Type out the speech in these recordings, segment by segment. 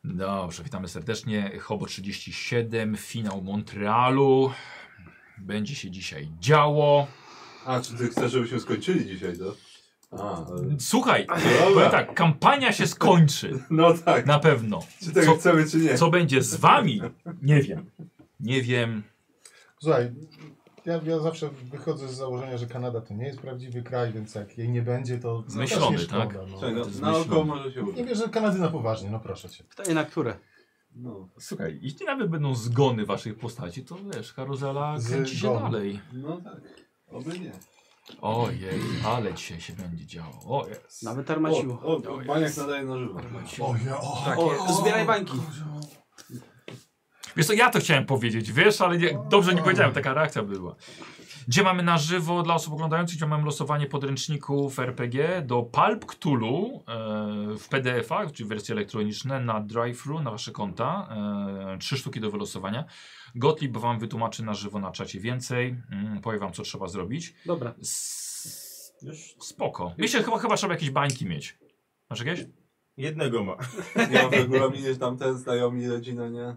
Dobrze, witamy serdecznie. Hobo 37, finał Montrealu. Będzie się dzisiaj działo. A, czy ty chcesz, żebyśmy skończyli dzisiaj, to? Słuchaj, powiem tak, kampania się skończy. No tak. Na pewno. Czy tego chcemy, czy nie? Co będzie z wami? Nie wiem. Nie wiem. Słuchaj, ja zawsze wychodzę z założenia, że Kanada to nie jest prawdziwy kraj, więc jak jej nie będzie, to Zmyślony, też nie tak? szkoda, no. Słuchaj, jest na oko myślone. może się Nie uda. bierze Kanady na poważnie, no proszę cię. Pytanie na które? No. Słuchaj, jeśli nawet będą zgony waszych postaci, to wiesz, karuzela kręci się Zgony. dalej. No tak. Oby nie. Ojej, ale dzisiaj się będzie działo. O jest. Nawet armaciło. O, Baniak nadaje na żywo. O, zbieraj bańki. Wiesz co, ja to chciałem powiedzieć, wiesz, ale nie, dobrze nie powiedziałem, taka reakcja była. Gdzie mamy na żywo dla osób oglądających, gdzie mamy losowanie podręczników RPG do Pulp Cthulhu w PDF-ach, czyli wersje elektroniczne na drive-thru, na wasze konta. 3 sztuki do wylosowania. Gottlieb wam wytłumaczy na żywo na czacie więcej. Powie wam, co trzeba zrobić. Dobra. Spoko. Myślę, chyba trzeba jakieś bańki mieć. Masz jakieś? Jednego ma. Nie ma w regulaminie, że tam ten znajomi, rodzina, nie?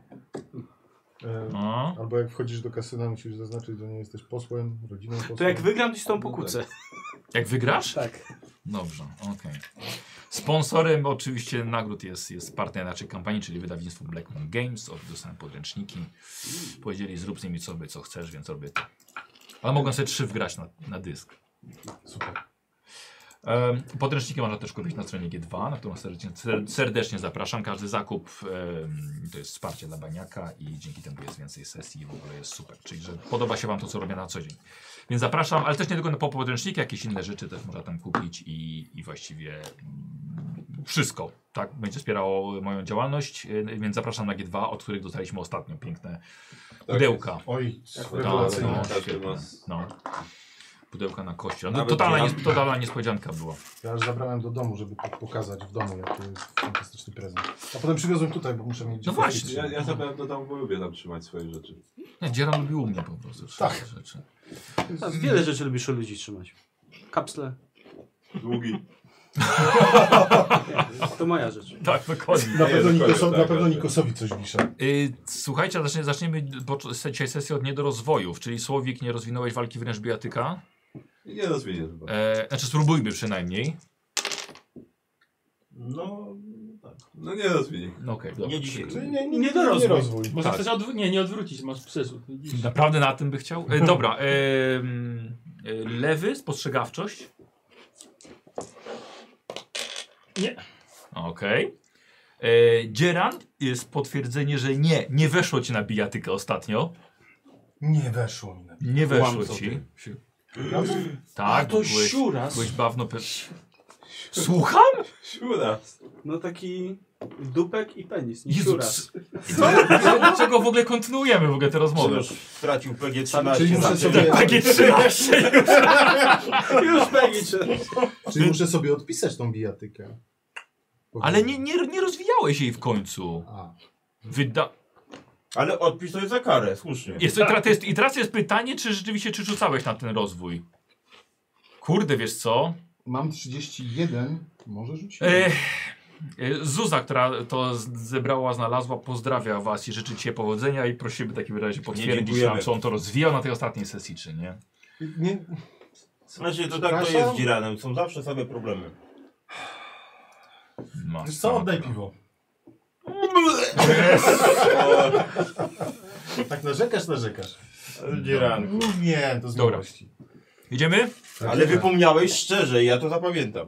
No. Albo jak wchodzisz do kasyna, musisz zaznaczyć, że nie jesteś posłem, rodziną posłem. To jak wygram, to się z tą pokłócę. Jak wygrasz? Tak. Dobrze, okej. Sponsorem oczywiście nagród jest partner naszej kampanii, czyli wydawnictwo Black Moon Games. Dostałem podręczniki. Powiedzieli, zrób z nimi sobie co chcesz, więc robię to. Ale mogą sobie 3 wgrać na dysk. Super. Podręczniki można też kupić na stronie G2, na którą serdecznie zapraszam. Każdy zakup to jest wsparcie dla Baniaka i dzięki temu jest więcej sesji i w ogóle jest super. Czyli, że podoba się wam to, co robię na co dzień. Więc zapraszam, ale też nie tylko na podręczniki, jakieś inne rzeczy też można tam kupić i właściwie wszystko, tak, będzie wspierało moją działalność, więc zapraszam na G2, od których dostaliśmy ostatnio piękne pudełka. Oj, rewelacyjnie. No, Każdy świetne. ma. No. Pudełka na kości. No, Nawet totalna niespodzianka była. Ja już zabrałem do domu, żeby pokazać w domu, jak to jest fantastyczny prezent. A potem przywiozłem tutaj, bo muszę mieć... No właśnie. Ja zabrałem do domu, bo lubię tam trzymać swoje rzeczy. Nie, Dzieran lubił u mnie po prostu. Tak. Rzeczy. Wiele rzeczy lubisz u ludzi trzymać. Kapsle. Długi. To moja rzecz. Tak, dokładnie. Na pewno Nikosowi coś wiszę. Słuchajcie, zaczniemy dzisiaj sesję od niedorozwojów, czyli Słowik, nie rozwinąłeś walki wręcz bijatyka. Nie rozwinie chyba. Znaczy spróbujmy przynajmniej. No, tak. No nie rozwinie. No okej, dobra. Nie dzisiaj. Czyli Nie dorosły. nie rozwój. Może Tak. chcesz nie odwrócić, masz przesłów. widzisz? Naprawdę na tym by chciał? Dobra. Lewy, spostrzegawczość. Nie. Okej. Dzieran jest potwierdzenie, że nie weszło ci na bijatykę ostatnio. Nie weszło mi na Nie weszło Kłamco ci. ty. Tak, To siuras. byłeś bawno... Słucham? Siuras. No taki dupek i penis, nie Jezus. siuras. Dlaczego w ogóle kontynuujemy w ogóle tę rozmowę? Już stracił PG-13. Czyli muszę znaczy, sobie, PG-13 już. Już pegicze. czyli muszę sobie odpisać tą bijatykę. Ale nie rozwijałeś jej w końcu. A. Ale odpis to jest za karę, słusznie. I teraz jest pytanie, czy rzeczywiście czy rzucałeś na ten rozwój? Kurde, wiesz co? Mam 31, może rzucić? Zuza, która to zebrała, znalazła, pozdrawia was i życzy ci powodzenia i prosimy w takim razie potwierdzić dziękujemy. nam, czy on to rozwijał na tej ostatniej sesji, czy nie. Nie, Znaczy, to tak to jest z Dziranem, są zawsze same problemy. wiesz co, oddaj piwo. Tak narzekasz. Dziran. Nie, to z Dobra. miłości. Idziemy? Ale wypomniałeś szczerze i ja to zapamiętam.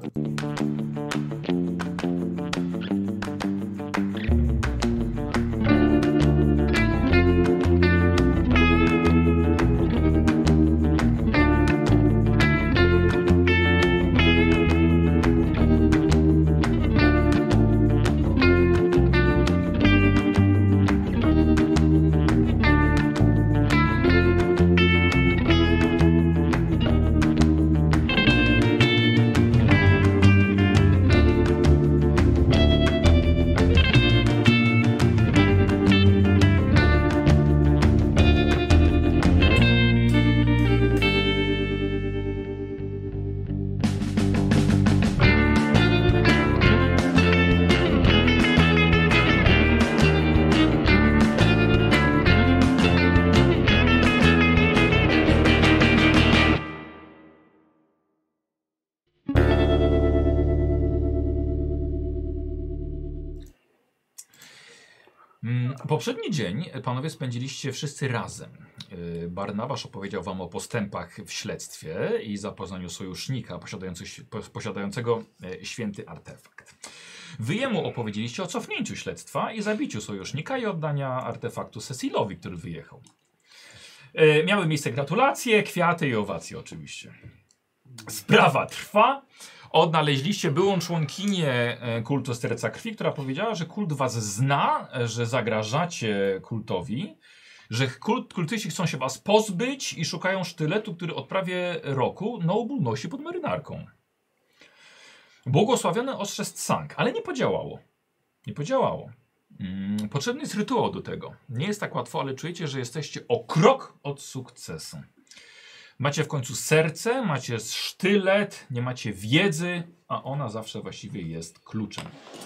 Poprzedni dzień panowie spędziliście wszyscy razem. Barnabasz opowiedział wam o postępach w śledztwie i zapoznaniu sojusznika posiadającego święty artefakt. Wy jemu opowiedzieliście o cofnięciu śledztwa i zabiciu sojusznika i oddania artefaktu Cecilowi, który wyjechał. Miały miejsce gratulacje, kwiaty i owacje oczywiście. Sprawa trwa. Odnaleźliście byłą członkinię kultu Serca Krwi, która powiedziała, że kult was zna, że zagrażacie kultowi, że kultyści chcą się was pozbyć i szukają sztyletu, który od prawie roku Noble nosi pod marynarką. Błogosławiony ostrze Tsang, ale nie podziałało. Nie podziałało. Potrzebny jest rytuał do tego. Nie jest tak łatwo, ale czujecie, że jesteście o krok od sukcesu. Macie w końcu serce, macie sztylet, nie macie wiedzy, a ona zawsze właściwie jest kluczem.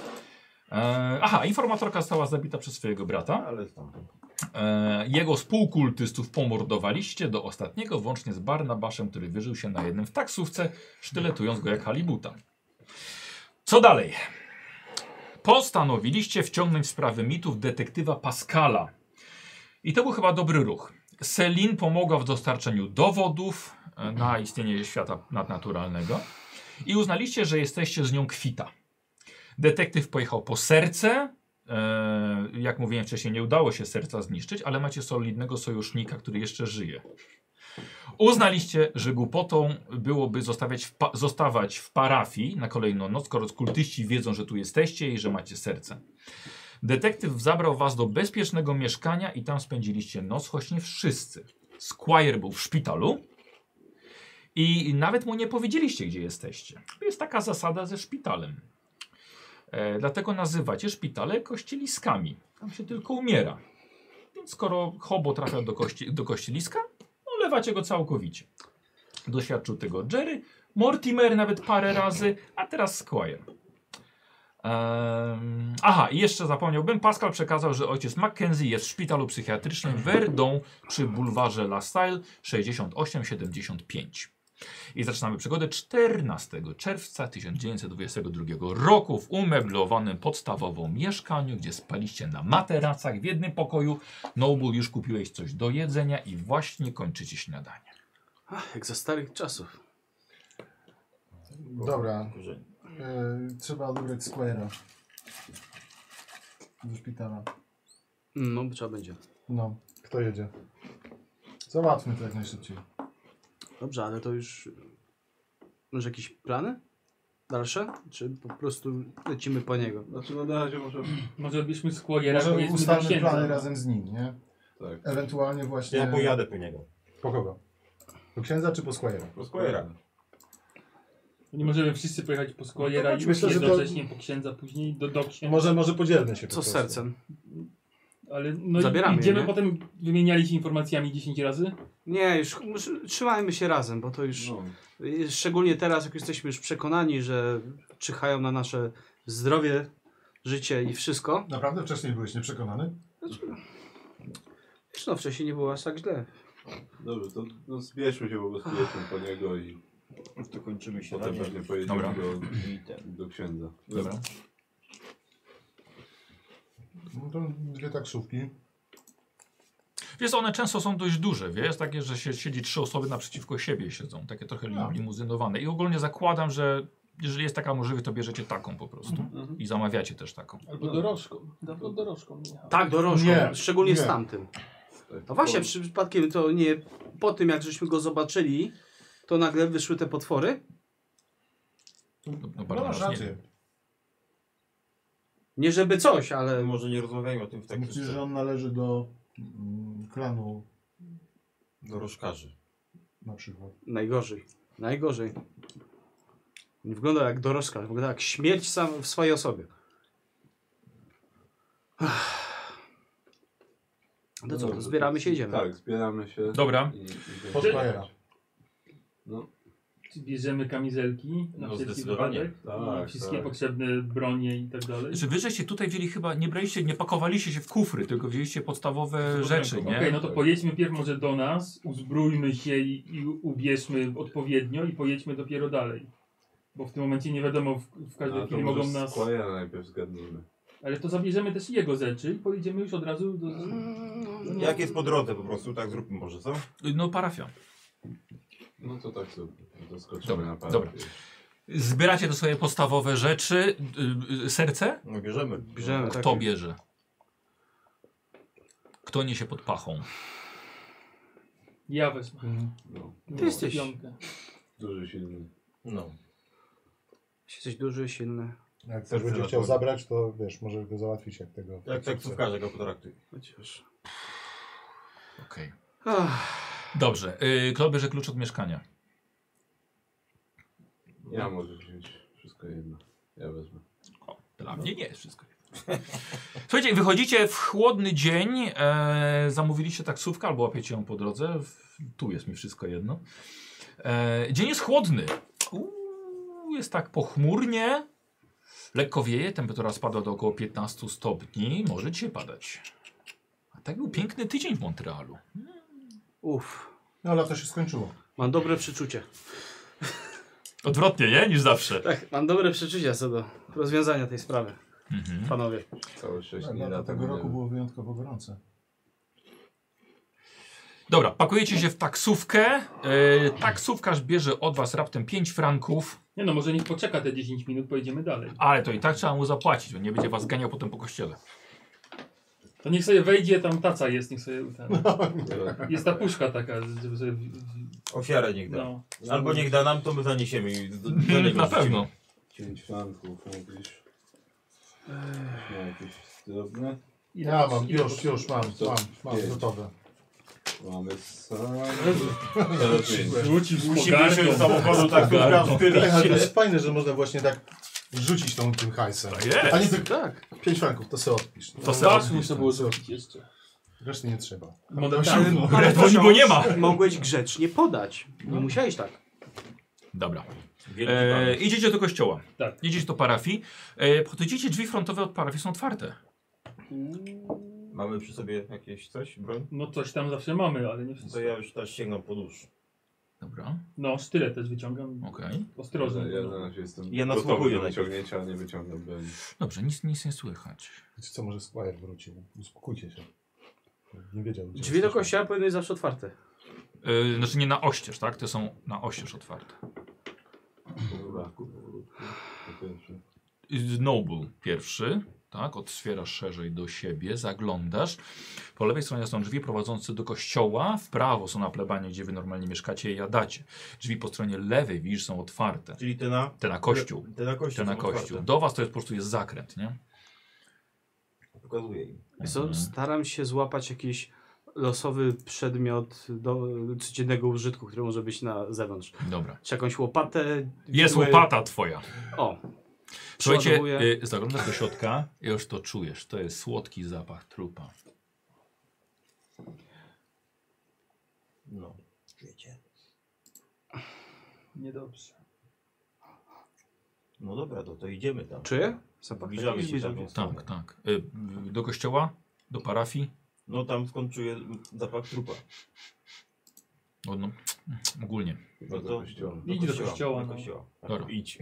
Informatorka została zabita przez swojego brata. Ale tam. Jego współkultystów pomordowaliście do ostatniego, włącznie z Barnabaszem, który wyżył się na jednym w taksówce, sztyletując go jak halibuta. Co dalej? Postanowiliście wciągnąć w sprawy mitów detektywa Pascala. I to był chyba dobry ruch. Selin pomogła w dostarczeniu dowodów na istnienie świata nadnaturalnego i uznaliście, że jesteście z nią kwita. Detektyw pojechał po serce. Jak mówiłem wcześniej, nie udało się serca zniszczyć, ale macie solidnego sojusznika, który jeszcze żyje. Uznaliście, że głupotą byłoby zostawać w parafii na kolejną noc, skoro kultyści wiedzą, że tu jesteście i że macie serce. Detektyw zabrał was do bezpiecznego mieszkania i tam spędziliście noc, choć nie wszyscy. Squire był w szpitalu i nawet mu nie powiedzieliście, gdzie jesteście. Jest taka zasada ze szpitalem. Dlatego nazywacie szpitale kościeliskami. Tam się tylko umiera. Więc skoro hobo trafia do kościeliska, olewacie go całkowicie. Doświadczył tego Jerry, Mortimer nawet parę razy, a teraz Squire. I jeszcze zapomniałbym, Pascal przekazał, że ojciec Mackenzie jest w szpitalu psychiatrycznym w Verdun przy bulwarze La Salle 6875. I zaczynamy przygodę 14 czerwca 1922 roku w umeblowanym podstawową mieszkaniu, gdzie spaliście na materacach w jednym pokoju. Noble, już kupiłeś coś do jedzenia i właśnie kończycie śniadanie. Jak za starych czasów. Dobra. Trzeba odebrać Square'a do szpitala. No, trzeba będzie. No, kto jedzie? Załatwmy to jak najszybciej. Dobrze, ale to już... Masz jakieś plany? Dalsze? Czy po prostu lecimy po niego? Znaczy na razie Może byśmy Square'a Może powiedzmy do ustalmy księdza. plany razem z nim, nie? tak. Ewentualnie właśnie... Ja pojadę po niego. Po kogo? Po księdza czy po Square'a? Po Square'a. Nie możemy wszyscy pojechać po No Square'a to i myślę, że to- jednocześnie po księdza, później do księdza. Może podzielmy się po Co z prostu. sercem? Ale no Zabieramy je, idziemy nie? potem wymieniali się informacjami 10 razy. Nie, już trzymajmy się razem, bo to już... No. Szczególnie teraz, jak jesteśmy już przekonani, że czyhają na nasze zdrowie, życie i wszystko. Naprawdę wcześniej byłeś nieprzekonany? No, wcześniej nie było aż tak źle. Dobrze, to no, zbierzmy się po prostu jedźmy po niego i To kończymy się potem pewnie pojedziemy Dobra. do księdza. Dobra. No to dwie taksówki. Wiesz, one często są dość duże, wiesz, takie, że siedzi 3 osoby naprzeciwko siebie siedzą, takie trochę limuzynowane. I ogólnie zakładam, że jeżeli jest taka możliwość, to bierzecie taką po prostu i zamawiacie też taką. Albo dorożką. Dawno dorożką jechał. Tak, dorożką, Nie, szczególnie nie. z tamtym. Tak, No właśnie, przypadkiem to nie po tym, jak żeśmy go zobaczyli, to nagle wyszły te potwory. No, No bardzo masz nie rację. wiem. Nie żeby coś, ale... Może nie rozmawiajmy o tym w takim Myślisz, że on należy do klanu dorożkarzy. na przykład. Najgorzej. Najgorzej. Nie wygląda jak dorożka, wygląda jak śmierć sam w swojej osobie. No co, to zbieramy się, idziemy. Tak, zbieramy się. Dobra. I Po Square'a. No, Bierzemy kamizelki na No, wszelki zdecydowanie. wypadek. Tak, Wszystkie tak. potrzebne bronie i tak dalej. Że wy żeście tutaj wzięli chyba, nie pakowaliście się w kufry, tylko wzięliście podstawowe rzeczy, nie? Okej, no to pojedźmy pierw może do nas, uzbrójmy się i ubierzmy odpowiednio i pojedźmy dopiero dalej. Bo w tym momencie nie wiadomo, w każdej a to chwili mogą może nas... Square'a najpierw zgadnijmy. Ale to zabierzemy też jego rzeczy i pojedziemy już od razu do... Jak jest po drodze po prostu, tak zróbmy może, co? No parafia. No to tak sobie doskoczymy Dobra, na parę. dobra. Zbieracie te swoje podstawowe rzeczy. Serce? No bierzemy. Bierzemy, tak. Kto bierze? Kto niesie pod pachą? Ja wezmę. No, Ty jesteś. Piątkę. duży, silny. No. Jesteś duży, silny. Jak ktoś Serce będzie na chciał dłoń. zabrać, to wiesz, może go załatwić jak tego. Jak taksówkarze go potraktuj. Chociaż. Okej. Ach, Dobrze. Kto bierze klucz od mieszkania? Ja może wziąć wszystko jedno. Ja wezmę. Dla mnie nie jest wszystko. Słuchajcie, wychodzicie w chłodny dzień, zamówiliście taksówkę albo łapiecie ją po drodze. Tu jest mi wszystko jedno. Dzień jest chłodny. Jest tak pochmurnie. Lekko wieje, temperatura spadła do około 15 stopni. Może dzisiaj padać. A tak był piękny tydzień w Montrealu. uff. No lato się skończyło. Mam dobre przeczucie. Odwrotnie, nie? Niż zawsze. Tak, mam dobre przeczucia co do rozwiązania tej sprawy, Mhm. panowie. Całe 6 dni Lato na tego roku było wyjątkowo gorące. Dobra, pakujecie się w taksówkę. Taksówkarz bierze od was raptem 5 franków. Nie no, może niech poczeka te 10 minut, pojedziemy dalej. Ale to i tak trzeba mu zapłacić, bo nie będzie was ganiał potem po kościele. To niech sobie wejdzie, tam taca jest, niech sobie ten... Jest ta puszka taka, żeby sobie... Ofiarę niech da. No. Albo niech da nam, to my zaniesiemy i do niego Na wrzucimy. pewno. 5 franków mówisz. No jakieś drobne. Ja mam, Ile już mam Pięć. gotowe. Mamy sam. Rzucił z Musimy się z pogardą. samochodu taksówkarskim Tak, ale to jest fajne, że można właśnie tak rzucić tym hajsem. Jest. A nie tylko Tak. 5 franków, to sobie odpisz. To sobie Wasz odpisz, muszę było zrobić jeszcze. Reszty nie trzeba. Monetarny. Ale to go nie ma. Mogłeś grzecznie podać. Nie musiałeś tak. Dobra. Wielki pan. Idziecie do kościoła. Tak. Idziecie do parafii. Podchodzicie, drzwi frontowe od parafii są otwarte. Mamy przy sobie jakieś coś, broń? No coś tam zawsze mamy, ale nie wszystko. To ja już też sięgam po nóż. Dobra, No, sztylet też wyciągam. okej. Ostrożnie. Ja na razie jestem Ja gotowy nasłuchuję do najpierw. wyciągnięcia, a nie wyciągam broni. Dobrze, nic nie słychać. Wiecie co, może Squire wrócił. Uspokójcie się. Nie wiedział, gdzie Drzwi do jesteśmy. kościoła powinny być zawsze otwarte. Znaczy nie na oścież, tak? Te są na oścież otwarte. Dobra. Po pierwsze. Noble pierwszy, tak? Otwierasz szerzej do siebie, zaglądasz. Po lewej stronie są drzwi prowadzące do kościoła. W prawo są na plebanie, gdzie wy normalnie mieszkacie i jadacie. Drzwi po stronie lewej, widzisz, są otwarte. Czyli Te na kościół. Te na kościół. Te na są kościół. otwarte. Do was to jest po prostu jest zakręt, nie? Pokazuję im. Co, staram się złapać jakiś losowy przedmiot do codziennego użytku, który może być na zewnątrz. Dobra. Czy jakąś łopatę? Jest widłę? łopata twoja. O. Słuchajcie, Przeładowuję. zaglądasz do środka i już to czujesz. To jest słodki zapach trupa. No. Czujecie? Niedobrze. No dobra, to idziemy tam. Czuję? Zapach Zbliżamy taki się zbliżam tam. się. Tak, tak. Do kościoła? Do parafii? No tam skąd czuję zapach trupa. No, ogólnie. Chyba No do to kościoła. Idź do kościoła, Do no. kościoła. Tak, Dobra. idź.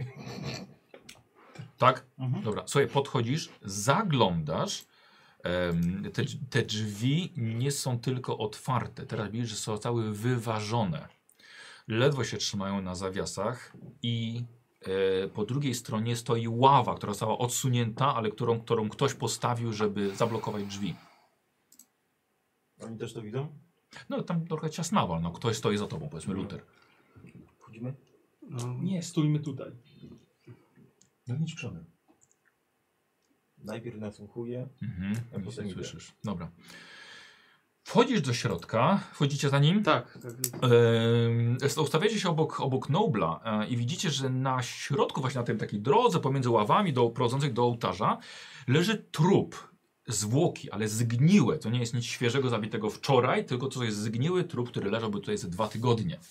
Tak? Mhm. Dobra, sobie podchodzisz, zaglądasz. Te drzwi nie są tylko otwarte. Teraz widzisz, że są całe wyważone. Ledwo się trzymają na zawiasach i po drugiej stronie stoi ława, która została odsunięta, ale którą ktoś postawił, żeby zablokować drzwi. Oni też to widzą? No tam trochę ciasnawa, no ktoś stoi za tobą, powiedzmy Luther. Wchodzimy? No. Nie, stójmy tutaj. No idź przodem. Najpierw nasłuchuję. Mhm, Ja nic potem nie idę. słyszysz. Dobra. Wchodzisz do środka, wchodzicie za nim. Tak. Ustawiacie się obok Nobla i widzicie, że na środku, właśnie na tej takiej drodze pomiędzy ławami prowadzących do ołtarza, leży trup, zwłoki, ale zgniłe. To nie jest nic świeżego, zabitego wczoraj, tylko to jest zgniły trup, który leżałby tutaj ze 2 tygodnie.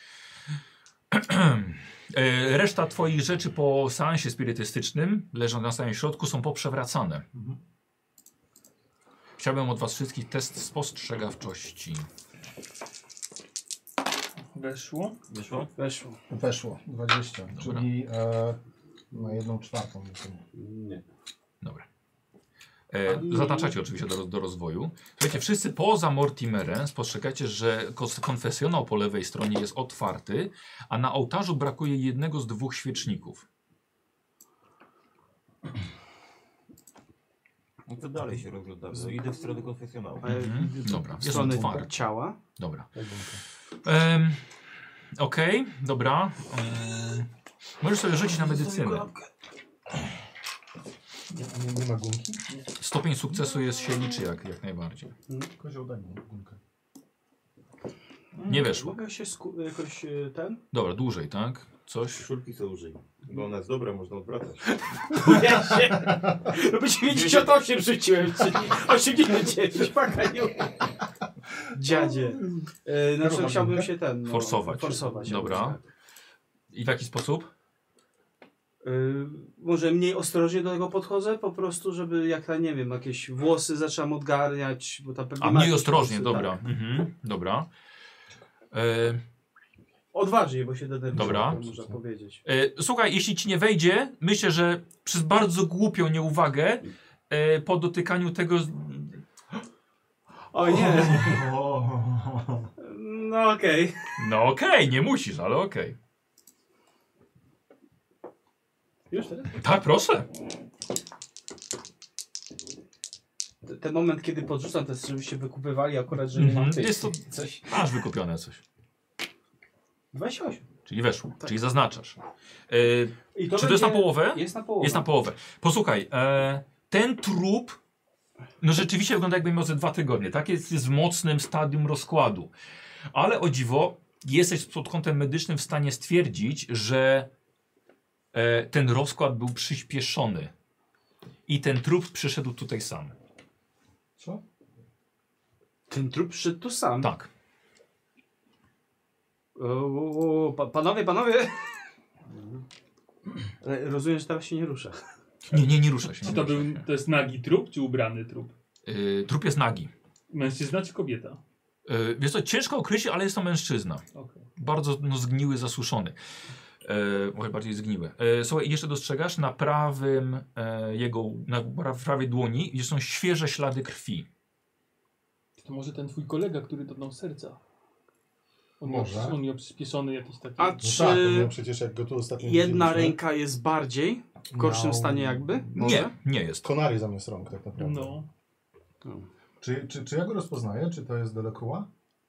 Reszta twoich rzeczy po seansie spirytystycznym, leżą na samym środku, są poprzewracane. Chciałbym od was wszystkich test spostrzegawczości. Weszło. Wyszło? Weszło. Weszło, 20, Dobra. czyli na 1/4. Nie. Dobra. Zataczacie oczywiście do rozwoju. Słuchajcie, wszyscy poza Mortimerem spostrzegacie, że konfesjonał po lewej stronie jest otwarty, a na ołtarzu brakuje jednego z 2 świeczników. No to dalej się rozglądamy. No, idę w stronę konfesjonału. Dobra, W jest stronę otwarty. ciała. Dobra. Tak, bunka. Okej, dobra. Możesz sobie rzucić na medycynę. Nie ma gumki? Stopień sukcesu się liczy jak najbardziej. Kozioł, daj mi gumkę. Nie weszło. Mogę się jakoś Dobra, dłużej, tak? Coś. Szulki są użyj. Bo ona jest dobra, można odwracać. Ja się. No by 98 rzuciłem, czyli 89. Pakaniu. Dziadzie. Znaczy chciałbym się forsować. Dobra. I w jaki sposób? Może mniej ostrożnie do tego podchodzę, po prostu, żeby jak ja nie wiem, jakieś włosy zacząłem odgarniać, bo tam pewnie. A mniej ostrożnie, włosy, dobra. Tak. Dobra. Odważniej, bo się denerwuję, Dobra. można powiedzieć. Słuchaj, jeśli ci nie wejdzie, myślę, że przez bardzo głupią nieuwagę po dotykaniu tego. O nie. No okej. No okej, nie musisz, ale okej. Już teraz? Tak, proszę. Ten moment, kiedy podrzucam, to jest, żebyście wykupywali akurat, że nie mam tych. Jest to Coś. masz wykupione coś. 28. Czyli weszło, Tak. czyli zaznaczasz. I Czy to jest na połowę? Jest na połowę. Jest na połowę. Posłuchaj, ten trup no rzeczywiście wygląda jakby miał ze 2 tygodnie. Tak, jest w mocnym stadium rozkładu. Ale o dziwo, jesteś pod kątem medycznym w stanie stwierdzić, że ten rozkład był przyspieszony. I ten trup przyszedł tutaj sam. Co? Ten trup przyszedł tu sam. Tak. Panowie. Ale rozumiem, że teraz się nie rusza. Nie rusza się. Czy to jest nagi trup, czy ubrany trup? Trup jest nagi. Mężczyzna czy kobieta? Wiesz co, ciężko określić, ale jest to mężczyzna. Okay. Bardzo zgniły, zasuszony. Może bardziej zgniły. Słuchaj, jeszcze dostrzegasz na prawym na prawej dłoni, gdzie są świeże ślady krwi. To może ten twój kolega, który dotknął serca. Może. On miał przyspieszony jakiś taki... A No czy tak, no przecież jak go tu ostatnio jedna widzieliśmy, ręka jest bardziej w gorszym miał- stanie jakby? Może? Nie jest. Konary zamiast rąk tak naprawdę. No. Czy ja go rozpoznaję? Czy to jest Delacroix?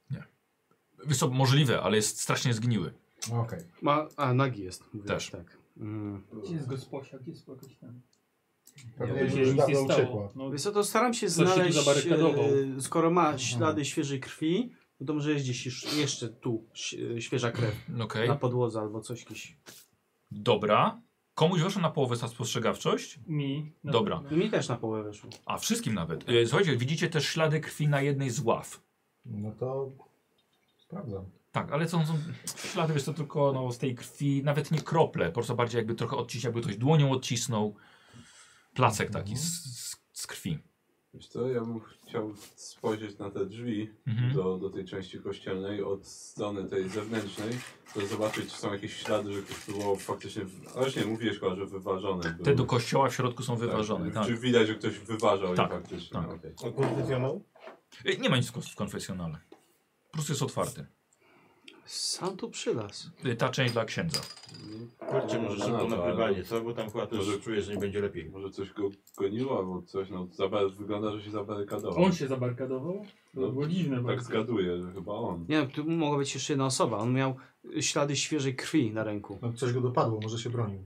Wiesz co, możliwe, ale jest strasznie zgniły. Okej. Nagi jest. Mówię, Też. Tak. Gdzie jest gosposia? Gdzie jest jakaś tam? Pewnie To się już nic dawno nie stało. uciekła. No, Wiesz co, to staram się Ktoś się tu znaleźć, zabarykadował. skoro ma ślady świeżej krwi, no to może jest gdzieś jeszcze tu świeża krew Okej. na podłodze albo coś jakiś. Dobra. Komuś weszło na połowę ta spostrzegawczość? mi. na Dobra. pewno. Mi też na połowę weszło. A wszystkim nawet. Słuchajcie, widzicie też ślady krwi na jednej z ław. No to sprawdzam. Tak, ale są ślady, wiesz, to tylko no, z tej krwi, nawet nie krople, po prostu bardziej jakby trochę odcisnął, jakby ktoś dłonią odcisnął. Placek taki z krwi. Wiesz co, ja bym chciał spojrzeć na te drzwi do tej części kościelnej od strony tej zewnętrznej, to zobaczyć, czy są jakieś ślady, że ktoś próbował faktycznie, ale już nie, mówiłeś chyba, że wyważone były. Te do kościoła w środku są wyważone, tak. Czy widać, że ktoś wyważał Tak, je faktycznie? tak. No, okej. A konfesjonał? Nie ma nic w konfesjonale. Po prostu jest otwarty. Sam tu przylas. Ta część dla księdza. Kurczę, może szybko No, na ale- pływanie, co? Bo tam chyba też Może- czuję, że nie będzie lepiej. Może coś go goniło albo coś, no wygląda, że się zabarykadował. On się zabarkadował? To No, było dziwne Tak bardzo. zgaduję, że chyba on. Nie no, tu mogła być jeszcze jedna osoba. On miał ślady świeżej krwi na ręku. No, coś go dopadło, może się bronił.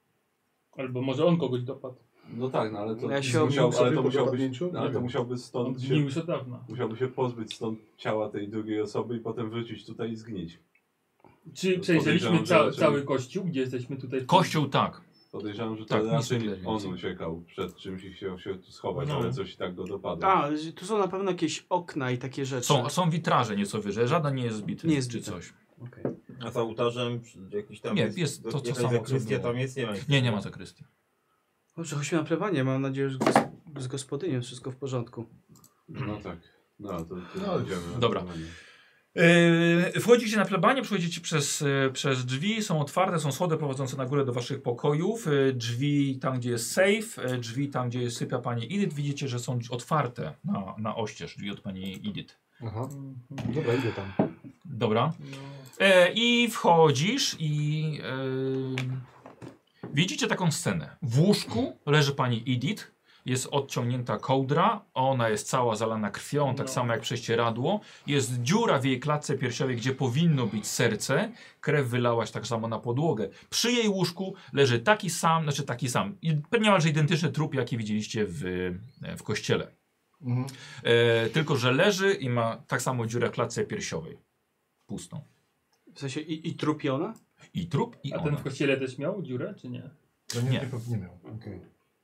Albo może on kogoś dopadł. No tak, no ale to Ja się musiał, obił sobie ale to po musiał być, dopadnięciu? ale Nie to wiem. musiałby On stąd zgnił się, już od dawna. musiałby się pozbyć stąd ciała tej drugiej osoby i potem wrócić tutaj i zgnić. Czy przejrzeliśmy Podejrzewam, że- cały kościół, gdzie jesteśmy tutaj? Kościół tak. Podejrzewam, że to Tak, nic raczej nie widać on więcej. uciekał przed czymś i chciał się tu schować, No. ale coś i tak go dopadło. A, tu są na pewno jakieś okna i takie rzeczy. Są witraże nieco wyżej, żaden nie jest zbity. Nie jest czy zbity. coś. Okej. A za ołtarzem jakiś tam Nie, jest to, co jakaś samo, co zakrystia było. tam jest? Nie ma nic. Nie ma zakrystii. Dobrze, chodźmy na plebanię. Mam nadzieję, że z gospodynią wszystko w porządku. No tak. No to No, idziemy. dobra. Wchodzicie na plebanie, przechodzicie przez drzwi, są otwarte, są schody prowadzące na górę do waszych pokojów. Drzwi tam, gdzie jest safe, drzwi tam, gdzie sypia pani Edith, widzicie, że są otwarte na oścież, drzwi od pani Edith. Aha. Dobra, idę tam. Dobra. I wchodzisz i widzicie taką scenę. W łóżku leży pani Edith. Jest odciągnięta kołdra, ona jest cała zalana krwią, tak samo jak prześcieradło. Jest dziura w jej klatce piersiowej, gdzie powinno być serce. Krew wylałaś tak samo na podłogę. Przy jej łóżku leży taki sam, niemalże identyczny trup, jaki widzieliście w kościele. Tylko że leży i ma tak samo dziurę w klatce piersiowej. Pustą. W sensie i trup i ona? I trup i ona. A ten w kościele też miał dziurę, czy nie? Nie miał. Okay.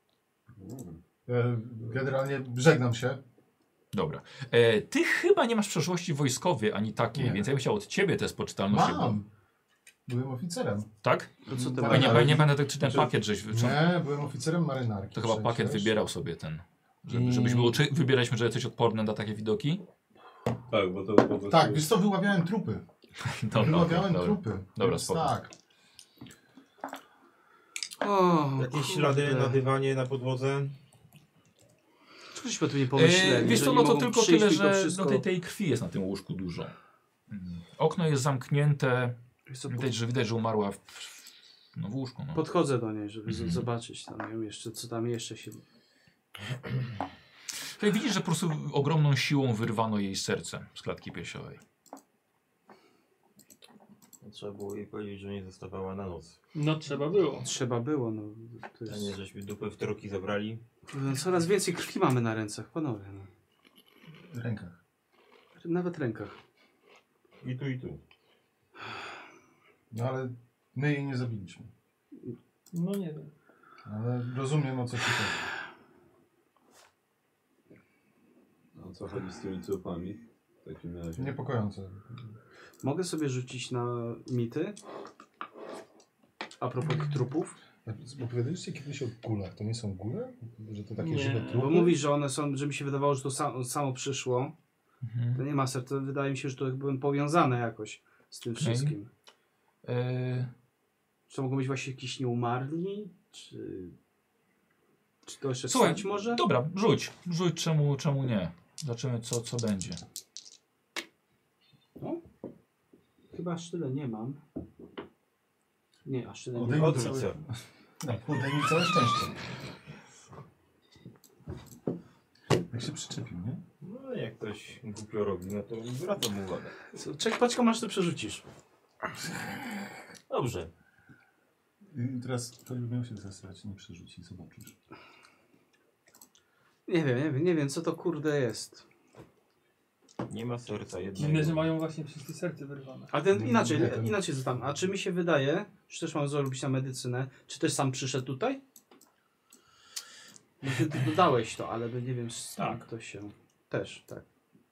Generalnie żegnam się. Dobra. Ty chyba nie masz przeszłości wojskowej ani takiej, więc ja bym chciał od ciebie test poczytalności. Mam. Byłem oficerem. Tak? To co ty nie pamiętam, czy ten pakiet żeś... Nie, byłem oficerem marynarki. To chyba pakiet wybierał sobie ten. Żebyś było... Czy wybieraliśmy, że jesteś odporny na takie widoki? Tak, bo to... Tak, wiesz co, wyławiałem trupy. Wyławiałem trupy. Dobra, spoko. Tak. Jakieś ślady na dywanie, na podłodze? Cośmy tu nie pomyśleli. Wiesz co, no to tylko tyle, że tej krwi jest na tym łóżku dużo. Okno jest zamknięte. Widać, że umarła w łóżku. No. Podchodzę do niej, żeby zobaczyć tam jeszcze, co tam jeszcze się... Tutaj widzisz, że po prostu ogromną siłą wyrwano jej serce z klatki piersiowej. Trzeba było jej powiedzieć, że nie zostawała na noc. No trzeba było. Trzeba było, no. To jest... A nie, żeśmy dupę w troki zabrali. No, coraz więcej krwi mamy na rękach, panowie. No. Rękach. Nawet rękach. I tu, i tu. No ale my jej nie zabiliśmy. No nie wiem. Ale rozumiem, o co ci chodzi. O co chodzi z tymi trupami? W takim razie. Niepokojące. Mogę sobie rzucić na mity? A propos tych trupów? Opowiadaliście kiedyś o gulach. To nie są gule? Że to takie Nie, żywe trupy? Bo mówisz, że one są, że mi się wydawało, że to samo przyszło. To nie ma serca. To wydaje mi się, że to były powiązane jakoś z tym wszystkim. Czy to mogą być właśnie jakiś nieumarli? Czy to jeszcze wstać może? Dobra, rzuć. Rzuć, czemu nie. Zobaczymy, co będzie. No? Chyba aż tyle nie mam. Nie, aż tyle nie Odejmij mam. Odwrócę. Odejmij całe szczęście. Jak się przyczepił, nie? No jak ktoś głupio robi, no to zwracam mu uwagę. Czek paczką masz, to przerzucisz. Dobrze. I teraz to miał się zesrać, nie przerzuci, zobaczysz. Nie wiem, co to kurde jest. Nie ma serca Dziwne, jednego. że mają właśnie wszyscy serce wyrwane. A ten inaczej co tam. A czy mi się wydaje, że też mam zrobić na medycynę, czy też sam przyszedł tutaj? Bo ty dodałeś to, ale nie wiem, Tak. to się... Też, tak.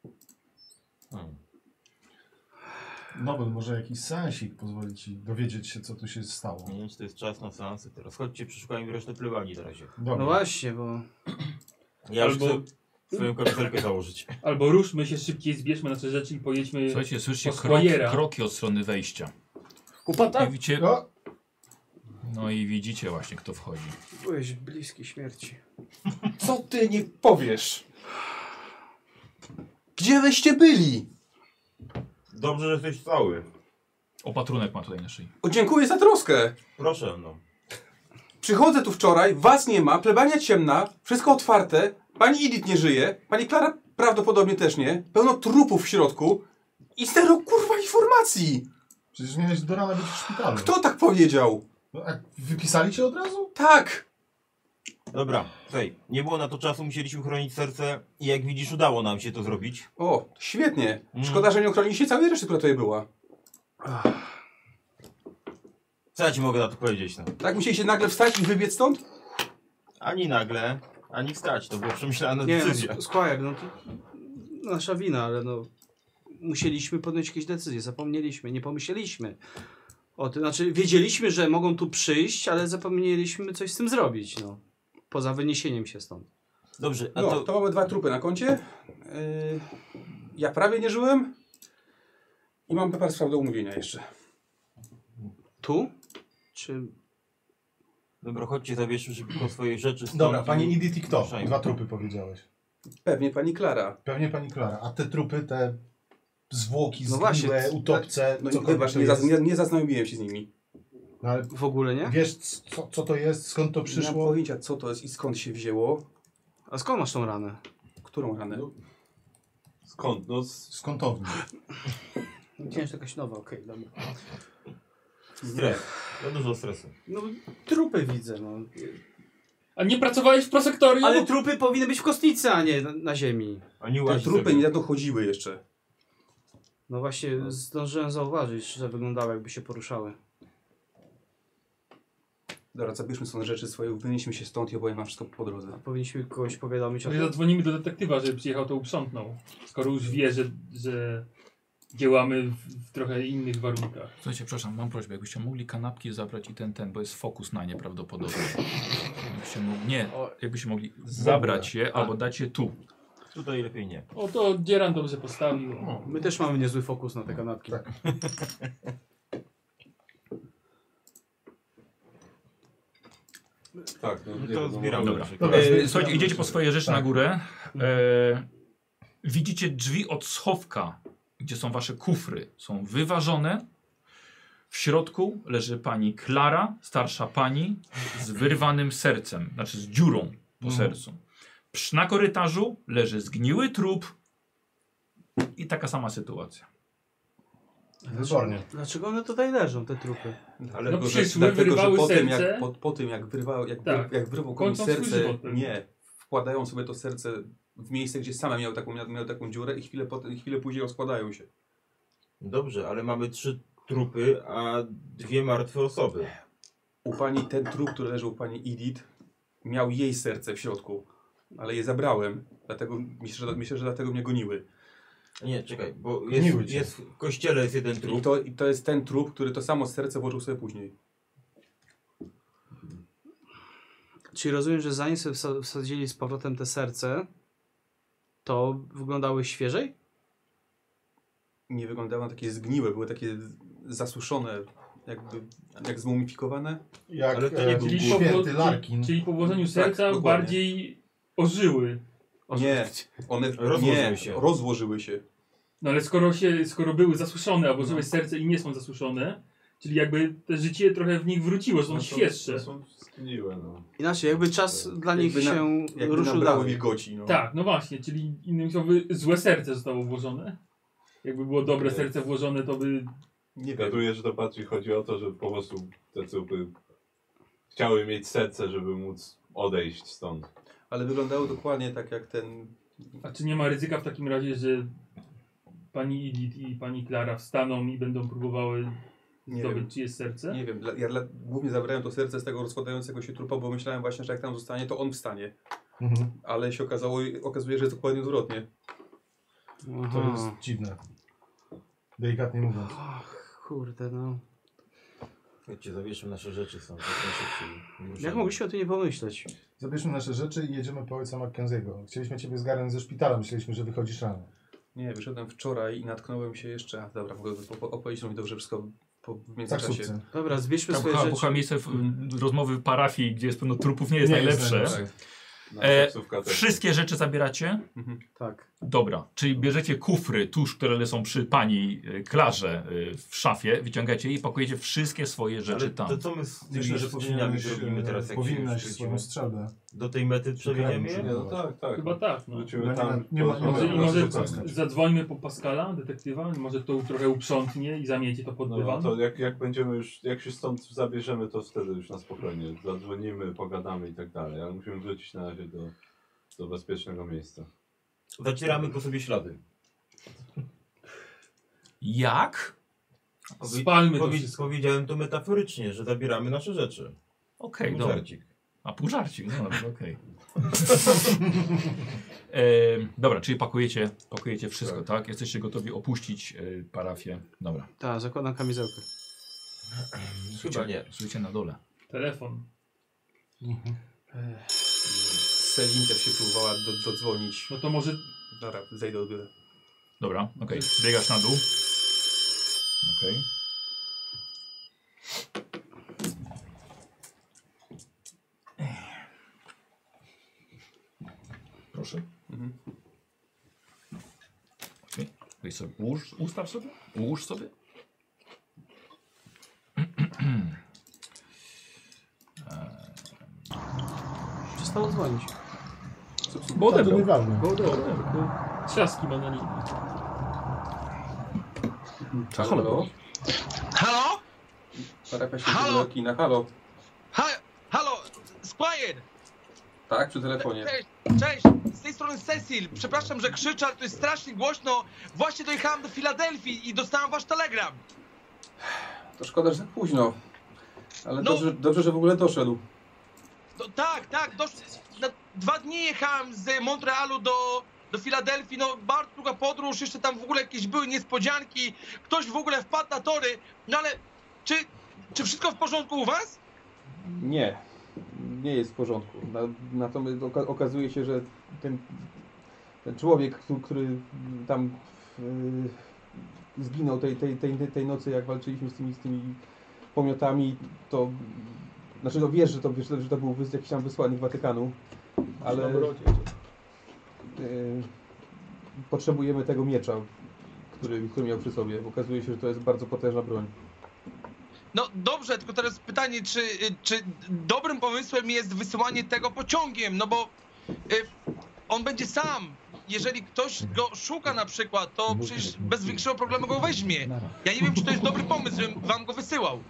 No bo może jakiś sensik pozwoli ci dowiedzieć się, co tu się stało. Nie wiem, czy to jest czas na seansy teraz. Chodźcie, przeszukajmy resztę plebanii na razie. Dobra. No właśnie, bo... Ja już Albo- chcę swoją kamizelkę założyć. Albo ruszmy się szybciej, zbierzmy nasze rzeczy i pojedźmy... Słuchajcie, słyszycie Oswojera. kroki od strony wejścia. Chłopata! I widzicie, O! no i widzicie właśnie, kto wchodzi. Byłeś bliski śmierci. Co ty nie powiesz? Gdzie wyście byli? Dobrze, że jesteś cały. Opatrunek ma tutaj na szyi. O, dziękuję za troskę. Proszę, no. Przychodzę tu wczoraj, was nie ma, plebania ciemna, wszystko otwarte, pani Edith nie żyje, pani Klara prawdopodobnie też nie, pełno trupów w środku i zero kurwa informacji. Przecież miałeś do rana być w szpitalu. Kto tak powiedział? No, a wypisali cię od razu? Tak. Dobra, słuchaj, nie było na to czasu, musieliśmy chronić serce i jak widzisz, udało nam się to zrobić. O, świetnie. Szkoda, że nie ochroniliście całej reszty, która tutaj była. Co ja ci mogę na to powiedzieć, no? Tak musieliście nagle wstać i wybiec stąd? Ani nagle, ani wstać, to była przemyślana Nie, decyzja. no, Squire, no to nasza wina, ale no musieliśmy podjąć jakieś decyzje, zapomnieliśmy, nie pomyśleliśmy o tym, znaczy wiedzieliśmy, że mogą tu przyjść, ale zapomnieliśmy coś z tym zrobić, no. Poza wyniesieniem się stąd. Dobrze, a No, to... to mamy 2 trupy na koncie. Ja prawie nie żyłem. I mam parę spraw do umówienia jeszcze. Tu? Czy... Dobra, chodźcie, zabierzmy szybko swoje rzeczy. Stąd Dobra, i pani Edith i kto? ruszajmy. 2 trupy powiedziałeś. Pewnie pani Klara. Pewnie pani Klara. A te trupy, te zwłoki, No właśnie, zgniłe, utopce, No i cokolwiek wybacz, to nie, jest. nie zaznajomiłem się z nimi. No, ale W ogóle nie? wiesz, co to jest, skąd to Nie mam przyszło? pojęcia, co to jest i skąd się wzięło. A skąd masz tą ranę? Którą ranę? Skąd? No Z kątowni. Myślałem, że jakaś nowa, okej, dobra. Stres. Za dużo stresu. No trupy widzę, no. A nie pracowałeś w prosektorium? Ale trupy powinny być w kostnicy, a nie na ziemi. A nie Te łazi trupy sobie. niedawno chodziły jeszcze. No właśnie zdążyłem zauważyć, że wyglądały jakby się poruszały. Dobra, zabierzmy stąd rzeczy swoje, wynieśmy się stąd i opowiem wam wszystko po drodze. A powinniśmy kogoś powiadomić o Może tym. zadzwonimy do detektywa, żeby przyjechał to uprzątnął. Skoro już wie, że działamy w trochę innych warunkach. Słuchajcie, przepraszam, mam prośbę, jakbyście mogli kanapki zabrać i ten, bo jest fokus na nie prawdopodobnie. Jakbyście mogli zabrać je albo dać je tu. Tutaj lepiej nie. O, to Dzieran dobrze postawił. My też mamy niezły fokus na te kanapki. Tak. tak, no, No nie to wiadomo. zbieramy. Dobra. rzeczy. Dobra. Słuchajcie, idziecie po swoje rzeczy na górę. Widzicie drzwi od schowka, gdzie są wasze kufry. Są wyważone. W środku leży pani Klara, starsza pani, z wyrwanym sercem, znaczy z dziurą po sercu. Na korytarzu leży zgniły trup i taka sama sytuacja. Wybornie. Dlaczego one tutaj leżą, te trupy? Ale No tylko, przyszły, dlatego, że wyrywały po tym, serce. po tym jak wyrwał, Tak. jak wyrwał komuś Kończą swój serce, żywot pewnie. nie, wkładają sobie to serce w miejsce, gdzie same miał taką dziurę i chwilę później rozkładają się. Dobrze, ale mamy 3 trupy, a 2 martwe osoby. U pani ten trup, który leżał u pani Edith, miał jej serce w środku, ale je zabrałem, dlatego myślę, że dlatego mnie goniły. Nie, czekaj, bo Gniły cię. jest w kościele jest jeden trup. I to jest ten trup, który to samo serce włożył sobie później. Czyli rozumiem, że zanim sobie wsadzili z powrotem te serce, to wyglądały świeżej? Nie wyglądały na takie zgniłe, były takie zasuszone, jak zmumifikowane. Jak Ale to nie był święty Larkin. Czyli po włożeniu serca dokładnie. bardziej ożyły. Nie, one Rozłożyły się. rozłożyły się. No ale skoro były zasuszone, a włożyłeś serce i nie są zasuszone, czyli jakby te życie trochę w nich wróciło, są No świeższe. To są zgniłe, no. Inaczej, jakby czas dla nich Jakby się Jakby ruszył nabrało dalej. wilgoci. No. Tak, no właśnie, czyli innymi słowy złe serce zostało włożone. Jakby było dobre serce włożone, to by... Nie wiem. Gaduję, że to bardziej chodzi o to, że po prostu te trupy chciały mieć serce, żeby móc odejść stąd. Ale wyglądało dokładnie tak jak ten... A czy nie ma ryzyka w takim razie, że pani Edith i pani Klara wstaną i będą próbowały Nie zdobyć wiem. czyjeś serce? Nie wiem, głównie zabrałem to serce z tego rozkładającego się trupa, bo myślałem właśnie, że jak tam zostanie, to on wstanie. Mhm. Ale się okazuje, że jest dokładnie odwrotnie. To jest dziwne. Delikatnie mówiąc. Ach, kurde, no. Chodźcie, zabierzmy nasze rzeczy stąd. jak najszybciej. Jak mogliśmy o tym nie pomyśleć? Zabierzmy nasze rzeczy i jedziemy po ojca Mackenzie'ego. Chcieliśmy ciebie zgarnąć ze szpitala, myśleliśmy, że wychodzisz rano. Nie, wyszedłem wczoraj i natknąłem się jeszcze... A, dobra, mogę opowiedzieć mi dobrze wszystko w międzyczasie. Taksówce. Dobra, zbierzmy swoje rzeczy. Bucha miejsce rozmowy w parafii, gdzie jest pełno trupów, nie jest Nie jest najlepsze. najlepsze. No, E, taksówka też. Wszystkie rzeczy zabieracie? Tak. Dobra, czyli bierzecie kufry tuż, które są przy pani Klarze w szafie, wyciągacie je i pakujecie wszystkie swoje rzeczy Ale tam. to co my z tymi Myślę, że skrzyniami zrobimy teraz, jak się powinnaś już swoją strzelbę. do tej mety przewieziemy Szukamy, je? Nie, no tak. Chyba tak, no. Wrócimy No tam. nie ma- Może, Dobra, może dobra. zadzwońmy po Pascala, detektywa, może to trochę uprzątnie i zamiecie to pod No dywan. to jak będziemy już, jak się stąd zabierzemy, to wtedy już na spokojnie. Zadzwonimy, pogadamy i tak dalej, ale musimy wrócić na razie do bezpiecznego miejsca. Zacieramy po sobie ślady. Jak? Spalmy to wszystko. Powiedziałem to metaforycznie, że zabieramy nasze rzeczy. Okej, Był dobra. żarcik. A pół żarcik, no dobrze, okej. Dobra, czyli pakujecie wszystko, tak? Jesteście gotowi opuścić parafię. Dobra. Tak, zakładam kamizelkę. Chyba nie. Słuchajcie na dole. Telefon. Selin też się próbowała dodzwonić. No to może Dobra, zejdę od góry. Dobra, okej. Biegasz na dół. Okej. Proszę. Okej. Weź sobie, ustaw sobie. Ułóż sobie. Przestało dzwonić. Bo To odebrał. nieważne. Bo odebrał. Bo trzaski ma na linii. Halo? Halo? Parapia się Halo? do kina. Halo? Halo? Squire! Tak, przy telefonie. Cześć! Z tej strony Cecil. Przepraszam, że krzyczę, ale to jest strasznie głośno. Właśnie dojechałem do Filadelfii i dostałem wasz telegram. To szkoda, że tak późno. Ale No. dobrze, że w ogóle doszedł. Tak. Na 2 dni jechałem z Montrealu do Filadelfii. No, bardzo długa podróż. Jeszcze tam w ogóle jakieś były niespodzianki. Ktoś w ogóle wpadł na tory. No ale czy wszystko w porządku u was? Nie jest w porządku. Natomiast okazuje się, że ten człowiek, który tam zginął tej nocy, jak walczyliśmy z tymi pomiotami, to znaczy wiesz, że to był jakiś tam wysłannik Watykanu, ale potrzebujemy tego miecza, który miał przy sobie. Okazuje się, że to jest bardzo potężna broń. No dobrze, tylko teraz pytanie, czy dobrym pomysłem jest wysyłanie tego pociągiem, no bo on będzie sam. Jeżeli ktoś go szuka na przykład, to przecież bez większego problemu go weźmie. Ja nie wiem, czy to jest dobry pomysł, żebym wam go wysyłał.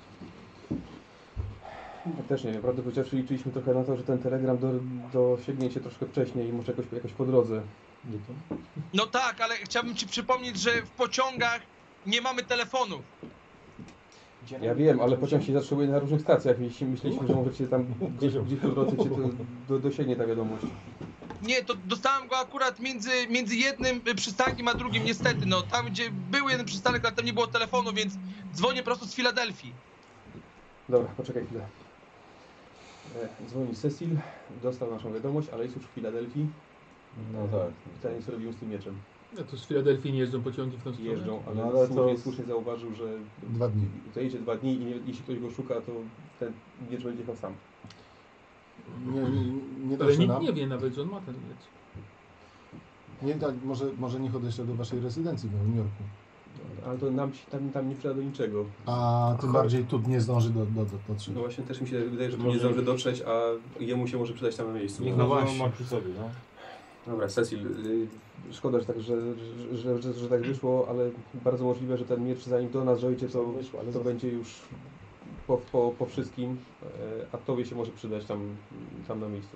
Ja też nie wiem, prawdę powiedziawszy liczyliśmy trochę na to, że ten telegram dosięgnie się troszkę wcześniej i może jakoś po drodze. No tak, ale chciałbym ci przypomnieć, że w pociągach nie mamy telefonów. Ja wiem, ale pociąg się zatrzymuje na różnych stacjach. Myśleliśmy, że możecie tam gdzieś po drodze cię dosięgnie ta wiadomość. Nie, to dostałem go akurat między jednym przystankiem a drugim, niestety. No tam, gdzie był jeden przystanek, ale tam nie było telefonu, więc dzwonię prosto z Filadelfii. Dobra, poczekaj chwilę. Dzwoni Cecil, dostał naszą wiadomość, ale jest już w Filadelfii. No tak. Pytanie, co robimy z tym mieczem. No to z Filadelfii nie jeżdżą pociągi w tą stronę? Jeżdżą, ale, No, ale to- słusznie zauważył, że 2 dni. to jedzie 2 dni i jeśli ktoś go szuka, to ten miecz będzie jechał sam. Nie Ale doszło nikt nam. nie wie nawet, że on ma ten miecz. Nie, tak, może niech odeślę do waszej rezydencji w Nowym Jorku. Ale to tam nie przyda do niczego. A tym bardziej tu nie zdąży dotrzeć. No właśnie też mi się wydaje, że tu nie zdąży dotrzeć, a jemu się może przydać tam na miejscu. No właśnie. Ma przy sobie, no. Dobra, Cecil, szkoda, że tak wyszło, ale bardzo możliwe, że ten miecz zanim do nas dojdzie, to będzie już po wszystkim, a tobie się może przydać tam na miejscu.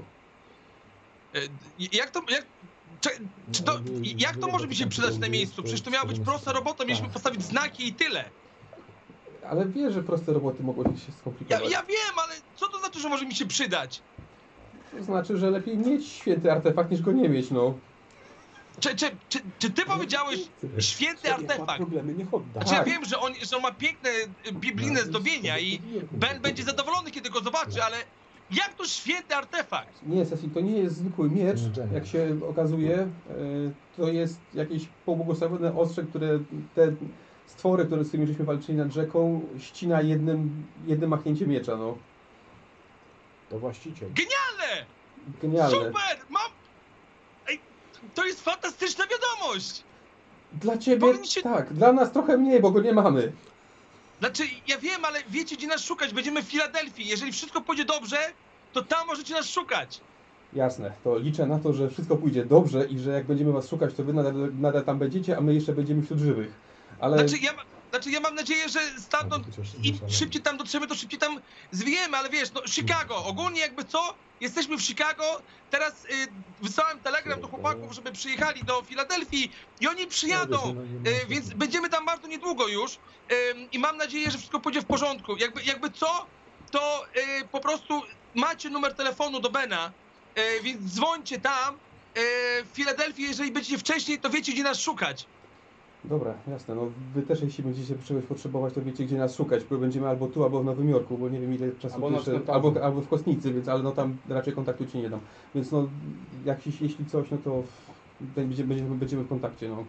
Jak to może mi się przydać na miejscu? Przecież to miała być prosta robota, mieliśmy postawić znaki i tyle. Ale wiesz, że proste roboty mogą się skomplikować. Ja wiem, ale co to znaczy, że może mi się przydać? To znaczy, że lepiej mieć święty artefakt niż go nie mieć, no. Czy ty powiedziałeś święty artefakt? Znaczy ja wiem, że on ma piękne biblijne zdobienia i Ben będzie zadowolony, kiedy go zobaczy, ale jak to święty artefakt? Nie, Cecil, to nie jest zwykły miecz, jak się okazuje. To jest jakieś pobłogosławione ostrze, które te stwory, z którymi żeśmy walczyli nad rzeką, ścina jednym machnięciem miecza, no. To właściciel. Genialne. Super! Ej, to jest fantastyczna wiadomość! Dla ciebie Powinniście- tak, dla nas trochę mniej, bo go nie mamy. Znaczy, ja wiem, ale wiecie, gdzie nas szukać. Będziemy w Filadelfii. Jeżeli wszystko pójdzie dobrze, to tam możecie nas szukać. Jasne, to liczę na to, że wszystko pójdzie dobrze i że jak będziemy was szukać, to wy nadal tam będziecie, a my jeszcze będziemy wśród żywych. Ale Znaczy, ja mam nadzieję, że stamtąd im szybciej tam dotrzemy, to szybciej tam zwijemy, ale wiesz, no Chicago, ogólnie jakby co, jesteśmy w Chicago, teraz wysłałem telegram do chłopaków, żeby przyjechali do Filadelfii i oni przyjadą, więc będziemy tam bardzo niedługo już i mam nadzieję, że wszystko pójdzie w porządku. Jakby co, to po prostu macie numer telefonu do Bena, więc dzwońcie tam, w Filadelfii, jeżeli będziecie wcześniej, to wiecie, gdzie nas szukać. dobra, jasne, no wy też jeśli będziecie czegoś potrzebować, to wiecie, gdzie nas szukać, bo będziemy albo tu, albo w Nowym Jorku, bo nie wiem ile czasu Albo na jeszcze, cmentarzu. albo w Kostnicy, więc ale no tam raczej kontaktu ci nie dam. Więc no jeśli coś, no to będziemy w kontakcie, no.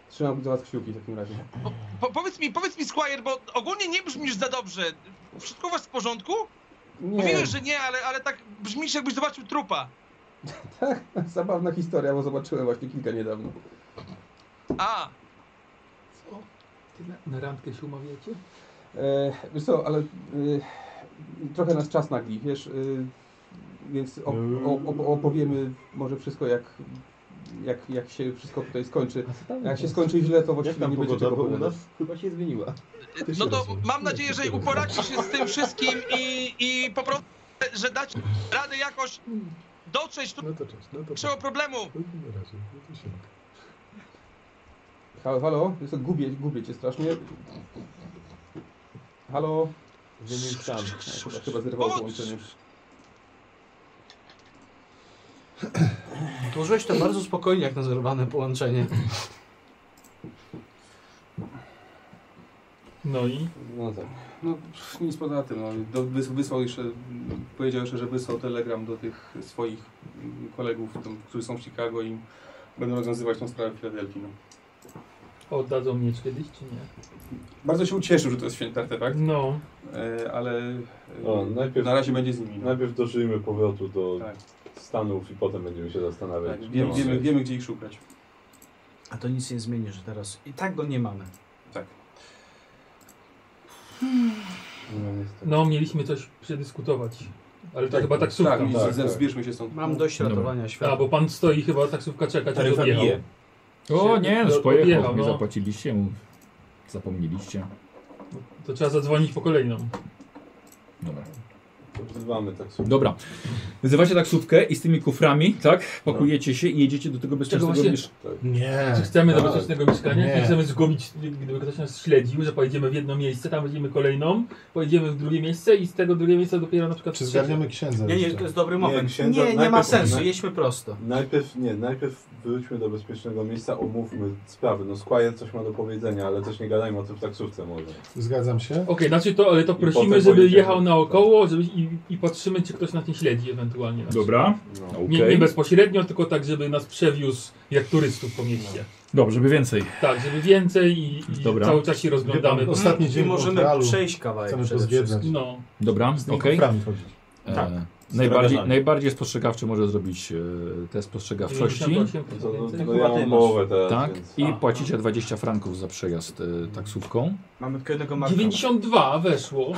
Trzymam za was kciuki w takim razie. Powiedz mi, Squire, bo ogólnie nie brzmisz za dobrze. Wszystko u was w porządku? Nie, Mówiłeś, że nie, ale tak brzmisz, jakbyś zobaczył trupa. tak, zabawna historia, bo zobaczyłem właśnie kilka niedawno. A, Co? Ty na randkę się umawiacie? Wiesz co, ale trochę nas czas nagli, wiesz, więc opowiemy może wszystko jak się wszystko tutaj skończy. Jak się skończy źle, to właściwie nie będzie czego opowiadać. Chyba się zmieniła. no to mam nadzieję, że uporacie się z tym wszystkim i po prostu, że dacie radę jakoś dotrzeć do naszego problemu. Halo? Wiesz co, gubię cię strasznie. Halo? Chyba zerwało połączenie. Użyłeś to bardzo spokojnie, jak na zerwane połączenie. No i? No tak. No nic poza tym. No. Wysłał jeszcze, powiedział jeszcze, że wysłał telegram do tych swoich kolegów, którzy są w Chicago i będą rozwiązywać tą sprawę w Filadelfii. No. Oddadzą miecz kiedyś, czy nie? Bardzo się ucieszył, że to jest święty artefakt. No. Ale najpierw, na razie będzie z nimi. No. Najpierw dożyjmy powrotu do tak. Stanów i potem będziemy się zastanawiać. Tak, wiemy, gdzie ich szukać. A to nic nie zmieni, że teraz i tak go nie mamy. Tak. No, mieliśmy coś przedyskutować. Ale to chyba taksówka. Tak, zbierzmy się stąd. Mam dość ratowania świata. A, bo pan stoi, chyba taksówka czeka, czy Taryfa odjechał. bije. O nie, już pojechał, mi no. zapłaciliście, zapomnieliście. To trzeba zadzwonić po kolejną. Dobra. Wzywamy taksówkę. Dobra. Wzywacie taksówkę i z tymi kuframi, tak? Pakujecie się i jedziecie do tego bezpiecznego mieszkania. Nie. Czy chcemy do bezpiecznego mieszkania? Nie. Nie chcemy zgubić, gdyby ktoś nas śledził, że pojedziemy w jedno miejsce, tam będziemy kolejną, pojedziemy w drugie miejsce i z tego drugie miejsca dopiero na przykład Czy zgarniemy księdza? Nie, jeszcze? to jest dobry moment. księdza, Nie ma najpierw- sensu, jedźmy prosto. Najpierw wróćmy do bezpiecznego miejsca, omówmy sprawy. No Squire coś ma do powiedzenia, ale też nie gadajmy o tym w taksówce może. Zgadzam się. Okej, znaczy to, ale to prosimy, potem żeby pojedziemy. jechał naokoło i patrzymy, czy ktoś nas nie śledzi ewentualnie. Dobra. No. Okej. Nie bezpośrednio, tylko tak, żeby nas przewiózł jak turystów po mieście. Dobrze, żeby więcej. Tak, żeby więcej i Dobra. cały czas się rozglądamy. Wie Ostatni I dzień możemy Montrealu. przejść kawałek Chcemy przede pozwiedzać. wszystkim. No. Dobra, Z tymi okej. kuframi chodzić. Tak. Najbardziej spostrzegawczy może zrobić test spostrzegawczości. 98% To, więcej. no ja mam połowę teraz, Tak. więc... I płacicie 20 franków za przejazd taksówką. Mamy tylko jednego marka. 92 weszło.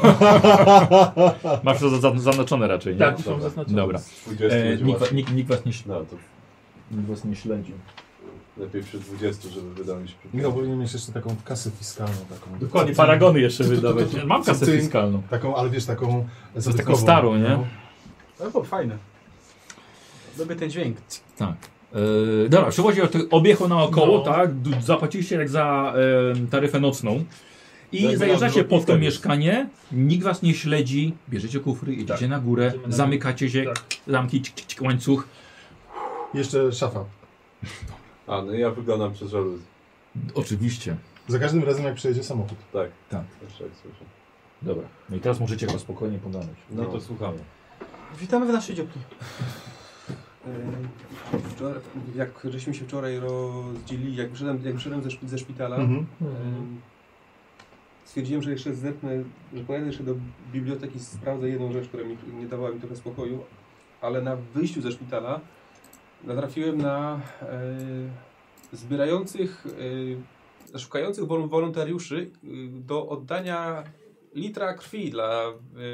Masz to zaznaczone raczej, nie? Tak, są Dobra. zaznaczone. Dobra. 20 będzie łatwiej. Nikt was nie No to Nikt was nie śledzi. lepiej przy 20, żeby wydać. Michał powinien mieć jeszcze taką kasę fiskalną. Taką. Dokładnie, paragony jeszcze wydawać. Mam kasę Cyng. fiskalną. Taką, ale wiesz, taką Z taką zabytkową, starą, nie? no. Ale to fajne. Lubię ten dźwięk. Tak. Dobra, przewozi obiechał naokoło, No. tak? Zapłaciliście jak za taryfę nocną. I Jak zajeżdżacie na pod to lotnisku mieszkanie, nikt was nie śledzi, bierzecie kufry, jedziecie na górę, Jedziemy na zamykacie się, Tak. zamki, łańcuch. Jeszcze szafa. A, no ja wyglądam przez żaluzję. Oczywiście. Za każdym razem jak przejedzie samochód. Tak. Tak. Jeszcze jak słyszę. Dobra. No i teraz możecie go spokojnie pogadać. No to słuchamy. Witamy w naszej dziupli. Wczoraj, jak żeśmy się wczoraj rozdzielili, jak wyszedłem ze szpitala, stwierdziłem, że jeszcze zerknę, że pojadę jeszcze do biblioteki i sprawdzę jedną rzecz, która nie dawała mi trochę spokoju, ale na wyjściu ze szpitala natrafiłem na szukających wolontariuszy do oddania litra krwi dla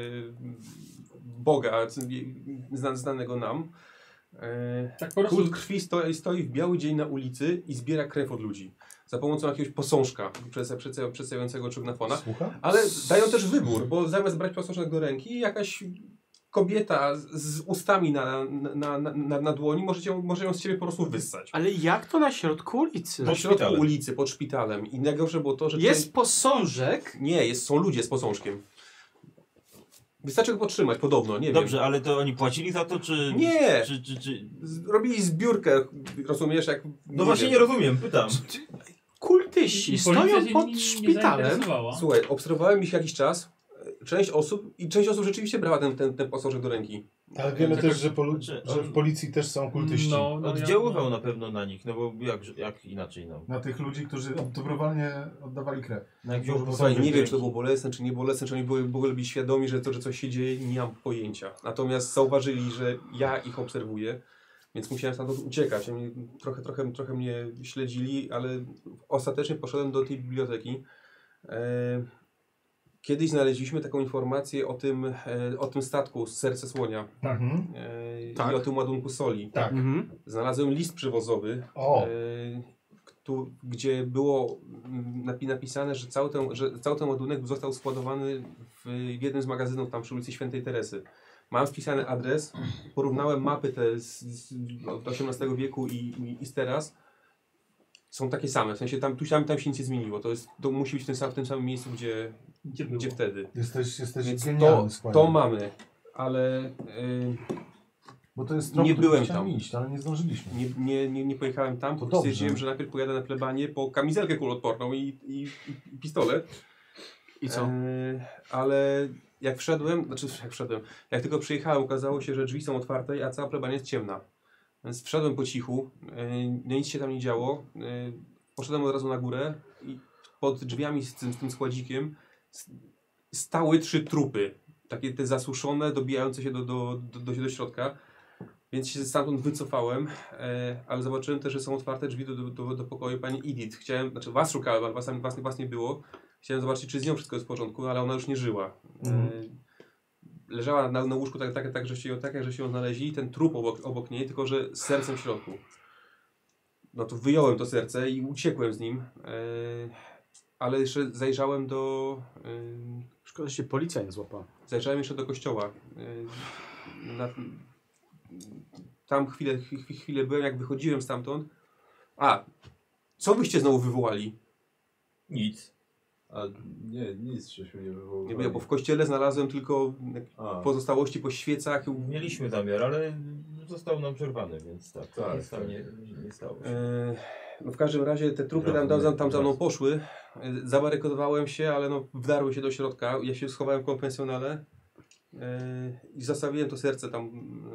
Boga znanego nam. Tak po prostu. Kult krwi stoi w biały dzień na ulicy i zbiera krew od ludzi za pomocą jakiegoś posążka przedstawiającego czognafona. Słucham? Ale dają też wybór, bo zamiast brać posążek do ręki, jakaś kobieta z ustami na dłoni może ją z ciebie po prostu wyssać. Ale jak to na środku ulicy? Na środku ulicy, pod szpitalem. I najgorsze było to, że... Jest posążek? Nie, są ludzie z posążkiem. Wystarczy go podtrzymać, podobno, nie Dobrze, wiem. ale to oni płacili za to, czy... Nie! Czy... Robili zbiórkę, rozumiesz, jak... No właśnie nie rozumiem, pytam. Kultyści I policja stoją się pod nie szpitalem. zainteresowała. Słuchaj, obserwowałem ich jakiś czas. Część osób rzeczywiście brała ten posążek do ręki. Ale wiemy też, że w policji też są kultyści. Oddziaływał na pewno na nich, no bo jak inaczej, no. Na tych ludzi, którzy dobrowolnie oddawali krew. Słuchaj, nie wiem, czy to było bolesne, czy nie bolesne, czy oni byli świadomi, że coś się dzieje, nie mam pojęcia. Natomiast zauważyli, że ja ich obserwuję, więc musiałem stamtąd uciekać. Oni trochę mnie śledzili, ale ostatecznie poszedłem do tej biblioteki. Kiedyś znaleźliśmy taką informację o tym statku z Serce Słonia. Tak. I o tym ładunku soli. Tak. Znalazłem list przywozowy, gdzie było napisane, że cały ten ładunek został składowany w jednym z magazynów tam przy ulicy Świętej Teresy. Mam wpisany adres, porównałem mapy te z XVIII wieku i z teraz. Są takie same, w sensie tam się nic nie zmieniło. To musi być w tym samym miejscu, gdzie wtedy. Jesteś więc genialny. to mamy, ale bo to jest nie byłem tam. Iść, ale nie zdążyliśmy. Nie pojechałem tam, bo stwierdziłem, że najpierw pojadę na plebanie po kamizelkę kuloodporną i pistolet. I co? Ale jak tylko przyjechałem, okazało się, że drzwi są otwarte, a cała plebania jest ciemna. Więc wszedłem po cichu, nic się tam nie działo. Poszedłem od razu na górę i pod drzwiami z tym składzikiem stały 3 trupy. Takie te zasuszone, dobijające się do środka. Więc się stamtąd wycofałem, ale zobaczyłem też, że są otwarte drzwi do pokoju pani Edith. Was szukałem, ale was nie było. Chciałem zobaczyć, czy z nią wszystko jest w porządku, ale ona już nie żyła. Leżała na łóżku tak, że się ją znaleźli i ten trup obok niej, tylko że z sercem w środku. No to wyjąłem to serce i uciekłem z nim, ale jeszcze zajrzałem do... Szkoda, że się policja nie złapała. Zajrzałem jeszcze do kościoła. Tam chwilę byłem, jak wychodziłem stamtąd. Co byście znowu wywołali? Nic. Nic żeśmy nie wywoływali. Nie, bo w kościele znalazłem tylko pozostałości po świecach. Mieliśmy zamiar, ale został nam przerwany, więc tak. Nie stało się. No w każdym razie te trupy tam za mną poszły. Zabarykadowałem się, ale wdarły się do środka. Ja się schowałem w konfesjonale i zostawiłem to serce tam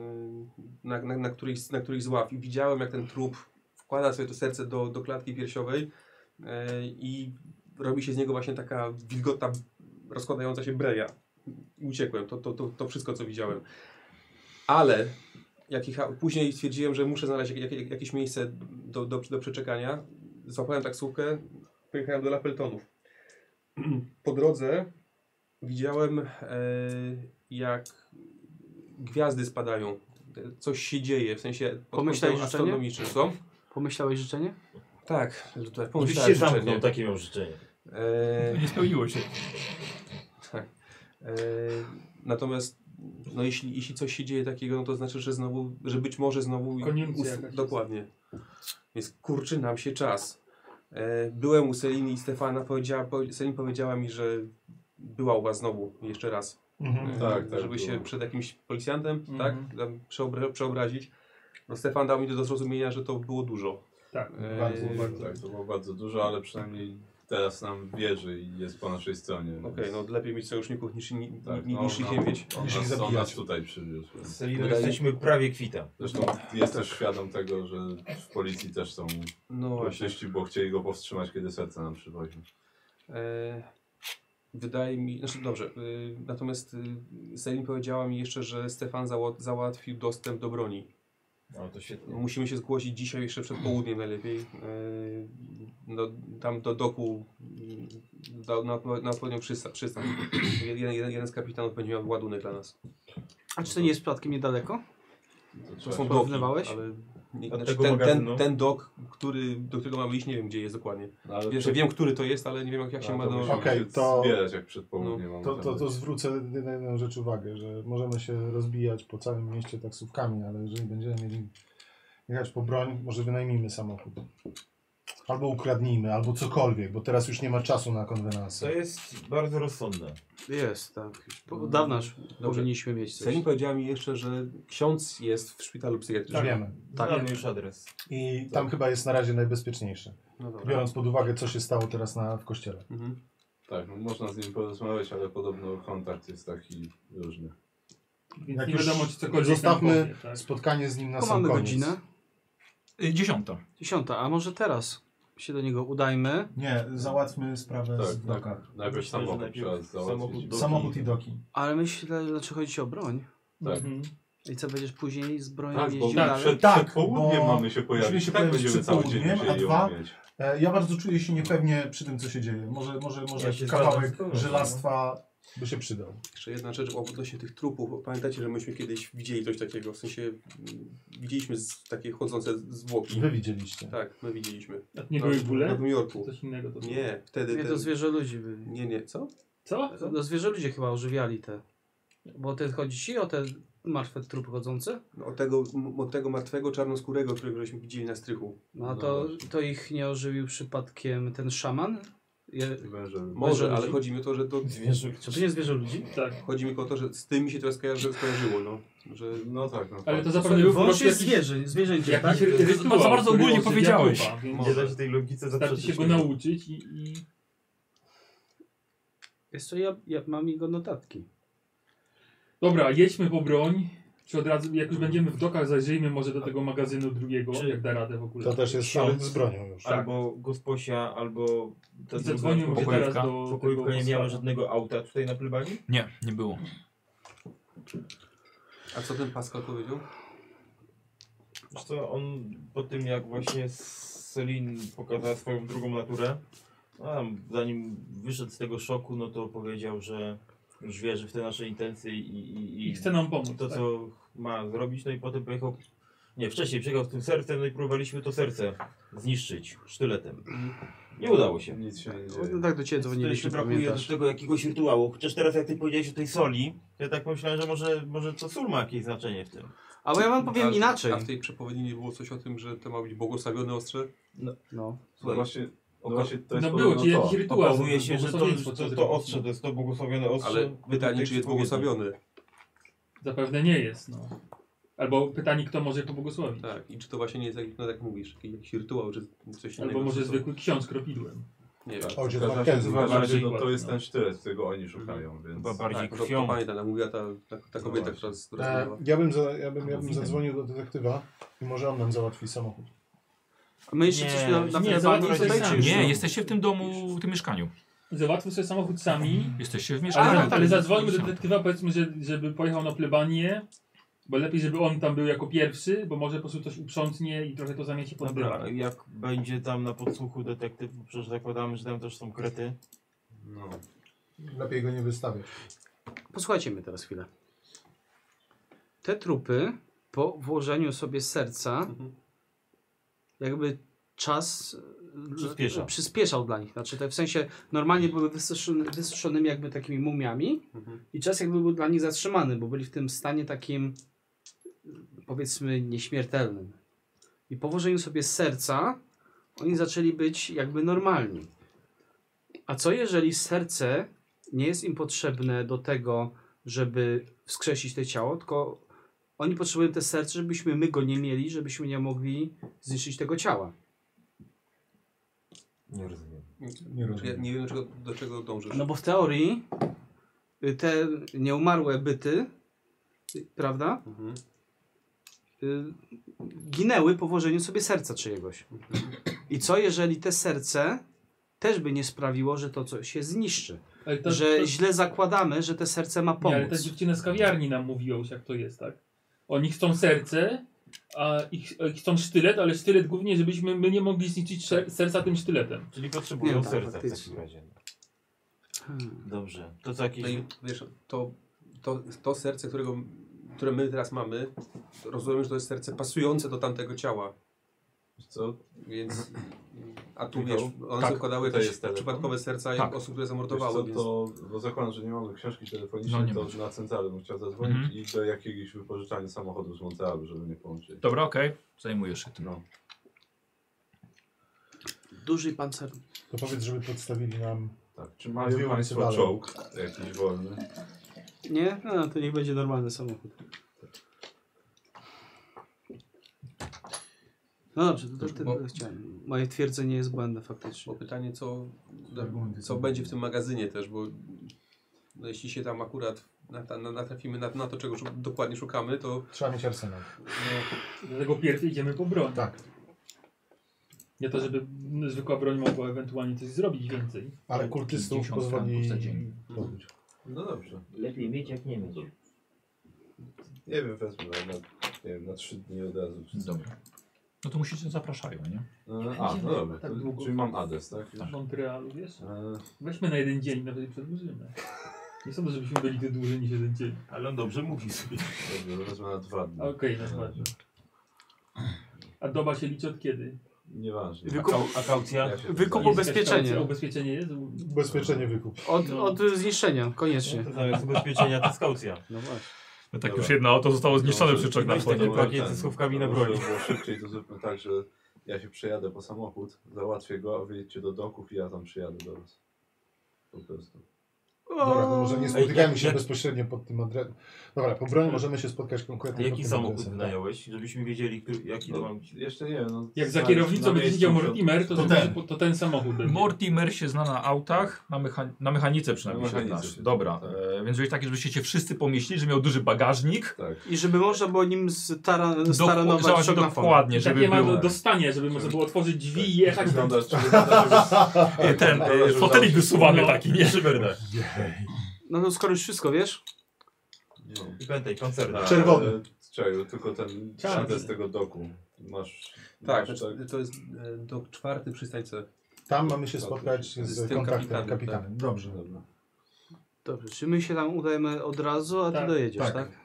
na którejś z ław. I widziałem, jak ten trup wkłada sobie to serce do klatki piersiowej i robi się z niego właśnie taka wilgotna, rozkładająca się breja. I uciekłem. To wszystko, co widziałem. Ale później stwierdziłem, że muszę znaleźć jakieś miejsce do przeczekania. Złapałem taksówkę, pojechałem do Lapeltonów. Po drodze widziałem, jak gwiazdy spadają. Coś się dzieje, w sensie astronomicznym. Co? Pomyślałeś życzenie? Tak, Oczywiście zamknął, takie miał życzenie. Nie spełniło się. Tak. Natomiast jeśli coś się dzieje takiego, no to znaczy, że być może znowu... Dokładnie. Więc kurczy nam się czas. Byłem u Seliny i Stefana, Selin powiedziała mi, że była u was znowu jeszcze raz. Żeby się przed jakimś policjantem przeobrazić. No Stefan dał mi do zrozumienia, że to było dużo. Tak, to było bardzo dużo, ale przynajmniej teraz nam wierzy i jest po naszej stronie. Okej, no lepiej mieć sojuszników niż ich nie mieć. On nas tutaj przywiózł. Z Seliną jesteśmy prawie kwita. Zresztą jest też świadom tego, że w policji też są kultyści, bo chcieli go powstrzymać, kiedy serce nam przywozi. Wydaje mi, dobrze, natomiast Selin powiedziała mi jeszcze, że Stefan załatwił dostęp do broni. No to świetnie. Musimy się zgłosić dzisiaj jeszcze przed południem najlepiej. Tam do doku na odpowiednią przystań. Jeden z kapitanów będzie miał ładunek dla nas. A czy to nie jest przypadkiem niedaleko? To są doki, ale ten dok, do którego mamy iść, nie wiem gdzie jest dokładnie. Wiem, który to jest, ale nie wiem jak się ma do... zbierać jak przed południem. To zwrócę na jedną rzecz uwagę, że możemy się rozbijać po całym mieście taksówkami, ale jeżeli będziemy mieli jechać po broń, może wynajmijmy samochód. Albo ukradnijmy, albo cokolwiek, bo teraz już nie ma czasu na konwenansę. To jest bardzo rozsądne. Jest, tak. Od dawna powinniśmy mieć coś. Selin powiedziała mi jeszcze, że ksiądz jest w szpitalu psychiatrycznym. Wiemy. Znamy już adres. I tam chyba jest na razie najbezpieczniejsze. Biorąc pod uwagę, co się stało teraz w kościele. Tak, można z nim porozmawiać, ale podobno kontakt jest taki różny. Więc Jak nie już wiadomo, czy cokolwiek zostawmy nam powie, tak? spotkanie z nim na To sam mamy koniec. godzinę. 10. 10, a może teraz się do niego udajmy. Nie, załatwmy sprawę Tak, z dokach. Najpierw samochód najpierw trzeba załatwić. samochód Samochód i doki. Ale myślę, znaczy chodzi ci o broń. Tak. Mhm. I co, będziesz później z bronią Tak, bo jeździł my dalej? Tak, przed południem bo mamy się pojawić. musimy się tak pojawić będziemy przed cały dzień południem, a musieli ją dwa- mieć. Ja bardzo czuję się niepewnie przy tym, co się dzieje. Może Ja się kawałek zgadzam z tobą, żelastwa by się przydał. Jeszcze jedna rzecz odnośnie tych trupów. Pamiętacie, że myśmy kiedyś widzieli coś takiego, w sensie widzieliśmy takie chodzące zwłoki. Wy widzieliście. Tak, my widzieliśmy. A to nie były W bóle? Nowym Jorku. Coś innego to było. Nie, wtedy... Nie, to zwierzę ludzi byli. Nie, co? Co? No zwierzę ludzie chyba ożywiali te. Bo ty chodzi ci o te martwe trupy chodzące? No, od tego martwego czarnoskórego, którego żeśmy widzieli na strychu. No a No to, właśnie. to ich nie ożywił przypadkiem ten szaman? Węże. Może, ale ludzi? chodzi mi o to, że to... Czy to nie zwierzę ludzi? Tak. Chodzi mi o to, że z tym mi się teraz skojarzyło, no. Że... No tak, no. Ale to tak. zapewne był po Wąż prostu jest jakiś, zwierzęcie, tak? jakiś rytuał, za bardzo który ogólnie ożywia powiedziałeś. ducha, więc Nie da się tej logice starczy się go nauczyć i... Jest to ja mam jego notatki. Dobra, jedźmy po broń. Czy od razu, jak już będziemy w dokach, zajrzyjmy może do tego magazynu drugiego, Czy- jak da radę w ogóle. To też jest Ksiądz. szalec z bronią już. Albo gosposia, albo... ta I druga zadzwonił mu się pokojówka. teraz do Pokojówka nie tego miała posła. żadnego auta tutaj na plebanii? Nie, nie było. A co ten Pascal powiedział? Wiesz co, on po tym jak właśnie Selin pokazała swoją drugą naturę, zanim wyszedł z tego szoku, no to powiedział, że już wierzy w te nasze intencje I chce nam pomóc. to tak? co ma zrobić, no i potem pojechał, nie, wcześniej przyjechał z tym sercem, no i próbowaliśmy to serce zniszczyć sztyletem. Nie udało się. Nic się nie No dzieje. tak do ciebie To dzwoniliśmy, jeszcze brakuje do pamiętasz? tego jakiegoś rytuału. Chociaż teraz jak ty powiedziałeś o tej soli, to ja tak pomyślałem, że może to sól ma jakieś znaczenie w tym. A bo ja wam powiem inaczej. A w tej przepowiedni nie było coś o tym, że to ma być błogosławione ostrze? No. No Słuchaj, właśnie, to jest No było, podobno ci to. jakiś rytuał. okazuje się, że błogosławieństwo, co to zrobić. ostrze, to jest to błogosławione ostrze. Ale według pytanie, tej czy jest przepowiedni. błogosławiony? Zapewne nie jest, no. Albo pytanie, kto może pobłogosławić. Tak, i czy to właśnie nie jest, no tak mówisz, jakiś rytuał, czy coś innego? Albo może czy co? zwykły ksiądz kropidłem. Nie wiem. Ojciec W każdym Mackenzie. razie, bardziej no, to ładno. jest ten sztylet, którego oni szukają, więc... Chyba bardziej Tak, to krwią. pamiętam, jak mówiła ta kobieta, właśnie. która rozmawiała. Ja bym zadzwonił do detektywa i może on nam załatwi samochód. A my jeszcze Nie, coś na nie, plebanii załatwię tutaj, sobie czy sam. już Nie, no? jesteście w tym domu, w tym mieszkaniu. Załatwmy sobie samochód sami. Jesteście w Ale, mieszkaniu. ale zadzwońmy do detektywa, powiedzmy, żeby pojechał na plebanię. Bo lepiej, żeby on tam był jako pierwszy, bo może po prostu coś uprzątnie i trochę to zamieci pod Dobra, dywan. jak będzie tam na podsłuchu detektyw, bo przecież zakładamy, że tam też są krety. No. Lepiej go nie wystawiać. Posłuchajcie mnie teraz chwilę. Te trupy po włożeniu sobie serca jakby czas przyspieszał dla nich. Znaczy to w sensie normalnie były wysuszonymi jakby takimi mumiami i czas jakby był dla nich zatrzymany, bo byli w tym stanie takim powiedzmy nieśmiertelnym. I po włożeniu sobie serca oni zaczęli być jakby normalni. A co jeżeli serce nie jest im potrzebne do tego, żeby wskrzesić to ciało, tylko oni potrzebują te serce, żebyśmy my go nie mieli, żebyśmy nie mogli zniszczyć tego ciała. Nie rozumiem. Nie rozumiem. Ja nie wiem, do czego dążysz. No bo w teorii te nieumarłe byty, prawda, ginęły po włożeniu sobie serca czyjegoś. I co jeżeli te serce też by nie sprawiło, że to coś się zniszczy? Ale to, Że źle zakładamy, że te serce ma nie, ale ta pomóc. dziewczyna z kawiarni nam mówiła już, jak to jest, tak? Oni chcą serce, a ich chcą sztylet, ale sztylet głównie, żebyśmy my nie mogli zniszczyć serca tym sztyletem. Czyli potrzebują Nie, tak, serca w faktycznie. takim razie. Dobrze. To co jakieś... No i wiesz, to serce, które my teraz mamy, rozumiem, że to jest serce pasujące do tamtego ciała. Wiesz co? Więc... A tu Michał, wiesz, one tak, zakładały tutaj jakieś jest telefon. przypadkowe serca Tak. osób, które Wiesz zamordowały. co, Więc... to, bo zakładam, że nie mamy książki telefonicznej, No nie to masz. na centralę bym chciał zadzwonić i do jakiegoś wypożyczania samochodu z Montrealu, żeby mnie połączyć. Dobra, okej. Zajmujesz się tym. No. Duży pancer. To powiedz, żeby podstawili nam... Tak. Czy mają Dwie Państwo ulice czołg jakiś wolny? Nie? No to niech będzie normalny samochód. No dobrze, to chciałem. Moje twierdzenie jest błędne faktycznie. Bo pytanie, co będzie w tym magazynie też, bo no, jeśli się tam akurat natrafimy na to, czego dokładnie szukamy, to... Trzeba mieć arsenał. Dlatego pierw idziemy po broń. Tak. Nie to, żeby zwykła broń mogła ewentualnie coś zrobić więcej. Ale kultystów 50 pozwoli franków za dzień. dobyć. No dobrze. Lepiej mieć jak nie mieć. Nie wiem, wezmę nie wiem, na 3 dni od razu. Czy... Dobra. No to musicie zapraszają, nie? No dobra. Tak długo. Czyli mam adres, tak? W Montrealu, wiesz? E, Weźmy na jeden dzień, nawet i przedłużymy. Nie sądzę, żebyśmy byli tu dłużej niż jeden dzień. Ale on dobrze mówi sobie. Dobrze, wezmę na 2 dni. Okej, na dwa dni. A doba się liczy od kiedy? Nieważne. A kaucja? Ja się Wykup Jest jakaś ubezpieczenie. kaucja? Ubezpieczenie jest? Ubezpieczenie wykup. Od zniszczenia, koniecznie. Zamiast ubezpieczenia to jest kaucja. No właśnie. No tak Dobra. już jedno auto zostało zniszczone przy czok na Weź takie wchodzie. pakiet ze schowkami na broń. Żeby było szybciej, to zróbmy tak, że ja się przejadę po samochód, załatwię go, a wyjedźcie do doków i ja tam przyjadę do was. Po prostu. Dobra, to może nie spotykajmy się jak- bezpośrednio pod tym adresem. Dobra, po broni możemy się spotkać A konkretnie pod jaki tym samochód adresem. wynająłeś, żebyśmy wiedzieli, jaki to ma być? Jeszcze nie wiem. No, Jak za na- kierownicą na będzie miejscu siedział to- Mortimer, to ten samochód będzie. Mortimer się zna na autach, na mechanice przynajmniej Na się mechanice znasz. się Dobra, zna, więc żebyś taki, żebyście się wszyscy pomieścili, że miał duży bagażnik. Tak. I żeby można było nim staranować szok na fon. Dokładnie, żeby Takie ma było. do stania, żeby można było otworzyć drzwi i jechać. Wyglądasz, czy wyglądasz, Ten fotelik wysuwany No. taki, nie? Szyberdach. No to skoro już wszystko wiesz, I pamiętaj, koncerna. Czerwony. Czekaj, tylko ten Czarny. adres tego doku. Masz... Tak, masz, to jest do 4 przystań C. Tam mamy się spotkać Z z tym kontaktem, kapitanem, kapitanem. Dobrze. Dobra. dobrze, czy my się tam udajemy od razu, a ty Tak, dojedziesz, tak. tak?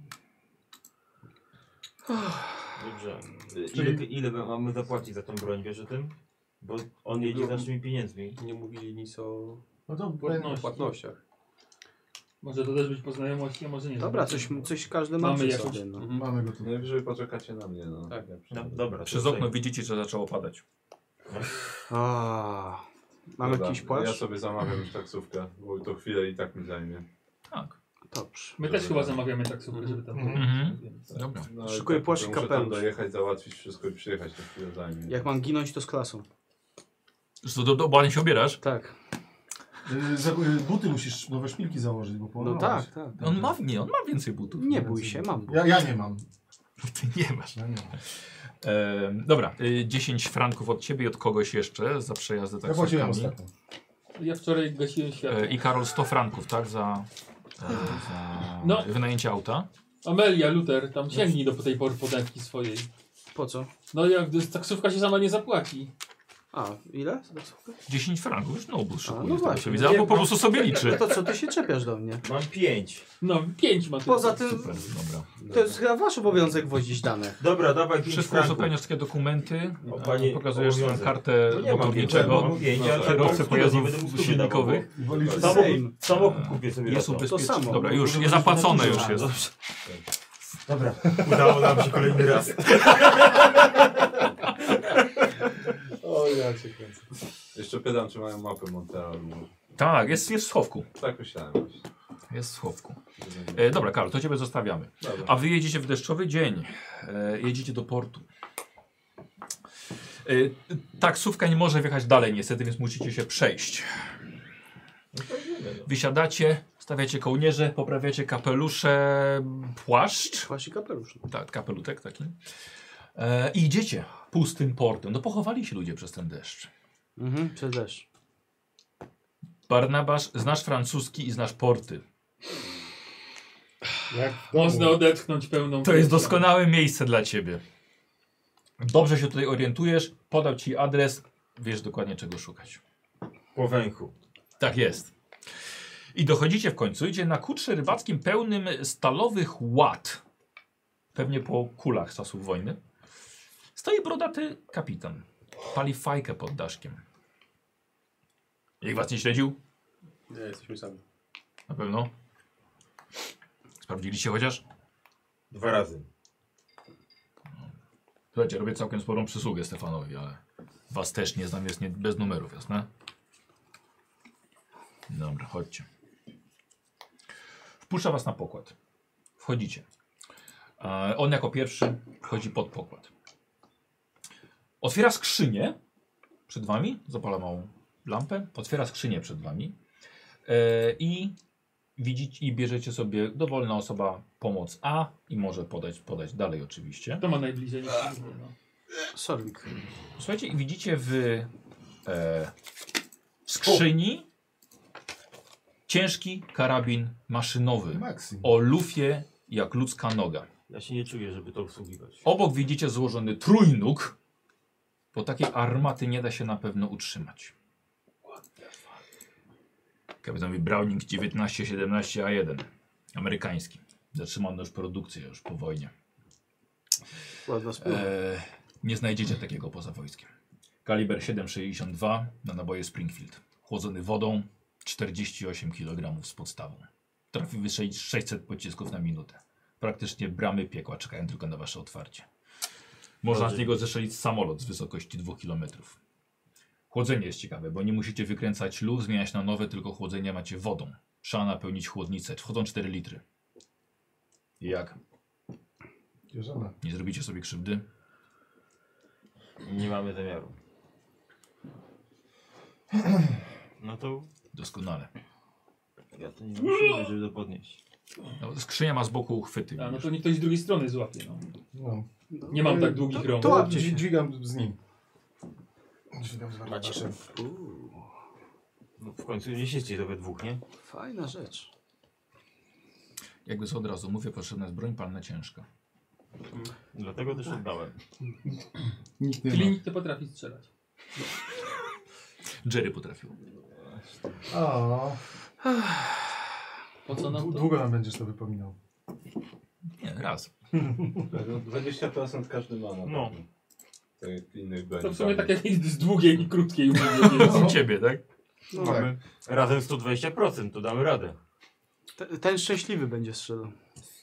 Dobrze. Czyli- Ile mamy zapłacić za tą broń, wiesz o tym? Bo on jedzie z naszymi pieniędzmi. Nie mówili nic o No to Płatności. płatnościach. Może to też być po znajomości, a może nie. Dobra, coś każdy ma Mamy przy jakoś- sobie. No. mamy go tu. Najwyżej poczekacie na mnie. No. Tak. Ja No, przyjadę. dobra. Przez to okno tutaj. widzicie, że zaczęło padać. Mamy Dobra, jakiś Ja płaszcz? sobie zamawiam już taksówkę, bo to chwilę i tak mi zajmie. Tak. Dobrze. My też chyba zamawiamy taksówkę, żeby tam... Mhm. Więc- Dobra. No, Szykuję i płaszcz i muszę tam kapelusz. dojechać, załatwić wszystko i przyjechać, to chwilę zajmie. Jak mam ginąć, to z klasą. Że do obaleń się obierasz? Tak. Buty musisz, nowe szpilki założyć, bo No połamałeś. tak, tak. On ma więcej butów. Nie bój się, mam. Ja nie mam. Ty nie masz. Ja nie mam. Dobra, 10 franków od ciebie i od kogoś jeszcze za przejazdy Ja płaciłem taksówkami. ostatnio. Ja wczoraj gasiłem światło. I Karol 100 franków, tak? Za No. wynajęcie auta. Amelia, Luther, tam sięgnij do tej podętki swojej. Po co? No jak taksówka się sama nie zapłaci. A, ile? 10 franków, już no obóz szykuje. no w właśnie. widzę, albo po prostu sobie liczy. To co, ty się czepiasz do mnie? Mam 5. No, 5 ma tylko. Poza tym, Super, dobra. to jest chyba wasz obowiązek wozić dane. Dobra, dawaj 5 Wszystko franków. uzupełniasz takie dokumenty, O, panie, pokazujesz swoją obowiązek. kartę No nie mam motorniczego, mam 5, ale kierowcę pojazdów będę mógł silnikowych. Wolisz Samochód kupię sobie. Jest za to. ubezpieczenie. samo. Dobra, już jest zapłacone już jest. Dobra, udało nam się kolejny raz. O, ja cię kręcę. Jeszcze pytam, czy mają mapę Montrealu. Tak, jest w schowku. Tak myślałem właśnie. Jest w schowku. Dobra, Karol, to ciebie zostawiamy. Dobra. A wy jedziecie w deszczowy dzień. Jedziecie do portu. Taksówka nie może wjechać dalej niestety, więc musicie się przejść. Wysiadacie, stawiacie kołnierze, poprawiacie kapelusze, płaszcz. Płaszcz i kapelusz. Tak, kapelutek taki. I idziecie pustym portem. No pochowali się ludzie przez ten deszcz. Przez deszcz. Barnabasz, znasz francuski i znasz porty. Jak w domu. Można odetchnąć pełną... To jest doskonałe miejsce dla ciebie. Dobrze się tutaj orientujesz, podał ci adres, wiesz dokładnie czego szukać. Po węchu. Tak jest. I dochodzicie w końcu, idzie na kutrze rybackim pełnym stalowych ład. Pewnie po kulach z czasów wojny. Stoi brodaty kapitan. Pali fajkę pod daszkiem. Jak was nie śledził? Nie, jesteśmy sami. Na pewno. Sprawdziliście chociaż? 2 razy. Słuchajcie, robię całkiem sporą przysługę Stefanowi, ale was też nie znam, jest nie, bez numerów, jasne? Dobra, chodźcie. Wpuszcza was na pokład. Wchodzicie. On jako pierwszy wchodzi pod pokład. Otwiera skrzynię przed wami, zapala małą lampę, otwiera skrzynię przed wami i widzicie i bierzecie sobie dowolna osoba pomoc A i może podać dalej oczywiście. To ma najbliżej. No. Sorbik. Słuchajcie, i widzicie w skrzyni ciężki karabin maszynowy Maxim. o lufie jak ludzka noga. Ja się nie czuję, żeby to obsługiwać. Obok widzicie złożony trójnóg, bo takiej armaty nie da się na pewno utrzymać. Kapitanowi Browning 1917A1. Amerykański. Zatrzymano już produkcję, już po wojnie. Ładna sprawa. Nie znajdziecie takiego poza wojskiem. Kaliber 7,62 na naboje Springfield. Chłodzony wodą, 48 kg z podstawą. Trafi wystrzelić 600 pocisków na minutę. Praktycznie bramy piekła czekają tylko na wasze otwarcie. Można z niego zestrzelić samolot z wysokości 2 km. Chłodzenie jest ciekawe, bo nie musicie wykręcać luf, zmieniać na nowe, tylko chłodzenie macie wodą. Trzeba napełnić chłodnicę. Wchodzą 4 litry. I jak? Bierzemy. Nie zrobicie sobie krzywdy? Nie mamy zamiaru. No to Doskonale. ja to nie mam siły, żeby to podnieść. No, skrzynia ma z boku uchwyty. A, no widzisz. to niech ktoś z drugiej strony złapie. No. No. Nie mam tak długich rąk. to łapcie się. Dźwigam z nim. Dźwigam z Barnabaszem. No w końcu nie siedźcie to we dwóch, nie? Fajna rzecz. Jakby co od razu mówię, potrzebna jest broń palna ciężka. Dlatego też oddałem. Nikt nie Czyli ma. nikt nie potrafi strzelać. Jerry potrafił. O, Po co nam to? długo nam będziesz to wypominał. Nie, raz. 20% każdy ma na No. pewno. Tak jak innych broni. To w sumie tak jak z długiej i krótkiej umowy. U ciebie, tak? No, Tak. Razem 120%, to damy radę. Ten szczęśliwy będzie strzelał.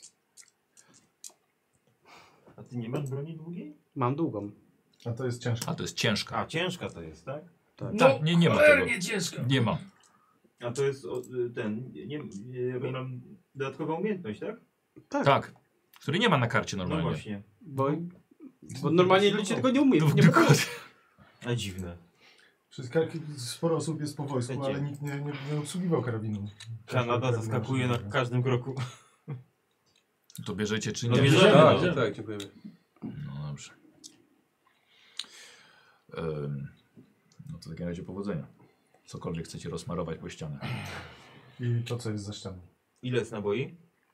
A ty nie masz broni długiej? Mam długą. A to jest ciężko. A to jest ciężka. A, ciężka to jest, tak? Tak. Tak, nie ma tego. Nie ciężko. Nie ma. A to jest ten, ja mam dodatkowa umiejętność, tak? Tak. Który nie ma na karcie No normalnie. właśnie. Bo normalnie ludzie tego nie umieją. Nie Dokładnie. A dziwne. Sporo osób jest po wojsku, Wiecie. ale nikt nie obsługiwał karabinu. Kanada zaskakuje na każdym kroku. To bierzecie czy No nie? bierzemy. Bierzemy. Tak, dziękujemy. No dobrze. No to w takim razie powodzenia. Cokolwiek chcecie rozmarować po ścianach. I to, co jest za ścianą. Ile jest naboi?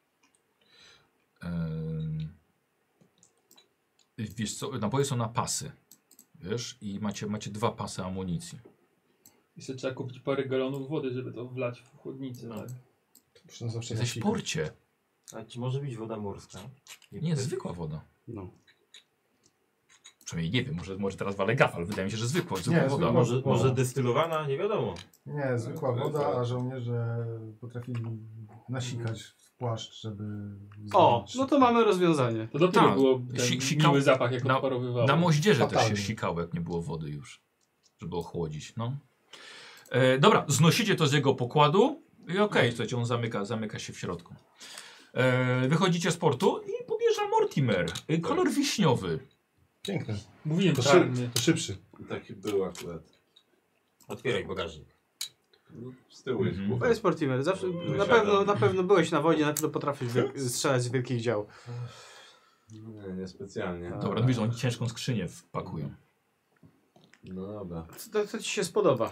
Wiesz co, naboje są na pasy. Wiesz? I macie 2 pasy amunicji. Jeszcze trzeba kupić parę galonów wody, żeby to wlać w chłodnicę. No. Tak? Muszę zawsze Jesteś w zasikać. porcie. A czy może być woda morska? Nie, zwykła woda. No. Przynajmniej nie wiem, może teraz walę gaf, ale wydaje mi się, że zwykła woda. zwykła. Może destylowana? Nie wiadomo. Nie, zwykła woda, a żołnierze potrafili nasikać w płaszcz, żeby... O, zdobyć- no to mamy rozwiązanie. To dopiero Tak. było ten Sikał- miły zapach, jak na- odparowywało. Na moździerze też się Fatalnie. sikało, jak nie było wody już, żeby ochłodzić. No. Dobra, znosicie to z jego pokładu i okej, słuchajcie, on zamyka się w środku. Wychodzicie z portu i podjeżdża Mortimer. Kolor wiśniowy. Piękne. Mówiłem, To, czarny. to szybszy. Taki był akurat. Otwieraj bagażnik. No, z tyłu jest głowa. Weź Sportimer, zawsze na pewno byłeś na wojnie, na pewno potrafisz strzelać z wielkich dział. Nie, niespecjalnie. Dobra, mówisz, że oni ciężką skrzynię wpakują. No dobra. To ci się spodoba.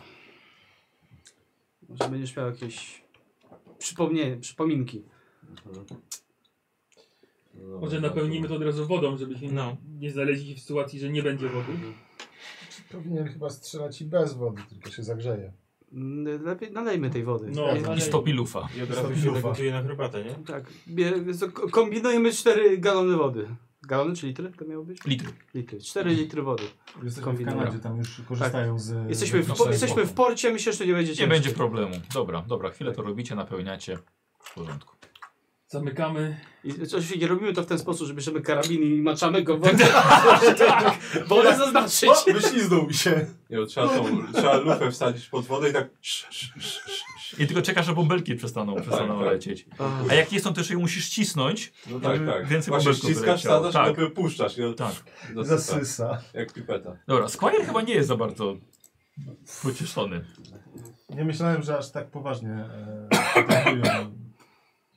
Może będziesz miał jakieś przypominki. Mhm. No dobra, Może napełnimy to od razu wodą, żebyśmy No. nie znaleźli się w sytuacji, że nie będzie wody. Powinien chyba strzelać i bez wody, tylko się zagrzeje. Lepiej nalejmy tej wody. No, Ja- nalej. I stopi lufa. I od razu się gotuje na herbatę, nie? Tak, kombinujemy 4 galony wody. Galony czy litry to miało być? Litry. Litry. 4 litry wody. Jesteśmy w Kombinujemy. Kanadzie, tam już korzystają z... Jesteśmy w porcie, myślę, że nie będzie Nie ciężko. będzie problemu. Dobra, chwilę to robicie, napełniacie. W porządku. Zamykamy. I oczywiście nie robimy to w ten sposób, że bierzemy karabin i maczamy go wodą. Tak, wolę zaznaczyć. O, wyśliznął mi się. Nie, bo trzeba lufę wsadzić pod wodę i tak... I tylko czekasz, że bąbelki przestaną tak. lecieć. A jak nie są, to jeszcze je musisz cisnąć. No tak, żeby tak. Więcej Właśnie bąbelków ściskasz, wyleciało. wsadzasz Tak, i dopiero puszczasz. I tak. dosypa. Zasysa. Jak pipeta. Dobra, Squire chyba nie jest za bardzo pocieszony. Nie myślałem, że aż tak poważnie traktują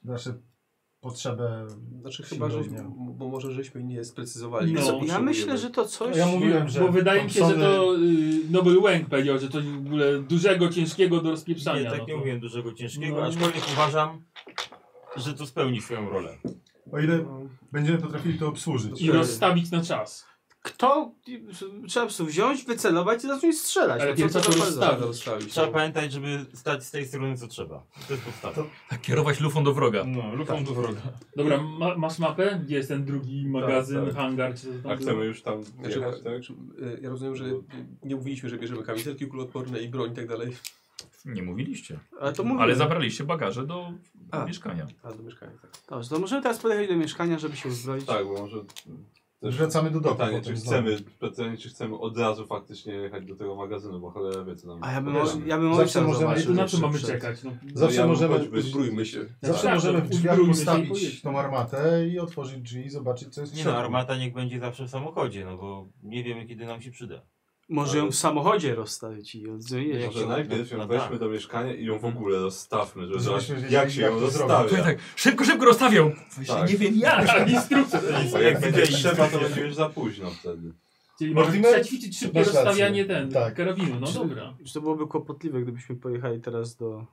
nasze potrzebę. Znaczy chyba, że, bo może żeśmy nie sprecyzowali. No. co Ja potrzebujemy. myślę, że to coś... Ja mówiłem, że Bo wydaje mi się, że Thompsony- to Noble Łęk powiedział, że coś w ogóle dużego, ciężkiego do rozpieprzania. Nie, tak no nie to- mówiłem dużego, ciężkiego, No. aczkolwiek uważam, że to spełni swoją rolę. O ile będziemy potrafili to obsłużyć. I rozstawić na czas. Kto? Trzeba po prostu wziąć, wycelować i zacząć strzelać. Ale No pierwsze to za rozstawić. rozstawić. Trzeba pamiętać, żeby stać z tej strony co trzeba. To jest podstawa. Tak, kierować lufą do wroga. No, lufą do wroga. Dobra, masz mapę? Gdzie jest ten drugi magazyn, tak. hangar? Czy co tam A było? chcemy już tam Znaczy, jechać, tak? ja rozumiem, że nie mówiliśmy, że bierzemy kamizelki kuloodporne i broń i tak dalej. Nie mówiliście. Ale to mówimy. Ale zabraliście bagaże do A. mieszkania. A, do mieszkania, tak. Dobrze, to możemy teraz podjechać do mieszkania, żeby się uzbroić. Tak, bo może też Wracamy do domu. pytanie, potem czy chcemy od razu faktycznie jechać do tego magazynu, bo cholera wie co nam A ja bym podejrzane. Zawsze możemy- zobaczył. To na co mamy Przed- czekać? No. Zawsze ja bym możemy, choćby- Uzbrójmy się. zawsze Tak, możemy w drzwiach uzbrójmy się i postawić pojedziemy. tą armatę i otworzyć drzwi i zobaczyć, co jest w Nie no, środku. armata niech będzie zawsze w samochodzie, no bo nie wiemy kiedy nam się przyda. Może ją w samochodzie rozstawić i odjeździć. Może najpierw ją No weźmy tak. do mieszkania i ją w ogóle rozstawmy, żeby Żebyśmy zobaczyć wiedzieli, jak się jak ją to zrobić. Tutaj rozstawia. tak, szybko rozstawię. Właśnie Tak. nie wiem jak. Tak, instrukcja. Bo jak będzie trzeba, to będzie już za późno wtedy. Czyli mamy Mortimer, przećwiczyć szybkie masz rację. rozstawianie Tak. karabinu. No dobra. Już to byłoby kłopotliwe, gdybyśmy pojechali teraz do...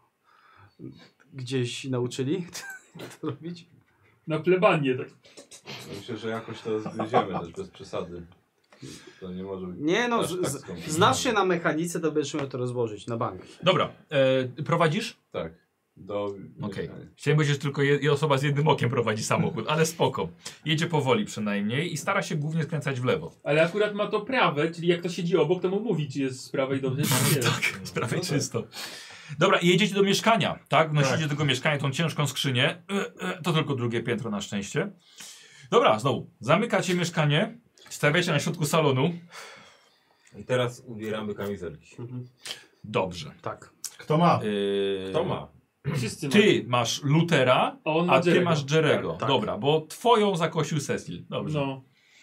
gdzieś i nauczyli to robić. Na plebanie tak. Myślę, że jakoś to zgryziemy też bez przesady. To nie może być Nie no, aż tak skomplikowane. znasz się na mechanice, to będziesz miał to rozłożyć na bank. Dobra, prowadzisz? Tak, do Okej. mieszkania. Chciałem powiedzieć, że tylko osoba z jednym okiem prowadzi samochód, ale spoko. Jedzie powoli przynajmniej i stara się głównie skręcać w lewo. Ale akurat ma to prawe, czyli jak to siedzi obok, to mu mówi, czy jest z prawej dobrze, czy nie. Tak, z prawej czysto. Dobra, i jedziecie do mieszkania, tak? Nosicie do tego mieszkania tą ciężką skrzynię. To tylko drugie piętro na szczęście. Dobra, znowu, zamykacie mieszkanie, stawiacie na środku salonu. I teraz ubieramy kamizelki. Dobrze. Tak. Kto ma? Kto ma? Wszyscy Ty masz Lutera, A on ma a ty Jerego. masz Jerego. Tak, tak. Dobra, bo twoją zakosił Cecil. Dobrze. No.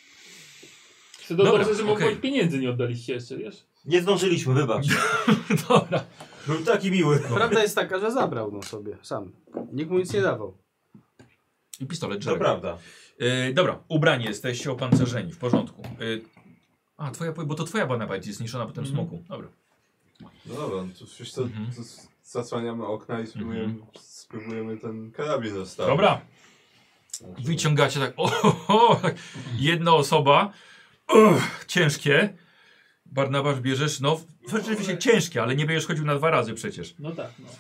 To Dobra, dobrze, że okej. moich pieniędzy nie oddaliście jeszcze, wiesz? Nie zdążyliśmy, wybacz. Dobra. Był taki miły. Prawda jest taka, że zabrał no sobie sam. Nikt mu nic nie dawał. I pistolet To Jerego. prawda. Dobra, ubrani jesteście, opancerzeni, w porządku. A, twoja, bo to twoja była najbardziej zniszczona po tym smoku. Dobra. No dobra, no to przecież to zasłaniamy okna i spróbujemy ten karabin rozstawić. Dobra. Znaczy, Wyciągacie tak, tak. Jedna osoba, ciężkie. Barnabasz bierzesz, no rzeczywiście ciężkie, ale nie będziesz chodził na 2 razy przecież. No tak, no.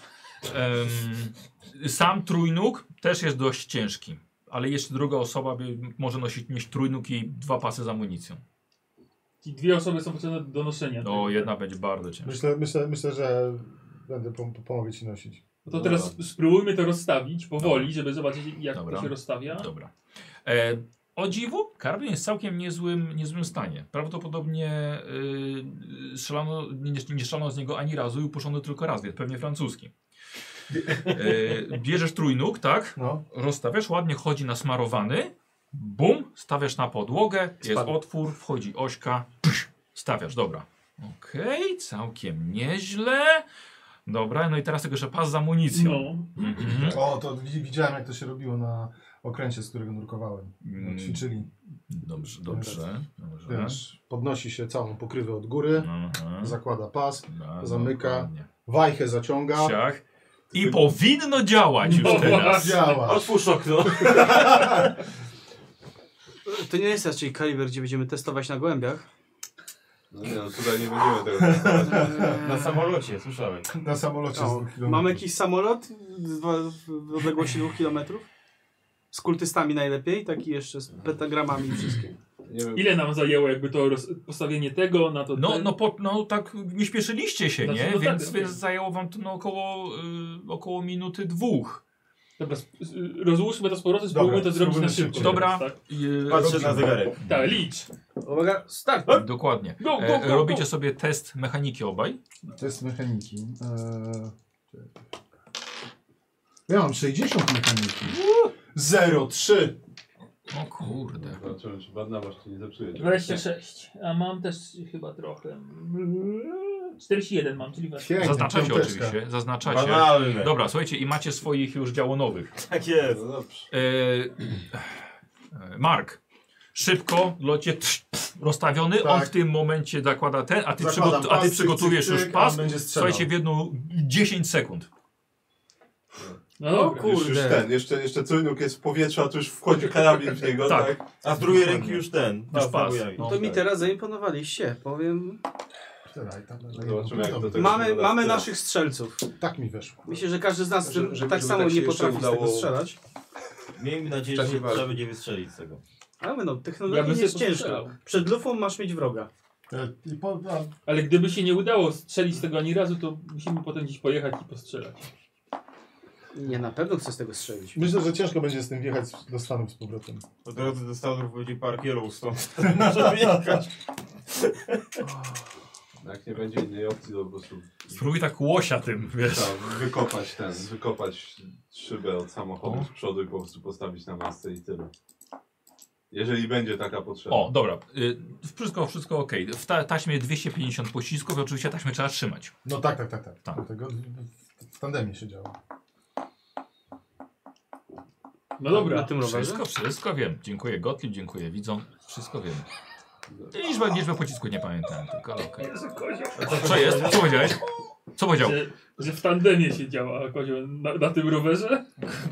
Sam trójnóg też jest dość ciężki, ale jeszcze druga osoba może nieść trójnóg i 2 pasy z amunicją. Ci 2 osoby są potrzebne do noszenia. No, jedna będzie bardzo ciężka. Myślę, że będę pomogę ci nosić. No to teraz spróbujmy to rozstawić powoli, żeby zobaczyć jak Dobra. to się rozstawia. Dobra. O dziwo, karabin jest w całkiem niezłym stanie. Prawdopodobnie nie strzelano z niego ani razu i upuszczono tylko raz, więc pewnie francuski. Bierzesz trójnóg, tak? No. Rozstawiasz, ładnie chodzi nasmarowany. Bum, stawiasz na podłogę, jest Spadł. otwór, wchodzi ośka, stawiasz, dobra. Okej, całkiem nieźle. Dobra, no i teraz tylko jeszcze pas z amunicją. No. Mhm. O, to widziałem, jak to się robiło na okręcie, z którego nurkowałem. Mm. Jak ćwiczyli. Dobrze, dobrze. dobrze. Wiesz, podnosi się całą pokrywę od góry, Aha. zakłada pas, Bardzo zamyka. dokładnie. wajchę zaciąga. Siach. I powinno działać już No teraz. właśnie. Działa. Otwórz okno. To nie jest raczej kaliber, gdzie będziemy testować na gołębiach. No nie, no tutaj nie będziemy tego testować. Na samolocie, słyszałem. Na samolocie O, z 2 km. mamy jakiś samolot w odległości 2 km? Z kultystami najlepiej, taki jeszcze z pentagramami i wszystkim. Nie wiem, Ile nam zajęło jakby to postawienie tego na to? No tak nie śpieszyliście się, Znaczy, nie? no tak, Więc, okej. więc zajęło wam to no, około minuty 2. Dobra, rozłóżmy to z powrotem, spróbujmy to zrobić na spróbujmy szybko. Dobra. Tak, Patrzę na zegarek. tak licz. Uwaga, start! Dokładnie. Go, go, go, Robicie go. sobie test mechaniki obaj. Test mechaniki. Ja mam 60 mechaniki. 0,3. O kurde. Zobaczymy, czy Barnabasz ci nie zepsuje. 26. A mam też chyba trochę. 41 mam, czyli właśnie. Pięknie, Zaznaczacie piąteczka. oczywiście, zaznaczacie. Banalne. Dobra, słuchajcie, i macie swoich już działonowych. Tak jest. No dobrze. Mark, szybko, locie rozstawiony, on Tak. w tym momencie zakłada ten, a ty, Zakładam a ty pas, przygotujesz cyk, cyk, już a on pas. będzie strzelał. Słuchajcie, w jedną 10 sekund. No dobra. Jeszcze Cujnuk jest w powietrzu, a tu już wchodzi karabin w niego, Tak. tak? A z drugiej ręki już ten. Już pas. No to mi teraz zaimponowaliście, powiem. Daj, tam, Zobaczymy, jak do tego Mamy naszych strzelców. Tak mi weszło. Myślę, że każdy z nas Żeby tak samo tak się nie jeszcze potrafi z tego udało- strzelać. Miejmy nadzieję, W czasie że walki. trzeba będzie wystrzelić z tego. Ale no, Ja technologia bym nie jest sobie ciężka. postrzelał. Przed lufą masz mieć wroga. Ale gdyby się nie udało strzelić z tego ani razu, to musimy potem gdzieś pojechać i postrzelać. Nie, na pewno chcę z tego strzelić. Myślę, że ciężko będzie z tym wjechać do Stanów z powrotem. Po drodze do Stanów będzie park Yellowstone. Żeby jechać. Jak nie będzie innej opcji, to po prostu Spróbuj tak łosia tym, wiesz. wykopać szybę od samochodu z przodu i po prostu postawić na masce i tyle. Jeżeli będzie taka potrzeba. O, dobra. Wszystko ok. W taśmie 250 pocisków i oczywiście taśmę trzeba trzymać. No tak. Tak. Dlatego w tandemie się działo. No dobra. Na tym rowerze? Wszystko wiem. Dziękuję Gottlieb, dziękuję widzom. Wszystko wiem. Liczbę pocisków nie pamiętałem, tylko ale okej. Co jest? Co powiedziałeś? Co powiedział? Że w tandemie się działa kozioł na tym rowerze?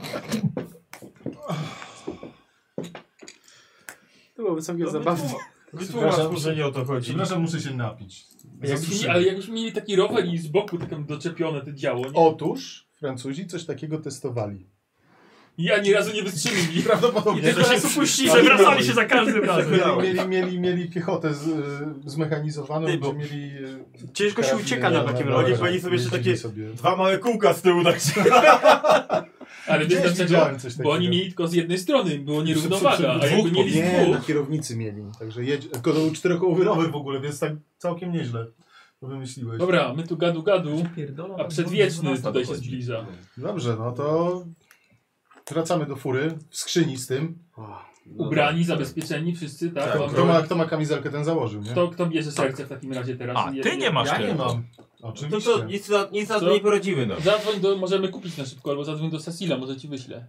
To byłoby całkiem zabawne. Wytłumacz mu, że nie o to chodzi. Przepraszam, muszę się napić. Ale jakbyśmy mieli taki rower i z boku taką doczepione te działo, nie? Otóż Francuzi coś takiego testowali. I ani razu nie wystrzelili. Prawdopodobnie. Tylko się upuścili. Przewracali się za każdym razem. Mieli piechotę zmechanizowaną, Ty, gdzie bo mieli... Ciężko się ucieka na takim Oni rowerze. pani sobie jeszcze Jeździli takie sobie. dwa małe kółka z tyłu tak się... Ale wiesz Gdzieś dlaczego? widziałem coś Bo oni takiego. mieli tylko z jednej strony, było nierównowaga, a jakby mieli z Nie, na dwóch. kierownicy mieli. Także tylko to był czterokołowy rower w ogóle, więc tak całkiem nieźle to wymyśliłeś. Dobra, my tu gadu, a przedwieczny 12 tutaj się dochodzi. zbliża. Dobrze, no to wracamy do fury, w skrzyni z tym. Ubrani, zabezpieczeni wszyscy, tak? Tak, Mamy- Kto ma kamizelkę, ten założył, nie? Kto bierze serce w takim razie teraz? A, ty nie masz Ja nie tylko. mam. No Oczywiście. to nic na Co? to nie poradzimy, no. Zadzwoń do, możemy kupić na szybko, albo zadzwoń do Cecila, może ci wyślę.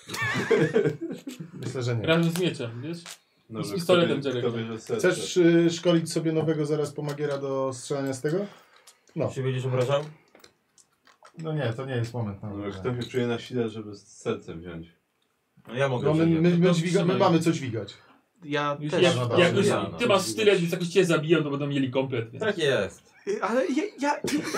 Myślę, że nie. Razem z mieczem, wiesz? No, z pistoletem kto Jerego. bierze serce? Chcesz szkolić sobie nowego zaraz pomagiera do strzelania z tego? No. Się będziesz obrażał? No nie, to nie jest moment na No, to. kto się czuje na sile, żeby serce wziąć? No ja mogę. No my, przecież. my, my, To my trzymaj. mamy co dźwigać. Ja Już też. jak, no jak dobrze, już no, ty masz sztylet, więc jakoś cię zabiją, to będą mieli komplet. Więc. Tak jest. Ale ja...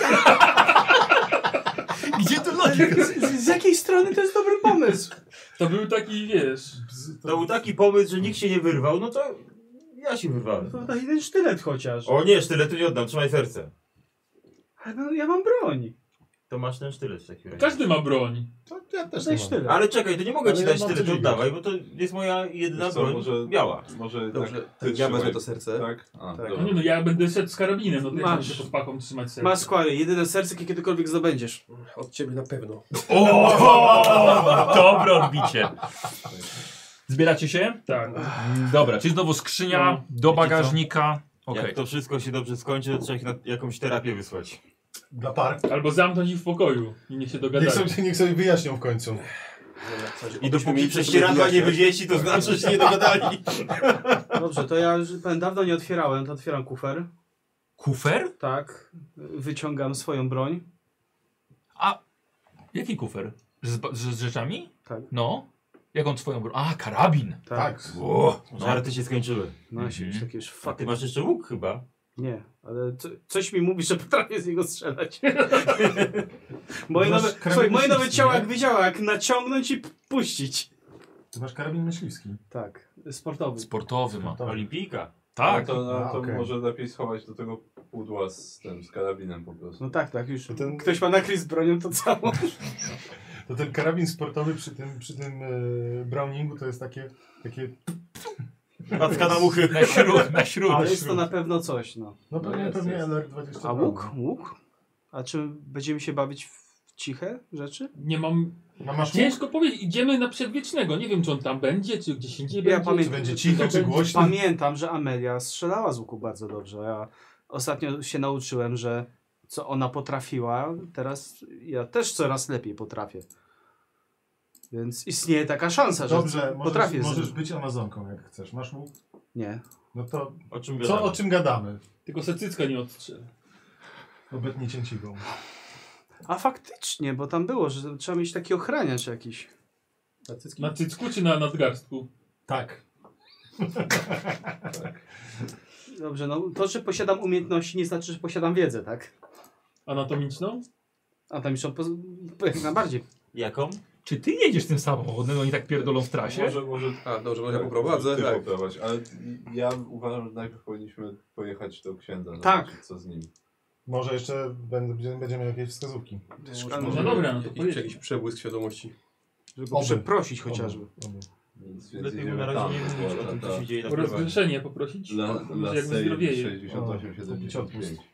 Gdzie tu logika? Z jakiej strony to jest dobry pomysł? To był taki, wiesz... To był taki pomysł, że nikt się nie wyrwał, no to ja się wyrwałem. To na jeden sztylet chociaż. O nie, sztyletu nie oddam, trzymaj serce. Ale no, ja mam broń. To masz ten sztylet w takim razie. Każdy ma broń. To ja też Daj nie mam. sztylet. Ale czekaj, to nie mogę Ale ci ja dać mam sztyletu, coś oddawaj, bo to jest moja jedyna Wiesz co, broń może- biała. Może Dobrze, tak, to ja trzymaj. wezmę to serce. Tak? A, Tak. No dobra. nie no, ja będę szedł z karabinem, no to jak Masz. mam się pod pachą trzymać serce. Masz skłary, jedyne serce, jakie kiedykolwiek zdobędziesz. Od ciebie na pewno. O, dobre odbicie. Zbieracie się? Tak. Dobra, czyli znowu skrzynia No, do bagażnika. Jak Okej. to wszystko się dobrze skończy, to trzeba ich na jakąś terapię wysłać. Dla par. Albo zamknąć ich w pokoju i niech się dogadają. Niech sobie wyjaśnią w końcu. I dopóki prześcieranka nie wywiesi, to znaczy, że się nie dogadali. Dobrze, to ja już dawno nie otwierałem, to otwieram kufer. Kufer? Tak. Wyciągam swoją broń. A jaki kufer? Z rzeczami? Tak. No. Jaką twoją broń? A, karabin. Tak. O, Żarty się skończyły. No się już takie już A ty faty. masz jeszcze łuk chyba? Nie, ale coś mi mówi, że potrafię z niego strzelać. moje Masz nowe, karabin słuchaj, moje nowe myśliwski, ciało nie? jak wiedziała, jak naciągnąć i puścić. Ty masz karabin myśliwski. Tak, sportowy. Sportowy ma. Olimpijka. Tak. To okej. może lepiej schować do tego pudła z karabinem po prostu. No tak, już. To ten- Ktoś ma nakryć z bronią, to całą. To ten karabin sportowy przy tym Browningu to jest takie Patka na muchy. Na śrub. Ale jest to na pewno coś, no. no pewnie jest. LR22. A łuk? Łuk? A czy będziemy się bawić w ciche rzeczy? Nie mam... No masz Ciężko powiedzieć. Idziemy na Przedwiecznego. Nie wiem, czy on tam będzie, czy gdzieś indziej Ja będzie. pamiętam, Czy będzie cicho, czy głośno? Pamiętam, że Amelia strzelała z łuku bardzo dobrze. Ja ostatnio się nauczyłem, że co ona potrafiła, teraz ja też coraz lepiej potrafię. Więc istnieje taka szansa, że Dobrze, potrafię. możesz być Amazonką, jak chcesz. Masz łuk? Nie. No to O czym co, gadamy? o czym gadamy? Tylko se cycka nie odstrzel. Obetnij cięciwą. A faktycznie, bo tam było, że trzeba mieć taki ochraniacz jakiś. Na cycku czy na nadgarstku? Tak. Dobrze, no to, że posiadam umiejętności nie znaczy, że posiadam wiedzę, tak? Anatomiczną? A tam jeszcze jak najbardziej. Jaką? Czy ty jedziesz tym samochodem, oni tak pierdolą w trasie? Może A, dobrze, może ja poprowadzę, ty tak. poprowadź, ale ja uważam, że najpierw powinniśmy pojechać do księdza, Tak. zobaczyć, co z nim. Może jeszcze będziemy mieli jakieś wskazówki. No dobra, no to jakiś, pojedźmy. jakiś przebłysk świadomości. Żeby go Oby. przeprosić chociażby. Oby. Więc Lepiej jedziemy na razie tam, nie mówić o bo tym, co się dzieje na O prowadzeniu. rozgrzeszenie poprosić? Może jak wyzdrowieje. 68, O, kupić odpust. 75.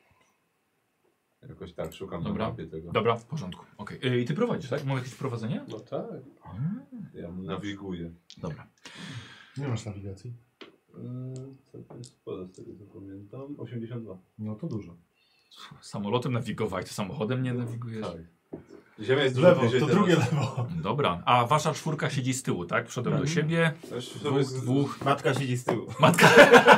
Jakoś tak, szukam Dobra. na mapie tego. Dobra, w porządku. Okay. I ty prowadzisz, tak? Mam jakieś prowadzenie? No tak. Ja nawiguję. Dobra. Nie masz nawigacji? Co to jest sporo z tego, co pamiętam? 82. No to dużo. Samolotem nawigowałeś, to samochodem nie nawigujesz? Tak. Ziemia jest W dużo lewo, bliżej to teraz. drugie lewo. Dobra, a wasza czwórka siedzi z tyłu, tak? Przodem do siebie, dwóch. Matka siedzi z tyłu. Matka.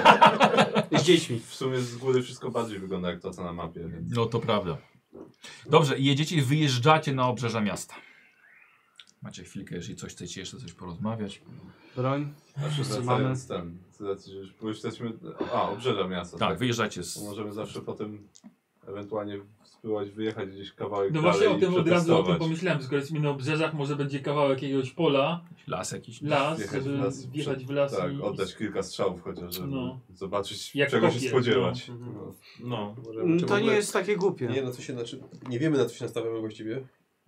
Z dziećmi. W sumie z góry wszystko bardziej wygląda jak to, co na mapie. Więc... No to prawda. Dobrze, i jedziecie i wyjeżdżacie na obrzeża miasta. Macie chwilkę, jeżeli coś chcecie jeszcze coś porozmawiać. Broń. Wszyscy mamy. wracając ten, z racji, że już jesteśmy... obrzeża miasta. Tak, wyjeżdżacie To z... możemy zawsze potem ewentualnie spróbować wyjechać gdzieś kawałek No właśnie dalej o i tym od razu o tym przetestować. pomyślałem. Skoro jesteśmy na obrzeżach, może będzie kawałek jakiegoś pola, Las jakiś. las, Wjechać żeby w las, wjechać w las Tak, i... oddać kilka strzałów chociaż, żeby No. zobaczyć, Jak czego się kopię, spodziewać. No. No. To nie jest takie głupie. Nie, no co się, znaczy, nie wiemy na co się nastawiamy właściwie.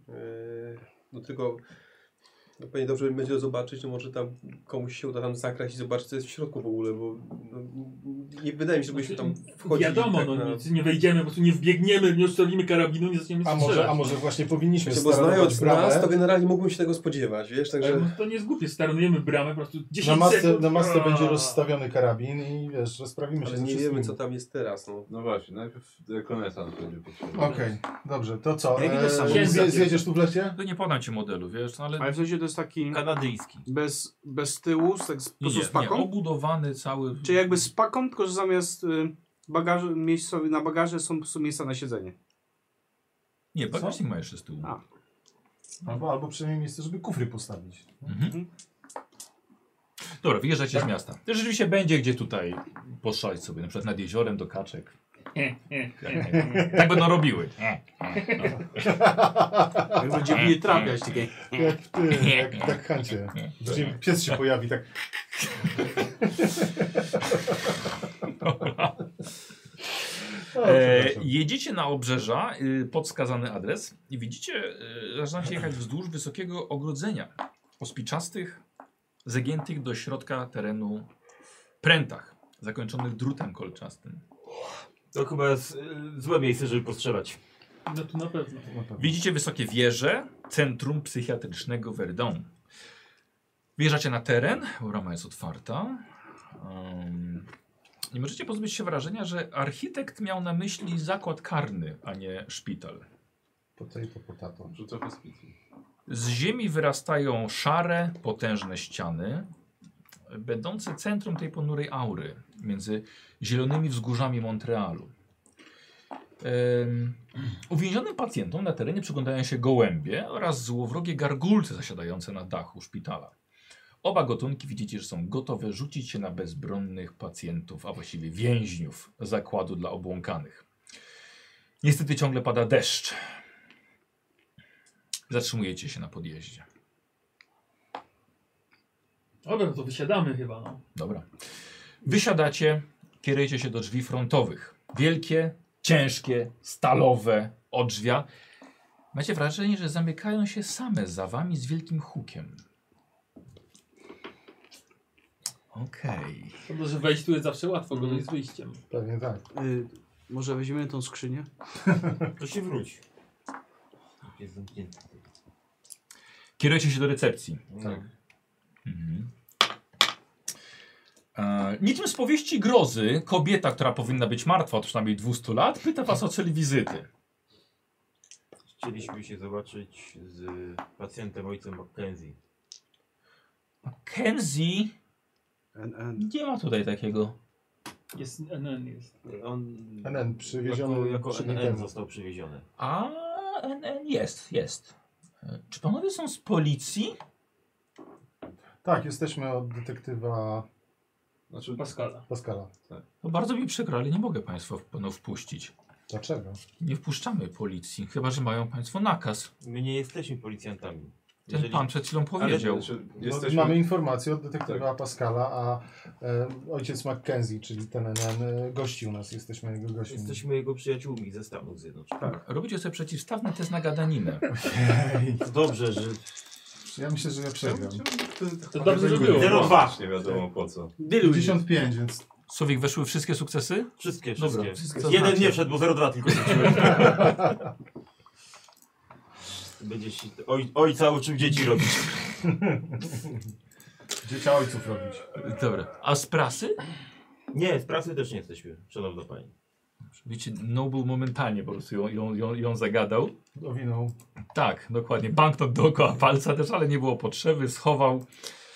No tylko no pewnie dobrze będzie to zobaczyć, no może tam komuś się uda tam zakraść i zobaczyć co jest w środku w ogóle, bo no, nie wydaje mi się, żebyśmy tam wchodzili. Wiadomo, tak no na... nic nie wejdziemy, po prostu nie wbiegniemy, nie ustawimy karabinu, nie zaczniemy strzelać. A może właśnie powinniśmy Bo starować znając bramę. nas, to generalnie mógłbym się tego spodziewać, wiesz, Ale także... to nie jest głupie, staranujemy bramę, po prostu 10 Na masce, sekund. na masce Aaa. będzie rozstawiony karabin i wiesz, rozprawimy się Ale ze nie wszystkim. wiemy co tam jest teraz, no. No właśnie, najpierw rekonesans będzie potrzebny. Okej, dobrze, to co? Jak idę sam? Zjedziesz tu w lesie? To nie podam ci modelu, wiesz, no ale... Ale w sensie to jest taki Kanadyjski. bez tyłu, tak po prostu z nie, paką? obudowany cały... Czy jakby z paką, tylko że zamiast bagażu, miejsc sobie na bagaże są po prostu miejsca na siedzenie. Nie, bagażnik ma jeszcze z tyłu. A. Albo przynajmniej miejsce, żeby kufry postawić. Mhm. Dobra, wyjeżdżacie z miasta. To rzeczywiście będzie gdzie tutaj poszaleć sobie, na przykład nad jeziorem do kaczek. Tak będą robiły. Jak będziemy nie trafiać takie. Jak w tym, jak w tak Huncie. Później pies się pojawi, tak... Jedziecie na obrzeża, pod wskazany adres i widzicie, zaczynacie jechać wzdłuż wysokiego ogrodzenia o spiczastych, zagiętych do środka terenu prętach, zakończonych drutem kolczastym. To chyba jest złe miejsce, żeby postrzelać. No to na pewno. Widzicie wysokie wieże Centrum Psychiatrycznego Verdun. Wjeżdżacie na teren, brama jest otwarta. Nie możecie pozbyć się wrażenia, że architekt miał na myśli zakład karny, a nie szpital. Potato, potato. Rzucę hospital. Z ziemi wyrastają szare, potężne ściany, będące centrum tej ponurej aury między zielonymi wzgórzami Montrealu. Uwięzionym pacjentom na terenie przyglądają się gołębie oraz złowrogie gargulce zasiadające na dachu szpitala. Oba gatunki widzicie, że są gotowe rzucić się na bezbronnych pacjentów, a właściwie więźniów zakładu dla obłąkanych. Niestety ciągle pada deszcz. Zatrzymujecie się na podjeździe. Dobra, no to wysiadamy chyba, no. Dobra. Wysiadacie, kierujecie się do drzwi frontowych. Wielkie, ciężkie, stalowe odrzwia. Macie wrażenie, że zamykają się same za wami z wielkim hukiem. Okej. To, że wejść tu jest zawsze łatwo, gorzej z wyjściem. Pewnie tak. Może weźmiemy tą skrzynię? To się wróć. Jest zamknięty. Kierujecie się do recepcji. Tak. Mhm. Niczym z powieści grozy, kobieta, która powinna być martwa od przynajmniej 200 lat, pyta was o cel wizyty. Chcieliśmy się zobaczyć z pacjentem ojcem Mackenzie. Mackenzie? NN. Nie ma tutaj takiego. Jest NN jest. On NN przywieziony jako 3 dni NN temu. został przywieziony. A, jest. Czy panowie są z policji? Tak, jesteśmy od detektywa Znaczy, Pascala. To bardzo mi przykro, ale nie mogę państwa wpuścić. Dlaczego? Nie wpuszczamy policji, chyba że mają państwo nakaz. My nie jesteśmy policjantami. Ten pan przed chwilą powiedział. znaczy, Mamy informację od detektywa Pascala, a ojciec Mackenzie, czyli ten NN, gościł nas. Jesteśmy jego gośćmi. Jesteśmy jego przyjaciółmi ze Stanów Zjednoczonych. Tak. Robicie sobie przeciwstawny test na gadaninę. To dobrze, że... Ja myślę, że ja przegram. To dobrze, że było. 0,2. Nie wiadomo po co. 55, więc Słowik, weszły wszystkie sukcesy? Wszystkie. Dobra, wszystko Jeden znacie. nie wszedł, bo 0,2 tylko rzuciłem. Będzie się ojca uczył dzieci robić. dziecię ojców robić. Dobra. A z prasy? Nie, z pracy też nie jesteśmy, szanowna pani. Wiecie, Noble momentalnie po prostu ją zagadał. Owinął. Tak, dokładnie. Banknot dookoła palca też, ale nie było potrzeby. Schował.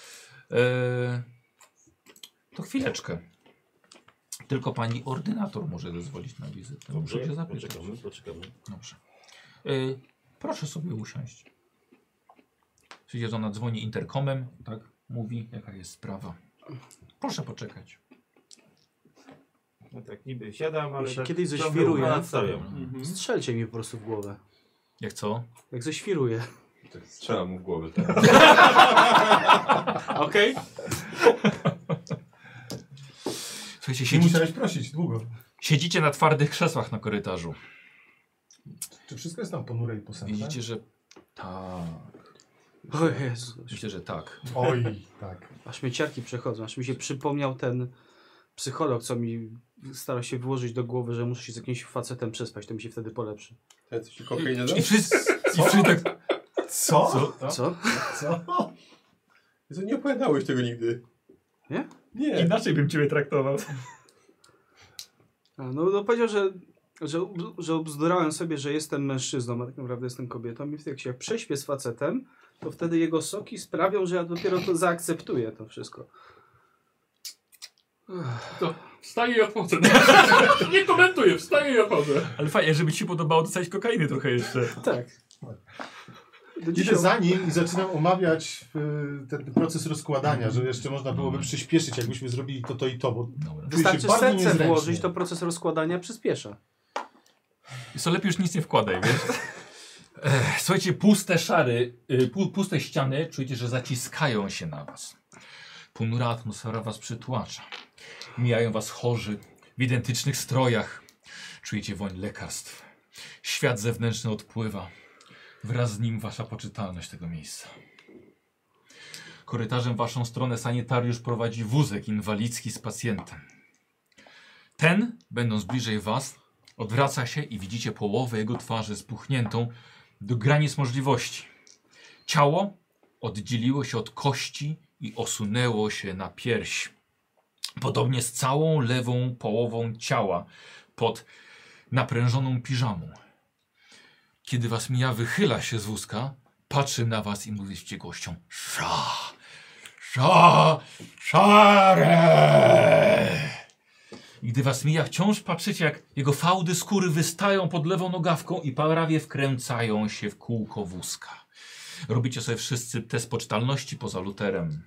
To chwileczkę. Tylko pani ordynator może zezwolić na wizytę. Muszę się zapytać. Poczekamy. Dobrze. Proszę sobie usiąść. Widzicie, że ona dzwoni interkomem, tak? Mówi, jaka jest sprawa. Proszę poczekać. No tak niby siadam, ale się tak kiedyś trochę zeświruje. ucha nadstawiam. Strzelcie mi po prostu w głowę. Jak co? Jak zeświruję. Tak strzelam mu w głowę teraz. Okej? Słuchajcie, Nie musiałeś prosić długo. siedzicie na twardych krzesłach na korytarzu. Czy wszystko jest tam ponure i posępne? Widzicie, że tak. O Jezu. Myślę, że tak. Oj, tak. Aż mnie ciarki przechodzą. Aż mi się przypomniał ten psycholog, co mi starał się wyłożyć do głowy, że muszę się z jakimś facetem przespać. To mi się wtedy polepszy. Ten coś ci kokainę dał? I wszyscy tak... Co? Co? Co? Jezu, nie opowiadałeś tego nigdy. Nie? Nie. Inaczej bym ciebie traktował. No powiedział, że obzdurałem sobie, że jestem mężczyzną, a tak naprawdę jestem kobietą. I jak się prześpię z facetem, to wtedy jego soki sprawią, że ja dopiero to zaakceptuję to wszystko. To wstaję i odchodzę. Nie komentuję, wstaję i odchodzę. Ale fajnie, żeby ci się podobało dostać kokainy trochę jeszcze. Tak. Idę za nim i zaczynam omawiać ten proces rozkładania, że jeszcze można byłoby przyspieszyć, jakbyśmy zrobili to i to, bo Dobra. Wystarczy bardzo serce niezręcznie. włożyć, to proces rozkładania przyspiesza. I co, lepiej już nic nie wkładaj, wiesz? Słuchajcie, puste ściany czujecie, że zaciskają się na was. Ponura atmosfera was przytłacza. Mijają was chorzy w identycznych strojach. Czujecie woń lekarstw. Świat zewnętrzny odpływa. Wraz z nim wasza poczytalność tego miejsca. Korytarzem w waszą stronę sanitariusz prowadzi wózek inwalidzki z pacjentem. Ten, będąc bliżej was, odwraca się i widzicie połowę jego twarzy spuchniętą do granic możliwości. Ciało oddzieliło się od kości i osunęło się na pierś. Podobnie z całą lewą połową ciała pod naprężoną piżamą. Kiedy was mija, wychyla się z wózka, patrzy na was i mówi z ciekawością: Szare! I gdy was mija, wciąż patrzycie, jak jego fałdy skóry wystają pod lewą nogawką i prawie wkręcają się w kółko wózka. Robicie sobie wszyscy test poczytalności poza Luterem.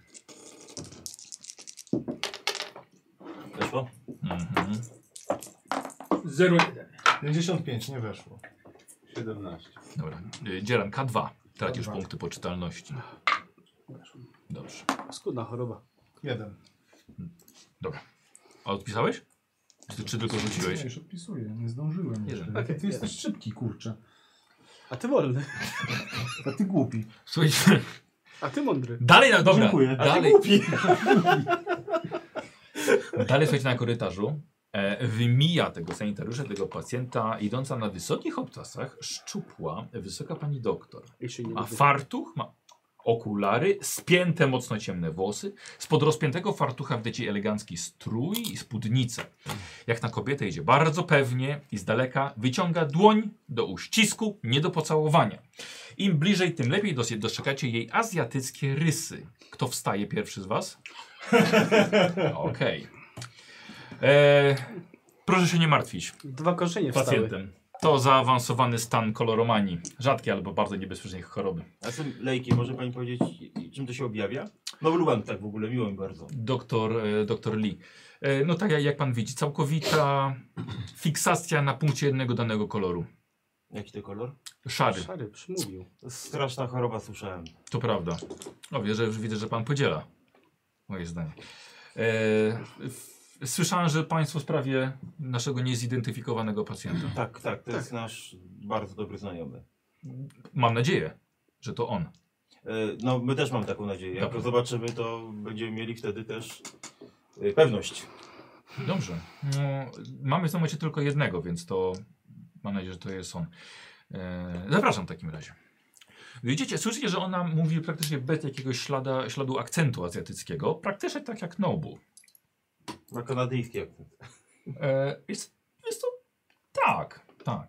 Weszło? 0,1. 55 nie weszło. 17. Dobra. Dzieran, K2. Tracisz K2. punkty poczytalności. Dobrze. Skudna choroba. 1. Dobra. A odpisałeś? Czy tylko rzuciłeś? Nie, już odpisuję, nie zdążyłem. Jeden. Jeszcze. Ty jesteś szybki, kurczę. A ty wolny. A ty głupi. Słuchajcie. A ty mądry. Dalej, dobra. Dziękuję. Dalej. Dalej słuchajcie na korytarzu. Wymija tego sanitariusza, tego pacjenta, idąca na wysokich obcasach, szczupła, wysoka pani doktor. Ma fartuch, ma okulary, spięte mocno ciemne włosy. Spod rozpiętego fartucha wleci elegancki strój i spódnicę. Jak na kobietę idzie bardzo pewnie i z daleka wyciąga dłoń do uścisku, nie do pocałowania. Im bliżej, tym lepiej dostrzegacie jej azjatyckie rysy. Kto wstaje pierwszy z was? Okej. Proszę się nie martwić 2 korzenie wstały. pacjentem. To zaawansowany stan koloromanii. Rzadkie albo bardzo niebezpiecznej choroby. A jestem lejkiem, może pani powiedzieć, czym to się objawia? No Luban tak w ogóle, miło mi bardzo. Doktor Lee. No tak jak pan widzi, całkowita fiksacja na punkcie jednego danego koloru. Jaki to kolor? Szary. Szary, przymówił. To jest straszna choroba, słyszałem. To prawda. No widzę, że pan podziela moje zdanie. Słyszałem, że państwo w sprawie naszego niezidentyfikowanego pacjenta. Tak, to jest nasz bardzo dobry znajomy. Mam nadzieję, że to on. No my też mam taką nadzieję. Jak Dobrze. to zobaczymy, to będziemy mieli wtedy też pewność. Dobrze. No, mamy w tym momencie tylko jednego, więc to mam nadzieję, że to jest on. Zapraszam w takim razie. Widzicie, słyszycie, że ona mówi praktycznie bez jakiegoś śladu akcentu azjatyckiego. Praktycznie tak jak Nobu. Ma kanadyjski akcent. Jest to tak.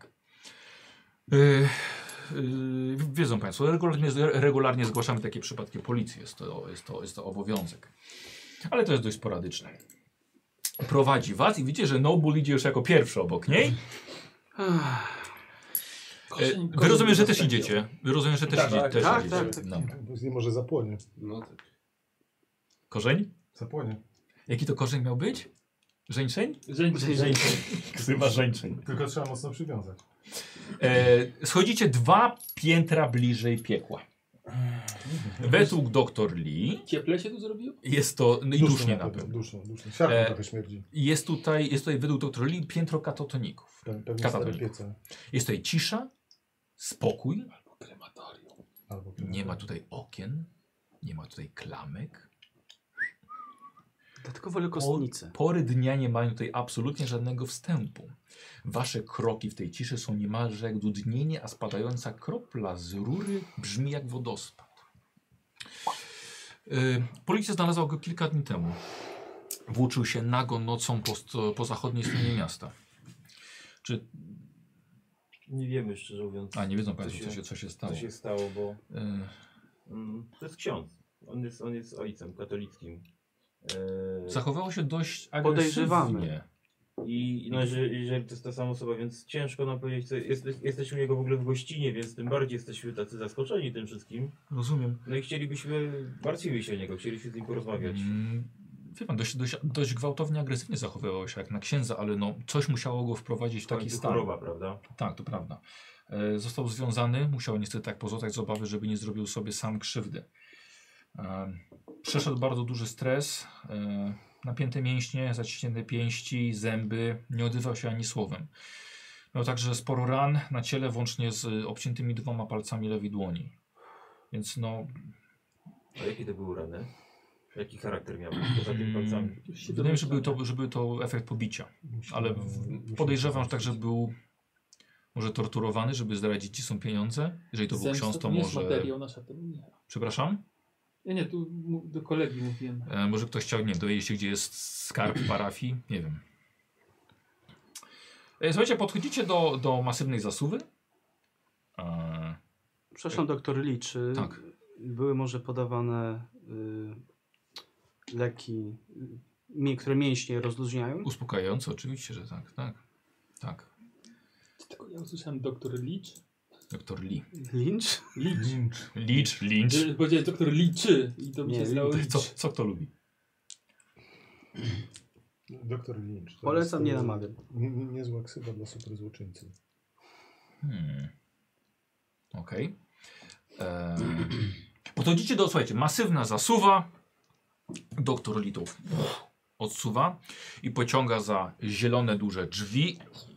Wiedzą państwo, regularnie zgłaszamy takie przypadki policji. Jest to obowiązek. Ale to jest dość sporadyczne. Prowadzi was i widzicie, że Noble idzie już jako pierwszy obok niej. Wy rozumiem, że też idziecie. Tak. No. Nie może zapłonie. No tak. Korzeń? Zapłonie. Jaki to korzeń miał być? Żeńczeń? Żeńczeń. Ksywa żeńczeń. Tylko trzeba mocno przywiązać. Schodzicie 2 piętra bliżej piekła. Według dr Lee Cieple się tu zrobiło? jest to, no i dusznie na pewno. Duszno. Siarką trochę śmierdzi. Jest tutaj według dr Lee piętro katatoników. Pewnie stare Katatoników. piece. Jest tutaj cisza, spokój. Albo krematorium. Nie ma tutaj okien, nie ma tutaj klamek. Dlatego wolę kostnicę. Pory dnia nie mają tutaj absolutnie żadnego wstępu. Wasze kroki w tej ciszy są niemalże jak dudnienie, a spadająca kropla z rury brzmi jak wodospad. Policja znalazła go kilka dni temu. Włóczył się nago nocą po zachodniej stronie miasta. Czy... Nie wiemy, szczerze mówiąc. A, nie wiedzą państwo, co się stało. Co się stało, bo to jest ksiądz. On jest ojcem katolickim. Zachowało się dość Podejrzewamy. agresywnie. I no, jeżeli to jest ta sama osoba, więc ciężko nam powiedzieć, co jesteśmy u niego w ogóle w gościnie, więc tym bardziej jesteśmy tacy zaskoczeni tym wszystkim. Rozumiem. No i martwimy się o niego, chcieliśmy z nim porozmawiać. Wie pan, dość gwałtownie, agresywnie zachowywał się jak na księdza, ale no, coś musiało go wprowadzić w taki stan. Choroba, prawda? Tak, to prawda. Został związany, musiał niestety tak pozostać z obawy, żeby nie zrobił sobie sam krzywdy. Przeszedł bardzo duży stres, napięte mięśnie, zaciśnięte pięści, zęby, nie odzywał się ani słowem. Miał także sporo ran na ciele, włącznie z obciętymi 2 palcami lewej dłoni. Więc no... A jakie to były rany? Jaki charakter miał poza tymi palcami? Wydaje mi się, że był to efekt pobicia. Ale podejrzewam, że także był może torturowany, żeby zdradzić, gdzie są pieniądze. Jeżeli to był ksiądz, to nie może... jest materiał na szatę, nie. Przepraszam? Nie, tu do kolegi mówiłem. Może ktoś chciał, nie wiem, dowiedzieć się, gdzie jest skarb parafii. Nie wiem. Słuchajcie, podchodzicie do masywnej zasuwy. Przepraszam, doktor Lee, czy były może podawane leki, które mięśnie rozluźniają? Uspokajające, oczywiście, że tak. Tylko ja usłyszałem doktor Licz. Doktor Lee. Lynch? Lynch. Powiedziałeś doktor Liczy i to mi się zdało Co kto lubi? Doktor Lynch. Polecam, nie namawiam. Niezła ksywa dla super złoczyńcy. Okej. Podchodzicie słuchajcie, masywna zasuwa. Doktor Lee to odsuwa i pociąga za zielone duże drzwi.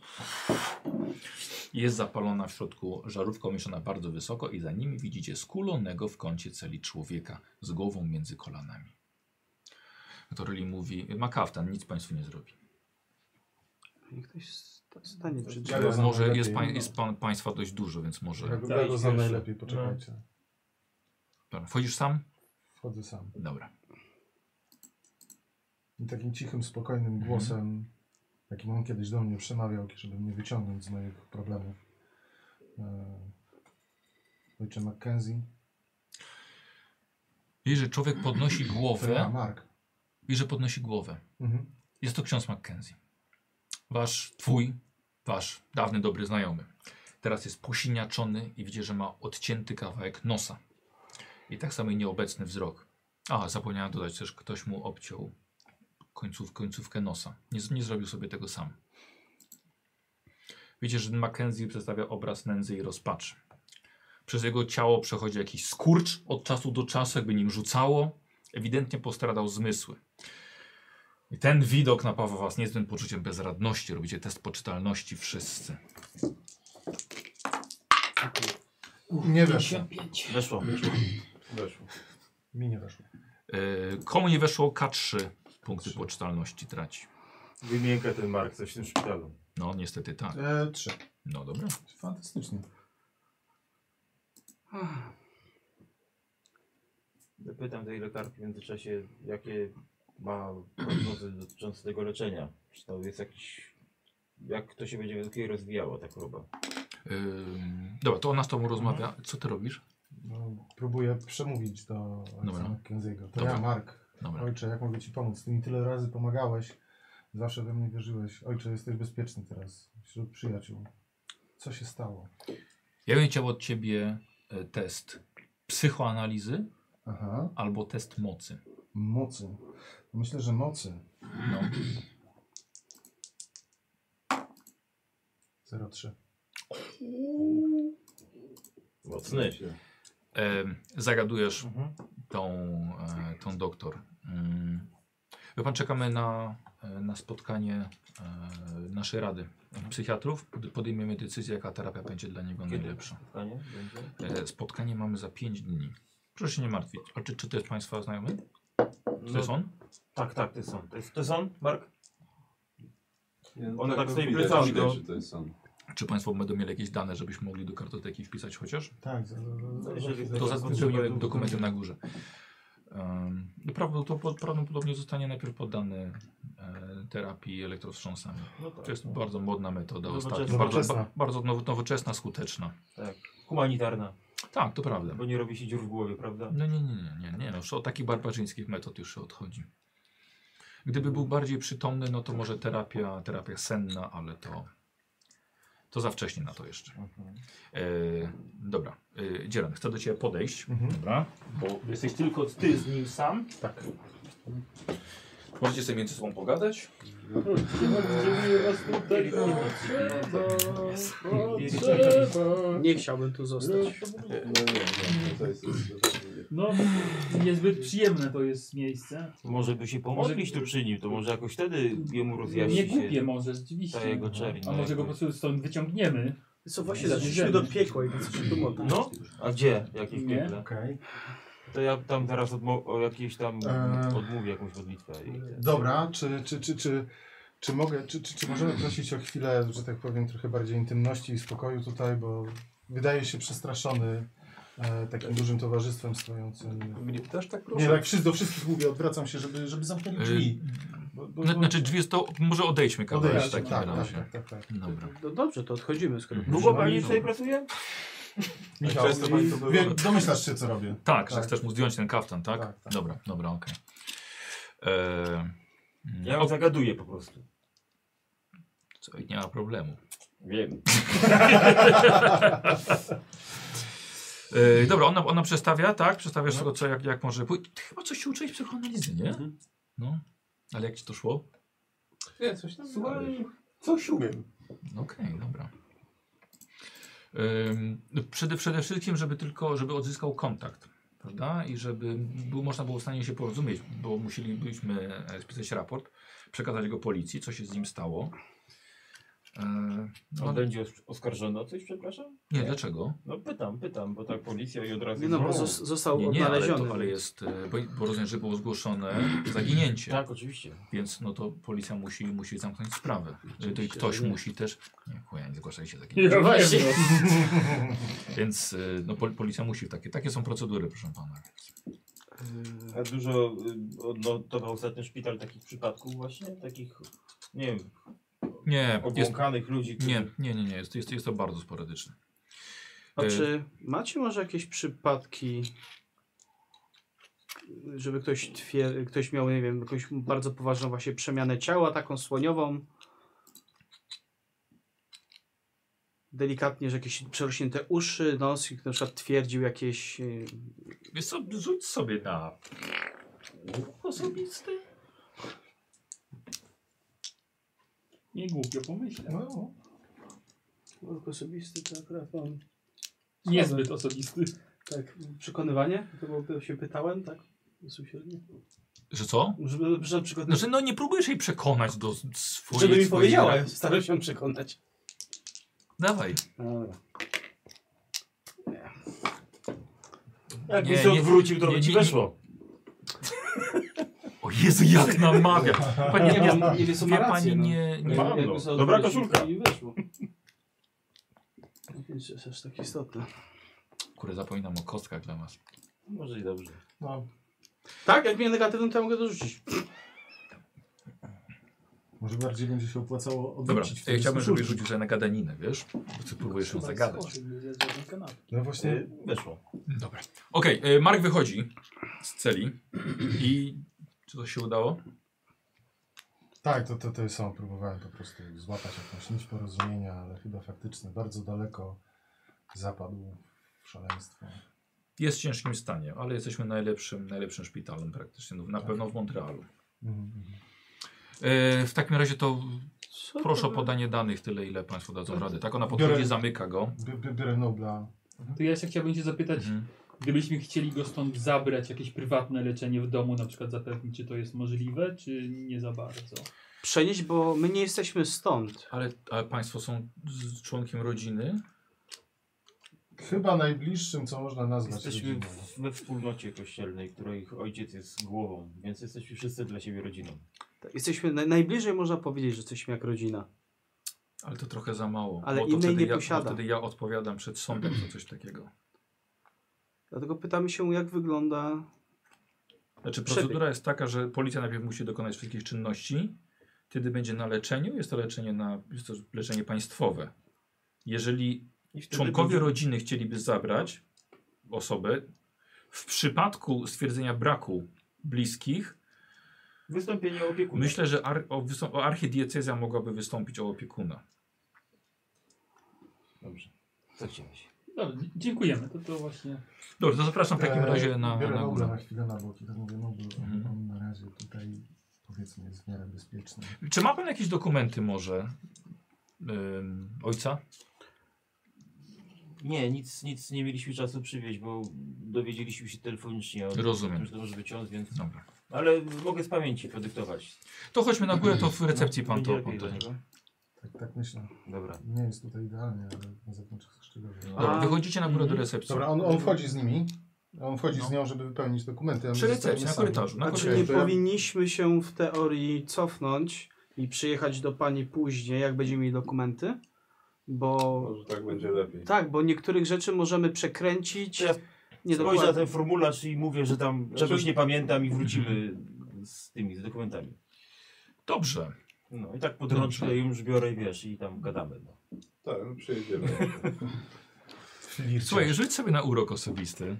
Jest zapalona w środku żarówka umieszczona bardzo wysoko i za nimi widzicie skulonego w kącie celi człowieka z głową między kolanami. Doktor Lee mówi, ma kaftan, nic państwu nie zrobi. Niech ktoś stanie przy Ja drzwiach. go znam Może jest, najlepiej, jest państwa dość dużo, więc może... Ja go znam najlepiej, poczekajcie. Dobra, wchodzisz sam? Wchodzę sam. Dobra. I takim cichym, spokojnym głosem, jakim on kiedyś do mnie przemawiał, żeby mnie wyciągnąć z moich problemów. Ojcze Mackenzie. Widzisz, że człowiek podnosi głowę. Mark. Widzisz, że podnosi głowę. Mhm. Jest to ksiądz Mackenzie. Wasz dawny, dobry znajomy. Teraz jest posiniaczony i widzisz, że ma odcięty kawałek nosa. I tak samo nieobecny wzrok. A, zapomniałem dodać też, ktoś mu obciął końcówkę nosa. Nie zrobił sobie tego sam. Widzicie, że Mackenzie przedstawia obraz nędzy i rozpaczy. Przez jego ciało przechodzi jakiś skurcz od czasu do czasu, jakby nim rzucało. Ewidentnie postradał zmysły. I ten widok napawa was niezłym poczuciem bezradności. Robicie test poczytalności wszyscy. Nie weszło. Weszło. Weszło. Mi nie weszło. Komu nie weszło, K3 punkty poczytalności traci. Wymięka ten Mark coś w tym szpitalu. No, niestety tak. 3. No dobra. Fantastycznie. Zapytam tej lekarki w międzyczasie, jakie ma prognozy dotyczące tego leczenia. Czy to jest jakiś... Jak to się będzie według jej rozwijało, ta choroba? Dobra, to ona z tobą rozmawia. Co ty robisz? No, próbuję przemówić do Dobra. ojca Mackenzie'ego. To Dobra. ja, Mark. Dobra. Ojcze, jak mogę ci pomóc? Ty mi tyle razy pomagałeś. Zawsze we mnie wierzyłeś. Ojcze, jesteś bezpieczny teraz wśród przyjaciół. Co się stało? Ja bym chciał od ciebie test psychoanalizy Aha. albo test mocy. Mocy. Myślę, że mocy. No. 0,3. Mocny. Zagadujesz tą doktor. Wie pan, czekamy na spotkanie naszej rady psychiatrów. Podejmiemy decyzję, jaka terapia będzie dla niego najlepsza. Spotkanie będzie? Spotkanie mamy za 5 dni. Proszę się nie martwić. A czy to jest państwa znajomy? To jest on? Tak, to jest on. To jest on, Mark? On tak stoi widać, plecami widać, do- że to jest on. Czy państwo będą mieli jakieś dane, żebyśmy mogli do kartoteki wpisać chociaż? Tak, Jeżeli To tak, wypełnimy dokumenty na górze. Prawdopodobnie zostanie najpierw poddany terapii elektrowstrząsami. No tak. To jest bardzo modna metoda Nowoczesna. ostatnio. Nowoczesna. Bardzo nowoczesna, skuteczna. Tak. Humanitarna. Tak, to prawda. Bo nie robi się dziur w głowie, prawda? No nie. No, już od takich barbarzyńskich metod już się odchodzi. Gdyby był bardziej przytomny, no to może terapia senna, ale to za wcześnie na to jeszcze. Dobra, Dzieran, chcę do ciebie podejść. Dobra, bo jesteś tylko ty z nim sam. Tak. Możecie sobie między sobą pogadać. Nie chciałbym tu zostać. To jest No, niezbyt przyjemne to jest miejsce. Może by się pomodlić tu przy nim, to może jakoś wtedy jemu rozjaśni Nie się głupie może, rzeczywiście. ta jego czerń. A może go po prostu stąd wyciągniemy. Co właśnie, zaczęliśmy do piekła i to co się tu modlić. No, a gdzie? Jakie Nie? piekle? Okej. To ja tam teraz o jakiejś tam odmówię jakąś modlitwę. Dobra, czy mogę, czy możemy prosić o chwilę, że tak powiem, trochę bardziej intymności i spokoju tutaj, bo wydaje się przestraszony takim dużym towarzystwem stojącym. Mnie też tak proszę. Nie, tak do wszystkich mówię, odwracam się, żeby zamknęli drzwi. Znaczy drzwi jest to, może odejdźmy kawałek w takim tak, razie. tak. Dobra. No dobrze, to odchodzimy, skoro... Długo pani tutaj pracuje? Michał, często pani to bywa? domyślasz się, co robię. Tak, że Tak. chcesz mu zdjąć ten kaftan, tak? Tak. Dobra, okej. Ja ją zagaduję po prostu. Co, nie ma problemu. Wiem. Dobra, ona przedstawia, tak? Przedstawia wszystko, co, jak może pójść. Ty chyba coś się uczyłeś psychoanalizy, nie? No, ale jak ci to szło? Nie, coś tam. Słuchaj, Coś umiem. Okej, dobra. Przede wszystkim, żeby odzyskał kontakt, prawda? I żeby można było w stanie się porozumieć, bo musielibyśmy spisać raport, przekazać go policji, co się z nim stało. No, On będzie oskarżony o coś, przepraszam? nie, dlaczego? No pytam, bo tak policja i od razu... Nie no, bo został Nie, odnaleziony. ale jest, bo rozumiem, że było zgłoszone zaginięcie. Tak, oczywiście. Więc no to policja musi zamknąć sprawę. To i ktoś że nie. musi też... Nie, chuja, nie zgłaszajcie zaginięcia. Ja właśnie. Więc no, policja musi takie są procedury, proszę pana. A dużo odnotował ostatnio szpital takich przypadków właśnie? Takich, nie wiem, Nie, obłąkanych ludzi, którzy... nie, jest to bardzo sporadyczne. A czy macie może jakieś przypadki, żeby ktoś miał, nie wiem, jakąś bardzo poważną właśnie przemianę ciała, taką słoniową? Delikatnie, że jakieś przerośnięte uszy, nos i na przykład twierdził jakieś... Wiesz co, rzuć sobie na osobisty. Nie głupio pomyślę. No, Osobisty to akurat mam... Niezbyt osobisty. Tak, przekonywanie? To było, się pytałem, tak? Bezpośrednio. Że co? Że przekonywanie. Znaczy, no nie próbujesz jej przekonać do swojej... Żeby mi swojej- powiedziała, staram się przekonać. Dawaj. Dobra. Jakby Nie, się nie, odwrócił, to by nie, ci nie, weszło. O Jezu, jak namawia. Pani, nie wie, co ma wie pani rację, nie... Mam, jakby no. sobie Dobra odwrócił, koszulka. to mi weszło. Więc jest aż tak istotne. Kurde, zapominam o kostkach dla was. Może i dobrze. no. Tak, jak mnie negatywnym, to ja mogę dorzucić. Może bardziej będzie się opłacało Dobra, odwrócić. ja wtedy chciałbym, koszulki. żebyś rzucił sobie na gadaninę, wiesz? Bo ty próbujesz ją zagadać. No właśnie, Weszło. Dobra. Okej, Mark wychodzi z celi i... Czy to się udało? tak, to samo próbowałem po prostu złapać jakąś nić porozumienia, ale chyba faktycznie bardzo daleko zapadł w szaleństwo. Jest w ciężkim stanie, ale jesteśmy najlepszym szpitalem praktycznie, no, na pewno w Montrealu. W takim razie to proszę o podanie danych tyle, ile państwo dadzą radę. Tak, ona podchodzi, Biorę- zamyka go. Biorę Nobla. To ja jeszcze chciałbym cię zapytać, Mhm. gdybyśmy chcieli go stąd zabrać, jakieś prywatne leczenie w domu na przykład zapewnić, czy to jest możliwe, czy nie za bardzo? Przenieść, bo my nie jesteśmy stąd. Ale państwo są członkiem rodziny? Chyba najbliższym, co można nazwać Jesteśmy rodziną. we wspólnocie kościelnej, której ojciec jest głową, więc jesteśmy wszyscy dla siebie rodziną. Jesteśmy najbliżej, można powiedzieć, że jesteśmy jak rodzina. Ale to trochę za mało. Ale bo to innej wtedy nie ja, posiada. bo wtedy ja odpowiadam przed sądem za coś takiego. Dlatego pytamy się, jak wygląda... Znaczy Przebieg. procedura jest taka, że policja najpierw musi dokonać wszystkich czynności, wtedy będzie na leczeniu, jest to leczenie państwowe. Jeżeli I wtedy członkowie będzie- rodziny chcieliby zabrać osobę, w przypadku stwierdzenia braku bliskich, Wystąpienie opiekuna. myślę, że archidiecezja mogłaby wystąpić o opiekuna. Dobrze. Co chciałeś? Dobrze, dziękujemy. To właśnie... Dobrze, to zapraszam w takim razie na Biorę Nobla górę. na chwilę na boki, tak mówię, Nobel, Mhm. on na razie tutaj powiedzmy jest w miarę bezpieczny. Czy ma pan jakieś dokumenty ojca? Nie, nic nie mieliśmy czasu przywieźć, bo dowiedzieliśmy się telefonicznie o Rozumiem. tym, że to może być on, więc... Dobra. Ale mogę z pamięci podyktować. To chodźmy na górę, to w recepcji pan Będzie to... lepiej Pan to... dla niego. Tak myślę. Dobra. Nie jest tutaj idealnie, ale na zewnątrz jest szczególnie. Dobra, wychodzicie na górę do recepcji. Dobra, on wchodzi z nimi. On wchodzi z nią, żeby wypełnić dokumenty. a my Przy recepcji, zostajemy na sami. korytarzu. Na A czy korytarzu. nie powinniśmy się w teorii cofnąć i przyjechać do pani później, jak będziemy mieli dokumenty? Bo... Może tak będzie lepiej. Tak, bo niektórych rzeczy możemy przekręcić. To ja Nie spojrzę na dokładnie. ten formularz i mówię, że tam czegoś nie pamiętam i wrócimy z dokumentami. Dobrze. No i tak pod rączkę już biorę i wiesz, i tam gadamy. No. Tak, no przyjedziemy. Słuchaj, rzuć sobie na urok osobisty.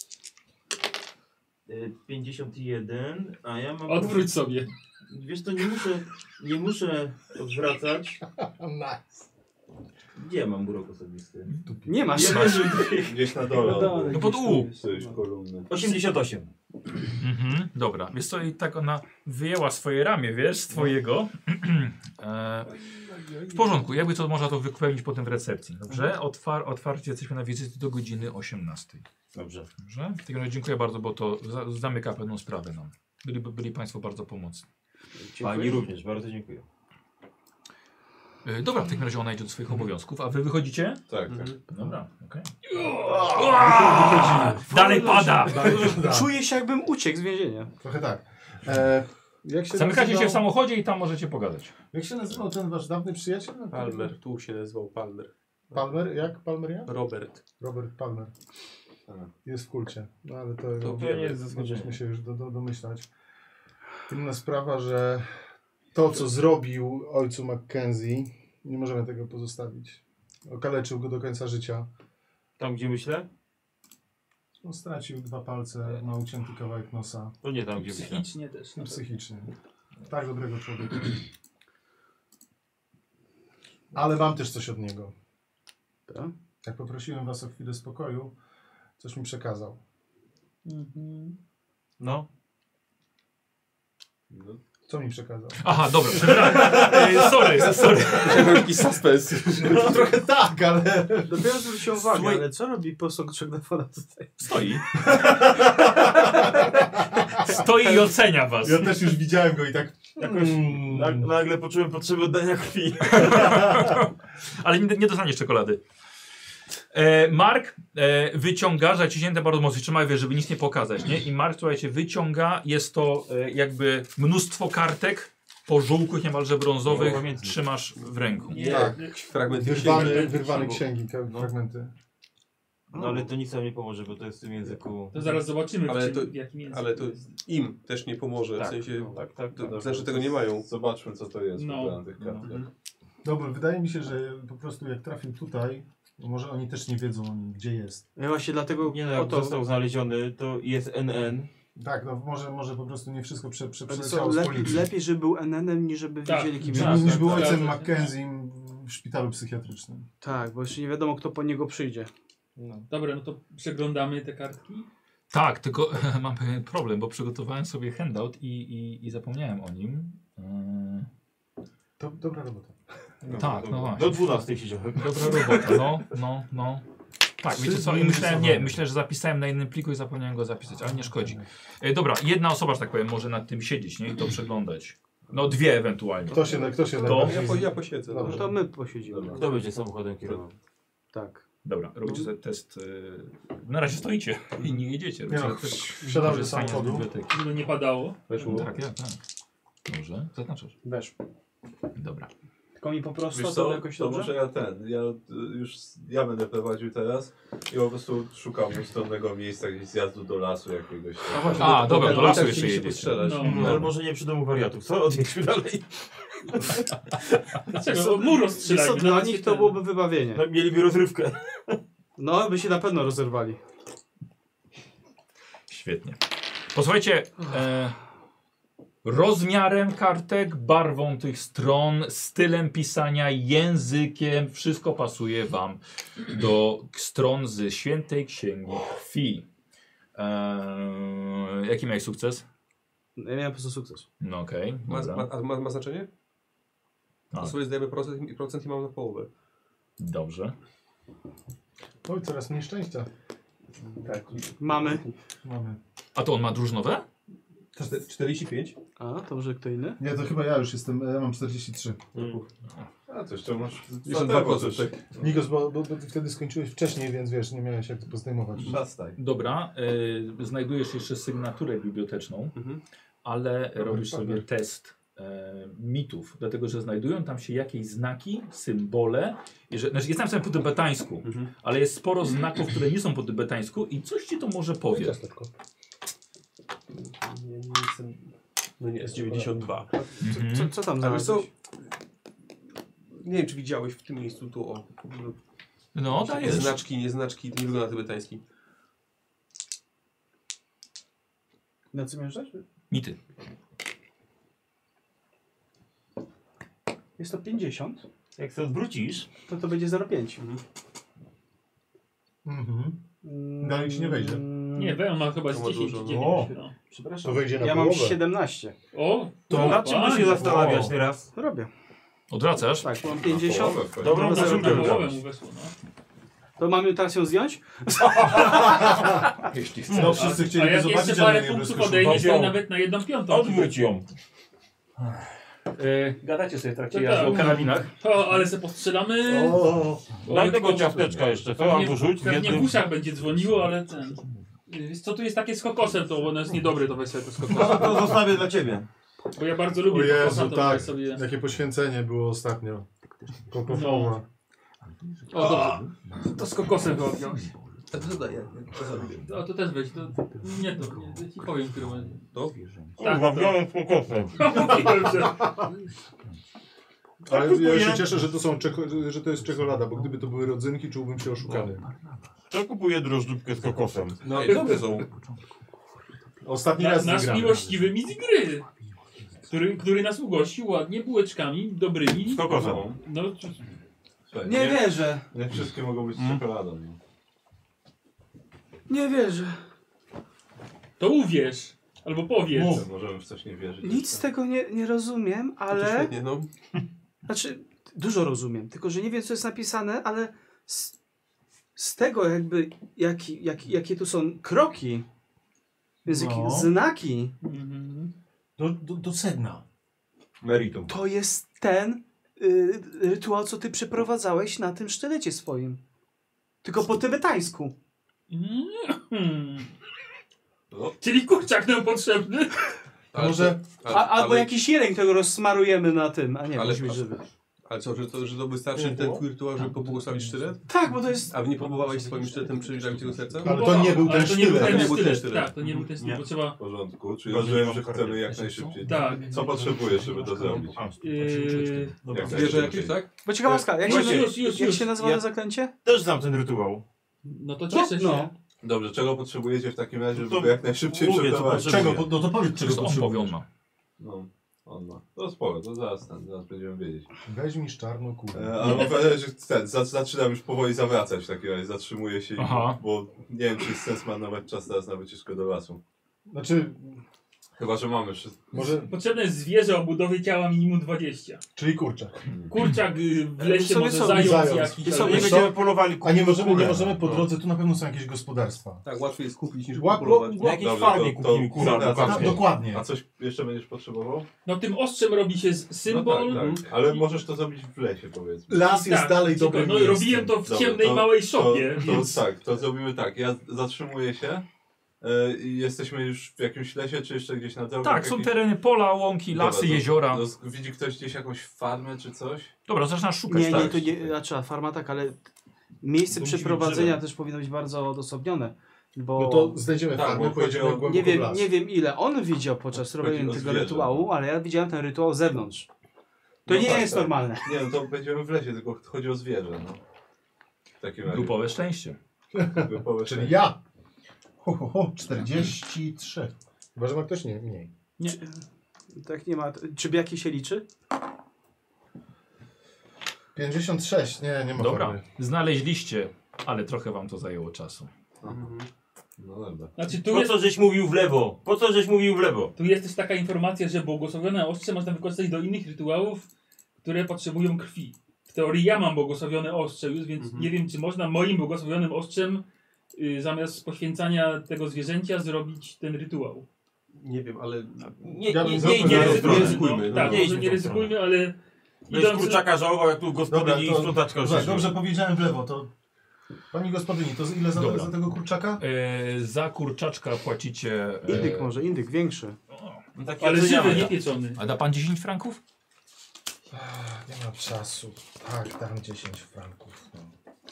51, a ja mam... Odwróć sobie. Wiesz to nie muszę odwracać. Nice. Gdzie ja mam urok osobisty? Nie masz. Gdzieś na dole. No pod U. Coś kolumny. 88. Dobra, wiesz co, i tak ona wyjęła swoje ramię, wiesz, z twojego. W porządku, jakby co można to wypełnić potem w recepcji, dobrze? Otwarcie jesteśmy na wizyty do godziny 18. Dobrze. Dobrze? W takim razie dziękuję bardzo, bo to zamyka pewną sprawę nam. Byli Państwo bardzo pomocni. Pani również, bardzo dziękuję. Dobra, w takim razie ona idzie do swoich obowiązków, a wy wychodzicie? Tak, Dobra, okej. Dalej pada! Czuję się, jakbym uciekł z więzienia. Trochę tak. Jak się Zamykacie się w nazywał- samochodzie i tam możecie pogadać. Jak się nazywał ten wasz dawny przyjaciel? Palmer, tu się nazywał Palmer. Palmer? Jak? Palmer jak? Robert. Robert Palmer. Jest w kulcie. No ale to To nie jest mogliśmy zaskoczenie. się już domyślać. Inna sprawa, że to, co zrobił ojcu Mackenzie, nie możemy tego pozostawić. Okaleczył go do końca życia. Tam gdzie myślę? On stracił 2 palce, ma ucięty kawałek nosa. To nie tam gdzie myślę. Psychicznie też. I psychicznie. Tak dobrego człowieka. Ale mam też coś od niego. Tak? Jak poprosiłem was o chwilę spokoju, coś mi przekazał. No. Co mi przekazał? Aha, dobra, przepraszam. Sorry. Chciałbym jakiś suspens. No, trochę tak, ale... Dopiero zwróciłem uwagę, Słuchaj- ale co robi posąg Trzechnefona tutaj? Stoi. Stoi i ocenia was. Ja też już widziałem go i tak... Jakoś nagle poczułem potrzebę oddania krwi. Ale nie dostaniesz czekolady. Mark wyciąga, zaciśnięte bardzo mocno, trzymaj, wiesz, żeby nic nie pokazać, nie? I Mark, słuchajcie, wyciąga, jest to jakby mnóstwo kartek, pożółkłych, niemalże brązowych, Pamiętnik. trzymasz w ręku. Nie, Tak. Fragment Wyrwane księgi, No. fragmenty. No ale to nic nam nie pomoże, bo to jest w tym języku. To zaraz zobaczymy, Ale w jakim języku Ale to jest. im też nie pomoże. Tak, W sensie, tak. to znaczy tego nie mają. Zobaczmy, co to jest No. na tych kartach. Dobra, wydaje mi się, że po prostu jak trafił tutaj, to może oni też nie wiedzą o nim, gdzie jest. Ja właśnie dlatego Nie no, po jak to... został znaleziony, to jest NN. Tak, no może po prostu nie wszystko Ale co, przeleciało z policji. lepiej, żeby był NN-em, niż żeby Tak, wiedzieli, kim tak. jest. Niż był tak, ojcem tak. Mackenzie w szpitalu psychiatrycznym. Tak, bo jeszcze nie wiadomo, kto po niego przyjdzie. No. Dobra, no to przeglądamy te kartki. Tak, tylko mam pewien problem, bo przygotowałem sobie handout i zapomniałem o nim. To dobra robota. Tak, no właśnie. Do 12 siedziałem. Dobra robota, no. Tak, wiecie co, i myślę, że zapisałem na innym pliku i zapomniałem go zapisać, ale nie szkodzi. Dobra, jedna osoba, że tak powiem, może nad tym siedzieć, nie? I to przeglądać. No 2 ewentualnie. Kto się najbardziej... Ja posiedzę. Dobrze. No to my posiedzimy. Kto będzie samochodem kierował? Tak. Dobra, robicie sobie test. Na razie stoicie i nie jedziecie. Nie no, Robicie test wsiadamy do korzystania z samochodu. biblioteki. Żeby nie padało. Weszło? Tak. Dobrze, zaznaczasz. Weszło. Dobra. Tylko mi po prostu Wiesz to co, jakoś to dobrze? może ja będę prowadził teraz i po prostu szukam ustronnego miejsca, gdzieś zjazdu do lasu jakiegoś. A, dobra, do lasu tak jeszcze chcieliście jedziecie. postrzelać. No. Ale może nie przy domu wariatów, co? Odjedźmy dalej. Dlaczego? Mur Wiesz rozstrzelajmy. co, dla nawet nich nie to ten. byłoby wybawienie. No, mieliby rozrywkę. No, by się na pewno rozerwali. Świetnie. Posłuchajcie, rozmiarem kartek, barwą tych stron, stylem pisania, językiem, wszystko pasuje wam do stron ze Świętej Księgi Krwi. Jaki miałeś sukces? Ja miałem po prostu sukces. No okej, dobra. Ma znaczenie? Tak. To sobie zdajemy procent i mam na połowę. Dobrze. Oj, coraz mniej szczęścia Mamy. mamy. A to on ma drużynowe? 45? A, to może kto inny? Nie, to chyba ja już jestem, ja mam 43. A to jeszcze masz Jeszcze 2%. Nikos, bo ty wtedy skończyłeś wcześniej, więc wiesz, nie miałeś jak to pozdejmować. Szastaj. Dobra, znajdujesz jeszcze sygnaturę biblioteczną, ale robisz sobie test mitów, dlatego że znajdują tam się jakieś znaki, symbole. Znaczy jest napisane po tybetańsku, ale jest sporo znaków, które nie są po tybetańsku i coś ci to może powie. Nie jestem... No nie, jest 92. Co tam Ale co? znalazłeś? Nie wiem, czy widziałeś w tym miejscu tu o... No, dajesz. Znaczki, nieznaczki, to nie wygląda na tybetański. Na co miałeś dać? Mity. Jest to 50, Jak to odwrócisz, to będzie 0,5. Dalej ci nie wejdzie. Nie, on ma chyba z To ma 10, dużo. 9. O. No. Przepraszam. To wejdzie na Ja mam połowę. 17. O, to nad czym by się fajnie. zastanawiać teraz? Robię. Odwracasz? Tak, mam 50. Dobrą Na koszulkę połowę wybrałeś. mu weszło, no. To mamy teraz ją zdjąć? Jeśli No wszyscy A chcieliby jak zobaczyć, jeszcze ale parę nie punktów bez odejmiesz, koszulki. to nawet na 1/5. Odwróć ją. Gadacie sobie w trakcie Tak, jazdy o tak. karabinach. O, ale se postrzelamy. Daj tego ciasteczka jeszcze, co? Albo rzuć w Pewnie w jednym. uszach będzie dzwoniło, ale ten... Wiesz co, tu jest takie z kokosem, to ono jest niedobre, to weź sobie to z kokosem. To zostawię dla ciebie. Bo ja bardzo O lubię kokosa, Jezu, to tak. weź sobie... Jakie poświęcenie było ostatnio. Kokosowa. O, to z kokosem go odjąć. A to daję. To zrobię. A to też weź, to... Nie to, nie, ci powiem, który będzie. To? Kurwa, wziąłem z kokosem. Ale ja się cieszę, że to są że to jest czekolada, bo gdyby to były rodzynki, czułbym się oszukany. To kupuję drożdżówkę z kokosem. No i dobre są. Ostatni raz Nasz wygramy. miłościwy mistrz gry, który nas ugościł ładnie bułeczkami dobrymi. Z kokosem. No, Słuchaj, Nie wierzę. Nie wszystkie mogą być z czekoladą. No. Nie wierzę. to uwierz. Albo powiedz. Możemy w coś nie wierzyć. Nic z tego nie rozumiem, To ale... świetnie, no. Znaczy, dużo rozumiem, tylko że nie wiem, co jest napisane, ale z tego jakby, jakie tu są kroki, więc jakie znaki, Mhm. Do sedna. Meritum. to jest ten rytuał, co ty przeprowadzałeś na tym sztylecie swoim. Tylko po tybetańsku. Mhm. No. Czyli kurczak nam potrzebny. To może... Albo jakiś jeleń, którego rozsmarujemy na tym, a nie, Ale- musi być żywy. Ale co, że to wystarczy ten twój rytuał, żeby pobłogosławić sztylet? Tak, bo to jest... A nie próbowałeś swoim sztyletem przybliżać tego serca? Ale to nie był ten Ale to nie był sztylet. ten Nie był ten sztylet. sztylet. Tak, to nie był ten sztylet, bo trzeba... W porządku, czyli Gorzej rozumiem, mam że kartę. chcemy jak najszybciej. Tak. Co potrzebujesz, żeby to zrobić? Jak Zwierzę jakieś, tak? Bo ciekawostka, jak Właśnie, jak już. się nazywa Ja- to zaklęcie? Też znam ten rytuał. No to cieszę się. No. Dobrze, czego potrzebujecie w takim razie, To żeby jak najszybciej mówię, co przeprowadzić? potrzebuję. Czego? No to powiedz, czego On powie, on potrzebujesz. ma. No, on ma. To spoko, to zaraz będziemy wiedzieć. Weź mi czarną kurę. Ale mam wrażenie, że zaczynam już powoli zawracać w takim razie, zatrzymuję się, Aha. bo nie wiem, czy jest sens marnować czas teraz na wycieczkę do lasu. Znaczy, Chyba, że mamy wszystko. może... Potrzebne jest zwierzę o budowie ciała minimum 20. Czyli kurczak. Kurczak w lesie sobie może są zając zając. jakiś. I są- ale- Nie Wiesz co? będziemy polowali A nie możemy kurę. po drodze, tu na pewno są jakieś gospodarstwa. Tak, łatwiej jest kupić niż Łap- polować. Na jakiejś Dobra, farmie to- kupimy to- kurę albo to- kackę. Dokładnie. A coś jeszcze będziesz potrzebował? No tym ostrzem robi się symbol. No tak, tak. Ale możesz to zrobić w lesie, powiedzmy. Las jest Tak, dalej tylko, dobrym no miejscem. robiłem to w Dobra, ciemnej małej szopie, to, więc... tak, to zrobimy tak. Ja zatrzymuję się. I jesteśmy już w jakimś lesie, czy jeszcze gdzieś na drogach? Tak, są jakieś... tereny pola, łąki, lasy, Dobra, to- jeziora. Widzi ktoś gdzieś jakąś farmę czy coś? Dobra, zaczynasz szukać. Nie, tak. nie, to nie, znaczy farma tak, ale miejsce To musi przeprowadzenia być też powinno być bardzo odosobnione, bo No to znajdziemy Tak, farmę, bo pojedziemy chodzi o- głęboko w las. nie wiem ile on widział podczas Chodzi robienia o tego zwierzę, rytuału, no. ale ja widziałem ten rytuał z zewnątrz. To No nie tak, jest tak. normalne. Nie, no to będziemy w lesie, tylko chodzi o zwierzę. No. W takim razie. Grupowe szczęście. Grupowe Czyli szczęście. ja. 43. Chyba, że ma ktoś mniej. Nie, tak nie ma. Czy biaki się liczy? 56. Nie ma Dobra, farmy. znaleźliście, ale trochę wam to zajęło czasu. No dobra. Znaczy tu Po jest, co żeś mówił w lewo? Po co żeś mówił w lewo? tu jest też taka informacja, że błogosławione ostrze można wykorzystać do innych rytuałów, które potrzebują krwi. W teorii ja mam błogosławione ostrze już, więc nie wiem, czy można moim błogosławionym ostrzem zamiast poświęcania tego zwierzęcia zrobić ten rytuał. Nie wiem, ale... Nie, Ja bym nie, zrobił nie, na nie, stronę. nie, ryzykujmy, no. Tak, nie może idźmy nie w tą ryzykujmy, ale Będziesz idąc... kurczaka żałował, jak tu gospodyni i sprzątaczka Dobrze, oczywiście. dobrze powiedziałem w lewo, to... Pani gospodyni, to ile Dobra. za tego kurczaka? Za kurczaczka płacicie... Indyk może, indyk większy. No taki Ale oceniamy. żywy, nie pieczony. A da pan 10 franków? Nie ma czasu. Tak, dam 10 franków. No.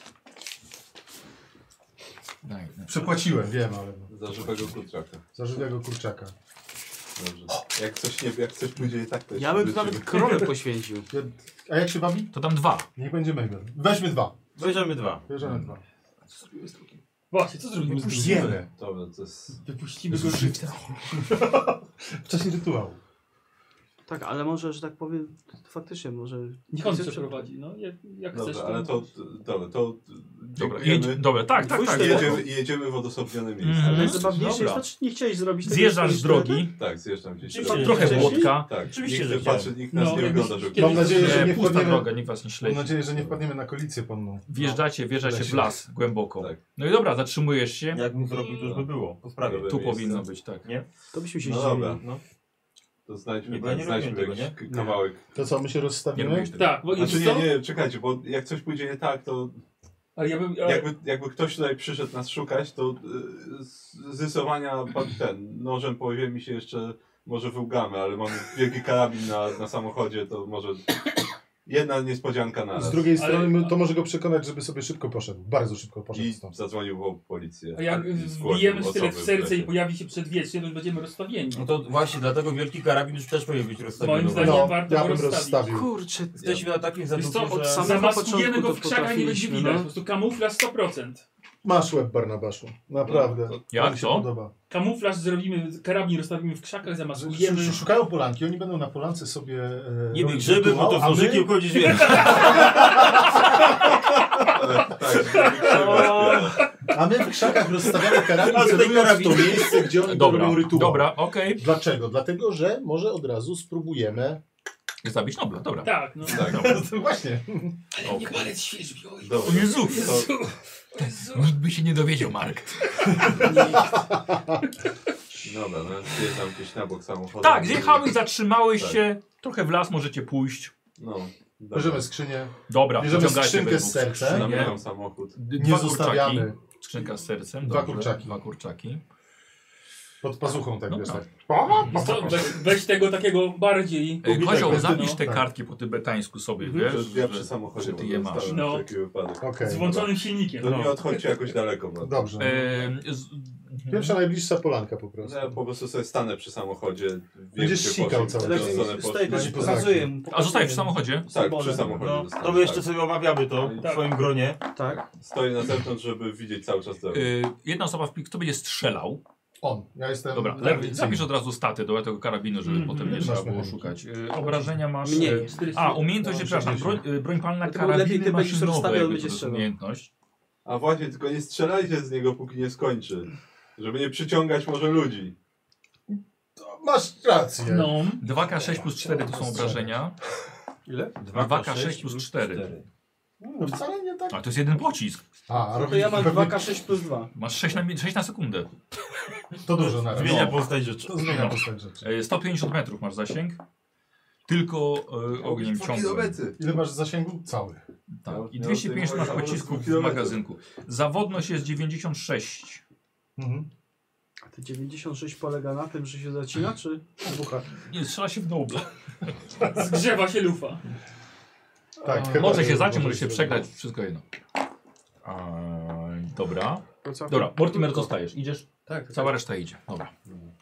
Przepłaciłem, wiem, ale... Za żywego kurczaka. Za żywego kurczaka. Dobrze. Jak coś pójdzie i tak to Ja bym tu wrócimy. nawet krowę poświęcił. A jak się bawi? To dam 2. Niech będzie Mabel. Weźmy 2. Bierzemy 2. Bierzemy 2. Właśnie, co zrobimy? Wiele. Dobra, to jest... Wypuścimy go żywca. W czasie rytuału. Tak, ale może, że tak powiem, faktycznie może... Niech on przeprowadzi, no jak chcesz. Dobra, ale to... Dobra, to... Dobra, dziękujemy. dobra, tak. Jedziemy w odosobnione miejsce. Mhm. Najzabawniejsze jest Dobra. to, czy nie chciałeś zrobić tego Zjeżdżasz z sztyletu? drogi, Tak, zjeżdżam gdzieś. Oczywiście. trochę Wcześniej? błotka. Tak, Oczywiście, nikt że nie patrzy, nikt nas No, nie jakbyś ogląda, że kiedyś- Mam nadzieję, że nie Pusta wpadniemy... droga, nikt was nie Mam śledzi. nadzieję, że nie wpadniemy na koalicję ponną. Wjeżdżacie w las głęboko. Tak. No i dobra, zatrzymujesz się. Jakbym zrobił, to już by było. Po sprawie. Dobra. Tu miejsce. powinno być, tak. To byśmy się No zdziwili. dobra. No. To znajdźmy, Nie, bo ja nie znajdźmy robiłem jakiś tego, kawałek. To co, my się Nie rozstawimy? robisz tego. Tak, bo Znaczy co? nie, czekajcie, bo jak coś pójdzie nie tak, to Ale ja bym... jakby ktoś tutaj przyszedł nas szukać, to z rysowania nożem po ziemi się jeszcze może wyłgamy, ale mamy wielki karabin na samochodzie, to może jedna niespodzianka na raz. Z drugiej Ale- strony to może go przekonać, żeby sobie szybko poszedł. Bardzo szybko poszedł I stąd. zadzwonił po policję. A jak I zgłosił wbijemy sztylet w osoby serce i lesie. pojawi się przedwiecznie, to już będziemy rozstawieni. No to właśnie, dlatego wielki karabin już też powinien być rozstawiony. Moim zdaniem No, warto ja go bym rozstawić. rozstawił. Kurczę, Jesteśmy na takim Wiesz co, zadupie, od że... samego zamaskujemy początku go w to krzakach, nie będzie potrafiliśmy, widać. no. Po prostu kamuflaż 100%. Masz łeb, Barnabaszu. Naprawdę. No, Jak To mi się to? podoba. Kamuflaż zrobimy, karabin rozstawimy w krzakach, zamaskujemy. Szukają polanki, oni będą na polance sobie Nie robić wiem, grzyby, rytuał, bo to z a my- nożykiem chodzisz, wiesz. A my w krzakach rozstawiamy karabin, A tutaj celując w karabin. to miejsce, gdzie oni Dobra, robią rytuał. dobra, okej. Dlaczego? Dlatego, że może od razu spróbujemy... Zabić Nobla, dobra. Tak, no. Właśnie. Nie palec świeżbi, oj. Dobra, O Jezu! to, Nikt by się nie dowiedział, Mark. dobra, no zjeżdżam gdzieś na bok samochodu. Tak, zjechałeś, zatrzymałeś Tak. się. Trochę w las możecie pójść. No, dobra. Bierzemy skrzynię, Dobra, bierzemy wyciągacie skrzynkę we z dwóch sercem. skrzynię. Zamykam samochód. Nie Dwa kurczaki. zostawiamy Skrzynka z sercem. Dwa dobrze. kurczaki. Dwa kurczaki. pod pazuchą, tak No wiesz, tak. tak. Wiesz co, weź tego takiego bardziej. Kozioł, tak, zapisz no. te tak. kartki po tybetańsku sobie, Mhm. wiesz, Ja przy samochodzie że ty je masz. zostałem No. na wszelki wypadek. Okej. Z włączonym silnikiem. To No. nie odchodźcie jakoś daleko. Bo... Dobrze. z... Pierwsza najbliższa polanka po prostu. No, ja po prostu sobie stanę przy samochodzie. Będziesz sikał cały czas. czas. Stoi, to ci Poza- pokazuję mu. A zostajesz przy samochodzie? Tak, przy samochodzie No, zostanę, to my jeszcze tak. sobie omawiamy to w Tak. swoim gronie. Tak. Stoję na zewnątrz, żeby widzieć cały czas drogę. Jedna osoba w plik, kto będzie strzelał. On. Ja jestem... Dobra, lewy. zapisz od razu staty do tego karabinu, żeby Mhm. potem nie Masz trzeba było mechaniki. szukać. Obrażenia masz... Mniej. umiejętność, No, przepraszam, 60. broń palna, Dlatego lepiej karabiny ty będziesz maszynowe, rozstawiał, jakby będzie to jest strzelał. umiejętność. A właśnie, tylko nie strzelajcie z niego, póki nie skończy. Żeby nie przyciągać może ludzi. Masz rację. No. 2K6 plus 4 to są obrażenia. Ile? 2K6 plus 4. No wcale nie tak. A to jest jeden pocisk. A, No to ja mam 2K6 plus 2. Masz 6 na sekundę. To dużo na razie. Zmienia No, postać rzeczy. to zmienia postać rzeczy. 150 metrów masz zasięg. Tylko ogniem ciągłym. Kilometry. Ile masz zasięgu? Cały. Tak. No, I no, 250 masz to pocisków w kilometrów. magazynku. Zawodność jest 96. Mhm. A te 96 polega na tym, że się zacina, czy bucha? Nie, strzela się w Nobla. Zgrzewa się lufa. Tak, chyba Może się jest, zaciąć, może się zrobić. przegrać, wszystko jedno. Dobra. To co? Dobra, Mortimer zostajesz. Idziesz? Tak. Cała reszta idzie. Dobra.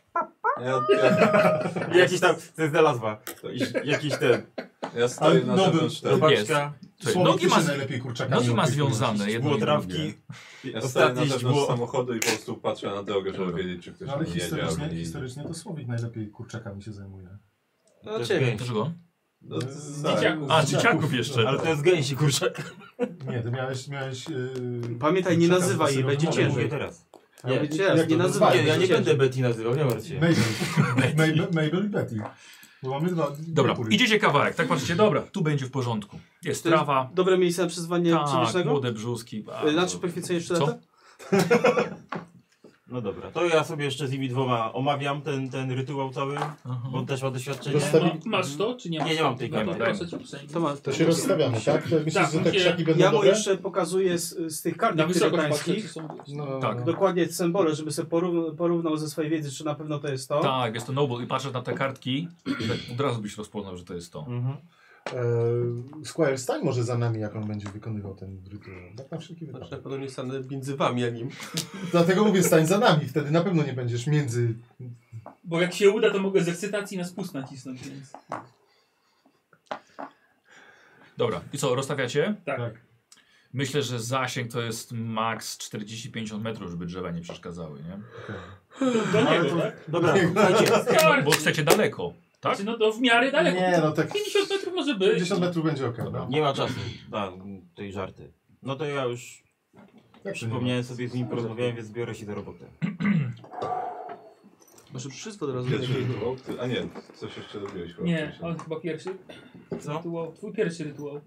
Jakiś tam, to jest nazwa. Jakiś ten. Ja stoję na Ale zewnątrz teraz. Robaczka, Słuchaj, Słowik, nogi ty ma, się najlepiej kurczakami nogi ma opiekujesz. związane. jedno było i trawki. drugie. Ja stoję na Ostatni zewnątrz było. samochodu i po prostu patrzę na drogę, żeby Dobra. wiedzieć, czy ktoś No, ale tam jedzie. historycznie, albo nie. historycznie to Słowik najlepiej kurczakami się zajmuje. No To jest ciebie. gęś. Dlaczego? No, Dzieciaków. A, dzieciaków jeszcze. Ale to jest gęsi, kurczak. Nie, ty miałeś Pamiętaj, nie kurczaka nazywaj jej, z będzie baseroną Mówię ciężej. teraz. A Nie, ja nie, jak nie to nazywaj. Nie, ja nie będzie będę Betty nazywał, nie martw się. Mabel i Betty. Bo mamy dwa. Dobra, dwie kury. idziecie kawałek, tak patrzycie, dobra, tu będzie w porządku. Jest To jest trawa, dobre miejsce na przyzwanie tak, przedwiecznego? młode brzuski. bardzo. Znaczy poświęcenie sztyleta? No dobra, to ja sobie jeszcze z nimi dwoma omawiam ten rytuał cały, Aha. bo on też ma doświadczenie. Masz to, czy nie masz? Nie mam tej Dobra, karty. proszę cię uprzejmie. To ma. To się rozstawiamy, tak? To myślisz, Tak, że te się- krzaki będą Ja mu dobre? jeszcze pokazuję z tych kart Na wysokość patrzę, czy tybetańskich są... No, Tak. no. dokładnie symbole, żeby sobie porównał ze swojej wiedzy, czy na pewno to jest to. Tak, jest to Noble i patrzę na te kartki, tak od razu byś rozpoznał, że to jest to. Mhm. Squire, stań może za nami, jak on będzie wykonywał ten rytuał. Tak na wszelki Znaczy, na wypadek. pewno nie stanę między wami, a nim. Dlatego mówię, stań za nami, wtedy na pewno nie będziesz między... Bo jak się uda, to mogę z ekscytacji na spust nacisnąć, więc... Dobra, i co, rozstawiacie? Tak. Myślę, że zasięg to jest max 40-50 metrów, żeby drzewa nie przeszkadzały, nie? Do niego, tak? Dobra, słuchajcie. Bo chcecie daleko, tak? Znaczy, no to w miarę daleko. Nie, no tak 50 metrów może być. 50 metrów będzie okej. Dobra. No. Nie ma czasu na tej żarty. No to ja już Jak przypomniałem sobie z nim, porozmawiałem, więc biorę się do roboty. Może wszystko od razu. Pierwszy rytuał? A nie, coś jeszcze robiłeś chyba Nie, wcześniej. on chyba pierwszy. Co? Rytuał, twój pierwszy rytuał.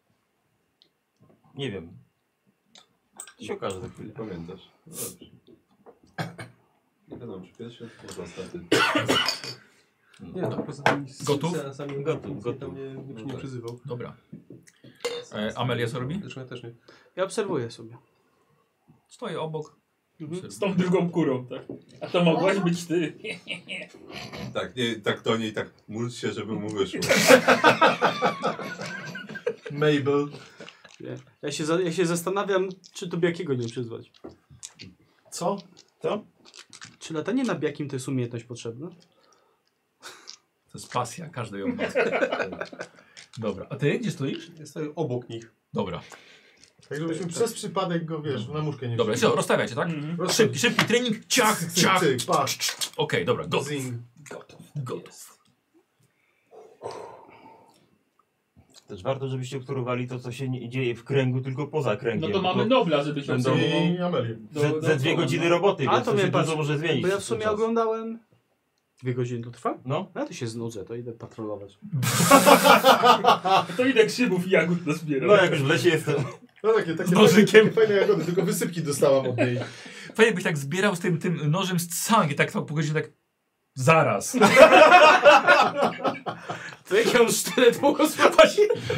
Nie wiem. To się okaże za Nie chwilę. pamiętasz. No dobrze. Nie wiadomo, czy pierwszy, może ostatni. Nie, no, poza tym Gotów? na samym Gotów. tam nie przyzywał. Dobra. Amelia co robi? Zresztą ja też nie. Ja obserwuję sobie. Stoję obok. Z tą drugą kurą, tak. A to mogłaś być ty. Tak, nie, tak do niej, tak módl się, żeby mu wyszło. Mabel. Ja się zastanawiam, czy to Biakiego nie przyzwać. Co? Czy latanie na Biakim to jest umiejętność potrzebna? To jest pasja, każdy ją ma. Dobra, a ty gdzie stoisz? Ja stoję obok nich. Dobra. Tak żebyśmy przez przypadek go, wiesz, na muszkę nie Dobra, wzięli. co, rozstawiacie, tak? Mhm. Szybki trening, ciach, ciach. Cyk, patrz. Okej, dobra, gotów. Zing. Gotów. Też warto, żebyście obserwowali to, co się nie dzieje w kręgu, tylko poza kręgiem. No to bo mamy Nobla, żeby się będą- obserwował. I Amelię. Ze 2 godziny roboty, A więc to to się mnie patrz, dużo może zmienić. Bo ja w przez sumie ten czas. oglądałem... 2 godziny to trwa? No. Ja to się znudzę, to idę patrolować. To idę grzybów i jagód nazbieram. No jak już w lesie jestem. No takie nożykiem. fajne jagody, tylko wysypki dostałam od niej. Fajnie byś tak zbierał z tym nożem z cang i tak po godzinie tak... Zaraz. To jak ja mam sztylet błogosławać?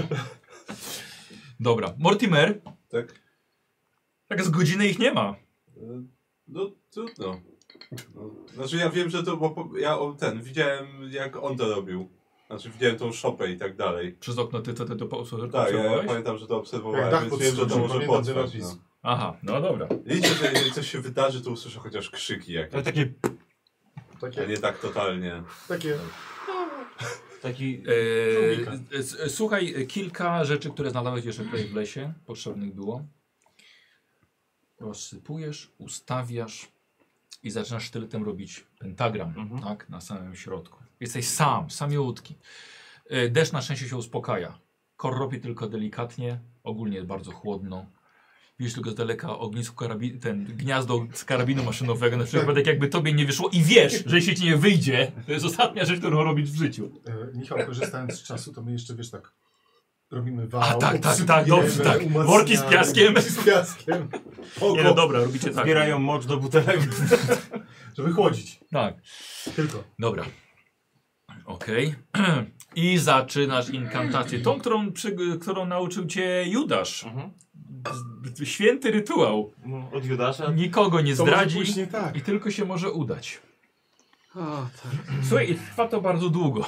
Dobra, Mortimer. Tak? Tak z godziny ich nie ma. No trudno. No, znaczy ja wiem, że to, bo ja widziałem jak on to robił. Znaczy widziałem tą szopę i tak dalej. Przez okno ty to Tak, ja obserwowałeś? pamiętam, że to Jak obserwowałem, dach więc wiem, że to podskoczył, może pamiętam ten potrwać. napis. No. Aha, no dobra. Liczę, że jeżeli coś się wydarzy, to usłyszę chociaż krzyki Ale jakieś, takie, a Takie, nie tak totalnie. takie... taki... Słuchaj, kilka rzeczy, które znalazłeś jeszcze tutaj w lesie, potrzebnych było. Rozsypujesz, ustawiasz i zaczynasz sztyletem robić pentagram, tak, na samym środku. Jesteś samiutki. Deszcz na szczęście się uspokaja. Kor robi tylko delikatnie, ogólnie jest bardzo chłodno. Widzisz tylko z daleka ognisko gniazdo z karabinu maszynowego, na przykład tak jakby tobie nie wyszło i wiesz, że jeśli ci nie wyjdzie, to jest ostatnia rzecz, którą robisz w życiu. Michał, korzystając z czasu, to my jeszcze, wiesz, tak robimy wał, A tak, obsypujemy, dobrze, tak. umacniamy. Worki z piaskiem. Z piaskiem. Nie, no dobra, robicie tak. Zbierają mocz do butelek. Żeby chłodzić. Tak, Tylko. dobra. Okej. I zaczynasz inkantację, tą, którą nauczył cię Judasz. Święty rytuał. No, od Judasza. Nikogo nie To może zdradzi pójść nie tak. i tylko się może udać. O, tak. Słuchaj, i trwa to bardzo długo.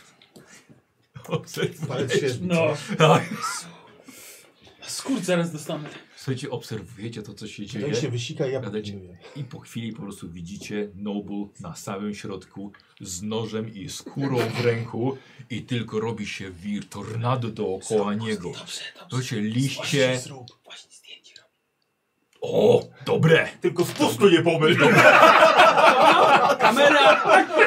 Palec świetny. No, Tak. skurcz zaraz dostanę. Słuchajcie, obserwujecie to, co się dzieje. Ten się wysika i ja Gadajcie. podpilnuję. I po chwili po prostu widzicie Noble na samym środku z nożem i skórą w ręku i tylko robi się wir, tornado dookoła niego. Słuchajcie, liście... O, dobre! Tylko w pustu nie pomyl. Kamera!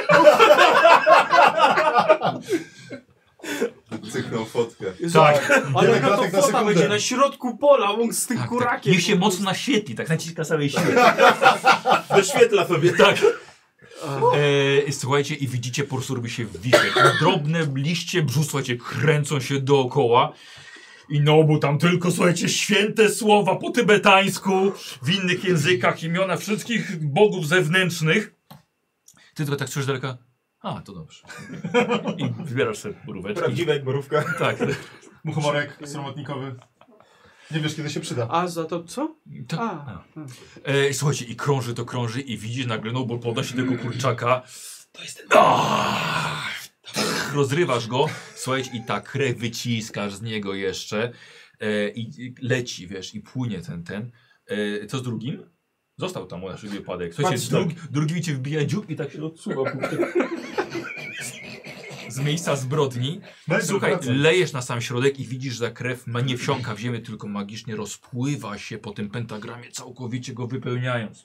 Cyknął fotkę. Tak, Ale Jeden jaka to klatek na fota sekundę. będzie na środku pola, on z tym tak. kurakiem. Niech się mocno naświetli, tak naciska całej siły. Doświetla sobie. Tak. Słuchajcie, i widzicie, po prostu robi się wisek. Drobne liście brzu, słuchajcie, kręcą się dookoła. I Nobu tam tylko, słuchajcie, święte słowa po tybetańsku, w innych językach, imiona wszystkich bogów zewnętrznych. Ty tylko tak słyszysz daleka. A, to dobrze. I wybierasz sobie boróweczki. Prawdziwa jak borówka. Tak. Muchomorek sromotnikowy. Nie wiesz, kiedy się przyda. A za to co? A. Słuchajcie, i krąży i widzisz nagle Nobu podnosi tego kurczaka. To jest ten... Rozrywasz go, słuchajcie, i ta krew wyciskasz z niego jeszcze i leci, wiesz, i płynie ten. Co z drugim? Został tam u naszych wypadek. Słuchajcie, drugi widzicie wbija dziób i tak się odsuwa z miejsca zbrodni. Słuchaj, lejesz na sam środek i widzisz, że krew nie wsiąka w ziemię, tylko magicznie rozpływa się po tym pentagramie, całkowicie go wypełniając.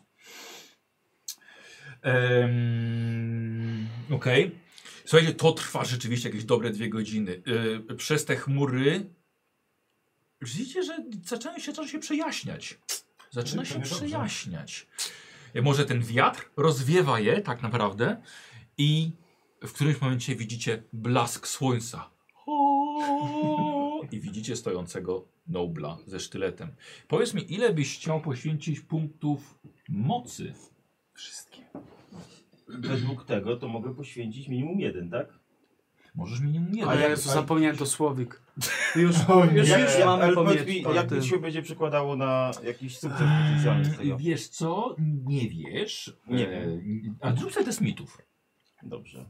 Okej. Słuchajcie, to trwa rzeczywiście jakieś dobre 2 godziny. Przez te chmury widzicie, że zaczyna się przejaśniać. Zaczyna się przejaśniać. Może ten wiatr rozwiewa je tak naprawdę i w którymś momencie widzicie blask słońca. I widzicie stojącego Nobla ze sztyletem. Powiedz mi, ile byś chciał poświęcić punktów mocy? Wszystkie. według tego to mogę poświęcić minimum 1, tak? Możesz minimum 1. A ja zapomniałem to słowik. Już Ale mamy powiedz mi, jak to się będzie przekładało na jakiś sukces potencjalny z tego? Wiesz co? Nie wiesz. Nie wiem. A zrób sobie test mitów. Dobrze.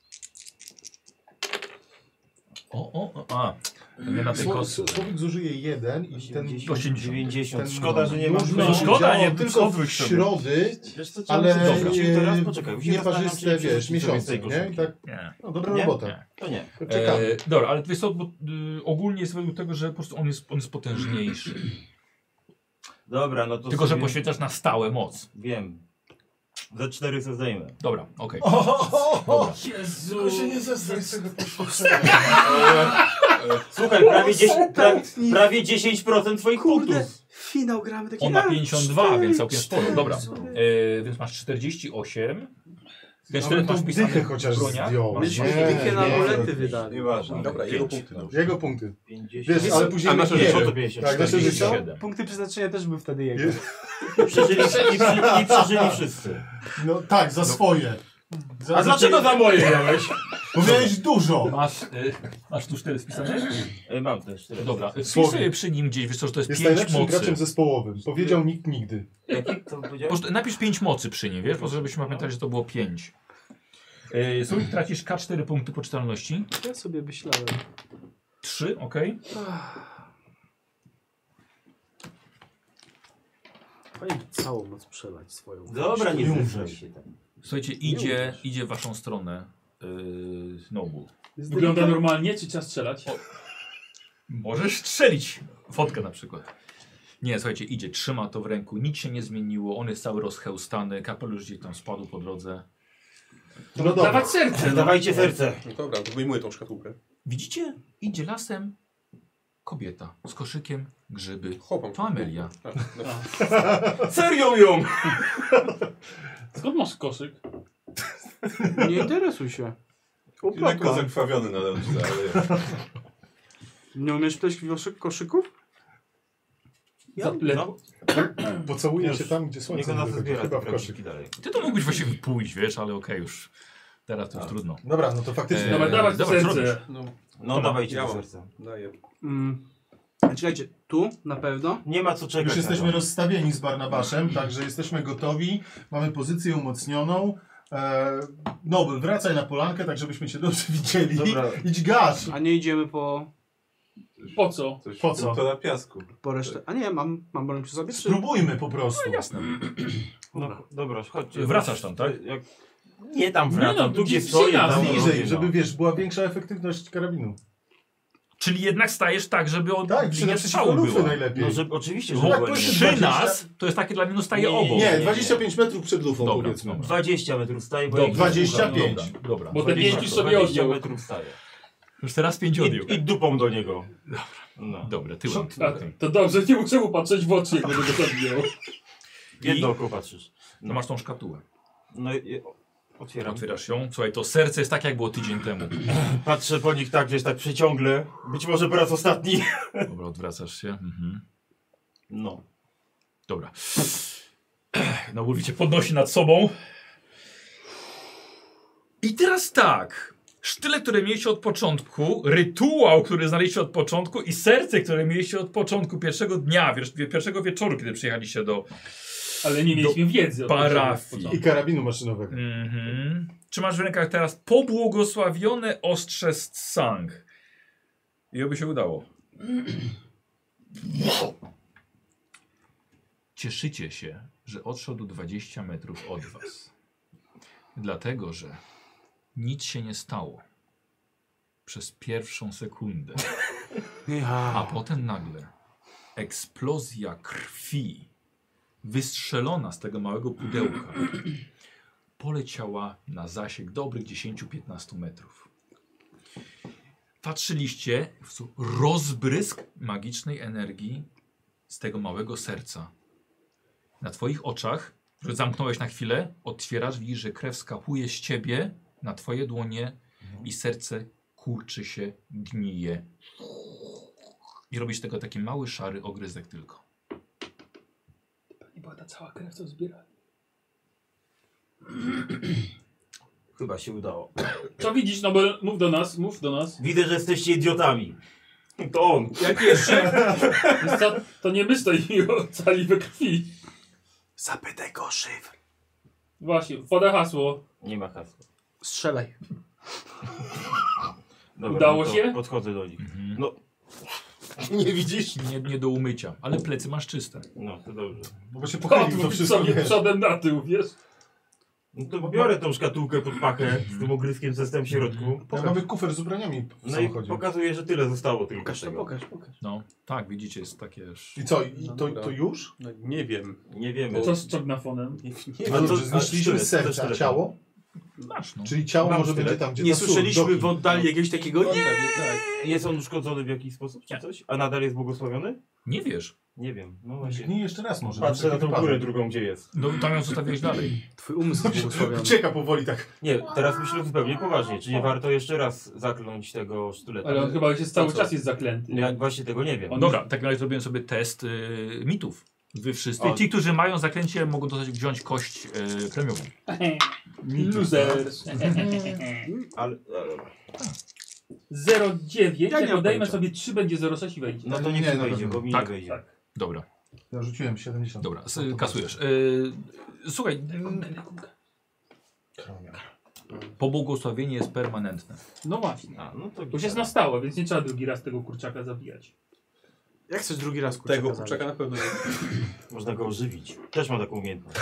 Nie na tej kostce. Słowik zużyje 1 i ten 90. ten Szkoda, że nie mam... No szkoda, nie tylko w środy, Wiesz co, ale dobra, teraz poczekaj. nieparzyste, wiesz, miesiące, tego nie? I tak, Nie. no dobra Nie? robota. To nie. Czekamy. Dobra, ale wiesz co, bo, ogólnie jest według tego, że po prostu on jest potężniejszy. Dobra, no to Tylko, że sobie... poświęcasz na stałe moc. Wiem. Za 4 co zdejmę. Dobra, okej. O, Jezu! tylko się nie zestraj z tego poświęcenia. Słuchaj, prawie 10% twoich punktów. Finał gramy taki... On ma 52, więc całkiem sporo. Dobra, więc masz 48. Wiesz, Ale masz tą pisane dychę chociaż w broniach? zdjął. Myśmy Nie, dychę na nie. rolety wydali. Nieważne. Dobra, jego punkty. Jego punkty. 50. Wiesz, ale później A nasze nie. życie to 50. Tak, nasze życie. 47. Punkty przeznaczenia też były wtedy jego. I przeżyli wszyscy. No tak, za swoje. A dlaczego za moje miałeś? Bo miałeś dużo. Masz tu 4 spisane? Mam też 4. Dobra, wpisz Słowie. sobie przy nim gdzieś, wiesz co, że to jest Jest 5 najlepszym mocy. graczem zespołowym. Powiedział nikt nigdy. Jaki to Po powiedziałeś? prostu napisz 5 mocy przy nim, wiesz, po to żebyśmy pamiętali, że to było 5. Sobie tracisz K4 punkty poczytalności. Ja sobie myślałem. 3, ok. Fajnie całą noc przelać swoją. Dobra, nie zrywaj się tam. Słuchajcie, idzie w waszą stronę Noble. Wygląda normalnie, czy trzeba strzelać? Możesz strzelić fotkę na przykład. Nie, słuchajcie, idzie, trzyma to w ręku, nic się nie zmieniło, on jest cały rozchełstany, kapelusz gdzieś tam spadł po drodze. No dobra. Dawać serce! No. Dawajcie serce. No dobra, to wyjmuję tą szkatułkę. Widzicie? Idzie lasem kobieta z koszykiem, grzyby. Chowam. To Amelia. Serio ją! Skąd masz koszyk? Nie interesuj się. Lekko zakrwawiony na ręce, ale... Nie umiesz pleć koszyków? Za No. Pocałuję Już. się tam, gdzie słońce Niech ona nie wychodzi. zbiera Chyba te w koszyk. krążki dalej. Ty to mógłbyś właściwie pójść, wiesz, ale okej, już. Teraz to już trudno. Dobra, no to faktycznie. Eee, Dobra, dawać dobra, co serce. No dawajcie ja te mam. serce. Daję. Czekajcie, tu na pewno. Nie ma co czekać. Już jesteśmy na to. rozstawieni z Barnabaszem, także jesteśmy gotowi. Mamy pozycję umocnioną. Nobel, wracaj na polankę, tak żebyśmy się dobrze widzieli. Dobra. Idź gasz. A nie idziemy po Po co? Coś Po co? półtora piasku. resztę. A nie, mam broń przy sobie. Czy... Spróbujmy po prostu. Jasne. No, dobra, chodźcie. Wracasz tam, tak? Jak... Nie tam Nie wracam, no, tu gdzie gdzieś stoję. nas tam Bliżej, robię, żeby no. wiesz, była większa efektywność karabinu. Czyli jednak stajesz tak, żeby od Tak, przy linia naprzeciwko strzału lufy była. najlepiej. No, że, oczywiście, że Bo tak, była proszę, linia. przy 20. nas to jest takie dla mnie, no staje Nie, obok. Nie, 25 metrów przed lufą Dobra, powiedzmy. dobra. 20 metrów staje, bo Dobra, jak 25. Dobra. Bo te 20 pięć sobie 20 odjął. metrów staje. Już teraz 5 odjął. I dupą do niego. No. Dobra, tyłem. A, to dobrze, nie muszę mu patrzeć w oczy, jak będę go zabijał. Jedno oko patrzysz. No masz tą szkatułę. No i otwieram. Otwierasz ją. Słuchaj, to serce jest tak, jak było tydzień temu. Patrzę po nich tak gdzieś tak przeciągle. Być może po raz ostatni. Dobra, odwracasz się. Mhm. No. Dobra. No mówicie, podnosi nad sobą. I teraz tak. Sztylet, które mieliście od początku, rytuał, który znaleźliście od początku i serce, które mieliście od początku pierwszego dnia, pierwszego wieczoru, kiedy przyjechaliście do Ale nie mieliśmy wiedzy o tym, parafii. że- I karabinu maszynowego. Mhm. Trzymasz w rękach teraz pobłogosławione ostrze z Tsang. I oby się udało. Cieszycie się, że odszedł 20 metrów od was. Dlatego, że nic się nie stało. Przez pierwszą sekundę. A potem nagle eksplozja krwi wystrzelona z tego małego pudełka poleciała na zasięg dobrych 10-15 metrów. Patrzyliście w rozbrysk magicznej energii z tego małego serca. Na twoich oczach, że zamknąłeś na chwilę, otwierasz, widzisz, że krew skapuje z ciebie na twoje dłonie i serce kurczy się, gnije. I robisz tego taki mały, szary ogryzek tylko. Nie była ta cała krew, co zbierali. Chyba się udało. Co widzisz, no bo mów do nas. Widzę, że jesteście idiotami. To on. Jak jeszcze? Wiesz co, to nie my stoimy ocali we krwi. Zapytaj go o szyfr. Właśnie, poda hasło. Nie ma hasła. Strzelaj. Dobra, Udało no to się? Podchodzę do nich. No, Nie widzisz? Nie do umycia, ale plecy masz czyste. no to dobrze. Bo się pochylił to Odwróć wszystko, sobie wiesz. przodem na tył, wiesz? No to biorę tą szkatułkę pod pachę z tym ogryskiem cestem w środku. Ja mamy kufer z ubraniami w No i samochodzie. pokazuję, że tyle zostało tylko Pokaż to, tego. pokaż. No, tak, widzicie, jest takie... I co, i No to, dobra. to już? No, nie wiem. Nie wiemy. Co z czognafonem? Nie No A dobrze, to- zniszczyliśmy a sztylet, serce, to a sztylet. ciało? Masz, no. Czyli ciało Mam może sztylet. będzie tam, gdzie Nie ta sól, słyszeliśmy doki. w oddali jakiegoś takiego nie. Jest on uszkodzony w jakiś sposób, czy coś? A nadal jest błogosławiony? Nie wiesz. Nie wiem. No właśnie. Dźgnij jeszcze raz może. Patrzę na taki tą wypadek. górę drugą, gdzie jest. No tam ją zostawiłeś dalej. Twój umysł jest błogosławiony. Ucieka powoli tak. Nie, teraz myślę zupełnie poważnie. Czy nie warto jeszcze raz zakląć tego sztyleta? Ale on chyba już jest cały co? czas jest zaklęty. Ja właśnie tego nie wiem. On- Dobra, w takim razie zrobiłem sobie test mitów. Wy wszyscy. O. Ci, którzy mają zaklęcie, mogą wziąć kość premiową. Losers. Ale 0,9. Ja nie Jak mam podejmę pojęcia. sobie 3, będzie 0,6 i wejdzie. no to niech Nie, nie no wejdzie, dobra. bo mi Tak, nie wejdzie. tak. Dobra, Ja rzuciłem 70. dobra, kasujesz. Słuchaj, pobłogosławienie jest permanentne. No właśnie. A, no to To już jest na stałe, więc nie trzeba drugi raz tego kurczaka zabijać. Jak chcesz drugi raz kurczaka Tego zabić? kurczaka na pewno nie. Można go ożywić. Też ma taką umiejętność.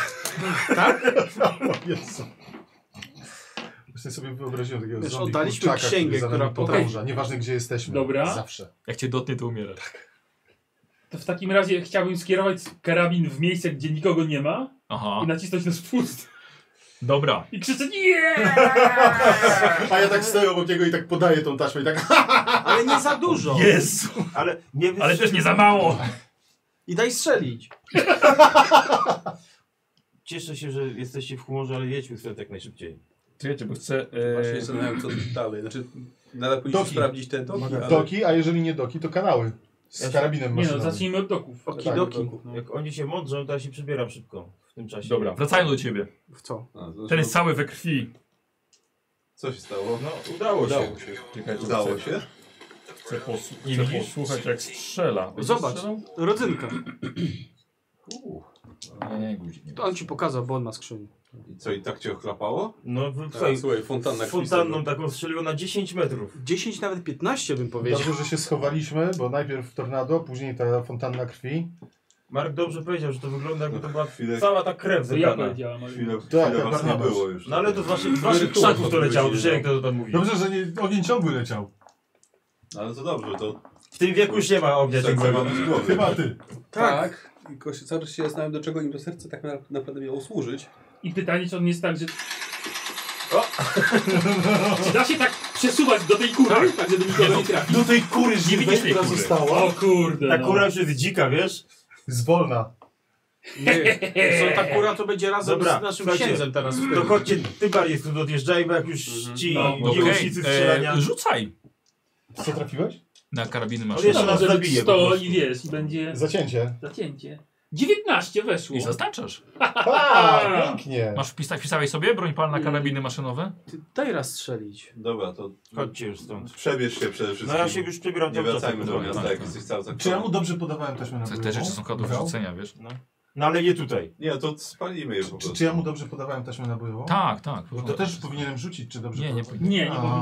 Jezu. Właśnie sobie wyobraziłem takiego Wiesz, zombie oddaliśmy kurczaka, księgę, który za która nami potrafi- podąża. Nieważne gdzie jesteśmy. Dobra. Zawsze. Jak cię dotknie, to umierasz. To w takim razie chciałbym skierować karabin w miejsce, gdzie nikogo nie ma Aha, i nacisnąć na spust. dobra. I krzyczeć nie! A ja tak stoję obok niego i tak podaję tą taśmę i tak Ale nie za dużo. Jezu! Ale nie Ale też nie za mało! I daj strzelić. Cieszę się, że jesteście w humorze, ale jedźmy stąd jak najszybciej. Czekajcie, bo chcę... Właśnie się zastanawiam, co dalej. Znaczy, nadal powinniśmy Doki. sprawdzić te doki, ale... doki, a jeżeli nie doki, to kanały. Z Ja się- karabinem Nie no, maszynowym. zacznijmy od doków. Okidoki. Tak, Jak oni się mądrzą, to ja się przybieram szybko w tym czasie. Dobra, wracając do ciebie. W co? A, to Ten jest cały we krwi. Co się stało? No, udało się. Czekajcie, Udało się? Chcę posłuchać jak strzela. Zobacz. Strzelał? Rodzynka. Nie, guzik nie. To on ci pokazał, bo on ma skrzynię. I co, i tak cię ochlapało? No, Słuchaj, słuchaj, fontanna krwi fontanną taką strzeliło na 10 metrów. 10, nawet 15 bym powiedział. Dobrze, że się schowaliśmy, bo najpierw tornado, później ta fontanna krwi. Mark dobrze powiedział, że to wygląda jakby to była Chwilę- cała ta krew To ja zebrana. powiedziałem, ale... Chwilę Tak, was nie Barnabas. było już. No ale to z waszych Rytuał krzaków to leciało, że kto to tam mówi. Dobrze, że nie, ogień ciągły leciał. Ale to dobrze, to W tym wieku już nie ma ognia serce ciągłego. mamy z głowy. Chyba ty. Tak. Tylko się cały czas się zastanawiam, do czego im to serce tak naprawdę miało służyć. I pytanie, czy on jest tak, że... Czy da się tak przesuwać do tej kury, tak żeby nikogo nie trafić? Do tej kury Nie widzisz tej która kury. została. O kurde, Ta no. kura już jest dzika, wiesz? Zwolna. Nie. Co, ta kura to będzie razem Dobra, z naszym słuchajcie, księdzem teraz. To chodźcie, ty bardziej tu odjeżdżaj, bo jak już ci No, miłośnicy strzelania... Rzucaj Co trafiłeś? na karabiny jeszcze maszynowe. No, nas może zabije być po 100 prostu. i wiesz, i będzie Zacięcie. zacięcie. 19 weszło. I zaznaczasz. A, pięknie. Masz wpisałeś sobie broń palna, karabiny maszynowe? Ty daj raz strzelić. Dobra, to Chodźcie już stąd. przebierz się przede wszystkim. No ja się już przebieram Nie cały czas. wracajmy do jak miasta, rozmawiam. jak jesteś cały tak. Czy ja mu dobrze podawałem taśmę nabojową? Te rzeczy są do Michał? wrzucenia, wiesz? No ale nie tutaj. Nie, to spalimy je po prostu. Czy ja mu dobrze podawałem taśmę nabojową? Tak, tak. To też powinienem rzucić, czy dobrze Nie, nie podawałem? Nie, nie A.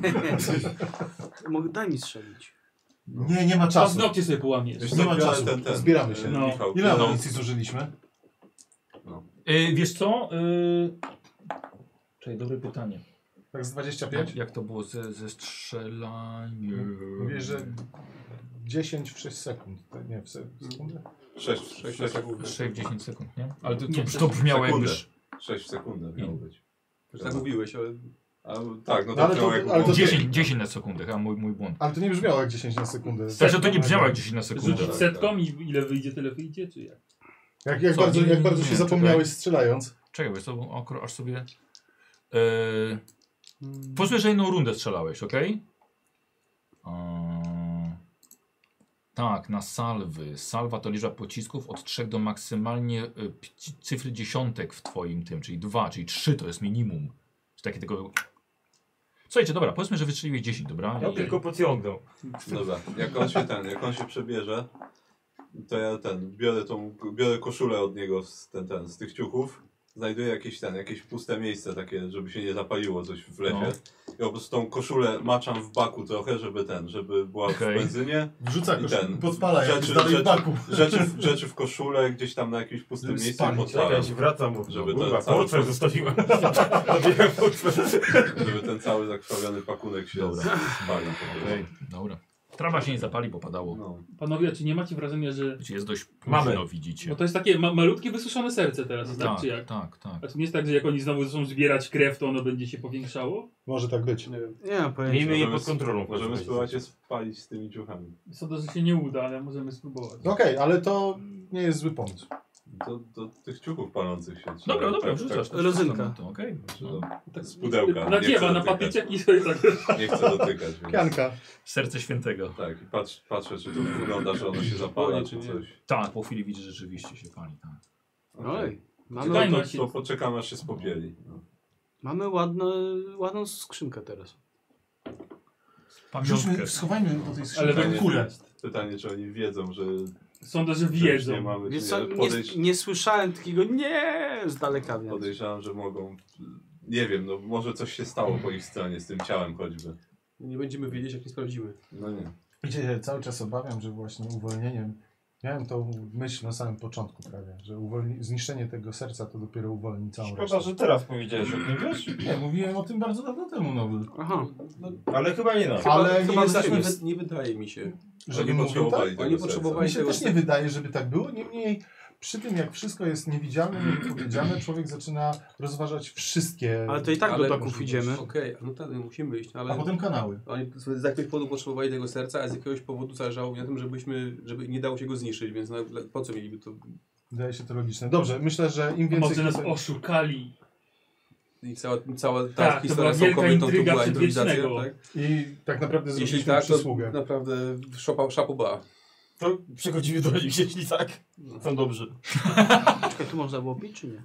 Daj mi strzelić. Nie ma czasu. Paznokcie sobie połamiesz. Wiesz Nie co, ma biorę czasu. Zbieramy się. No. Michał, Ile No. amunicji zużyliśmy? Wiesz co? Czekaj, dobre pytanie. Tak z 25? Jak to było ze strzelaniem? Mówisz, że 10 w 6 sekund. Nie, w sekundę? 6 sekund. 6-10 sekund, nie? Ale to, Nie, to brzmiało sekundę. jakbyś... 6 sekund miało być. Tak mówiłeś, ale... A, tak, no No, ale brzmiało to- jak ale to- 10 na sekundę, a mój błąd. Ale to nie brzmiało jak 10 na sekundę. Znaczy to nie brzmiało jak 10 na sekundę. Rzucić tak, setką i ile wyjdzie, tyle wyjdzie, czy jak? Jak Co? bardzo, Nie, jak nie, bardzo nie, się nie, zapomniałeś strzelając. Czekaj, wiesz co, aż sobie... Pozwól, że jedną rundę strzelałeś, okej? Tak, na salwy. Salwa to liczba pocisków od 3 do maksymalnie cyfry dziesiątek w twoim tym, czyli 2, czyli 3 to jest minimum. takie tego... Słuchajcie, dobra, powiedzmy, że wystrzeliłeś 10, dobra? Ja tylko pociągnął. Dobra, jak on się przebierze, to ja biorę koszulę od niego z tych ciuchów, znajduję jakieś puste miejsce takie, żeby się nie zapaliło coś w lesie. No. I po prostu tą koszulę maczam w baku trochę, żeby była w benzynie. Wrzuca koszulę, I podpala dalej w baku. Rzeczy w koszulę gdzieś tam na jakimś pustym miejscu spalić. podpalam. Ja się wracam, Żeby kurwa, ten cały portfel zostawiłem. żeby ten cały zakrwawiony pakunek się spalił. Okej, dobra. Trawa się nie zapali, bo padało. No. Panowie, a czy nie macie wrażenia, że... Jest dość Mamy. późno, widzicie. Bo to jest takie malutkie, wysuszone serce teraz, tak czy jak? Tak. A to nie jest tak, że jak oni znowu zaczną zbierać krew, to ono będzie się powiększało? Może tak być. Nie wiem. Nie mam pojęcia. Miejmy je pod kontrolą. Możemy spróbować je spalić z tymi ciuchami. Sądzę, że się nie uda, ale możemy spróbować. Okej, ale to nie jest zły pomysł. Do tych ciuchów palących się. Dobra, wrzucasz. Rozynka. To okej. Tak, z pudełka. Nadziewa Nie na chcę patyczek i sobie tak... Nie chcę dotykać. Więc... Kianka. Serce świętego. Tak, i patrzę, czy to wygląda, że ono się zapala, czy coś. Tak, po chwili widzisz, że rzeczywiście się pali. Tak. Oj, mamy, Czekajmy. To poczekamy, aż się spopieli. No. mamy ładną skrzynkę teraz. Pamiątkę. Schowajmy do tej Ale skrzynki kulę. Pytanie, czy oni wiedzą, że Sądzę, że czegoś wiedzą. nie mamy, Wiesz czy co, nie. nie słyszałem takiego nie z daleka, więc. Podejrzewam, że mogą... Nie wiem, no może coś się stało po ich stronie z tym ciałem choćby. Nie będziemy wiedzieć, jak nie sprawdzimy. No nie. Wiecie, ja cały czas obawiam, że właśnie uwolnieniem, miałem tą myśl na samym początku prawie, że zniszczenie tego serca to dopiero uwolni całą Szkoda, resztę. że teraz powiedziałeś o tym, wiesz? Nie, mówiłem o tym bardzo dawno temu, Nowy. Aha. Ale chyba nie na. Ale chyba nie jesteśmy nie wydaje mi się. żeby Oni mówił tak. potrzebowali tego Oni serca. potrzebowali Mi się tego też nie wydaje, żeby tak było. Niemniej przy tym, jak wszystko jest niewidzialne, niewypowiedziane, człowiek zaczyna rozważać wszystkie... Ale to i tak Ale do doków możliwości. idziemy. Okej, no tak, musimy iść, ale A potem kanały. oni z jakiegoś powodu potrzebowali tego serca, a z jakiegoś powodu zależało mi na tym, żeby nie dało się go zniszczyć, więc no, po co mieliby to? Wydaje się to logiczne. Dobrze, myślę, że im więcej... Może nas tutaj- oszukali. I cała ta Tak, to historia była z tą wielka kobietą to intryga była improwizacja, przedwiecznego. tak? I tak naprawdę Jeśli zrobiliśmy tak, to przysługę. naprawdę szapoba. To przechodzimy do nich, jeśli tak. Są dobrzy. Czekaj, tu można było pić, czy nie?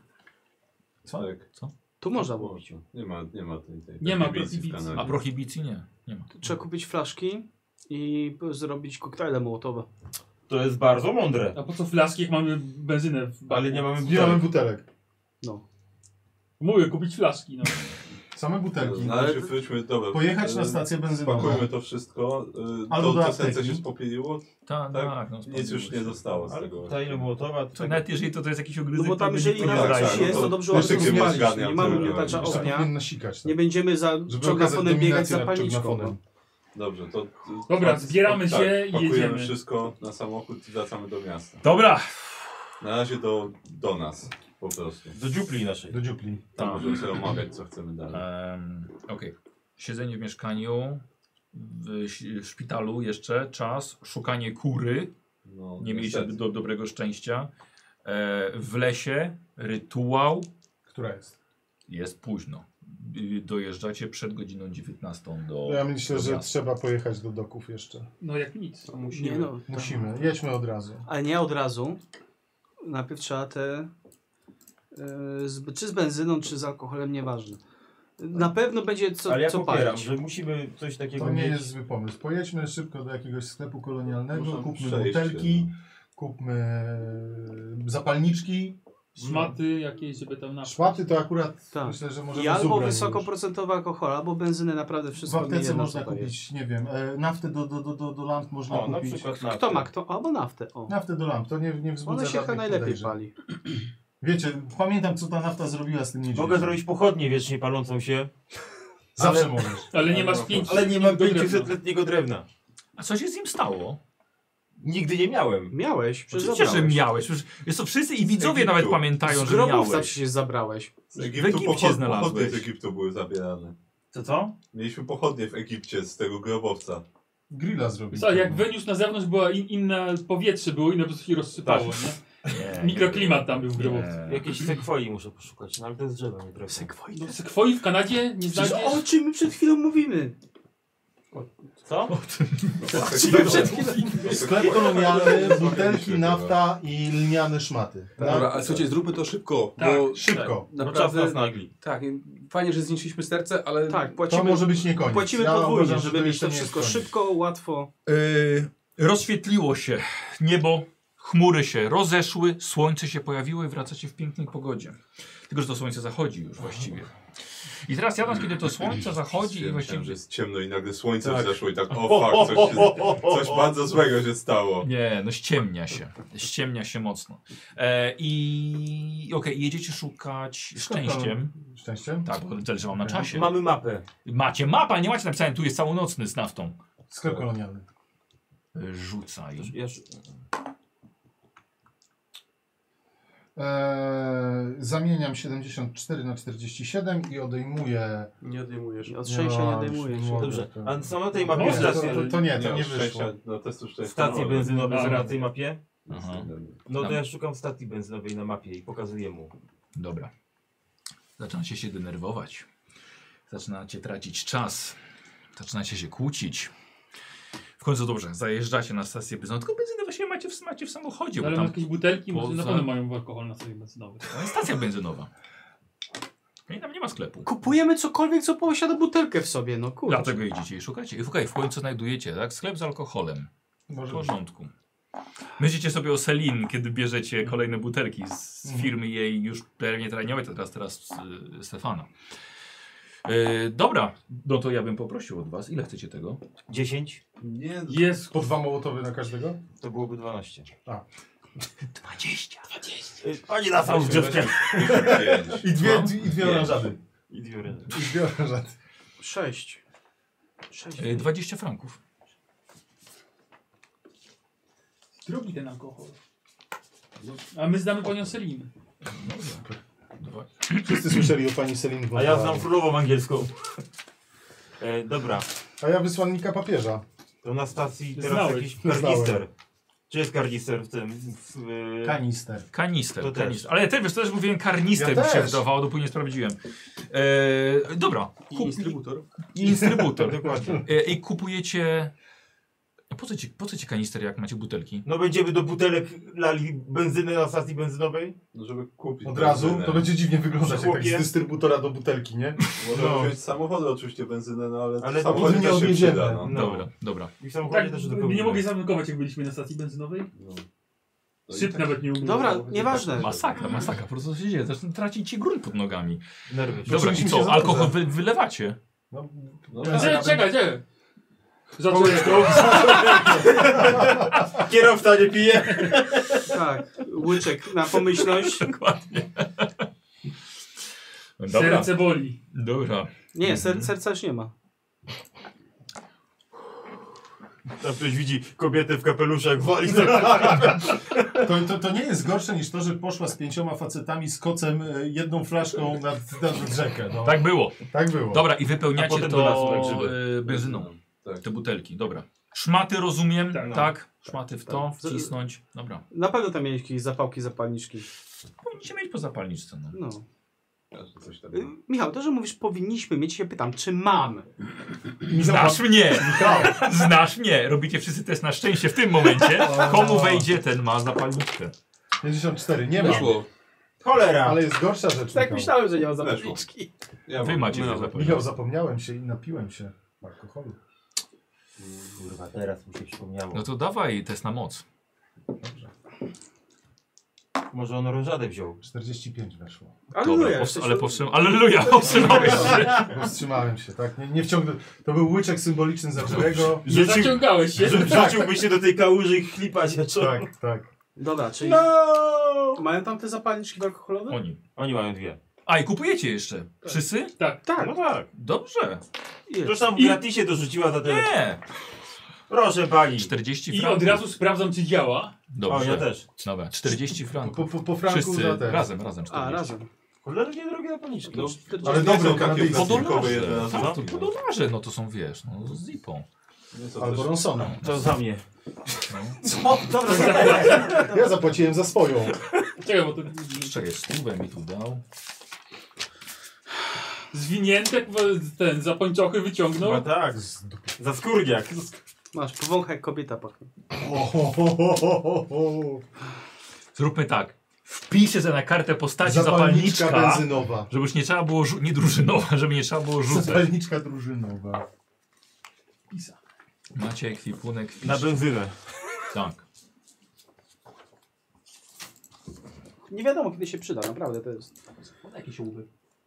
Co? Tak. Tu można było pić. Można. Nie ma tej Nie ma prohibicji w prohibicji. Kanadzie. A prohibicji nie ma. Trzeba kupić flaszki i zrobić koktajle mołotowe. To jest bardzo mądre. A po co flaski, jak mamy benzynę w baku? Ale nie mamy Nie mamy butelek. butelek. No. Mówię, kupić flaszki, no. Same butelki. Na razie wróćmy, dobra. Pojechać na stację benzynową. Spakujmy to wszystko. Albo do To apteki. serce się spopieliło? Tak. No, Nic już nie zostało z Ale tego. tajne mołotowa. To nawet jeżeli to jest jakiś ogryzek, No bo tam to jeżeli będzie na tak, wsi no jest, to to dobrze jeszcze łatwo kiedy spalić. zgarniam, Nie mamy to miotacza Jeszcze ognia. powinien nasikać. Nie będziemy za Żeby okazać czogafonem biegać dominację za nad palniczką. czognafonem. Dobrze, to... Dobra, zbieramy się i pakujemy jedziemy. wszystko na samochód i wracamy do miasta. Dobra. Na razie do nas, po prostu. Do dziupli naszej. Do dziupli. Tam Tak. możemy sobie omawiać, co chcemy dalej. Okej. Siedzenie w mieszkaniu, w szpitalu jeszcze, czas, szukanie kury. No, Nie mieliście niestety. dobrego szczęścia. W lesie, rytuał. Która jest? Jest późno. Dojeżdżacie przed godziną 19 do. Ja myślę, że miasta. trzeba pojechać do doków jeszcze. No jak nic. Nie no. Musimy. Jedźmy od razu. Ale nie od razu. Najpierw trzeba te... czy z benzyną, czy z alkoholem, nieważne. Na pewno będzie Ale ja co popieram, palić. że musimy coś takiego To nie mieć. jest zły pomysł. Pojedźmy szybko do jakiegoś sklepu kolonialnego, Można kupmy przejście, butelki, kupmy zapalniczki. Szmaty jakieś, żeby tam na... Szmaty to akurat Tak. myślę, że możemy I albo zubrać wysokoprocentowy alkohol, albo benzynę, naprawdę W wszystko nie aptece jedno, można co to jest. kupić, nie wiem, naftę do lamp można O, na kupić. przykład na Kto ma kto? Albo naftę. O. Naftę do lamp, to nie wzbudza Ona się chyba żadnych najlepiej podejrzeń. pali. Wiecie, pamiętam co ta nafta zrobiła z tym niedźwiedziem. Mogę zrobić pochodnię wiecznie palącą się, Zawsze ale- możesz. Ale nie masz 500 ale nie mam 500-letniego drewna. A co się z nim stało? Nigdy nie miałem. Miałeś, przecież Oczywiście, że zabrałeś. miałeś. Przecież jest to wszyscy i widzowie Egiptu. nawet pamiętają, Z że grobowca miałeś. przecież zabrałeś. Z W Egiptu Egipcie pochodnie znalazłeś. z Egiptu były zabierane. Co? Mieliśmy pochodnie w Egipcie z tego grobowca. Grilla zrobić. Co, jak wyniósł na zewnątrz, była inna powietrze było, inne po prostu się rozsypało, nie? Mikroklimat tam był w grobowcu. Jakieś sekwoi muszę poszukać, no ale to jest drzewo, nie drewno. No, sekwoi w Kanadzie nie Przecież znajdziesz? o czym my przed chwilą mówimy? Co? Sklep kolonialny, butelki, nafta i lniane szmaty. Dobra, ale słuchajcie, zróbmy to szybko, Tak, bo Szybko. No czas naprawdę... nas nagli. Tak, fajnie, że zniszczyliśmy serce, ale... Tak, To płacimy, może być nie koniec. płacimy Ja podwójnie, uważam, że żeby mieć jeszcze to nie jest wszystko koniec. szybko, łatwo. Rozświetliło się niebo, chmury się rozeszły, słońce się pojawiło i wracacie w pięknej pogodzie. Tylko, że to słońce zachodzi już właściwie. I teraz jadąc, kiedy to słońce zachodzi i Myślałem, właściwie... że jest ciemno i nagle słońce wzeszło i tak, o fuck, coś bardzo złego się stało. Nie, no ściemnia się mocno. Okej, jedziecie szukać szczęściem. Szczęściem? Tak, bo zależy wam na czasie. Mamy mapę. Macie mapę, nie macie napisane, tu jest całonocny z naftą. Sklep kolonialny. Rzucaj. Zamieniam 74 na 47 i odejmuję... Nie odejmujesz. Od szczęścia nie odejmujesz. mogę, Dobrze, to- a są na tej mapie Nie, stacje, to nie wyszło. szczęścia, no testu szczęścia. stacje benzynowe są na tej mapie? Aha. No to ja szukam stacji benzynowej na mapie i pokazuję mu. Dobra. Zaczynacie się denerwować. Zaczynacie tracić czas. Zaczynacie się kłócić. W końcu dobrze, zajeżdżacie na stację benzynową. Tylko benzynę właśnie macie w samochodzie. Bo Ale tam jakieś butelki, może na poza- pewno mają alkohol na sobie benzynowy. to jest stacja benzynowa. I tam nie ma sklepu. Kupujemy cokolwiek, co posiada butelkę w sobie, no kurczę. Dlatego jedziecie i szukacie. I w końcu znajdujecie, tak? Sklep z alkoholem. W Może porządku. Myślicie sobie o Selin, kiedy bierzecie kolejne butelki z firmy jej już pewnie tereniowej, to teraz Stefana. Dobra, no to ja bym poprosił od was. Ile chcecie tego? 10? Nie, Jest. po 2 mołotowy na każdego? To byłoby 12. 20. Pani na sam drzewkę. I dwie oranżady. I dwie ręce. I dwie oranżady. 6. 20 franków. Drugi ten alkohol. A my znamy panią Selinę. Dobra. Wszyscy słyszeli o pani Selin von A ja znam Braun. królową angielską. Dobra, A ja wysłannika papieża. to na stacji teraz Znałeś. jakiś karnister. Gdzie jest karnister w tym? Kanister. Kanister, To też. kanister. Ale ja też mówiłem karnister, Ja mi się też. wydawało, dopóki nie sprawdziłem. Dobra. I instrybutor. I instrybutor. Dokładnie. I kupujecie... Po co ci kanister, jak macie butelki? No będziemy do butelek lali benzynę na stacji benzynowej? No żeby kupić Od razu benzynę. to będzie dziwnie wyglądać, jak tak Chłopie. z dystrybutora do butelki, nie? Można wziąć z samochodu oczywiście benzynę, no ale Ale w samochodzie nie też się odjedziemy. przyda, no. Dobra, dobra. I w samochodzie Tak, też nie mogli zatankować, jak byliśmy na stacji benzynowej. No. No i Szyb tak- nawet nie umiał. Dobra, założyć. nieważne. Masakra, po prostu się dzieje. Zresztą tracicie grunt pod nogami. nerwy. Dobra, i Zaczęliśmy się co? za- Alkohol wylewacie? No, No ja- tak. Czekaj. Zacząłem to. Kierowca nie pije. Tak, łyczek na pomyślność. Dokładnie. Dobra. Serce boli. Dobra. Nie, serca już nie ma. Tam ktoś widzi kobietę w kapeluszach, wali To nie jest gorsze niż to, że poszła z 5 facetami z kocem, jedną flaszką nad rzekę. No. Tak było. Tak było. Dobra, i A wypełniacie potem do lasu na to grzyby. benzyną. Tak. Te butelki, dobra. Szmaty rozumiem, Tak, no. tak? Szmaty w to, wcisnąć. Dobra. Na pewno tam mieli jakieś zapałki, zapalniczki. Powinniście mieć po zapalniczce, no. No. Coś tam. Michał, to, że mówisz powinniśmy mieć, się pytam, czy mamy? Znasz mnie! Znasz mnie! Robicie wszyscy test na szczęście w tym momencie. Komu wejdzie, ten ma zapalniczkę. 54, nie ma. Weszło. Cholera! Ale jest gorsza rzecz. Tak Michał. myślałem, że nie ma zapalniczki. Ja Wy mam- macie No. zapalniczkę. Michał, zapomniałem się i napiłem się alkoholu. Kurwa, teraz mi się przypomniało. No to dawaj test na moc. Dobrze. Może on orężadę wziął. 45 weszło. Dobra, Alleluja, powstrzymałeś się. Powstrzymałem się, tak? Nie wciągnę. To był łyczek symboliczny za Jerego. Że zaciągałeś się. Rzuciłby się do tej kałuży i chlipać, a co? Tak, tak. Dobra, czyli mają tam te zapalniczki alkoholowe? Oni mają dwie. A i kupujecie jeszcze? Wszyscy? Tak. Tak. No tak. Dobrze. Ktoś tam w gratisie dorzuciła za te... Nie. Proszę pani. 40 I franków. od razu sprawdzam, czy działa. Dobrze. O, ja też. Dobra, 40 franków. Po franku Wszyscy za te. razem 40. A, razem. Cholernie drogie zapalniczki. No, Ale dobre takie kanadyjskie. Po Kilkowe dolarze. jedne Tak, to po dolarze, no to są, wiesz, no z zipą. Albo Ronsona. To za mnie. Co? Dobra, Ja zapłaciłem za swoją. Czekaj, bo to... Czekaj, stówę mi tu dał. zwinięte, ten za pończochy wyciągnął. No tak, za skórniak. Masz, powąchaj jak kobieta pachnie. Zróbmy tak. Wpiszę sobie na kartę postaci Zapalniczka zapalniczka, benzynowa. żeby już nie trzeba było, nie drużynowa, żeby nie trzeba było rzucać. Zapalniczka drużynowa. Macie ekwipunek. Na benzynę. Tak. Nie wiadomo kiedy się przyda, naprawdę to jest. Jakieś łby.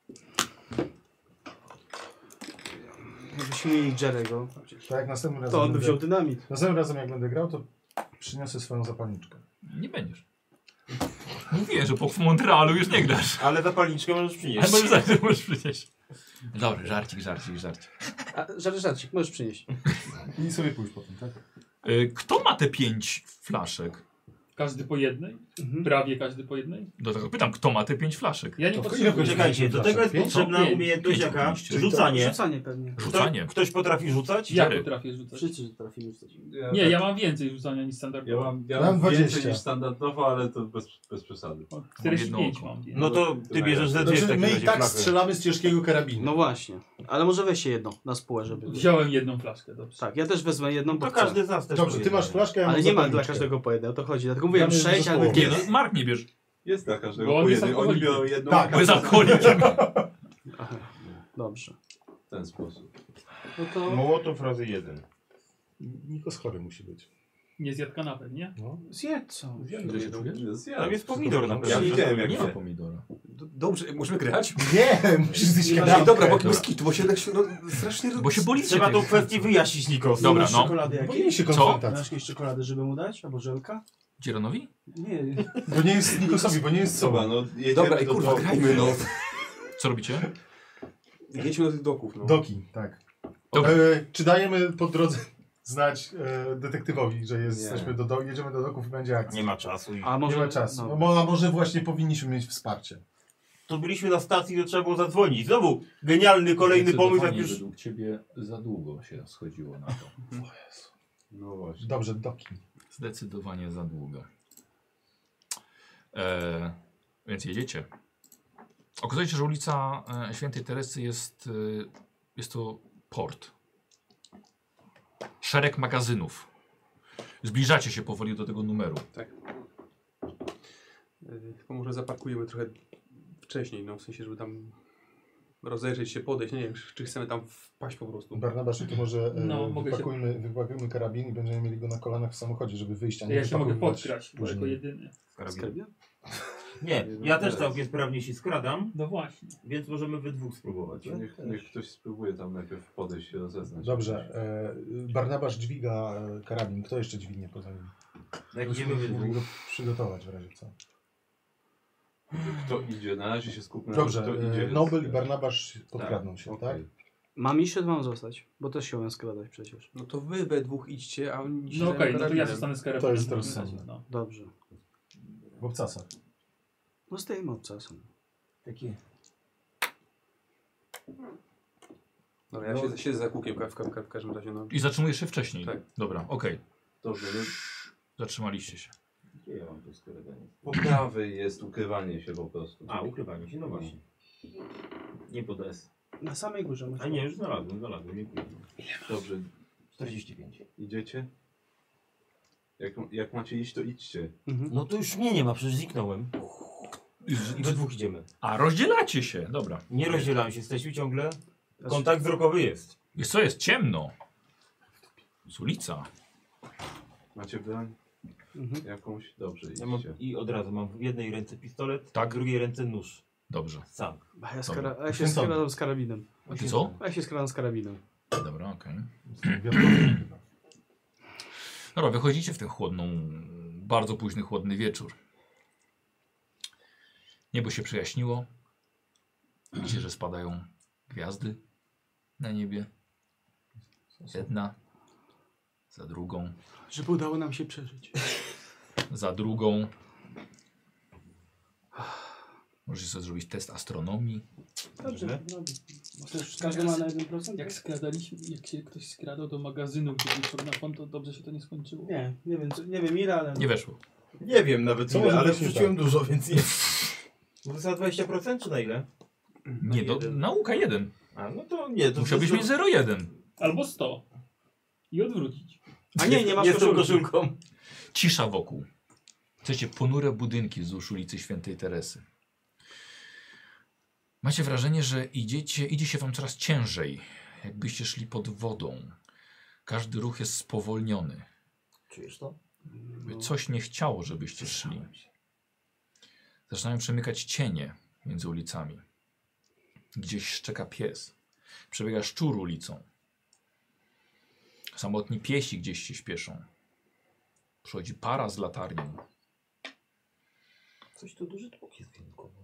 Jakbyśmy mieli Jerego, Tak jak następnym razem. to on by będę- wziął dynamit. Następnym razem jak będę grał, to przyniosę swoją zapalniczkę. Nie będziesz. Mówię, że po Montrealu już nie grasz. Ale zapalniczkę możesz Ale przynieść. możesz przynieść. Dobry, żarcik. A, żarcik, możesz przynieść. I sobie pójść potem, tak? Kto ma te 5 flaszek? Każdy po jednej? Mhm. Prawie każdy po jednej? Do tego pytam, kto ma te 5 flaszek? Ja nie To potrzebuję. Czekajcie, do tego jest Pięć? potrzebna Pięć. umiejętność Pięć jaka? oczywiście. Rzucanie. Rzucanie pewnie. Rzucanie. Ktoś potrafi rzucać? Ja Jerry. potrafię rzucać. Wszyscy trafimy rzucać. Nie, ja mam więcej rzucania niż Ja standardowo. mam Mam więcej 20. niż standardowo, ale to bez przesady. O, jedno 45 oko. mam. No to ty bierzesz ze dwie w Znaczy, takim my i razie tak flachę. strzelamy z ciężkiego karabinu. No właśnie. Ale może weź jedną na spółę, żeby... Wziąłem jedną flaszkę, dobrze. Tak, ja też wezmę jedną, bo To chcę. każdy z nas też Dobrze, ty masz flaszkę, ja mam Ale nie ma dla zapalniczkę. każdego po jednej, o to chodzi. Dlatego mówiłem Damy 6 albo zespołowi. Nie, 5. no Mark nie bierz. Jest dla Bo każdego on po jest jednej. Oni alkoholikiem. biorą jedną Tak, Bo jest alkoholikiem. Dobrze. w ten sposób. No to... Mołotow razy 1. Nikos chory musi być. Nie zjadł kanapę, nie? No. Zjedz co? Tam jest pomidor na Ja pewno. widziałem jak Nie ma to. pomidora. Dobrze, możemy grać? Nie, musisz zjeść Ej, kanapkę. dobra, bo bez kitu, bo się tak strasznie... Bo się boli Trzeba tą kwestię wyjaśnić, Nikos. Dobra, Masz no. czekolady Powinien jakieś? się Co? konfrontacji. Masz jakieś czekolady, żeby mu dać? Albo żelka? Dzieronowi? Nie. Bo nie jest Nikosowi, bo nie jest Dobra, sobą. no jedziemy Dobra, i do kurwa, domu. grajmy, no. Co robicie? Jedźmy do tych doków, no. Doki, tak. Dobra. Czy dajemy po drodze znać detektywowi, że Nie. jedziemy do doków i będzie akcja? Nie ma czasu. A Nie ma czasu. No, a może właśnie powinniśmy mieć wsparcie. To byliśmy na stacji, to trzeba było zadzwonić. Znowu genialny kolejny pomysł, jak już... według ciebie za długo się schodziło na to. No właśnie. Dobrze, doki. Zdecydowanie za długo. Więc jedziecie. Okazuje się, że ulica Świętej Teresy jest to port. Szereg magazynów. Zbliżacie się powoli do tego numeru. Tylko może zaparkujemy trochę wcześniej, no w sensie, żeby tam rozejrzeć się, podejść, nie wiem, czy chcemy tam wpaść po prostu. Barnabasz, to może No, mogę się- wypakujmy karabin i będziemy mieli go na kolanach w samochodzie, żeby wyjść, a nie Ja się mogę wypakowywać podkraść, bo później. jako jedyny. Skarbie? Nie, ja też całkiem sprawnie się skradam, No właśnie. więc możemy we dwóch spróbować. Niech ktoś spróbuje tam najpierw podejść się rozeznać. Dobrze, Barnabasz dźwiga karabin. Kto jeszcze dźwignie poza nim? Jak idziemy we Musimy dwóch. go przygotować w razie co. Kto idzie? Na razie się skupmy Dobrze, na tym, kto idzie. Nobel i Barnabasz podkradną się, tak? okej. Mam iść, czy mam zostać? Bo też się umiem skradać przecież. No to wy we dwóch idźcie, a oni się No okej, no to ja karabinem. zostanę z To karabinem. jest w takim rozsądne. razie, no. Dobrze. W obcasach. No zdejmę od czasu. Takie... Dobra, ja siedzę za kółkiem w każdym razie, no. I zatrzymujesz się wcześniej. Tak. Dobra, okej. Dobrze, no Zatrzymaliście się. Gdzie ja mam to skradanie? po prawej jest ukrywanie się po prostu. A, ukrywanie się, no właśnie. Nie pod S. Na samej górze. A nie, już znalazłem, dziękuję. Dobrze, 45. idziecie? Jak macie iść, to idźcie. Mhm. No to już mnie nie ma, przecież zniknąłem. I we dwóch idziemy. A, rozdzielacie się. Dobra. Nie rozdzielamy się, jesteśmy ciągle. Kontakt wzrokowy jest. Jest co, jest ciemno. Jest ulica. Macie broń? Mhm. Jakąś? Dobrze, Ja mam, idźcie. I od razu mam w jednej ręce pistolet, Tak. w drugiej ręce nóż. Dobrze. Sam. A ja, Dobra. a ja się skradam z karabinem. A ty co? A ja się skradam z karabinem. Dobra, okej. Dobra, wychodzicie w ten bardzo późny, chłodny wieczór. Niebo się przejaśniło. Widzicie, że spadają gwiazdy na niebie. Jedna, za drugą, Żeby udało nam się przeżyć. za drugą. Możecie sobie zrobić test astronomii. Dobrze. Każdy ma na 1%? Jak skradaliśmy, jak się ktoś skradał do magazynu, gdzie był magnafon, to dobrze się to nie skończyło. Nie wiem ile, ale... Nie weszło. Nie wiem nawet Co ile, może ale być nie wrzuciłem dużo, więc nie. Za 20% czy na ile? Nie, nauka 1. A no to nie, to Musiałbyś mieć 0,1. Albo 100. I odwrócić. A nie masz nie z tą koszulki. koszulką. Cisza wokół. Chcecie ponure budynki wzdłuż ulicy Świętej Teresy. Macie wrażenie, że idzie się wam coraz ciężej, jakbyście szli pod wodą. Każdy ruch jest spowolniony. Czujesz to? Coś nie chciało, żebyście szli. Zaczynają przemykać cienie między ulicami. Gdzieś szczeka pies. Przebiega szczur ulicą. Samotni piesi gdzieś się śpieszą. Przychodzi para z latarnią. Coś tu duży tłok jest wyjątkowy.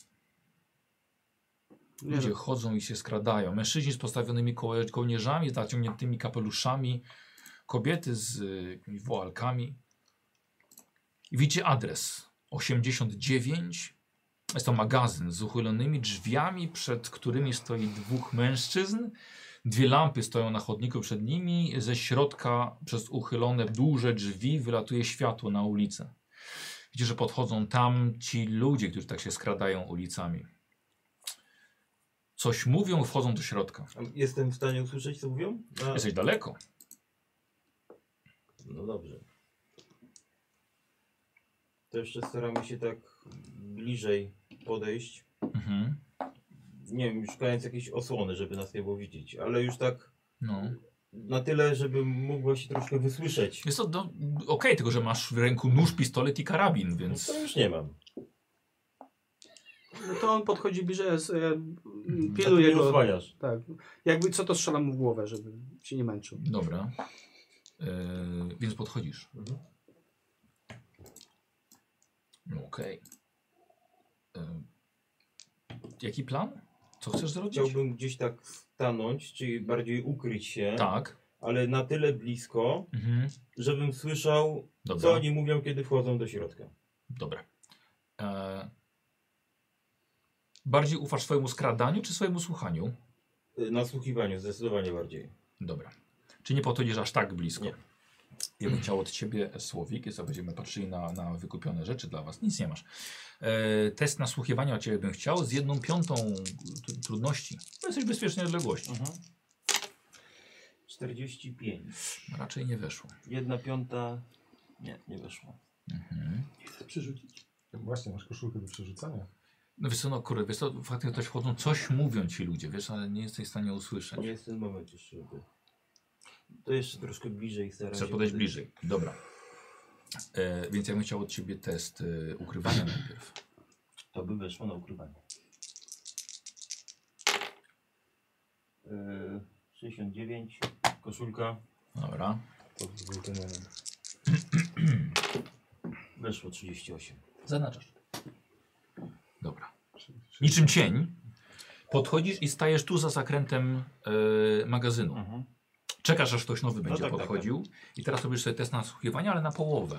Ludzie chodzą i się skradają. Mężczyźni z postawionymi kołnierzami, z naciągniętymi kapeluszami. Kobiety z jakimiś woalkami. I widzicie adres. 89. Jest to magazyn z uchylonymi drzwiami, przed którymi stoi 2 mężczyzn. 2 lampy stoją na chodniku przed nimi. Ze środka przez uchylone duże drzwi wylatuje światło na ulicę. Widzicie, że podchodzą tam ci ludzie, którzy tak się skradają ulicami. Coś mówią, wchodzą do środka. Jestem w stanie usłyszeć, co mówią? Jesteś daleko. No dobrze. To jeszcze staramy się tak bliżej podejść. Mhm. Nie wiem, szukając jakiejś osłony, żeby nas nie było widzieć, ale już tak No. na tyle, żebym mógł właśnie troszkę wysłyszeć. Jest to okej, tylko że masz w ręku nóż, pistolet i karabin, No więc... to już nie mam. No to on podchodzi bliżej, ja A ty piluję mnie go. osłaniasz. Tak. Jakby co, to strzelam mu w głowę, żeby się nie męczył. Dobra. Więc podchodzisz. Mhm. No okej. Jaki plan? Co chcesz zrobić? Chciałbym gdzieś tak stanąć, czyli bardziej ukryć się, Tak. ale na tyle blisko, Mhm. żebym słyszał, Dobra. co oni mówią, kiedy wchodzą do środka. Dobra. Bardziej ufasz swojemu skradaniu czy swojemu słuchaniu? Nasłuchiwaniu zdecydowanie bardziej. Dobra. Czy nie podchodzisz aż tak blisko? Nie. Ja bym chciał od ciebie słowik, jest, będziemy patrzyli na wykupione rzeczy dla was. Nic nie masz. Test nasłuchiwania od ciebie bym chciał z 1/5 trudności. Bo jesteś w bezpiecznej odległości. 45. Raczej nie weszło. 1/5. Nie weszło. Mhm. Chcę przerzucić. Właśnie, masz koszulkę do przerzucania. No wiesz co, no kurde, wiesz co, faktycznie ktoś wchodzą, coś mówią ci ludzie, wiesz, ale nie jesteś w stanie usłyszeć. Nie jest ten moment jeszcze. To jeszcze troszkę bliżej staram Chcesz się podejść bliżej. Dobra. Więc ja bym chciał od ciebie test ukrywania najpierw. To by weszło na ukrywanie. 69. Koszulka. Dobra. To był ten jeden. Weszło 38. Zaznaczasz. Dobra. Niczym cień podchodzisz i stajesz tu za zakrętem magazynu. Czekasz, aż ktoś nowy będzie tak, podchodził i teraz robisz sobie test nasłuchiwania, ale na połowę.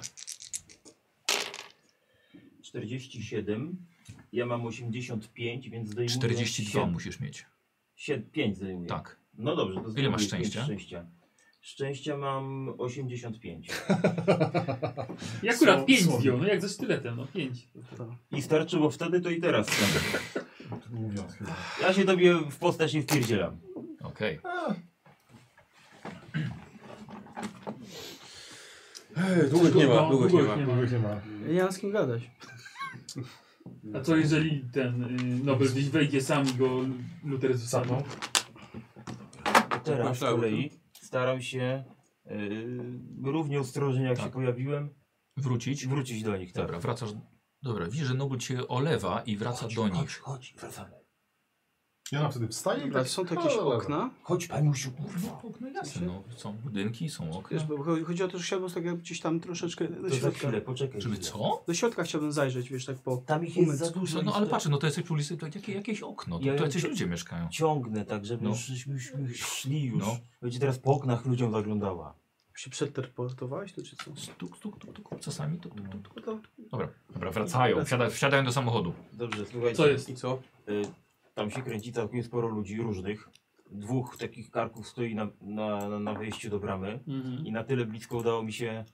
47. Ja mam 85, więc zdejmuję 42 7. musisz mieć. 5 zdejmuję. Tak. No dobrze, to Ile zdejmuję masz 5 szczęścia? szczęścia. Szczęścia mam 85. I akurat 5 zdjął, no jak ze sztyletem, no 5. I starczyło wtedy, to i teraz. Mówiąc chyba. Ja się tobie w postać nie wpierdzielam. Okej. Długich nie ma, No, długich nie ma. Długich nie ma. Ja nie mam z kim gadać. A co jeżeli ten Nobel gdzieś wejdzie sam i go Luther zostawią? Teraz z kolei staram się równie ostrożnie jak Tak. się pojawiłem wrócić do nich. Tak. Dobra, wracasz. Dobra, widzisz, że Nobel cię olewa i wraca do nich. Chodź, wracamy. Ja na wtedy wstaję i Dobra, tak... są tu jakieś okna? Chodź, paniusiu, kurwa. No jasne, no, są budynki, są okna. Wiesz, bo chodzi o to, że chciałbym tak jakby gdzieś tam troszeczkę do To za środka. chwilę, poczekaj. Żeby chwilę. co? Do środka chciałbym zajrzeć, wiesz, tak po... Tam ich jest umyć. za dużo. No ale patrz, no to jesteś przy ulicy, to jakieś okno, to Ja jacyś to- ludzie mieszkają. Ciągnę tak, żeby No. już żeśmy szli już. No. Będzie teraz po oknach ludziom zaglądała. Się przeteleportowałeś tu, czy co? Stuk, stuk, tuk, tuk, czasami tuk, tuk, tuk, tuk. No to... Dobra, wracają, wsiadają do samochodu. Dobrze, słuchajcie. Co jest? I co? Tam się kręci całkiem sporo ludzi różnych. 2 takich karków stoi na wejściu do bramy. I na tyle blisko udało mi się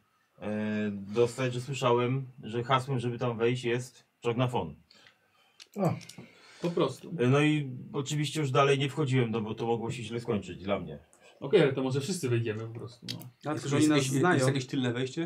dostać, że słyszałem, że hasłem, żeby tam wejść jest Czognafon. O. Po prostu. No i oczywiście już dalej nie wchodziłem, no bo to mogło się źle skończyć dla mnie. Okej, ale to może wszyscy wejdziemy po prostu. No. A tylko, że oni nas znają. Jest jakieś tylne wejście?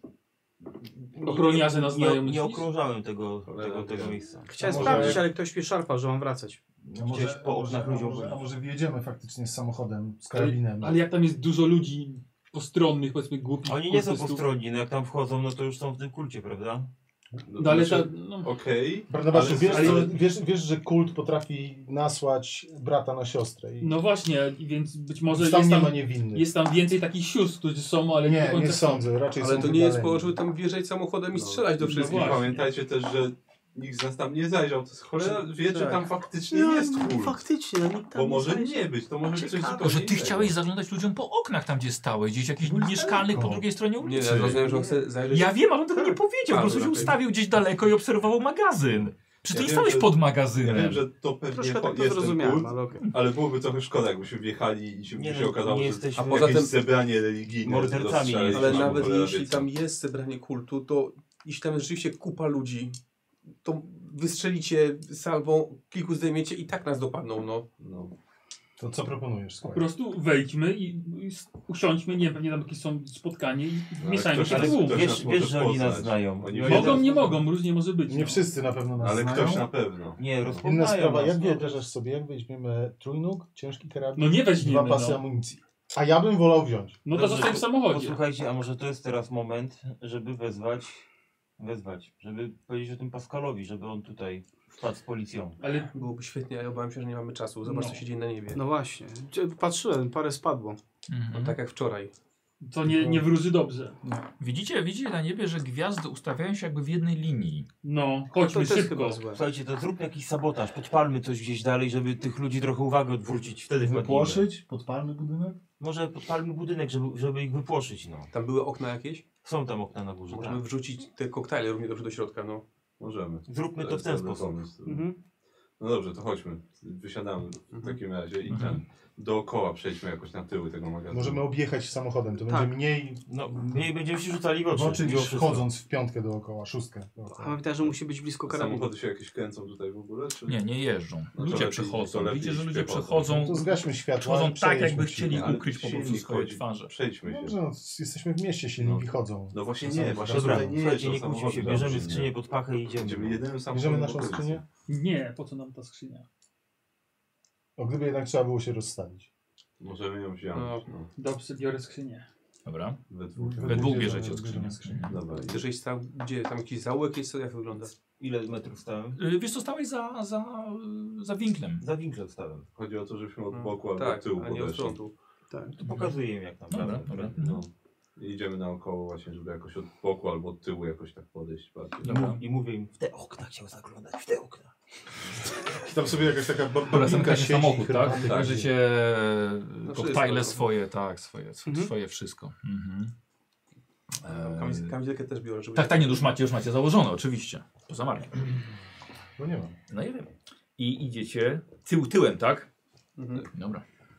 Ochroniarze nas znają, Nie myślisz? okrążałem tego miejsca. Chciałem może sprawdzić, jak- ale ktoś mnie szarpał, że mam wracać. Gdzieś po oknach ludziom a może wjedziemy faktycznie z samochodem, z karabinem. Ale jak tam jest dużo ludzi postronnych, powiedzmy głupich Oni nie są kultystów. postronni, no jak tam wchodzą, no to już są w tym kulcie, prawda? No ale ta, no, Okej. Barnabaszu, ale- wiesz, że kult potrafi nasłać brata na siostrę. I no właśnie, więc być może tam jest nie tam, ma niewinnych. jest tam więcej takich sióstr, którzy są, ale do Nie, końca nie są. sądzę. Raczej Ale są to nie jest wydaleni. po, żeby tam wjeżdżać samochodem i strzelać do No wszystkich. właśnie. Pamiętajcie też, że nikt z nas tam nie zajrzał. To jest cholera, wie, że Tak. tam faktycznie jest kult. Faktycznie, no nikt tam Bo może zajrzy. nie być, to może być coś Ciekawe. zupełnie Że ty innego. chciałeś zaglądać ludziom po oknach tam, gdzie stałeś, gdzieś jakichś mieszkalnych po drugiej stronie Nie, ulicy. ja rozumiem, że on chce zajrzeć. Ja wiem, ale on tego nie powiedział, po prostu się okej. ustawił gdzieś daleko i obserwował magazyn. Przecież ty nie Ja wiem, stałeś że- pod Ja magazynem. wiem, że to pewnie Troszkę tak to jest ten zrozumiałem, kult, ale okej. ale byłoby trochę szkoda, jakbyśmy wjechali i się, Nie, by no, się okazało, nie że jesteśmy- a A poza poza jakieś tym- zebranie religijne. Mordercami rozstrzelić, nie Ale albo nawet cholera jeśli wie co. tam jest zebranie kultu, to jeśli tam jest rzeczywiście kupa ludzi, to wystrzelicie salwą, kilku zdejmiecie i tak nas dopadną, no. No. To co proponujesz? Po Słuchaj. prostu wejdźmy i usiądźmy, nie wiem, pewnie tam jakieś są spotkanie i Ale wmieszajmy ktoś się nas- w tłum. ktoś Wiesz, nas może wiesz, że oni nas poznać. znają. Oni Mogą, wiedzą, nie co- mogą, różnie może być. Nie no. wszyscy na pewno nas Ale znają. ktoś na pewno. Nie, Inna rozpoznają sprawa, nas, jak no. wyobrażasz sobie, jak weźmiemy trójnóg, ciężki karabin, No nie dwa weźmiemy, pasy no. amunicji. A ja bym wolał wziąć. No to Dobrze, zostań w samochodzie. Posłuchajcie, a może to jest teraz moment, żeby wezwać, żeby powiedzieć o tym Pascalowi, żeby on tutaj wpadł z policją. Ale Byłoby świetnie, ale obawiam się, że nie mamy czasu. Zobacz, No. co się dzieje na niebie. No właśnie. Patrzyłem, parę spadło. No, tak jak wczoraj. to nie wróży dobrze. Widzicie na niebie, że gwiazdy ustawiają się jakby w jednej linii. No, To chodźmy jest szybko. chyba złe. Słuchajcie, to zróbmy jakiś sabotaż, podpalmy coś gdzieś dalej, żeby tych ludzi trochę uwagę odwrócić. Wtedy wpadnijmy. Wypłoszyć? Podpalmy budynek? Może podpalmy budynek, żeby ich wypłoszyć, no. Tam były okna jakieś? Są tam okna na górze, Możemy tak. wrzucić te koktajle równie dobrze do środka, no. Możemy. Zróbmy to w jest ten dobry sposób. pomysł. Mhm. No dobrze, to chodźmy. Wysiadamy w takim razie i Mhm. dookoła przejdźmy jakoś na tyły tego magazynu. Możemy objechać samochodem, to Tak. będzie mniej No, mniej będziemy się rzucali w w oczy. oczy mimo niż wszystko. wchodząc w piątkę dookoła, szóstkę dookoła. Pamiętaj, że musi być blisko karabinu. Samochody się jakieś kręcą tutaj w ogóle? Czy... Nie jeżdżą. No to Ludzie lepiej- przechodzą. to lepiej Widzicie, że ludzie śpiechodzą. przechodzą, To zgaśmy światła. przechodzą i tak, przejedźmy jakby się. chcieli Ale ukryć po prostu silnik swoje chodzi. twarze. Przejdźmy się. Dobrze, no, jesteśmy w mieście, silniki chodzą. No właśnie To nie, są- właśnie Dobra, tutaj nie słuchajcie, nie jeżdżą kłóćmy się, samochody, bierzemy dobrze, skrzynię nie. pod pachę i idziemy. Będziemy jedynym samochodem. Bierzemy w naszą okolicy. skrzynię? Nie, po co nam ta skrzynia? O, gdyby jednak trzeba było się rozstawić. Możemy ją wziąć. No. No. Dobrze, biorę skrzynię. Dobra. We dwóch. We dwóch bierzemy bierzecie skrzynię. Dobra. Ty żeś stał, gdzie? Tam jakiś zaułek jest? Co, jak wygląda? Ile metrów stałem? Wiesz co, stałeś za winklem. Za winklem stałem. Chodzi o to, żebyśmy od boku albo Tak, od tyłu a nie od podeszli. frontu. To pokazuję im jak tam. Dobra, prawda? dobra. No. I idziemy naokoło właśnie, żeby jakoś od boku albo od tyłu jakoś tak podejść bardziej. Dobra. I mówię im, w te okna chciał zaglądać, w te okna. Tam sobie jakaś taka Dobra, babinka zamykacie siedzi. samochód, tak? herbaty Tak. Bierzecie No koktajle wszystko. swoje, tak, swoje Mhm. wszystko. Mhm. Kamizelkę też biorę, żeby... Tak, nie, już macie założone, oczywiście. Poza Markiem. No nie mam. No i wiem. I idziecie tyłem, tak? Mhm. Dobra.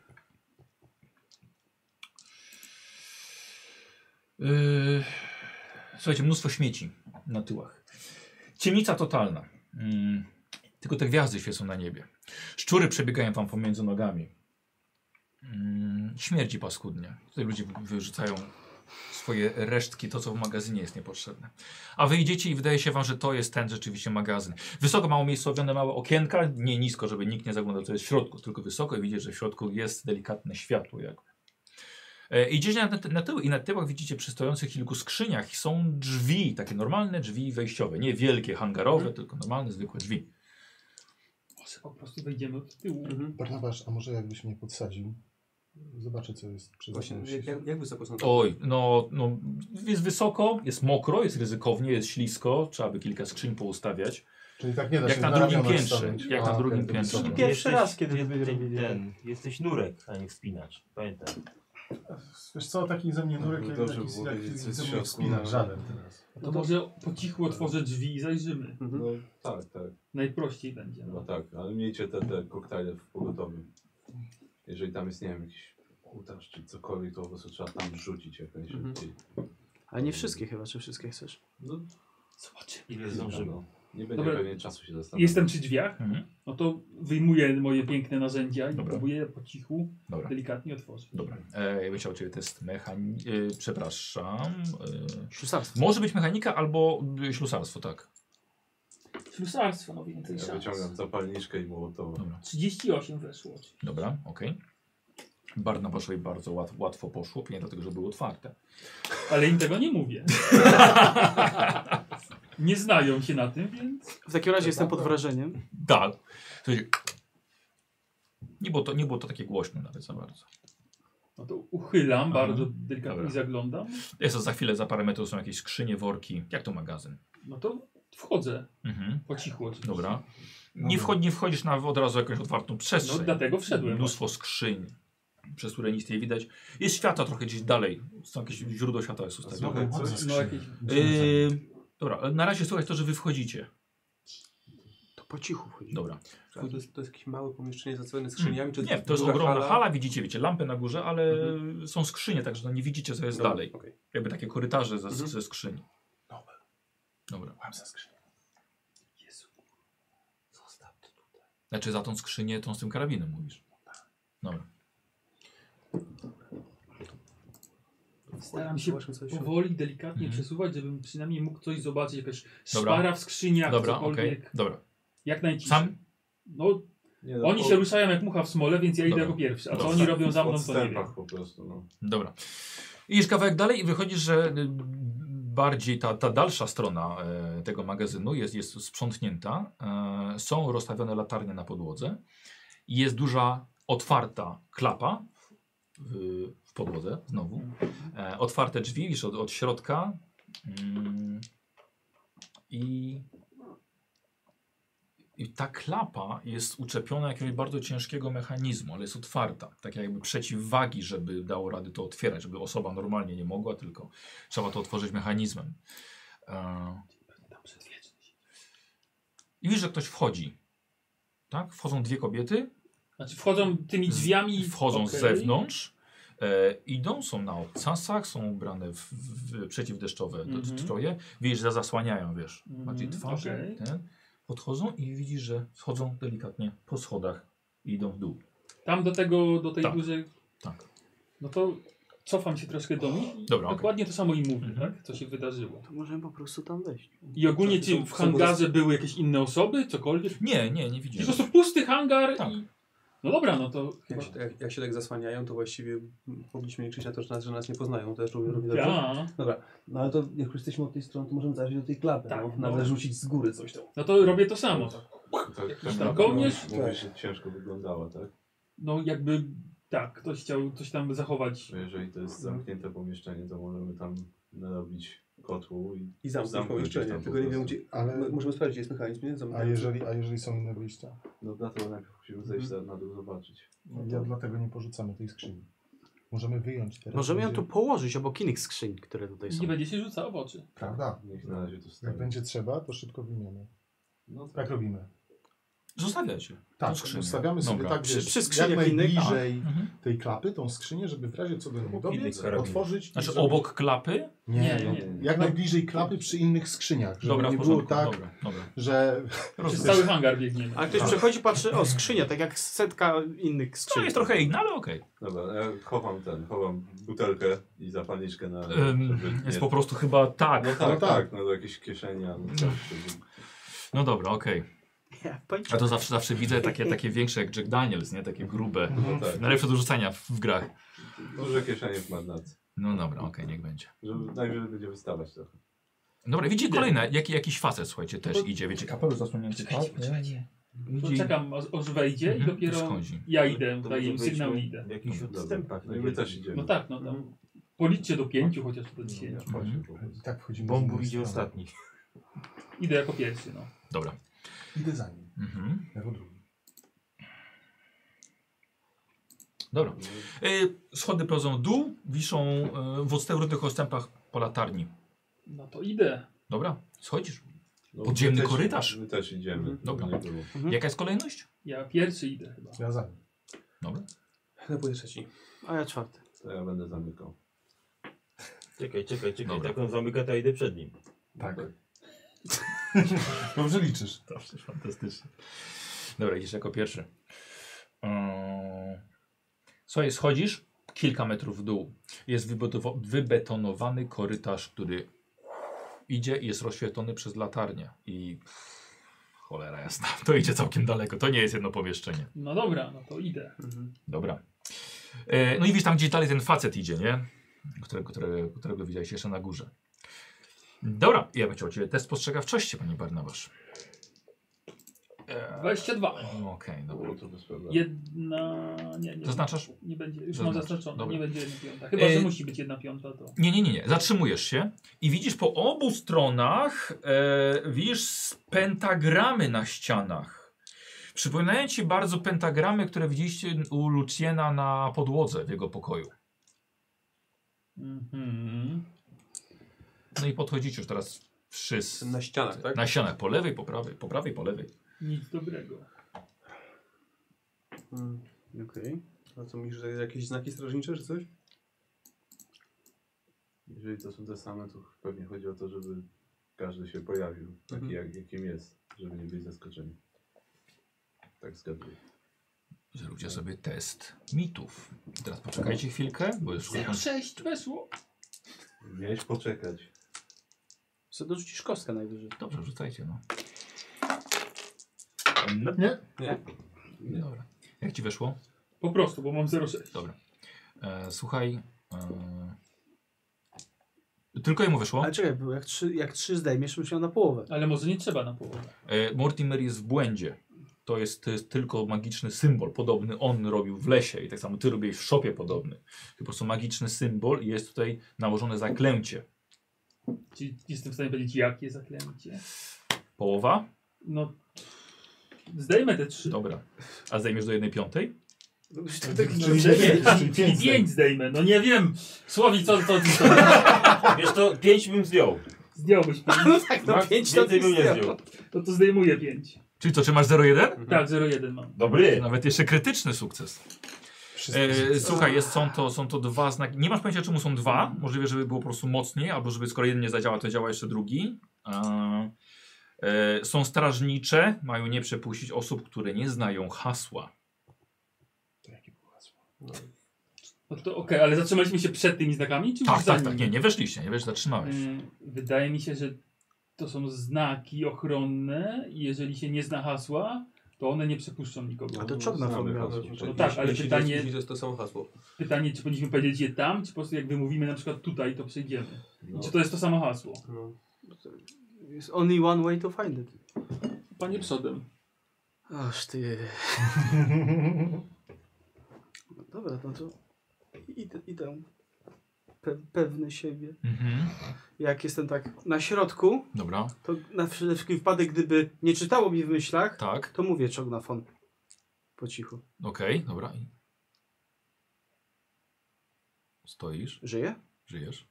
Słuchajcie, mnóstwo śmieci na tyłach. Ciemnica totalna. Tylko te gwiazdy świecą na niebie. Szczury przebiegają wam pomiędzy nogami. Śmierdzi paskudnie. Tutaj ludzie wyrzucają swoje resztki, to co w magazynie jest niepotrzebne. A wy idziecie i wydaje się wam, że to jest ten rzeczywiście magazyn. Wysoko mało miejscowione małe okienka, nie nisko, żeby nikt nie zaglądał, co jest w środku, tylko wysoko i widzicie, że w środku jest delikatne światło jakby. Idziecie na tył i na tyłach widzicie przy stojących kilku skrzyniach są drzwi, takie normalne drzwi wejściowe, nie wielkie hangarowe, tylko normalne, zwykłe drzwi. Może po prostu wejdziemy od tyłu. Barnabasz, a może jakbyś mnie podsadził? Zobaczę, co jest przy Właśnie, zewnątrz. jak wysoko są? Oj, no jest wysoko, jest mokro, jest ryzykownie, jest ślisko, trzeba by kilka skrzyń poustawiać. Czyli tak nie da Jak się na drugim ramionach piętrze, stanąć. jak na A, drugim okej, to piętrze. wysoko. Pierwszy raz, kiedy Jesteś nurek, a nie wspinacz. Pamiętaj. Wiesz co, taki ze mnie nurek, No, jak, dobrze jak, było jak wiedzieć, co jest ze w mnie środku, wspina, no. żaden teraz. No to może po cichu otworzę drzwi i zajrzymy. No tak, tak. Najprościej będzie. No No. tak, ale miejcie te koktajle w pogotowiu. Jeżeli tam jest, nie wiem, jakiś kutarz czy cokolwiek, to po prostu trzeba tam rzucić jak najszybciej. Ale nie wszystkie chyba, czy wszystkie chcesz? No, Zobaczymy. Ile zdążymy. no. Nie będzie Dobra. pewnie czasu się zastanowić. Jestem przy drzwiach, Mhm. no to wyjmuję moje piękne narzędzia i Dobra. próbuję po cichu, Dobra. delikatnie otworzyć. Dobra. Ja bym chciał ciebie test przepraszam. Ślusarstwo. Może być mechanika albo ślusarstwo, tak. Ślusarstwo, no więcej Ja szans. wyciągam zapalniczkę i mołotowa. Dobra. 38 weszło. Dobra, okej. Bar na waszej bardzo łatwo poszło, nie dlatego, że było otwarte. Ale im tego nie mówię. Nie znają się na tym, więc... W takim razie jestem pod wrażeniem. Tak. Nie było to takie głośne nawet za bardzo. No to uchylam bardzo Aha. delikatnie Dobra. i zaglądam. Jest to za chwilę, za parę metrów są jakieś skrzynie, worki. Jak to magazyn? No to wchodzę. Mhm. Po cichu oczywiście. Dobra. Nie wchodzisz na od razu jakąś otwartą przestrzeń. No dlatego wszedłem. Mnóstwo skrzyń, przez które nic nie widać. Jest światła trochę gdzieś dalej. Są jakieś źródło światła jest ustawione. Słuchaj, co Chodzę jest? z No skrzyni. jakieś... Dobra, na razie słuchaj to, że wy wchodzicie. To po cichu wchodzi. Dobra. To jest jakieś małe pomieszczenie zacelowane skrzyniami? Czy Nie, to jest duża ogromna hala, widzicie lampy na górze, ale są skrzynie, także no nie widzicie co jest Dobra, dalej. okej. Jakby takie korytarze ze Mhm. skrzyni. Dobra. Łam za skrzynię. Znaczy za tą skrzynię, tą z tym karabinem mówisz. Dobra. Staram się Zobaczmy, co się- powoli, delikatnie Mhm. przesuwać, żebym przynajmniej mógł coś zobaczyć, jakaś Dobra. szpara w skrzyniach, Dobra, okej. cokolwiek. Dobra. Jak najciszej. Sam? No, Nie, no, oni się ruszają jak mucha w smole, więc ja idę Dobra. jako pierwszy. A co Dobra. oni robią za mną, w to nie wiem. podstępach po prostu, no. Dobra. Idziesz kawałek dalej i wychodzi, że bardziej ta dalsza strona tego magazynu jest sprzątnięta. Są rozstawione latarnie na podłodze. Jest duża, otwarta klapa w podłodze, znowu. Otwarte drzwi, widzisz, od środka. I ta klapa jest uczepiona jakiegoś bardzo ciężkiego mechanizmu, ale jest otwarta. Tak jakby przeciwwagi, żeby dało rady to otwierać, żeby osoba normalnie nie mogła, tylko trzeba to otworzyć mechanizmem. I widzisz, że ktoś wchodzi. Tak? Wchodzą dwie kobiety. Znaczy wchodzą tymi drzwiami. Wchodzą okej. z zewnątrz. Idą, są na obcasach, są ubrane w przeciwdeszczowe stroje. Widzisz, że zasłaniają, wiesz, bardziej twarze. okej. Podchodzą i widzisz, że schodzą delikatnie po schodach i idą w dół. Tam do tej Tak. dużej. Tak. No to cofam się troszkę do nich i Dobra, dokładnie to samo im mówię, tak? Co się wydarzyło. To możemy po prostu tam wejść. I ogólnie czy w hangarze były jakieś inne osoby, cokolwiek? Nie Po widzisz. prostu pusty hangar Tak. i... No dobra, no to chyba... Jak się tak zasłaniają, to właściwie mogliśmy liczyć na to, że nas nie poznają. Też robię dobrze. Ja. Dobra, no ale to jak już jesteśmy od tej strony, to możemy zajrzeć do tej klapy. Tak, no. no. Nawet rzucić z góry coś tam. No to robię to samo. Tak, Jakiś tak tam kołnierz? Mówisz, że ciężko wyglądała, tak? No jakby tak, ktoś chciał coś tam zachować. Że jeżeli to jest zamknięte pomieszczenie, to możemy tam narobić kotłu I zamknąć pomieszczenie. tam po Tylko nie wiem, prostu. gdzie... Ale- Możemy sprawdzić, jest mechanizm, nie? A jeżeli są inne wyjścia? No dlatego najpierw musimy zejść na dół zobaczyć. Ja dlatego nie porzucamy tej skrzyni. Możemy wyjąć teraz. Możemy ją będzie- tu położyć obok innych skrzyń, które tutaj są. Nie będzie się rzucał w oczy. Prawda. Niech na razie to Jak stoi. będzie trzeba, to szybko wyjmiemy. No Tak robimy. Zostawiacie. Tak, tą skrzynię. ustawiamy sobie Dobra. tak, Przy- wiesz, przy jak skrzyniach innych, najbliżej Mhm. tej klapy, tą skrzynię, żeby w razie co do niej innych dobiec, karabinów. otworzyć. i Znaczy zrobić- obok klapy? Nie, Nie, no, nie. jak najbliżej klapy przy innych skrzyniach. Żeby Dobra, w nie było porządku. tak, Dobra. że Przez cały hangar biegniemy. A ktoś przechodzi, patrzy, o skrzynia, tak jak setka innych To skrzyń. jest trochę inna, ale okej. Dobra, ja chowam butelkę i zapalniczkę na... Jest nie- po prostu chyba tak. No No tak, tak. tak, no do jakiejś kieszeni albo coś. żeby- No dobra, okej. Ja, A to zawsze widzę takie większe jak Jack Daniels, nie? Takie grube. No tak, Najlepsze do rzucania w grach. duże kieszenie w marnacji. No dobra, okej, niech będzie. Żeby najwyżej będzie wystawać trochę. Dobra, widzicie kolejne, jakiś facet, słuchajcie, też idzie, wiecie, kapelusz zasłonięty, tak? To czekam aż wejdzie i Mhm, dopiero schodzi. ja idę, To daję im może sygnał i wejdźmy idę. w jakichś Dobra, odstępach. no i my też idziemy. No tak, no tam policzcie do 5, chociaż do 10. Chodźmy po prostu. i tak wchodzimy. z Bombu innej idzie strony. ostatni. Idę jako pierwszy, no. Dobra. Idę za nim, Mhm. jako drugi. Dobra. Schody prowadzą w dół, wiszą w odstępnych odstępach po latarni. No to idę. Dobra, schodzisz. No, Podziemny my też- korytarz. My też idziemy. Dobra. żeby nie było. Jaka jest kolejność? Ja pierwszy idę chyba. Ja za nim. Dobra. Ja pójdę trzeci. A ja czwarty. To ja będę zamykał. Czekaj. Dobra. Tak on zamyka, to ja idę przed nim. Tak. Dobrze liczysz. Dobrze, fantastycznie. Dobra, idziesz jako pierwszy. Słuchaj, schodzisz kilka metrów w dół. Jest wybetonowany korytarz, który idzie i jest rozświetlony przez latarnię. I cholera jasna, to idzie całkiem daleko. To nie jest jedno pomieszczenie. No dobra, no to idę. Dobra. No i widzisz, tam gdzieś dalej ten facet idzie, nie? Którego widziałeś jeszcze na górze. Dobra, ja bym chciał ciebie test spostrzegawczości, panie Barnabasz. 22. Okej, dobra. To bez problemu. Jedna... Nie. Zaznaczasz? Nie będzie, już Zaznacz. mam zaznaczone, Dobra. nie będzie 1/5. Chyba, że musi być 1/5 to... Nie. Zatrzymujesz się i widzisz po obu stronach, widzisz pentagramy na ścianach. Przypominają ci bardzo pentagramy, które widzieliście u Luciena na podłodze w jego pokoju. No i podchodzicie już teraz wszyscy. Na ścianach, tak? Na ścianach, po lewej, po prawej, po prawej, po lewej. Nic dobrego. Okej. A co myślisz, że jakieś znaki strażnicze czy coś? Jeżeli to są te same, to pewnie chodzi o to, żeby każdy się pojawił, taki jakim jest, żeby nie być zaskoczeni. Tak zgaduję. Zróbcie sobie test mitów. Teraz poczekajcie chwilkę, bo już... 6 weszło. Miałeś poczekać. Co dorzucisz kostkę najwyżej. Dobrze, rzucajcie, no. Nie? Dobra. Jak ci weszło? Po prostu, bo mam 0,6. Dobra. Słuchaj... Tylko jemu wyszło. Ale czekaj, bo jak 3 zdejmiesz, bym miał na połowę. Ale może nie trzeba na połowę. Mortimer jest w błędzie. To jest tylko magiczny symbol. Podobny on robił w lesie i tak samo ty robiłeś w szopie podobny. To po prostu magiczny symbol i jest tutaj nałożone zaklęcie. Czyli jestem w stanie powiedzieć, jakie zaklęcie? Połowa? No, zdejmę te 3. Dobra. A zdejmiesz do 1/5? Czyli 5 zdejmę, no nie wiem. Słowik, co? Wiesz to, 5 bym zdjął. Zdjąłbyś 5. No tak, no 5 to Więcej bym nie zdjął. To zdejmuję 5. Czyli co, czy masz 0,1? Tak, 0,1 mam. Dobry. Nawet jeszcze krytyczny sukces. Słuchaj, są to dwa znaki. Nie masz pojęcia, czemu są dwa. Możliwe, żeby było po prostu mocniej, albo żeby skoro jeden nie zadziała, to działa jeszcze drugi. Są strażnicze, mają nie przepuścić osób, które nie znają hasła. No to okej, ale zatrzymaliśmy się przed tymi znakami? Czy już za Tak. nimi? Nie weszliście, zatrzymałeś. Wydaje mi się, że to są znaki ochronne i jeżeli się nie zna hasła, to one nie przepuszczą nikogo. A to czarna Znamy forma. hasło. No tak, ale pytanie, Jeśli to jest to samo hasło. czy powinniśmy powiedzieć je tam, czy po prostu jak wymówimy na przykład tutaj, to przejdziemy. I czy to jest to samo hasło? No. Jest only one way to find it. Panie przodem. Aż ty. Dobra, no to idę. Pewny siebie. Jak jestem tak na środku, Dobra. to na wszelki wypadek, gdyby nie czytało mi w myślach, Tak. to mówię czognafon. Po cichu. Okej, dobra. Stoisz, Żyje? żyjesz.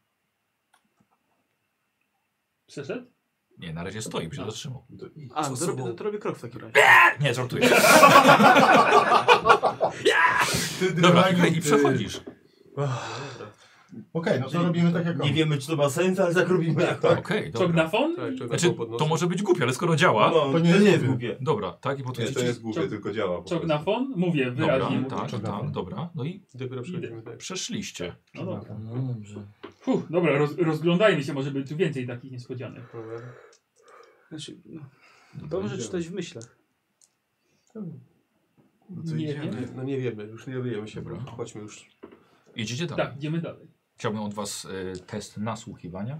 Przeszedł? Nie, na razie stoi, by się zatrzymał. A, to robię krok w takim razie. Nie, żartuję. Dobra, i przechodzisz. Okej, no to robimy tak jak on. Nie wiemy, czy to ma sens, ale tak robimy jak tak. Okej, dobra. Czognafon? Tak, Znaczy, to może być głupie, ale skoro działa... No, To nie jest głupie. Dobra, tak? I Nie, to podchodzicie. jest głupie, tylko działa po prostu. Czognafon? Mówię, Dobra, wyraźnie mówię. tak, dobra. No i Dopiero przechodzimy. Tak. przeszliście. No dobra. No dobrze. Dobra, rozglądajmy się, może być tu więcej takich niespodzianek. Znaczy, no, dobrze czytać w myślach. No to Nie idziemy. wiem. No nie wiemy, już nie dowiemy się, Dobra. chodźmy już. Idziecie dalej. Tak, idziemy dalej. Chciałbym od was test nasłuchiwania.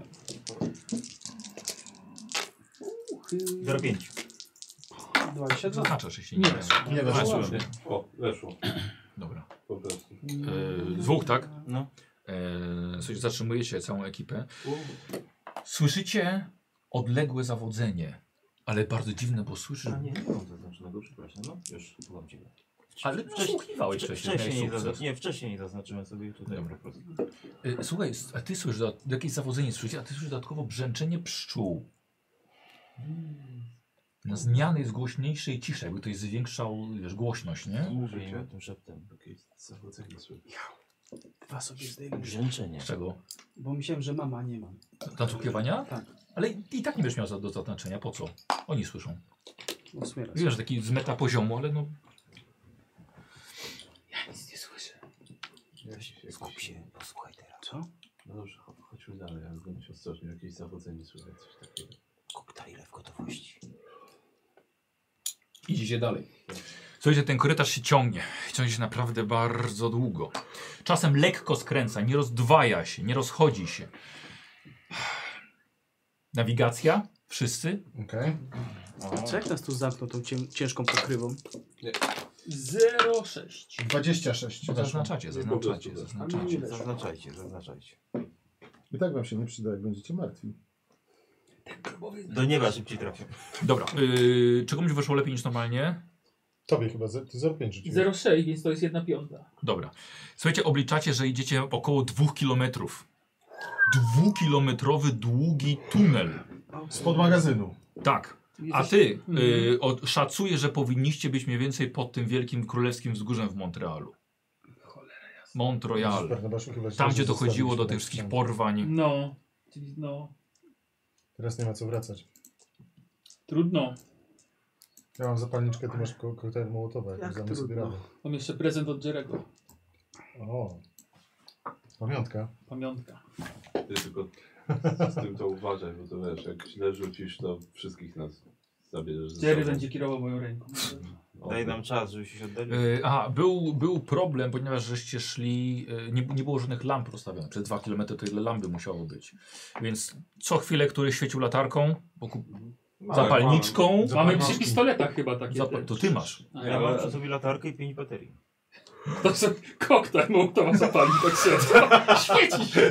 0,5. 22. Zaznaczasz, jeśli nie Nie. weszło. Nie weszło. Weszło. O, weszło. Dobra. Po prostu. Dwóch, tak? No. Słuchajcie, zatrzymujecie całą ekipę. Słyszycie odległe zawodzenie, ale bardzo dziwne, bo słyszysz... A nie mam zaznaczonego, przepraszam. No, już słucham ciebie. Ale nasłuchiwałeś wcześniej, miałeś sukces. Wcześniej nie zaznaczyłem sobie tutaj po prostu. Słuchaj, a ty słyszysz jakieś zawodzenie, słyszycie, a ty słyszysz dodatkowo brzęczenie pszczół. Na zmiany jest głośniejsze i cisze, jakby ktoś zwiększał, wiesz, głośność, nie? Mówię im o tym szeptem. Jakieś zawodzenie słyszę. 2 sobie zdejmę. Brzęczenie. Z czego? Bo myślałem, że mama nie mam. Nasłuchiwania? Tak. Ale i tak nie będziesz miał do zaznaczenia. Po co? Oni słyszą. No, w sumie racja. Wiem, że taki z meta poziomu, ale no... Ja nic nie słyszę. Skup się, posłuchaj teraz. Co? No dobrze, chodźmy dalej, ale bądź ostrożny, jakieś zawodzenie słychać, coś takiego. Koktajle w gotowości. Idziecie dalej. Słuchajcie, ten korytarz się ciągnie. Ciągnie się naprawdę bardzo długo. Czasem lekko skręca, nie rozdwaja się, nie rozchodzi się. Nawigacja? Wszyscy? Okej. Co jak nas tu zamkną tą ciężką pokrywą? 06. 26. Zaznaczacie. Zaznaczajcie. I tak wam się nie przyda, jak będziecie martwi. Do nieba szybciej trafią. Dobra, czy komuś wyszło lepiej niż normalnie? Tobie chyba, ty 0,5 rzuciłeś. 06, więc to jest 1/5. Dobra. Słuchajcie, obliczacie, że idziecie około 2 kilometrów. 2-kilometrowy długi tunel. Spod magazynu. Tak. A ty szacujesz, że powinniście być mniej więcej pod tym wielkim królewskim wzgórzem w Montrealu. Mont-Royal. Tam, gdzie dochodziło do tych wszystkich porwań. No, czyli no. Teraz nie ma co wracać. Trudno. Ja mam zapalniczkę, ty masz koktajl Mołotowa, jak Jak damy sobie trudno? radę. Mam jeszcze prezent od Jerego. O, pamiątka. Pamiątka. Ty tylko z tym to uważaj, bo to wiesz, jak źle rzucisz, to wszystkich nas zabierzesz ze Jerry sobą. będzie kierował moją ręką. Daj nam czas, żeby się oddali. Był problem, ponieważ żeście szli, nie było żadnych lamp rozstawionych. Przez 2 km to ile lampy musiało być. Więc co chwilę któryś świecił latarką, zapalniczką. Mamy przy pistoletach chyba takie. To ty masz. Ja mam przy sobie latarkę i 5 baterii. To sobie koktajl Mołotowa zapalić tak się. Świeci się.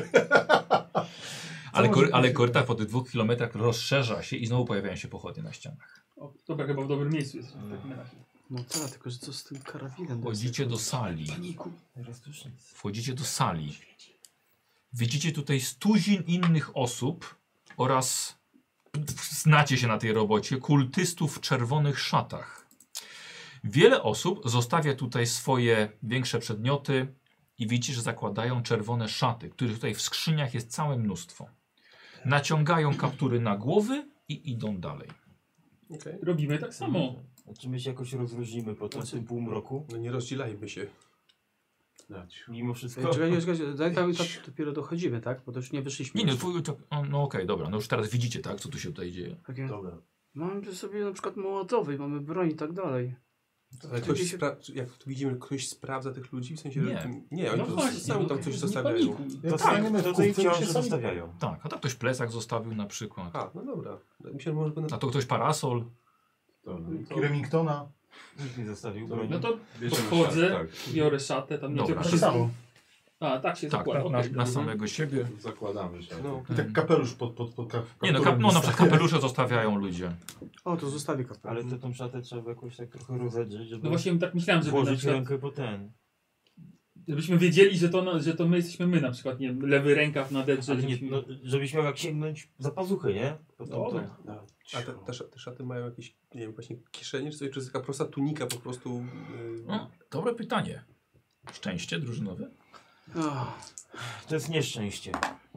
Ale korytarz po tych 2 kilometrach rozszerza się i znowu pojawiają się pochodnie na ścianach. O, dobra, chyba w dobrym miejscu jest. W takim razie. No tak, tylko że co z tym karabinem? Wchodzicie do sali. Teraz to już nic. Wchodzicie do sali. Widzicie tutaj stuzin innych osób oraz, znacie się na tej robocie, kultystów w czerwonych szatach. Wiele osób zostawia tutaj swoje większe przedmioty i widzicie, że zakładają czerwone szaty, których tutaj w skrzyniach jest całe mnóstwo. Naciągają kaptury na głowy i idą dalej. Okay. Robimy tak samo. Czy my się jakoś rozróżnimy po tym półmroku? No nie rozdzielajmy się. Mimo wszystko. Czekaj, dopiero dochodzimy, tak? Bo to już nie wyszliśmy. Nie, no okej, dobra, no już teraz widzicie, tak, co tu się tutaj dzieje. Takie, Dobra. mamy sobie na przykład mołotowy, mamy broń i tak dalej. Ale jak tu widzimy, ktoś sprawdza tych ludzi, w sensie, Nie. że nie, oni No po właśnie, prostu sami tam coś nie zostawiają. panikuj. To tak, to ich wciąż zostawiają. Tak, a tak ktoś plecak zostawił na przykład. A, no dobra. Myślę, że może będę... A to ktoś parasol. Remingtona. Nikt nie zostawił No broni. No to Bierzemy podchodzę, szat, biorę szatę, tam nie Dobra. tylko To samo. A, tak się Tak, zakłada. na okej. samego siebie. Zakładamy się. No. I tak kapelusz pod Nie no, no na przykład kapelusze zostawiają ludzie. O, to zostawię kapelusz. Ale to tą szatę trzeba jakoś tak trochę rozedrzeć, żeby No właśnie tak myślałem, żeby na włożyć przykład, rękę po ten. żebyśmy wiedzieli, że to my jesteśmy my, na przykład, nie wiem, lewy rękaw na dedrze. Ale nie, żebyśmy- no, żebyś miał jak sięgnąć za pazuchę, nie? Potem to... Dobra. A te szaty mają jakieś, nie wiem, właśnie kieszenie, czy coś, czy jest taka prosta tunika po prostu... No, dobre pytanie. Szczęście drużynowe? To jest nieszczęście.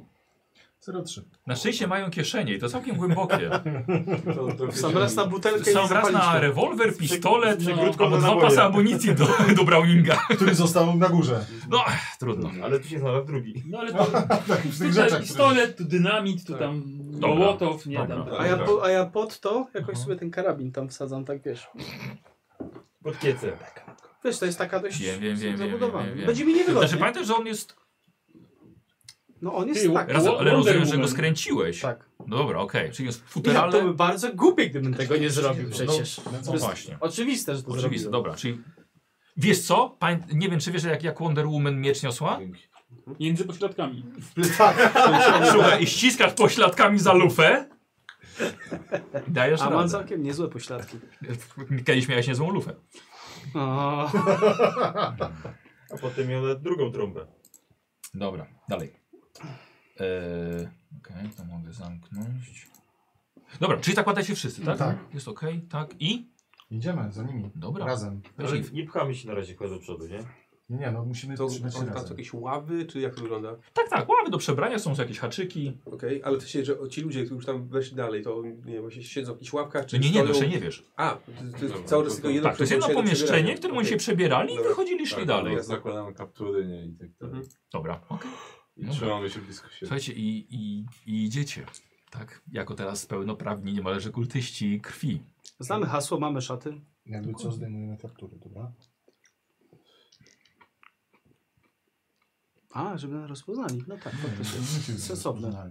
0,3. Na szczęście mają kieszenie i to całkiem głębokie. Sam raz na butelkę Są i raz na zapalniczkę. rewolwer, pistolet, Krótko albo do 2 naboje. pasy amunicji do Browninga. Który został na górze. No, trudno. Ale tu się znalazł drugi. No ale to Tak, w tych tutaj rzeczach. pistolet, tu dynamit, tu tam Dobra. mołotow, nie Dobra. tam. A ja pod to jakoś sobie ten karabin tam wsadzam, tak wiesz. Pod kiecem. Wiesz, to jest taka dość Wiem. zabudowana. Będzie mi niewygodnie. Znaczy pamiętaj, że on jest... No on jest Ty, tak. Raz, ale Wonder rozumiem, że go Woman. skręciłeś. Tak. No dobra, okej. Czyli jest Ja, to futeralny. by bardzo głupie, gdybym tego nie zrobił przecież. No właśnie. Oczywiste, że to Oczywiście, zrobiłem. dobra, czyli... Wiesz co? Nie wiem, czy wiesz, jak Wonder Woman miecz niosła? Między pośladkami. Słuchaj, i ściskasz pośladkami za lufę. Dajesz A mam radę. całkiem niezłe pośladki. Kiedyś miałeś niezłą lufę. O, A potem miał nawet drugą trąbę. Dobra, dalej. Okej, to mogę zamknąć. Dobra, czyli zakładacie wszyscy, tak? Tak. Jest okej, tak. I? Idziemy za nimi. Dobra. Razem. Ale nie pchamy się na razie chyba do przodu, nie? Nie, no musimy To trzymać się tam są razem. jakieś ławy, czy jak to wygląda? Tak, ławy do przebrania, są jakieś haczyki. Okej, ale to się, że ci ludzie, którzy już tam weszli dalej, to nie wiem, właśnie siedzą w jakichś ławkach, czy Nie, stoją... no jeszcze nie wiesz. A, to jest cały czas tylko jedno Tak, to jest jedno pomieszczenie, w którym przebierania. oni się przebierali i Dobra. wychodzili, szli dalej. Tak, zakładamy kaptury, nie? I tak dalej. Dobra, okej. I Dobra. trzymamy się blisko siebie. Słuchajcie, i idziecie, tak? Jako teraz pełnoprawni niemalże kultyści krwi. Znamy hasło, mamy szaty. Jakby co, zdejmujemy kaptury, dobra? A, żeby nas rozpoznali. No tak, faktycznie. Sensowne.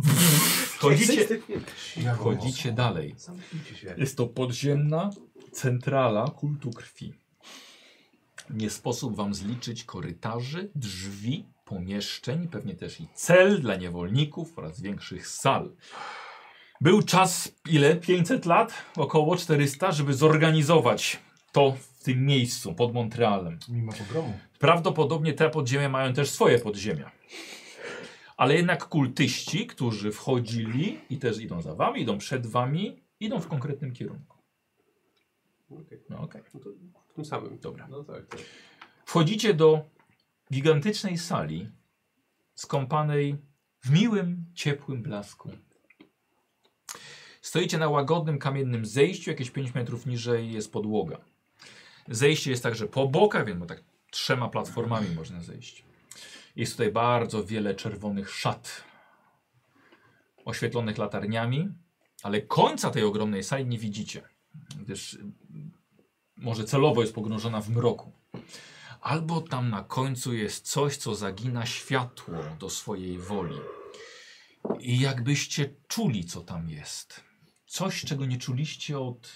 Wchodzicie dalej. Jest to podziemna centrala kultu krwi. Nie sposób wam zliczyć korytarzy, drzwi, pomieszczeń, pewnie też i cel dla niewolników oraz większych sal. Był czas, ile? 500 lat? Około 400, żeby zorganizować to w tym miejscu, pod Montrealem. Mimo pogromu. Prawdopodobnie te podziemia mają też swoje podziemia. Ale jednak kultyści, którzy wchodzili i też idą za wami, idą przed wami, idą w konkretnym kierunku. Okej. No okej. No to tym samym. Dobra. No tak, tak. Wchodzicie do gigantycznej sali skąpanej w miłym, ciepłym blasku. Stoicie na łagodnym, kamiennym zejściu, jakieś 5 metrów niżej jest podłoga. Zejście jest także po bokach, więc tak 3 platformami można zejść. Jest tutaj bardzo wiele czerwonych szat, oświetlonych latarniami, ale końca tej ogromnej sali nie widzicie, gdyż może celowo jest pogrążona w mroku. Albo tam na końcu jest coś, co zagina światło do swojej woli. I jakbyście czuli, co tam jest. Coś, czego nie czuliście od...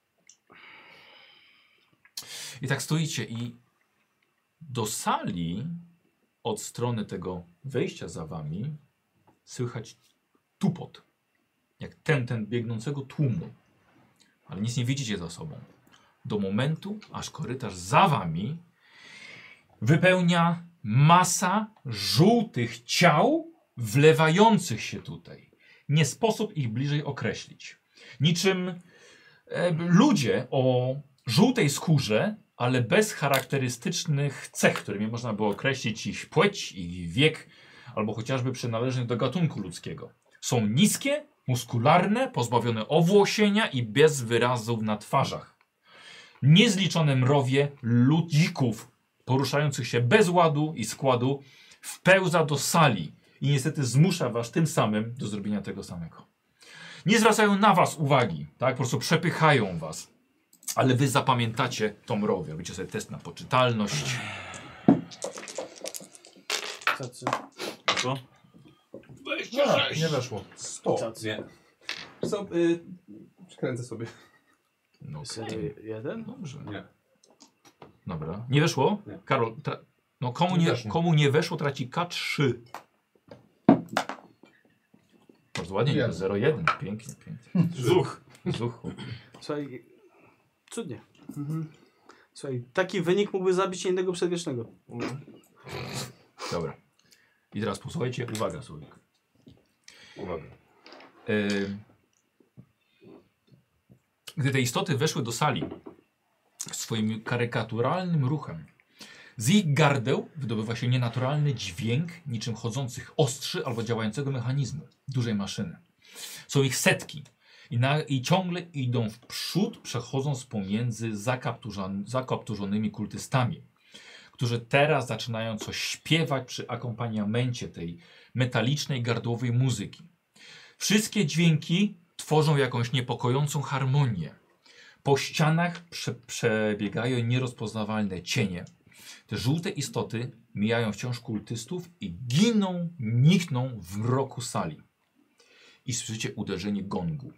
I tak stoicie i do sali od strony tego wejścia za wami słychać tupot. Jak ten biegnącego tłumu. Ale nic nie widzicie za sobą. Do momentu, aż korytarz za wami wypełnia masa żółtych ciał wlewających się tutaj. Nie sposób ich bliżej określić. Niczym ludzie o żółtej skórze, ale bez charakterystycznych cech, którymi można było określić ich płeć, ich wiek, albo chociażby przynależność do gatunku ludzkiego. Są niskie, muskularne, pozbawione owłosienia i bez wyrazów na twarzach. Niezliczone mrowie ludzików poruszających się bez ładu i składu wpełza do sali i niestety zmusza was tym samym do zrobienia tego samego. Nie zwracają na was uwagi, tak? Po prostu przepychają was. Ale wy zapamiętacie tą mrowię. Robicie sobie test na poczytalność. Tacy. Co? Nie weszło. 100. Nie. Co? Przekręcę sobie. No, Serio, jeden? dobrze. Nie. Dobra. Nie weszło? Nie. Karol, no Nie. komu nie weszło, traci K3. Bardzo ładnie, Jeden. 0,1. Pięknie, pięknie. Zuch. Słuchaj, cudnie. Słuchaj, taki wynik mógłby zabić innego przedwiecznego. Dobra. I teraz posłuchajcie. Uwaga, Słowik. Uwaga. Gdy te istoty weszły do sali swoim karykaturalnym ruchem, z ich gardeł wydobywa się nienaturalny dźwięk niczym chodzących ostrzy albo działającego mechanizmu, dużej maszyny. Są ich setki i ciągle idą w przód, przechodząc pomiędzy zakapturzonymi kultystami, którzy teraz zaczynają coś śpiewać przy akompaniamencie tej metalicznej, gardłowej muzyki. Wszystkie dźwięki tworzą jakąś niepokojącą harmonię. Po ścianach przebiegają nierozpoznawalne cienie. Te żółte istoty mijają wciąż kultystów i nikną w mroku sali. I słyszycie uderzenie gongu.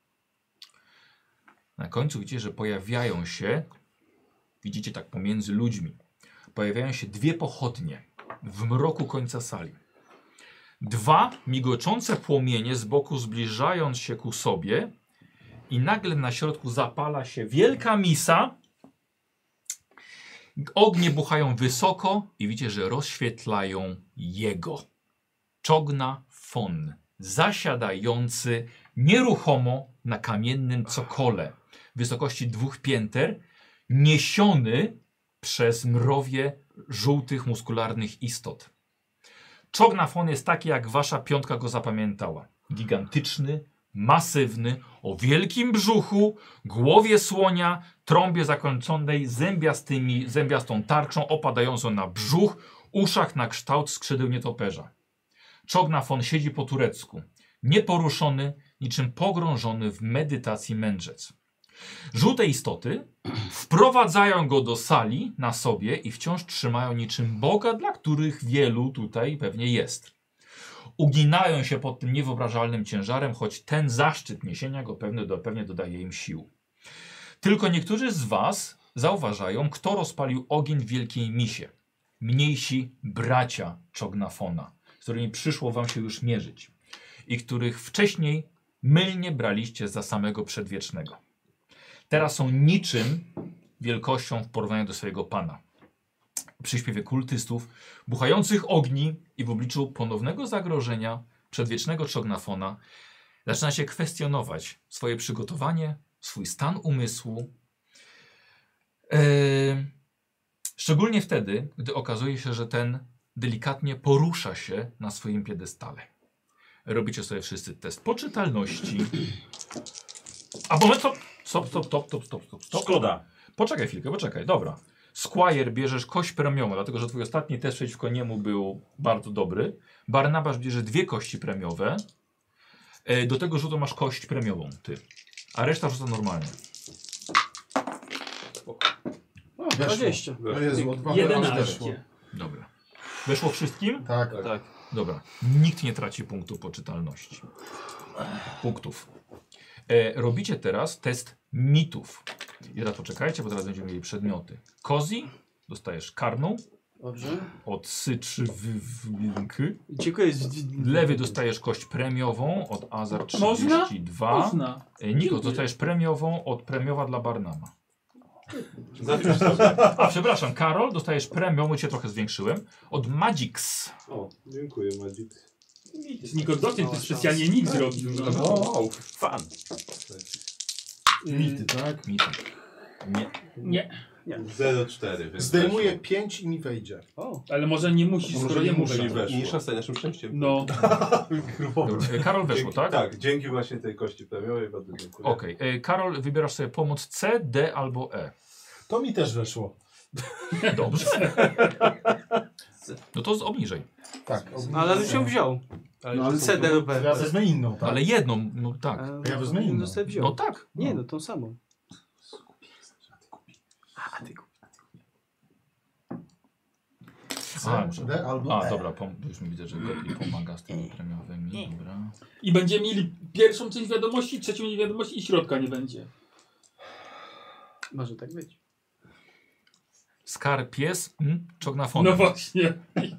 Na końcu widzicie, że pojawiają się, widzicie tak pomiędzy ludźmi, pojawiają się 2 pochodnie w mroku końca sali. 2 migoczące płomienie z boku zbliżając się ku sobie i nagle na środku zapala się wielka misa. Ognie buchają wysoko i widzicie, że rozświetlają jego. Czogna Fon, zasiadający nieruchomo na kamiennym cokole wysokości 2 pięter, niesiony przez mrowie żółtych, muskularnych istot. Czognafon jest taki, jak wasza piątka go zapamiętała. Gigantyczny, masywny, o wielkim brzuchu, głowie słonia, trąbie zakończonej zębiastą tarczą opadającą na brzuch, uszach na kształt skrzydeł nietoperza. Czognafon siedzi po turecku, nieporuszony, niczym pogrążony w medytacji mędrzec. Żółte istoty wprowadzają go do sali na sobie i wciąż trzymają niczym Boga, dla których wielu tutaj pewnie jest. Uginają się pod tym niewyobrażalnym ciężarem, choć ten zaszczyt niesienia go pewnie dodaje im sił. Tylko niektórzy z was zauważają, kto rozpalił ogień w Wielkiej Misie. Mniejsi bracia Czognafona, z którymi przyszło wam się już mierzyć i których wcześniej mylnie braliście za samego przedwiecznego. Teraz są niczym wielkością w porównaniu do swojego pana. Przy śpiewie kultystów, buchających ogni i w obliczu ponownego zagrożenia przedwiecznego Czognafona zaczyna się kwestionować swoje przygotowanie, swój stan umysłu. Szczególnie wtedy, gdy okazuje się, że ten delikatnie porusza się na swoim piedestale. Robicie sobie wszyscy test poczytalności. A moment, stop. Szkoda. Poczekaj chwilkę, dobra. Squire, bierzesz kość premiową, dlatego że twój ostatni test przeciwko niemu był bardzo dobry. Barnabasz bierze 2 kości premiowe. Do tego rzutu masz kość premiową, ty. A reszta rzuca normalnie. O, 20. To jest o 2 11. Dobra. Weszło wszystkim? Tak. Dobra. Nikt nie traci punktu poczytalności. Punktów. Robicie teraz test mitów. I teraz poczekajcie, bo teraz będziemy mieli przedmioty. Kozi, dostajesz karną. Dobrze. Od syczy w Dziękuję. Lewy dostajesz kość premiową od Azar Można? 32. Można. Niko, dostajesz premiową od premiowa dla Barnama. Zapisz sobie. A przepraszam, Karol, dostajesz premiową, cię trochę zwiększyłem, od Magix. O, dziękuję, Magic. Niko, doceń, ty specjalnie nic zrobił. Wow, Fan. Mity, tak? Mity. Nie. 0,4. więc Zdejmuję weszło. 5 i mi wejdzie. O, Ale może nie musisz, Może skoro nie nie muszę. muszę. Czyli weszło. Mniejsza scena naszym szczęściem. No. Dobra, Karol weszło, tak? Tak, dzięki właśnie tej kości premiowej bardzo dziękuję. Okej. Karol, wybierasz sobie pomoc C, D albo E. To mi też weszło. Dobrze. No to obniżej. Tak. ale bym się wziął. No, ale CD lub ja B. wezmę inną, tak? Ale jedną, no tak. Ja wezmę inną. No sobie wziął. No tak. Nie, no tą samą. A, C, D albo E. dobra, już mi widzę, że Gotli pomaga z tymi premiowymi. Dobra. I będziemy mieli pierwszą część wiadomości, trzecią wiadomości i środka nie będzie. Może tak być. Skar, pies, Czognafona. No właśnie.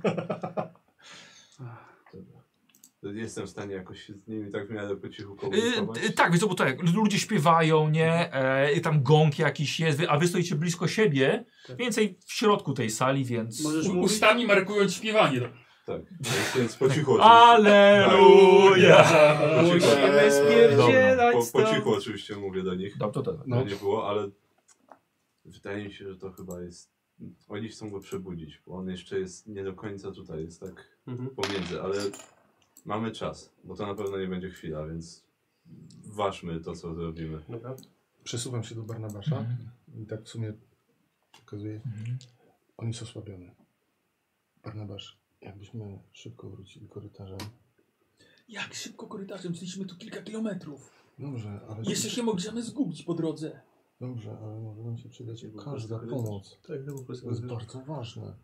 Jestem w stanie jakoś się z nimi tak w miarę po cichu komunikować. Tak, wiesz co, bo tak, ludzie śpiewają, nie? Tam gong jakiś jest, a wy stoicie blisko siebie, więcej w środku tej sali, więc... Możesz mówić? Ustami markując śpiewanie. Tak, więc po cichu oczywiście. Aleluja! Musimy spierdzielać Po stąd. cichu oczywiście mówię do nich. Dobrze, to No nie było, ale wydaje mi się, że to chyba jest... Oni chcą go przebudzić, bo on jeszcze jest nie do końca tutaj, jest tak pomiędzy, ale mamy czas, bo to na pewno nie będzie chwila, więc ważmy to, co zrobimy. Dobra. Przesuwam się do Barnabasza i tak w sumie pokazuję. Oni są osłabione. Barnabasz, jakbyśmy szybko wrócili korytarzem. Jak szybko korytarzem, szliśmy tu kilka kilometrów. Dobrze, ale... Jeszcze się możemy zgubić po drodze. Dobrze, ale może nam się przydać każda pomoc. Tak, no po prostu. To jest bardzo ważne.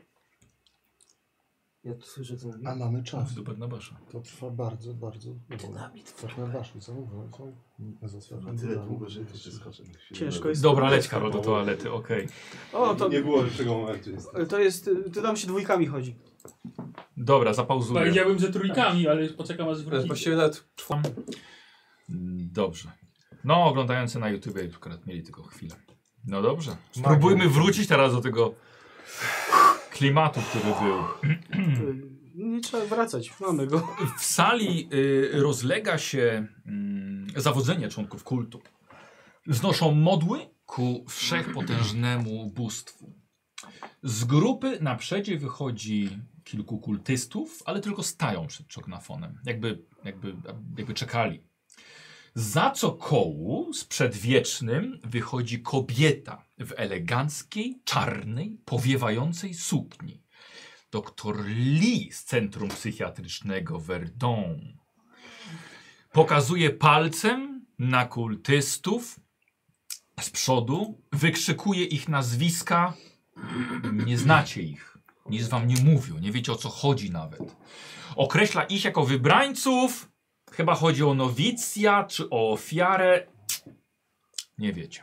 Ja tu słyszę, co mówi. A mamy czas. Do Barnabasza. To trwa bardzo, bardzo długo. Barnabaszu, co mówią? Na tyle długo, że jeszcze skoczę. Ciężko jest. Dobra, leć Karol do toalety, okej. O, to, Nie było lepszego momentu. niestety. to jest, to tam się dwójkami chodzi. Dobra, zapauzuję. Powiedziałbym, że trójkami, ale poczekam aż wróci. Właściwie nawet Dobrze. No, oglądający na YouTube akurat mieli tylko chwilę. No dobrze. Spróbujmy wrócić teraz do tego klimatu, który był. Nie trzeba wracać, mamy go. W sali rozlega się zawodzenie członków kultu. Wznoszą modły ku wszechpotężnemu bóstwu. Z grupy na przedzie wychodzi kilku kultystów, ale tylko stają przed czognafonem, jakby czekali. Za co kołu z przedwiecznym wychodzi kobieta w eleganckiej, czarnej, powiewającej sukni. Doktor Lee z Centrum Psychiatrycznego Verdun. Pokazuje palcem na kultystów z przodu, wykrzykuje ich nazwiska. Nie znacie ich, nic wam nie mówią, nie wiecie o co chodzi nawet. Określa ich jako wybrańców, chyba chodzi o nowicja czy o ofiarę, nie wiecie.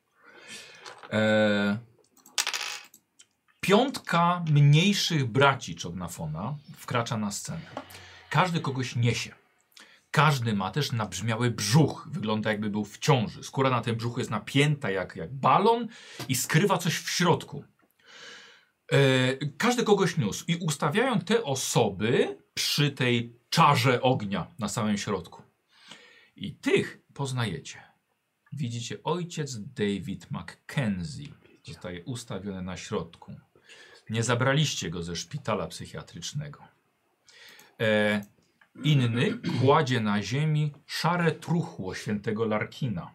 Piątka mniejszych braci Czognafona wkracza na scenę. Każdy kogoś niesie. Każdy ma też nabrzmiały brzuch. Wygląda jakby był w ciąży. Skóra na tym brzuchu jest napięta jak balon i skrywa coś w środku. Każdy kogoś niósł i ustawiają te osoby przy tej czarze ognia na samym środku. I tych poznajecie. Widzicie, ojciec David Mackenzie zostaje ustawiony na środku. Nie zabraliście go ze szpitala psychiatrycznego. Inny kładzie na ziemi szare truchło świętego Larkina.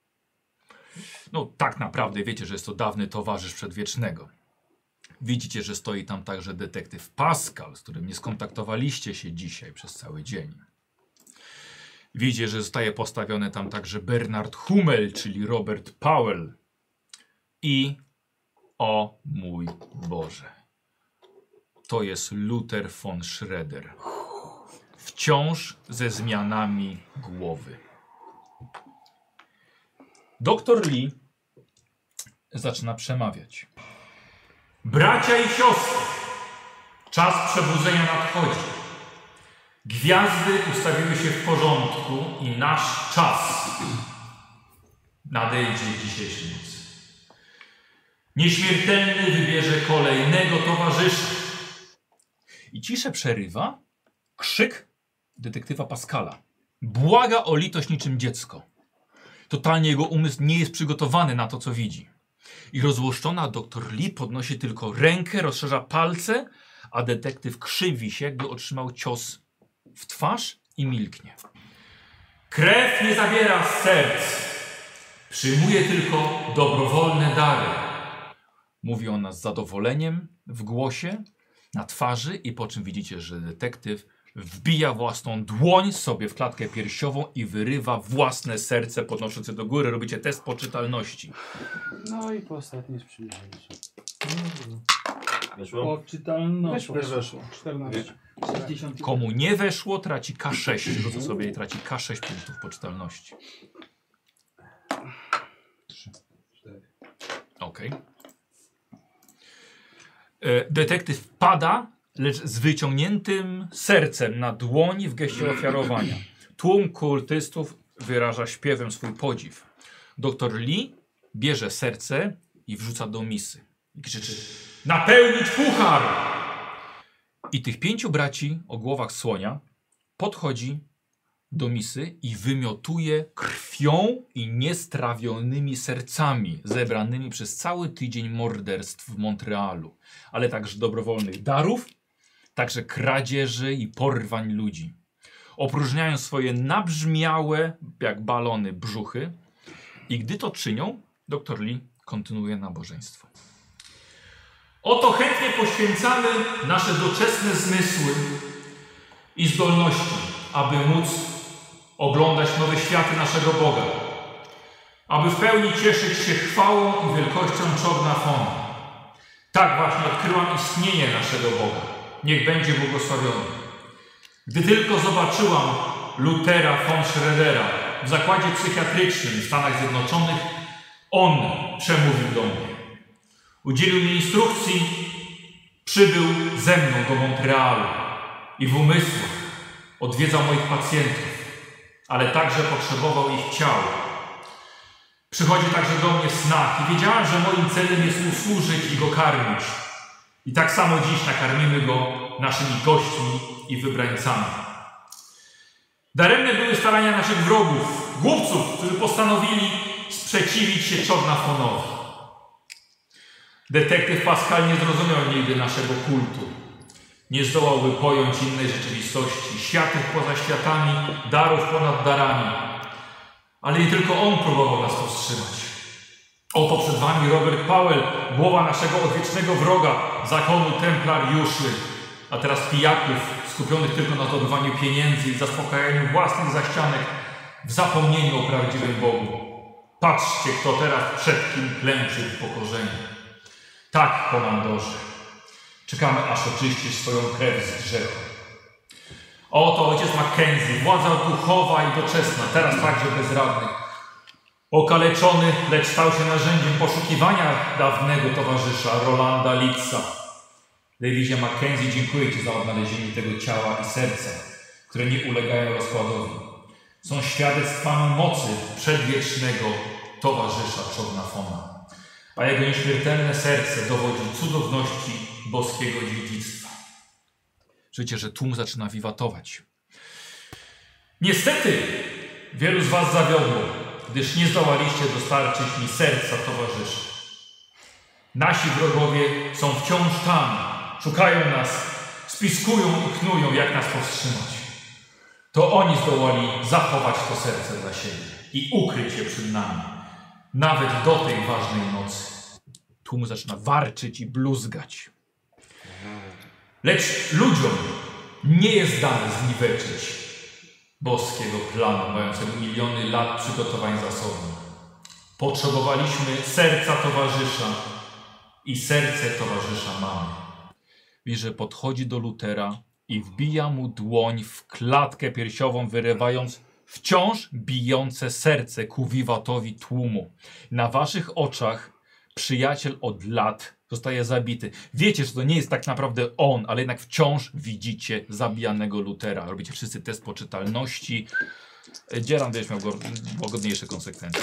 No tak naprawdę wiecie, że jest to dawny towarzysz przedwiecznego. Widzicie, że stoi tam także detektyw Pascal, z którym nie skontaktowaliście się dzisiaj przez cały dzień. Widzicie, że zostaje postawiony tam także Bernard Hummel, czyli Robert Powell. I o mój Boże, to jest Luther von Schroeder. Wciąż ze zmianami głowy. Doktor Lee zaczyna przemawiać. Bracia i siostry, czas przebudzenia nadchodzi. Gwiazdy ustawiły się w porządku i nasz czas nadejdzie dzisiejszej nocy. Nieśmiertelny wybierze kolejnego towarzysza. I ciszę przerywa krzyk detektywa Pascala. Błaga o litość niczym dziecko. Totalnie jego umysł nie jest przygotowany na to, co widzi. I rozłoszczona doktor Lee podnosi tylko rękę, rozszerza palce, a detektyw krzywi się, jakby otrzymał cios w twarz i milknie. Krew nie zabiera z serc. Przyjmuje tylko dobrowolne dary. Mówi ona z zadowoleniem w głosie, na twarzy i po czym widzicie, że detektyw wbija własną dłoń sobie w klatkę piersiową i wyrywa własne serce, podnosząc je do góry. Robicie test poczytalności. No i po ostatnie sprzymierzenie. Weszło? Poczytalność. Weszło. 14. 60. Komu nie weszło, traci K6. Rzucę sobie i traci K6 punktów poczytalności. Okej. Detektyw pada, lecz z wyciągniętym sercem na dłoni w geście ofiarowania. Tłum kultystów wyraża śpiewem swój podziw. Doktor Lee bierze serce i wrzuca do misy. I krzyczy: napełnić puchar! I tych 5 braci o głowach słonia podchodzi do misy i wymiotuje krwią i niestrawionymi sercami zebranymi przez cały tydzień morderstw w Montrealu, ale także dobrowolnych darów, także kradzieży i porwań ludzi. Opróżniają swoje nabrzmiałe, jak balony, brzuchy i gdy to czynią, dr Lee kontynuuje nabożeństwo. Oto chętnie poświęcamy nasze doczesne zmysły i zdolności, aby móc oglądać nowe światy naszego Boga, aby w pełni cieszyć się chwałą i wielkością Czognafona. Tak właśnie odkryłam istnienie naszego Boga. Niech będzie błogosławiony. Gdy tylko zobaczyłam Luthera von Schroedera w zakładzie psychiatrycznym w Stanach Zjednoczonych, on przemówił do mnie. Udzielił mi instrukcji, przybył ze mną do Montrealu i w umysłach odwiedzał moich pacjentów, ale także potrzebował ich ciał. Przychodzi także do mnie w snach i wiedziałem, że moim celem jest mu służyć i go karmić. I tak samo dziś nakarmimy go naszymi gośćmi i wybrańcami. Daremne były starania naszych wrogów, głupców, którzy postanowili sprzeciwić się Czognafonowi. Detektyw Pascal nie zrozumiał nigdy naszego kultu. Nie zdołałby pojąć innej rzeczywistości, światów poza światami, darów ponad darami. Ale nie tylko on próbował nas powstrzymać. Oto przed wami Robert Powell, głowa naszego odwiecznego wroga, zakonu templariuszy, a teraz pijaków skupionych tylko na zdobywaniu pieniędzy i zaspokajaniu własnych zachcianek w zapomnieniu o prawdziwym Bogu. Patrzcie, kto teraz przed kim klęczy w pokorzeniu. Tak, komandorze, czekamy, aż oczyścisz swoją krew z grzechu. Oto ojciec Mackenzie, władza duchowa i doczesna, teraz także bezradny. Okaleczony, lecz stał się narzędziem poszukiwania dawnego towarzysza Rolanda Lixa. Davidzie Mackenzie, dziękuję Ci za odnalezienie tego ciała i serca, które nie ulegają rozkładowi. Są świadectwami mocy przedwiecznego towarzysza Chognafona, a jego nieśmiertelne serce dowodzi cudowności boskiego dziedzictwa. Życie, że tłum zaczyna wiwatować. Niestety, wielu z was zawiodło, gdyż nie zdołaliście dostarczyć mi serca towarzysza. Nasi wrogowie są wciąż tam, szukają nas, spiskują i knują, jak nas powstrzymać. To oni zdołali zachować to serce dla siebie i ukryć je przed nami, nawet do tej ważnej nocy. Tłum zaczyna warczyć i bluzgać. Lecz ludziom nie jest dane zniweczyć boskiego planu, mającego miliony lat przygotowań za sobą. Potrzebowaliśmy serca towarzysza i serce towarzysza mamy. Widzisz, że podchodzi do Lutera i wbija mu dłoń w klatkę piersiową, wyrywając wciąż bijące serce ku wiwatowi tłumu. Na waszych oczach przyjaciel od lat zostaje zabity. Wiecie, że to nie jest tak naprawdę on, ale jednak wciąż widzicie zabijanego Lutera. Robicie wszyscy test poczytalności. Dzieran będziesz miał łagodniejsze konsekwencje.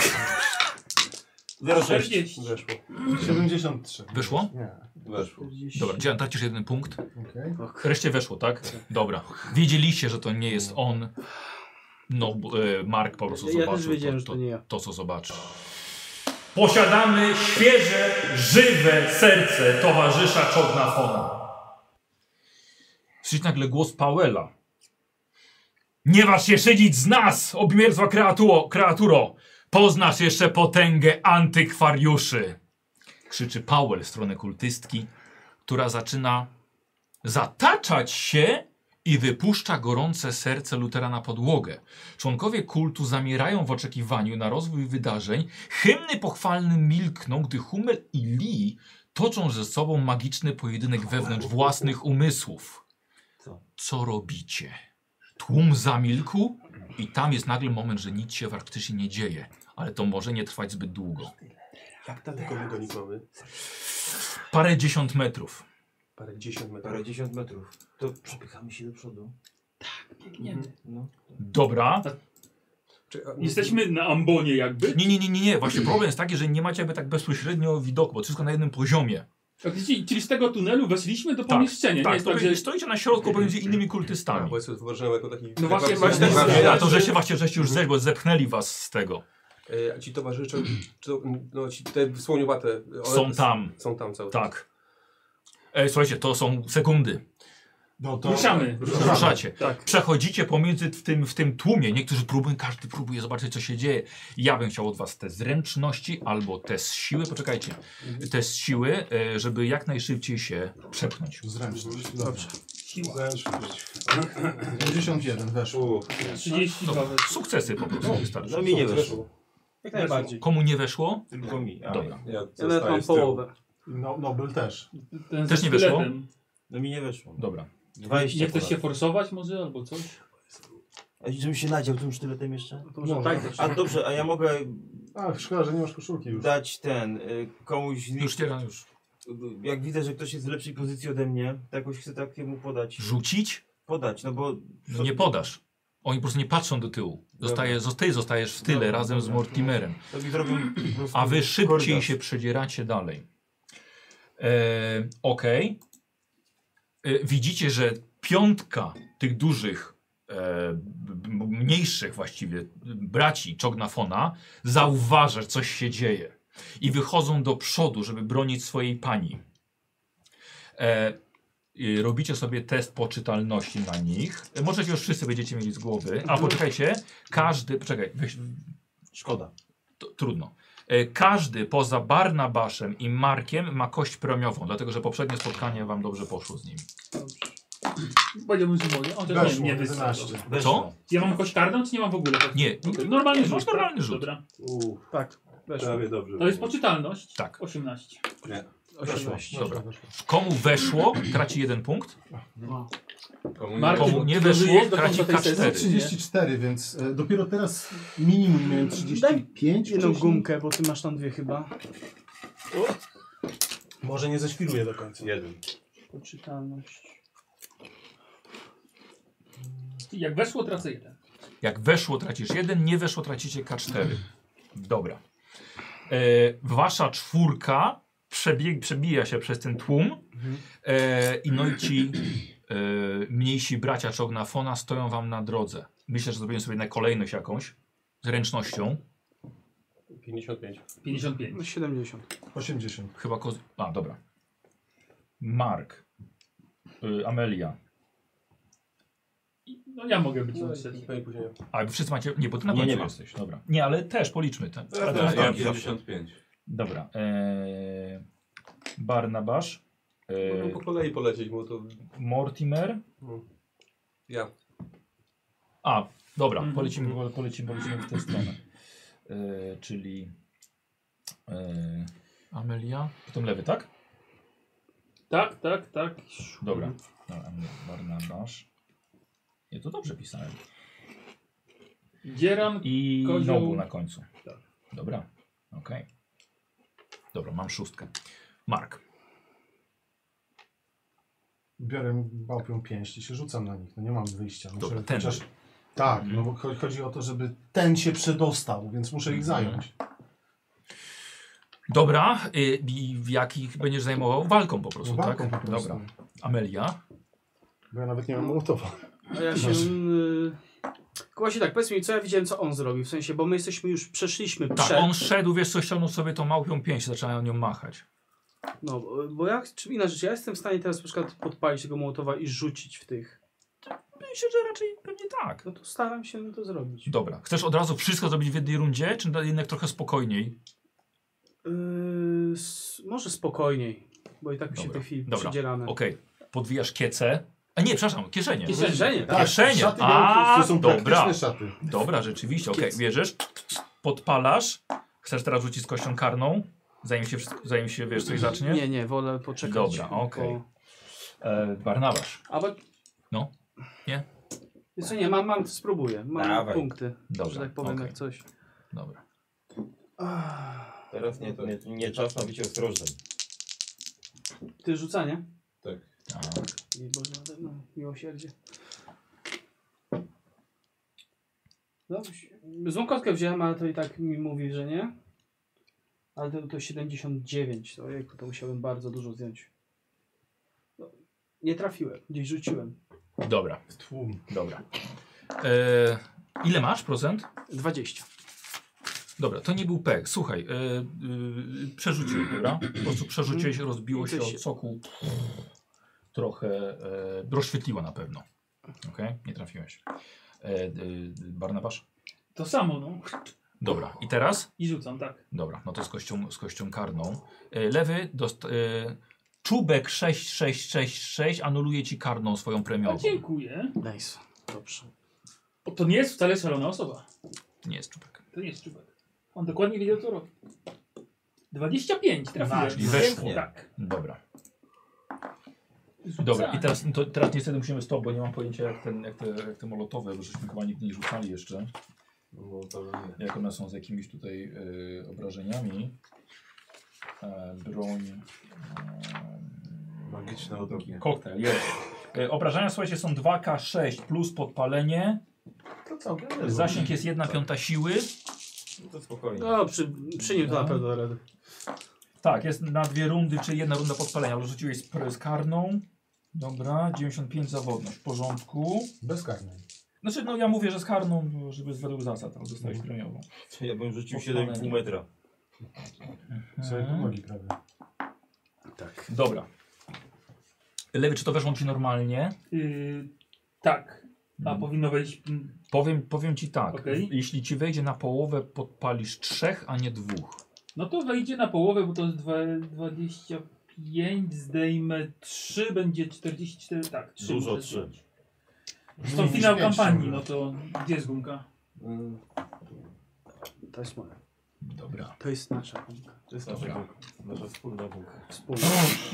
0,6. Weszło. 73. Wyszło? Nie. Weszło. Dobra, Dzieran, tracisz 1 punkt. Okay. Wreszcie weszło, tak? Dobra. Wiedzieliście, że to nie jest on. No, Mark po prostu Ja też zobaczył wiedziałem, że to nie ja. to, co zobaczył. Posiadamy świeże, żywe serce towarzysza Chognafona. Słyszeć nagle głos Powella. Nie waż się szydzić z nas, obmierzła kreaturo! Poznasz jeszcze potęgę antykwariuszy! Krzyczy Powell w stronę kultystki, która zaczyna zataczać się i wypuszcza gorące serce Lutera na podłogę. Członkowie kultu zamierają w oczekiwaniu na rozwój wydarzeń. Hymny pochwalne milkną, gdy Hummel i Lee toczą ze sobą magiczny pojedynek wewnątrz własnych umysłów. Co robicie? Tłum zamilkł i tam jest nagle moment, że nic się faktycznie nie dzieje. Ale to może nie trwać zbyt długo. Jak daleko my do nich mamy? Parędziesiąt metrów. Parędziesiąt metrów. To przepychamy się do przodu. Biegniemy. No. Dobra. Jesteśmy na ambonie jakby. Nie. Właśnie problem jest taki, że nie macie jakby tak bezpośrednio widoku, bo to wszystko na jednym poziomie. Czyli z tego tunelu weszliśmy do pomieszczenia. Tak, nie jest tak, że... stoicie na środku pomiędzy innymi kultystami. Bo ja sobie wyobrażałem jako taki... No właśnie, A to żeście już bo zepchnęli was z tego. A ci towarzysze, no ci te słoniowate... Są tam. Są tam cały czas. Tak. Słuchajcie, to są sekundy. No to Ruszamy. Ruszacie. Tak. Przechodzicie pomiędzy w tym tłumie. Niektórzy próbują, każdy próbuje zobaczyć, co się dzieje. Ja bym chciał od was test zręczności albo test siły. Poczekajcie. Test siły, żeby jak najszybciej się przepchnąć. Zręczność. Dobrze. Zręczność. 51 weszło. 32. Sukcesy po prostu wystarczy. No mi nie weszło. Jak najbardziej. Komu nie weszło? Tylko mi. Dobra. Ja Ja nawet zostaję mam z tyłu. połowę. Nobel też. Ten Też ze nie wyszło? sztyletem. No mi nie weszło. Dobra. 20. Nie chcesz się forsować może albo coś? A żebym się nadział tym sztyletem jeszcze? To może No, tak tak. też. A dobrze, a ja mogę Ach, szkoda, że nie masz koszulki już. dać komuś... Już Dzieran już. Jak widzę, że ktoś jest w lepszej pozycji ode mnie, to jakoś chcę takiemu podać. Rzucić? Podać, no bo... No nie podasz. Oni po prostu nie patrzą do tyłu. Ty zostajesz w tyle Dobra, razem z dobra. Mortimerem. To mi zrobią po prostu A wy szybciej korytarz. się przedzieracie dalej. Okej. Widzicie, że piątka tych dużych, mniejszych właściwie braci Chognafona zauważa, że coś się dzieje. I wychodzą do przodu, żeby bronić swojej pani. Robicie sobie test poczytalności na nich. Możecie już wszyscy będziecie mieli z głowy. A poczekajcie, każdy... Poczekaj, weź, Szkoda. trudno. Każdy poza Barnabaszem i Markiem ma kość premiową, dlatego że poprzednie spotkanie wam dobrze poszło z nimi. Powiedziałbym, że mogę. On też Weszło, nie 11. Co? Ja mam kość karną, czy nie mam w ogóle? Nie. Normalny Masz rzut. normalny tak? rzut. Dobra. Tak, weszło. Prawie dobrze. To jest poczytalność. Tak. 18. Nie. 18. Dobra. Komu weszło, traci 1 punkt. Komu Marek, Komu nie to weszło, żyjesz do traci końca tej sesji? K4. 34, więc dopiero teraz minimum miałem 35. Jedną wcześniej. gumkę, bo ty masz tam dwie chyba. Może nie zeświruję do końca. Jeden. Poczytalność. Jak weszło, tracę 1. Jak weszło, tracisz 1, nie weszło, tracicie K4. Dobra. Wasza czwórka przebija się przez ten tłum i no i ci mniejsi bracia Czognafona stoją wam na drodze. Myślę, że zrobiłem sobie na kolejność jakąś, z ręcznością. 55. 55. No 70. 80. Chyba A, dobra. Mark. Amelia. No ja mogę być No, na sesji. później. A wszyscy macie... Nie, bo ty na Nie, końcu nie ma. jesteś. Dobra. Nie, ale też policzmy. Ja 55. Dobra. Barnabasz. Możemy po kolei polecieć, bo to... Mortimer. Ja. A, dobra, Mhm. polecimy w tę stronę. Czyli Amelia, potem lewy, tak? Tak. Dobra. Barnabasz. Nie, to dobrze pisałem. Dzieran. I Kozioł. Nobu na końcu. Tak. Dobra, okej. Dobra, mam 6. Mark. Biorę małpią pięść i się rzucam na nich. No nie mam wyjścia. Muszę Dobra, ten. Tak, no bo chodzi o to, żeby ten się przedostał, więc muszę ich zająć. Dobra, i w jakich będziesz zajmował? Walką po prostu, Walką tak? po prostu. Dobra. Amelia. Bo ja nawet nie mam mołotowa. A ja się... Właśnie tak, powiedz mi, co ja widziałem, co on zrobił. W sensie, bo my jesteśmy już, przeszliśmy Tak, przed... on szedł, wiesz co, ściągnął sobie tą małpią pięść, zaczynają nią machać. No, bo ja, czym inna rzecz, ja jestem w stanie teraz na przykład podpalić tego mołotowa i rzucić w tych. Myślę, że raczej pewnie tak. No to staram się to zrobić. Dobra. Chcesz od razu wszystko zrobić w jednej rundzie, czy jednak trochę spokojniej? Może spokojniej, bo i tak mi się Dobra. w tej chwili Dobra. przydzieramy. Okej. Podwijasz kiecę. A nie, przepraszam, kieszenie. Kieszenie, tak. Kieszenie. Szaty A, to są dobra. praktyczne szaty. Dobra, rzeczywiście. Okej, bierzesz, podpalasz. Chcesz teraz rzucić z kością karną? Zanim się wiesz, coś zacznie? Nie, wolę poczekać. Dobra, okej. Barnabasz. Albo... No. Nie? Wiesz co, nie, mam, spróbuję. Mam Dawaj. punkty, Dobra, że tak powiem, okej. jak coś. Dobra. Teraz nie czas na bycie ostrożnym. Ty rzucanie? Tak. I Boże, no, miłosierdzie. No, złą kostkę wziąłem, ale to i tak mi mówi, że nie. Ale to 79. Ojejku, to musiałem bardzo dużo zdjąć. No, nie trafiłem, gdzieś rzuciłem. Dobra. Tłum. Dobra. Ile masz procent? 20. Dobra, to nie był pek. Słuchaj, przerzuciłeś, dobra? Po prostu przerzuciłeś, rozbiło się od soku. Trochę rozświetliło na pewno. Okej, nie trafiłeś. Barnabasz? To samo, no. Dobra, i teraz? I rzucam, tak. Dobra, no to z kością karną. Lewy czubek 6666 anuluje ci karną swoją A premiową. dziękuję. Nice. Dobrze. O, to nie jest wcale szalona osoba. Nie jest czubek. To nie jest czubek. On dokładnie wiedział, co robi. 25 trafiłem. Czyli weszło. Tak. Dobra. Rzucamy. Dobra, i teraz niestety musimy z tobą, bo nie mam pojęcia jak te molotowe, bo żeśmy chyba nigdy nie rzucali jeszcze. No, to nie. Jak one są z jakimiś tutaj obrażeniami. Broń. Magiczne odrobnie. Koktajl, jest. Obrażenia, słuchajcie, są 2K6 plus podpalenie. To całkiem Zasięg jest 1/5 siły. No to spokojnie. No, przy nim to na pewno da radę. Tak, jest na 2 rundy, czy 1 runda podpalenia, ale rzuciłeś z karną. Dobra, 95 zawodność, w porządku. Bezkarnej. Znaczy, no ja mówię, że z karną, żeby według zasad, ale dostałeś premiową. Ja bym rzucił Podpalenie. 7,5 metra. Sobie tu nogi prawie. Tak. Dobra. Lewy, czy to weszło ci normalnie? Tak. A powinno wejść... Powiem ci tak. Okej. Jeśli ci wejdzie na połowę, podpalisz 3, a nie 2. No to wejdzie na połowę, bo to jest 25, zdejmę 3, będzie 44, tak. 3 Dużo, muszę 3. zdjąć. To finał kampanii, no to gdzie jest gumka? To jest moja. Dobra. To jest nasza gumka. To jest Dobra. nasza wspólna bułka. Wspólna.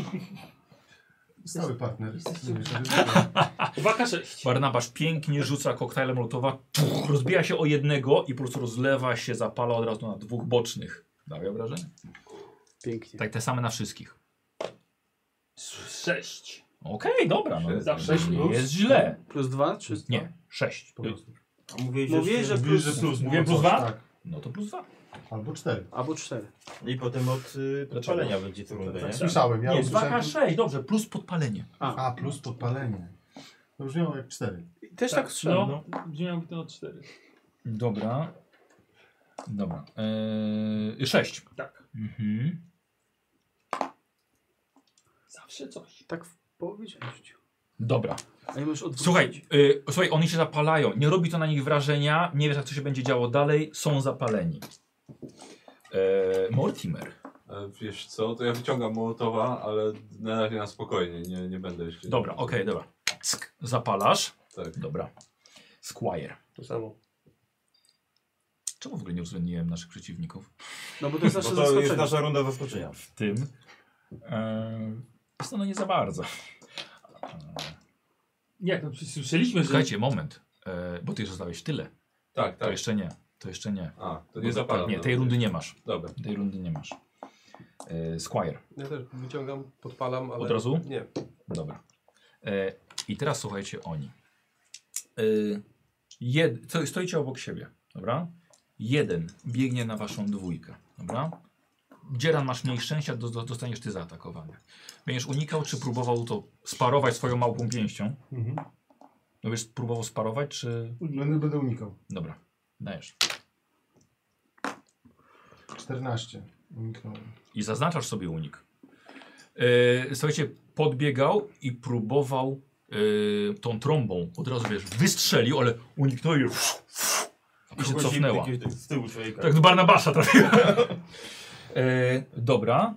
Stały partner. Jesteście- Nie wiesz, 2K6. Barnabasz pięknie rzuca koktajlem Mołotowa, rozbija się o jednego i po prostu rozlewa się, zapala od razu na 2 bocznych. Dawaj wrażenie? Pięknie. Tak, te same na wszystkich. 6. Okej, dobra. No, Zawsze nie plus. jest źle. Plus 2 czy... Nie, 6. po prostu. A mówiłeś, Mówię, że Mówisz, plus... że plus. Mówiłem było plus coś, 2? Tak. No to plus 2. Albo 4. Albo 4. I potem od podpalenia będzie co rundę, nie? Słyszałem, ja Nie, usłyszałem... 2K6, dobrze, plus podpalenie. A, plus podpalenie. To brzmiało jak 4. Też tak strzelam. No, brzmiałby to na 4. Dobra. Dobra. 6. Tak. Mhm. Zawsze coś. Tak w połowie części. Dobra. A ja możesz odwrócić. Słuchaj, oni się zapalają. Nie robi to na nich wrażenia. Nie wiesz, jak to się będzie działo dalej. Są zapaleni. Mortimer. Wiesz co, to ja wyciągam Mołotowa, ale na razie na spokojnie, nie będę jeszcze... Dobra, okej, dobra. Ck, zapalasz. Tak. Dobra. Squire. To samo. Czemu w ogóle nie uwzględniłem naszych przeciwników? No bo to jest Bo nasze to jest zaskoczenie. nasza runda zaskoczenia. W tym. No nie za bardzo. Jak, no przecież słyszeliśmy, że... Słuchajcie, moment. Bo ty już zostałeś tyle. Tak, To tak. jeszcze nie. To jeszcze nie. A, to nie zapalam. Nie, tej rundy nie masz. Dobra. Tej rundy nie masz. Squire. Ja też wyciągam, podpalam, ale... Od razu? Nie. Dobra. I teraz słuchajcie oni. Stoicie obok siebie, dobra? Jeden biegnie na waszą dwójkę, dobra? Dzieran, masz mniej szczęścia, dostaniesz ty zaatakowany. Będziesz unikał, czy próbował to sparować swoją małpą pięścią? Mhm. No wiesz, próbował sparować, czy... Będę unikał. Dobra, dajesz. 14. Uniknąłem. I zaznaczasz sobie unik. Słuchajcie, podbiegał i próbował tą trąbą, od razu wiesz, wystrzelił, ale uniknął i się cofnęła. Z tyłu człowieka. Tak do Barnabasza trafiła. Dobra.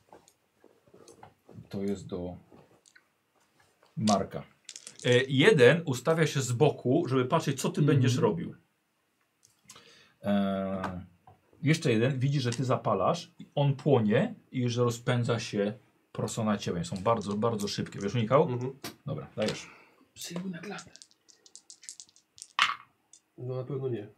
To jest do Marka. Jeden ustawia się z boku, żeby patrzeć, co ty będziesz robił. Jeszcze jeden widzi, że ty zapalasz, on płonie i że rozpędza się prosto na ciebie. Są bardzo, bardzo szybkie. Wiesz, unikał? Dobra, dajesz. Przyjmuj na klatę. No na pewno nie.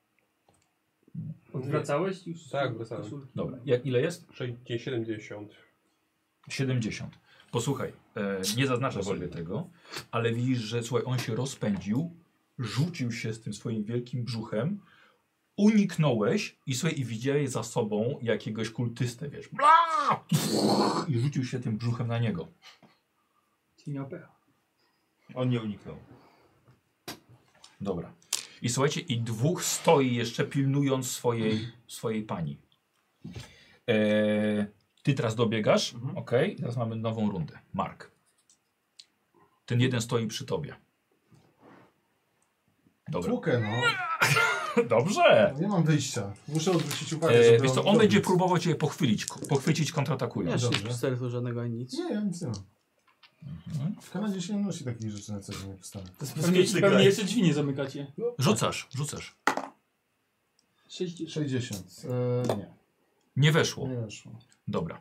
Odwracałeś już? Tak, wracałem. koszulki? Dobra, ile jest? 70. 70. Posłuchaj, nie zaznaczasz sobie tego, ale widzisz, że słuchaj, on się rozpędził, rzucił się z tym swoim wielkim brzuchem, uniknąłeś i słuchaj, i widziałeś za sobą jakiegoś kultystę, wiesz, bla! I rzucił się tym brzuchem na niego. Czyli miał pecha. On nie uniknął. Dobra. I słuchajcie, i dwóch stoi jeszcze pilnując swojej pani. Ty teraz dobiegasz, okej, teraz mamy nową rundę. Mark. Ten jeden stoi przy tobie. Dobra. Tłukę, no. Dobrze. Nie mam wyjścia. Muszę odwrócić uwagę, żeby Wiesz co, on dobiec. będzie próbował cię pochwycić Nie kontratakując. masz Dobrze. pistoletu żadnego ani nic. Nie, ja nic nie mam. W Kanadzie się nie nosi takich rzeczy na co dzień jak w Stanach. To jest Pewnie, bezpieczny pewnie kraj. jeszcze drzwi nie zamykacie. Rzucasz. 60. 60. Nie, Nie weszło. nie weszło. Dobra.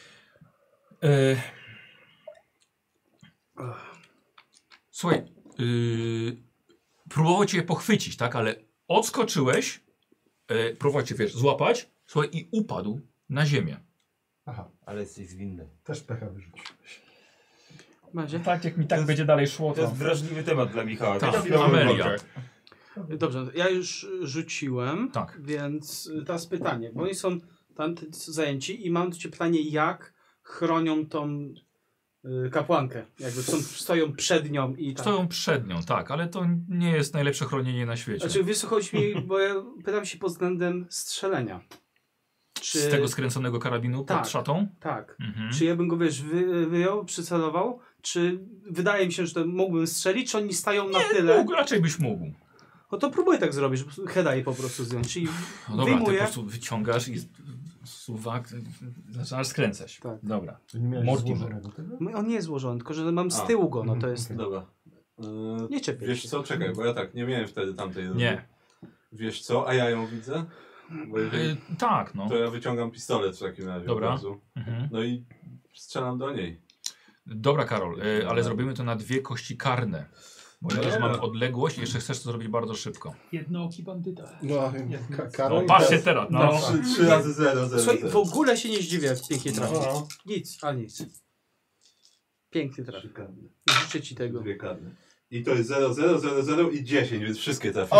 Słuchaj, próbował cię pochwycić, tak, ale odskoczyłeś, próbował cię, wiesz, złapać, słuchaj, i upadł na ziemię. Aha, Ale jesteś zwinny. też pecha wyrzuciłeś. Macie? Tak, jak mi tak jest- będzie dalej szło, To jest wrażliwy temat dla Michała. Tak, Chwilowy Amelia. wątek. Dobrze, ja już rzuciłem, Tak. więc teraz pytanie, bo oni są tam zajęci i mam do Ciebie pytanie, jak chronią tą kapłankę? Jakby stoją przed nią i tak. Stoją przed nią, tak, ale to nie jest najlepsze chronienie na świecie. Znaczy, wiesz co, chodzi mi, bo ja pytam się pod względem strzelenia. Czy... Z tego skręconego karabinu Tak. pod szatą? Tak. Mhm. Czy ja bym go, wiesz, wyjął, przycelował, czy wydaje mi się, że to mógłbym strzelić, czy oni stają na tyle? Mógł, raczej byś mógł. No to próbuję tak zrobić, żeby heada jej po prostu zdjąć. Czyli No dobra, ty po wyjmuję. prostu wyciągasz i suwak, zaczynasz skręcać. Tak. Dobra. To nie miałeś Mortimer. złożonego tego? On nie jest złożony, tylko że mam z tyłu go, no to jest... Dobra. Nie czepiaj Wiesz się. co, czekaj, bo ja tak, nie miałem wtedy tamtej rury. Nie. Wiesz co, a ja ją widzę? Bo jeżeli, Tak, no. to ja wyciągam pistolet w takim razie Dobra. od razu. Mhm. No i strzelam do niej. Dobra, Karol, ale zrobimy to na 2 kości karne. Ponieważ Dobra. mamy odległość i jeszcze chcesz to zrobić bardzo szybko. Jednooki bandyta. No, No, Karol, patrzcie teraz. No. 3 razy 0, 0, Słuchaj, w ogóle się nie zdziwię, jak pięknie trafi. No. Nic, a nic. Pięknie trafi. 3 karne. Życzę ci tego. 2 karne. I to jest 0, 0, 0, 0 i 10, więc wszystkie trafiły.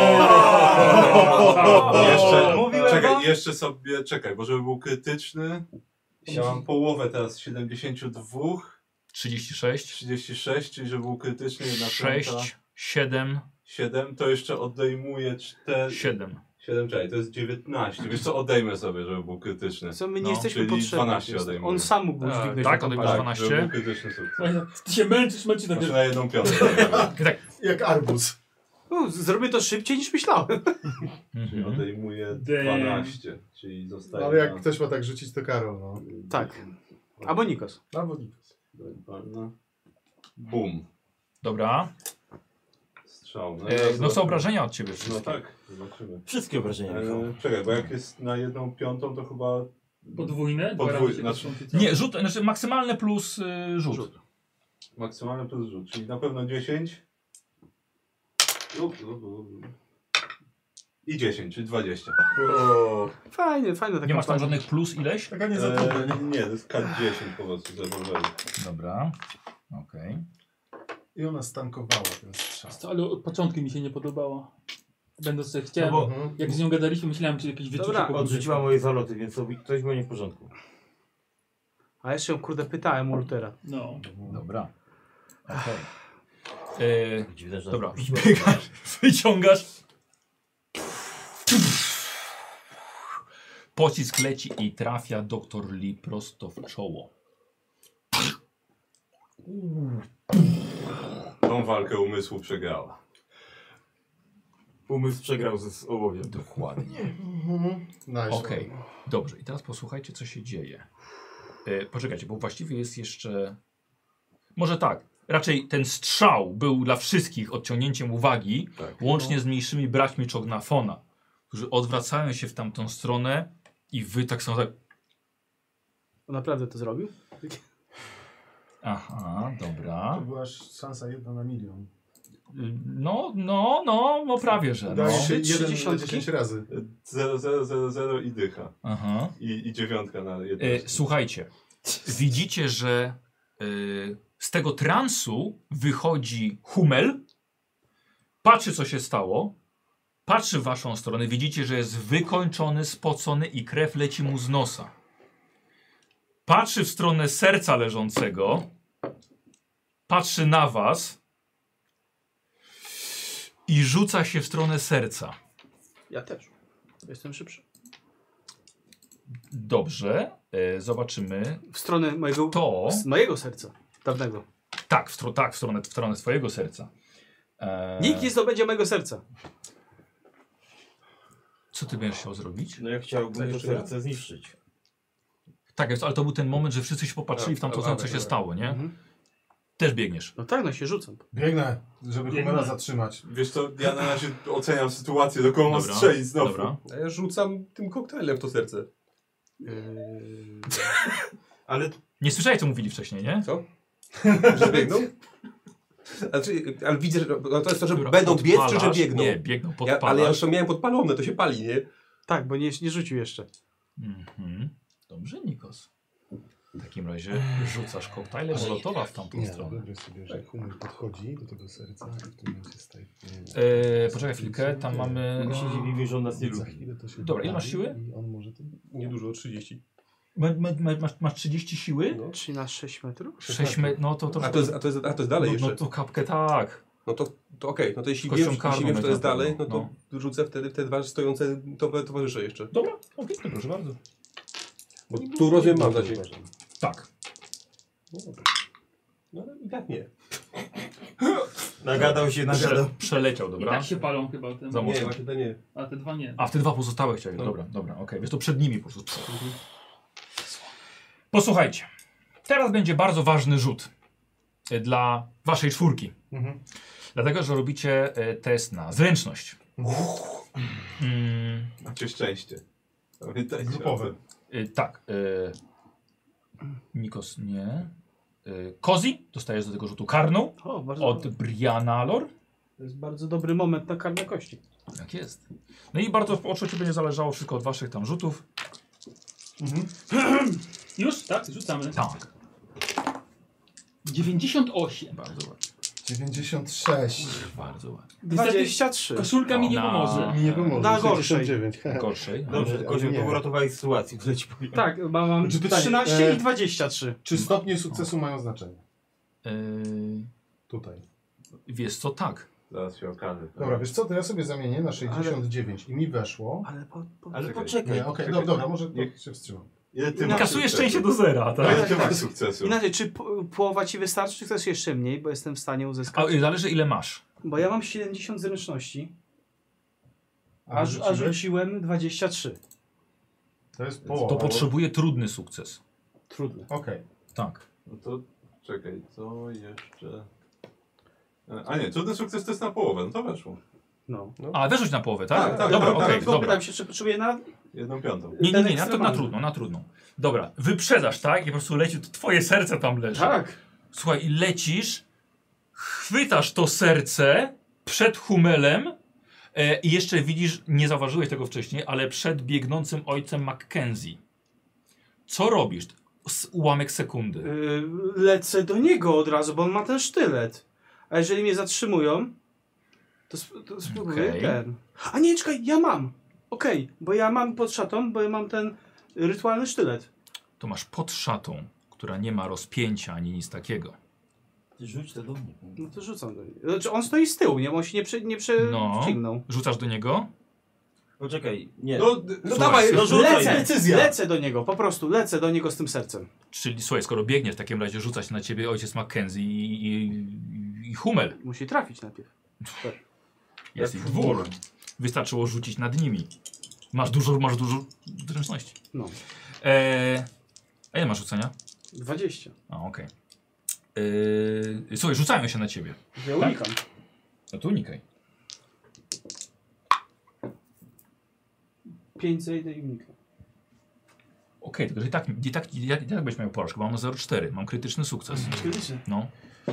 Jeszcze, Mówiłem czekaj, wam? jeszcze sobie, czekaj, bo żeby był krytyczny, ja mam połowę teraz z 72, 36, 36, czyli żeby był krytyczny, 6, 7, 7, to jeszcze odejmuję 4, 7. 7, czekaj, to jest 19, wiesz co, odejmę sobie, żeby był krytyczny. Co, my nie No, jesteśmy czyli potrzebni. 12 Jest- odejmuję. On sam mógł dźwignąć tak, taką odejmujesz parę. 12. Żeby był krytyczny sukces. Ty się męczysz tak. Znaczy na 1/5. Tak. jak arbuz. Zrobię to szybciej niż myślałem. Czyli Mhm. odejmuję Damn. 12, czyli zostaje Ale jak na- ktoś ma tak rzucić, to Karol, no. Tak. Albo Nikos. Albo Nikos. Bum. Dobra. Strzał. No są obrażenia od ciebie No wszystkie. tak, zobaczymy. Wszystkie obrażenia, Michał. Czekaj, bo jak jest na 1/5, to chyba Podwójne? Dwa Podwójne, razy się znaczy- podtrąci, co? Nie, rzut, znaczy maksymalny plus rzut. maksymalny plus rzut, czyli na pewno 10. I 10, czyli 20. Fajnie, fajna taka Nie masz tam partia. żadnych plus ileś? Taka nie za trudne, nie? Nie, to jest K10 po prostu z rewolweru. Dobra. Okej. I ona stankowała ten strzał. Co, ale od początku mi się nie podobała. Będąc sobie chciałem, No bo- jak z nią gadaliśmy, myślałem, czy jakieś wyczucie Dobra, pobudzę. Odrzuciła moje zaloty, więc coś było nie w porządku. A jeszcze ją kurde pytałem u Lutera. No. Dobra. Okej. Dziwne, że Dobra, biegasz, wyciągasz. Pocisk leci i trafia dr Lee prosto w czoło. Tą walkę umysłu przegrała. Umysł przegrał z ołowiem. Dokładnie. Nice. Okej, dobrze. I teraz posłuchajcie, co się dzieje. Poczekajcie, bo właściwie jest jeszcze... Może tak. Raczej ten strzał był dla wszystkich odciągnięciem uwagi, Tak. łącznie z mniejszymi braćmi Czognafona, którzy odwracają się w tamtą stronę i wy tak samo tak... On naprawdę to zrobił? Aha, dobra. To była szansa 1 na 1 000 000. No prawie, że. No. Daje się 3 1 na dziesiątki? 10 razy. 0, 0, 0, 0 i dycha. Aha. I 9 na jedną. Słuchajcie, widzicie, że z tego transu wychodzi Hummel, patrzy, co się stało, patrzy w waszą stronę, widzicie, że jest wykończony, spocony i krew leci mu z nosa. Patrzy w stronę serca leżącego, patrzy na was i rzuca się w stronę serca. Ja też. Jestem szybszy. Dobrze, zobaczymy. W stronę mojego, To... z mojego serca. Dawnego. Tak, w stronę twojego serca. Nikt nie zdobędzie mojego serca. Co ty będziesz chciał zrobić? No ja chciałbym to serce zniszczyć. Tak, ale to był ten moment, że wszyscy się popatrzyli w tamtą stronę, co się stało, nie? Mhm. Też biegniesz. No tak, no się rzucam. Biegnę, żeby Biegnę. Humera zatrzymać. Wiesz co, ja na razie oceniam sytuację, do kogo mam Dobra, strzelić znowu. dobra. A ja rzucam tym koktajlem w to serce. Ale Nie słyszałeś, co mówili wcześniej, nie? Co? Że biegną? Ale widzę, że no to jest to, że Dobra, będą biec, czy że podpalasz? biegną? Nie, biegną, Ja, podpalasz. ale ja już to miałem podpalone, to się pali, nie? Tak, bo nie rzucił jeszcze. Mhm. Dobrze, Nikos. W takim razie rzucasz koktajle molotowa w tamtą Nie, stronę. wyobraź sobie, że Humer podchodzi do tego serca i w tym momencie staje. Poczekaj chwilkę, tam mamy... my się dziwimy, że on nas nie Za lubi. chwilę to się Dobra, ile masz wypali siły? I on może tym... Niedużo, 30. Masz 30 siły? No. Czyli na 6 metrów? 6 metrów, no to... A to jest dalej no jeszcze. to kapkę tak. No to okej, no to jeśli Kością wiem, karną że to jest na dalej, pewno, no to rzucę wtedy te dwa stojące towarzysze jeszcze. Dobra, okej, to proszę bardzo. Bo tu rozumiem mam zasięg. Tak. No ale i tak nie. Nagadał się, nagadał. Przeleciał, I dobra. tak się palą chyba ten. Za mocno. Nie, właśnie to nie. A te dwa nie. A w te dwa pozostałe chciałem. No. Dobra, okej. Wiesz, to przed nimi po prostu. Posłuchajcie. Teraz będzie bardzo ważny rzut dla waszej czwórki. Dlatego, że robicie test na zręczność. Macie szczęście. Pamiętajcie. Grupowe. Tak. Nikos nie. Kozi, dostajesz do tego rzutu karną O, bardzo od Brianalor. To jest bardzo dobry moment na karne kości. Tak jest. No i bardzo oczywiście będzie zależało wszystko od waszych tam rzutów. Już? Tak? Rzucamy. Tak. 98. Bardzo ładnie. 96. Bardzo ładnie. 23. Koszulka mi nie Na- pomoże. Mi nie pomoże. Na gorszej. 69. Gorszej. Dobrze, Ale Kozioł, nie. to uratowałeś sytuację, tyle ci powiem. Tak, mam Znaczy pytanie, 13 i 23. Czy stopnie sukcesu mają znaczenie? Yy, Tutaj. wiesz co, tak. Zaraz się okaże. tak? Dobra, wiesz co, to ja sobie zamienię na 69 i mi weszło. Ale Ale Czekaj. poczekaj. Nie, okej, dobra, może to się wstrzymam. Ile ty Kasuje Kasuje masz szczęście sukcesu? do zera, tak? Ile ty masz sukcesu? Inaczej, czy połowa ci wystarczy, czy chcesz jeszcze mniej, bo jestem w stanie uzyskać? A zależy ile masz. Bo ja mam 70 zręczności, a rzuciłeś? rzuciłem 23. To jest połowa. To potrzebuje trudny sukces. Trudne. Okej. Tak. No to czekaj, co jeszcze... A nie, trudny sukces to jest na połowę, no to weszło. No. A wyrzuć na połowę, tak? Tak, tak, dobra, tak, okej, tak, Tylko dobra. pytam się, czy czuję na... 1/5. Nie, na trudną. Dobra, wyprzedzasz, tak? I po prostu leci, to twoje serce tam leży. Tak. Słuchaj, i lecisz, chwytasz to serce przed Humelem i jeszcze widzisz, nie zauważyłeś tego wcześniej, ale przed biegnącym ojcem Mackenzie. Co robisz? Ułamek sekundy. Lecę do niego od razu, bo on ma ten sztylet. A jeżeli mnie zatrzymują, to spróbuję Okej. ten. A nie, czekaj, ja mam. Okej, bo ja mam pod szatą, bo ja mam ten rytualny sztylet. To masz pod szatą, która nie ma rozpięcia ani nic takiego. Ty rzuć to do mnie. No to rzucam do niego. Znaczy on stoi z tyłu, nie? Bo on się nie przeciągnął. Rzucasz do niego? Poczekaj, nie. No, Słuchaj, dawaj, no rzucaj. Lecę do niego, po prostu lecę do niego z tym sercem. Czyli słuchaj, skoro biegniesz, w takim razie rzucać na ciebie ojciec Mackenzie i Hummel. Musi trafić najpierw. Jest ich dwóch. Wystarczyło rzucić nad nimi. Masz dużo zręczności. No. A ile masz rzucenia? 20. A, okej. Słuchaj, rzucają się na ciebie. Ja unikam. No to unikaj. 5 zejdę i unikam. Okej, tylko że i tak byś miał porażkę, bo mam 0,4. Mam krytyczny sukces. Krytycznie. No.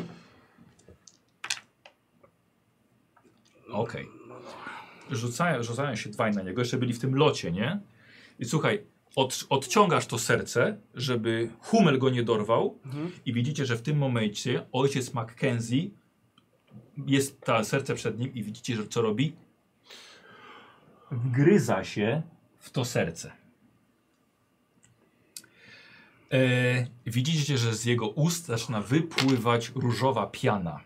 Okej. Rzucają się dwaj na niego, jeszcze byli w tym locie, nie? I słuchaj, odciągasz to serce, żeby Hummel go nie dorwał i widzicie, że w tym momencie ojciec Mackenzie jest to serce przed nim i widzicie, że co robi? Wgryza się w to serce. Widzicie, że z jego ust zaczyna wypływać różowa piana.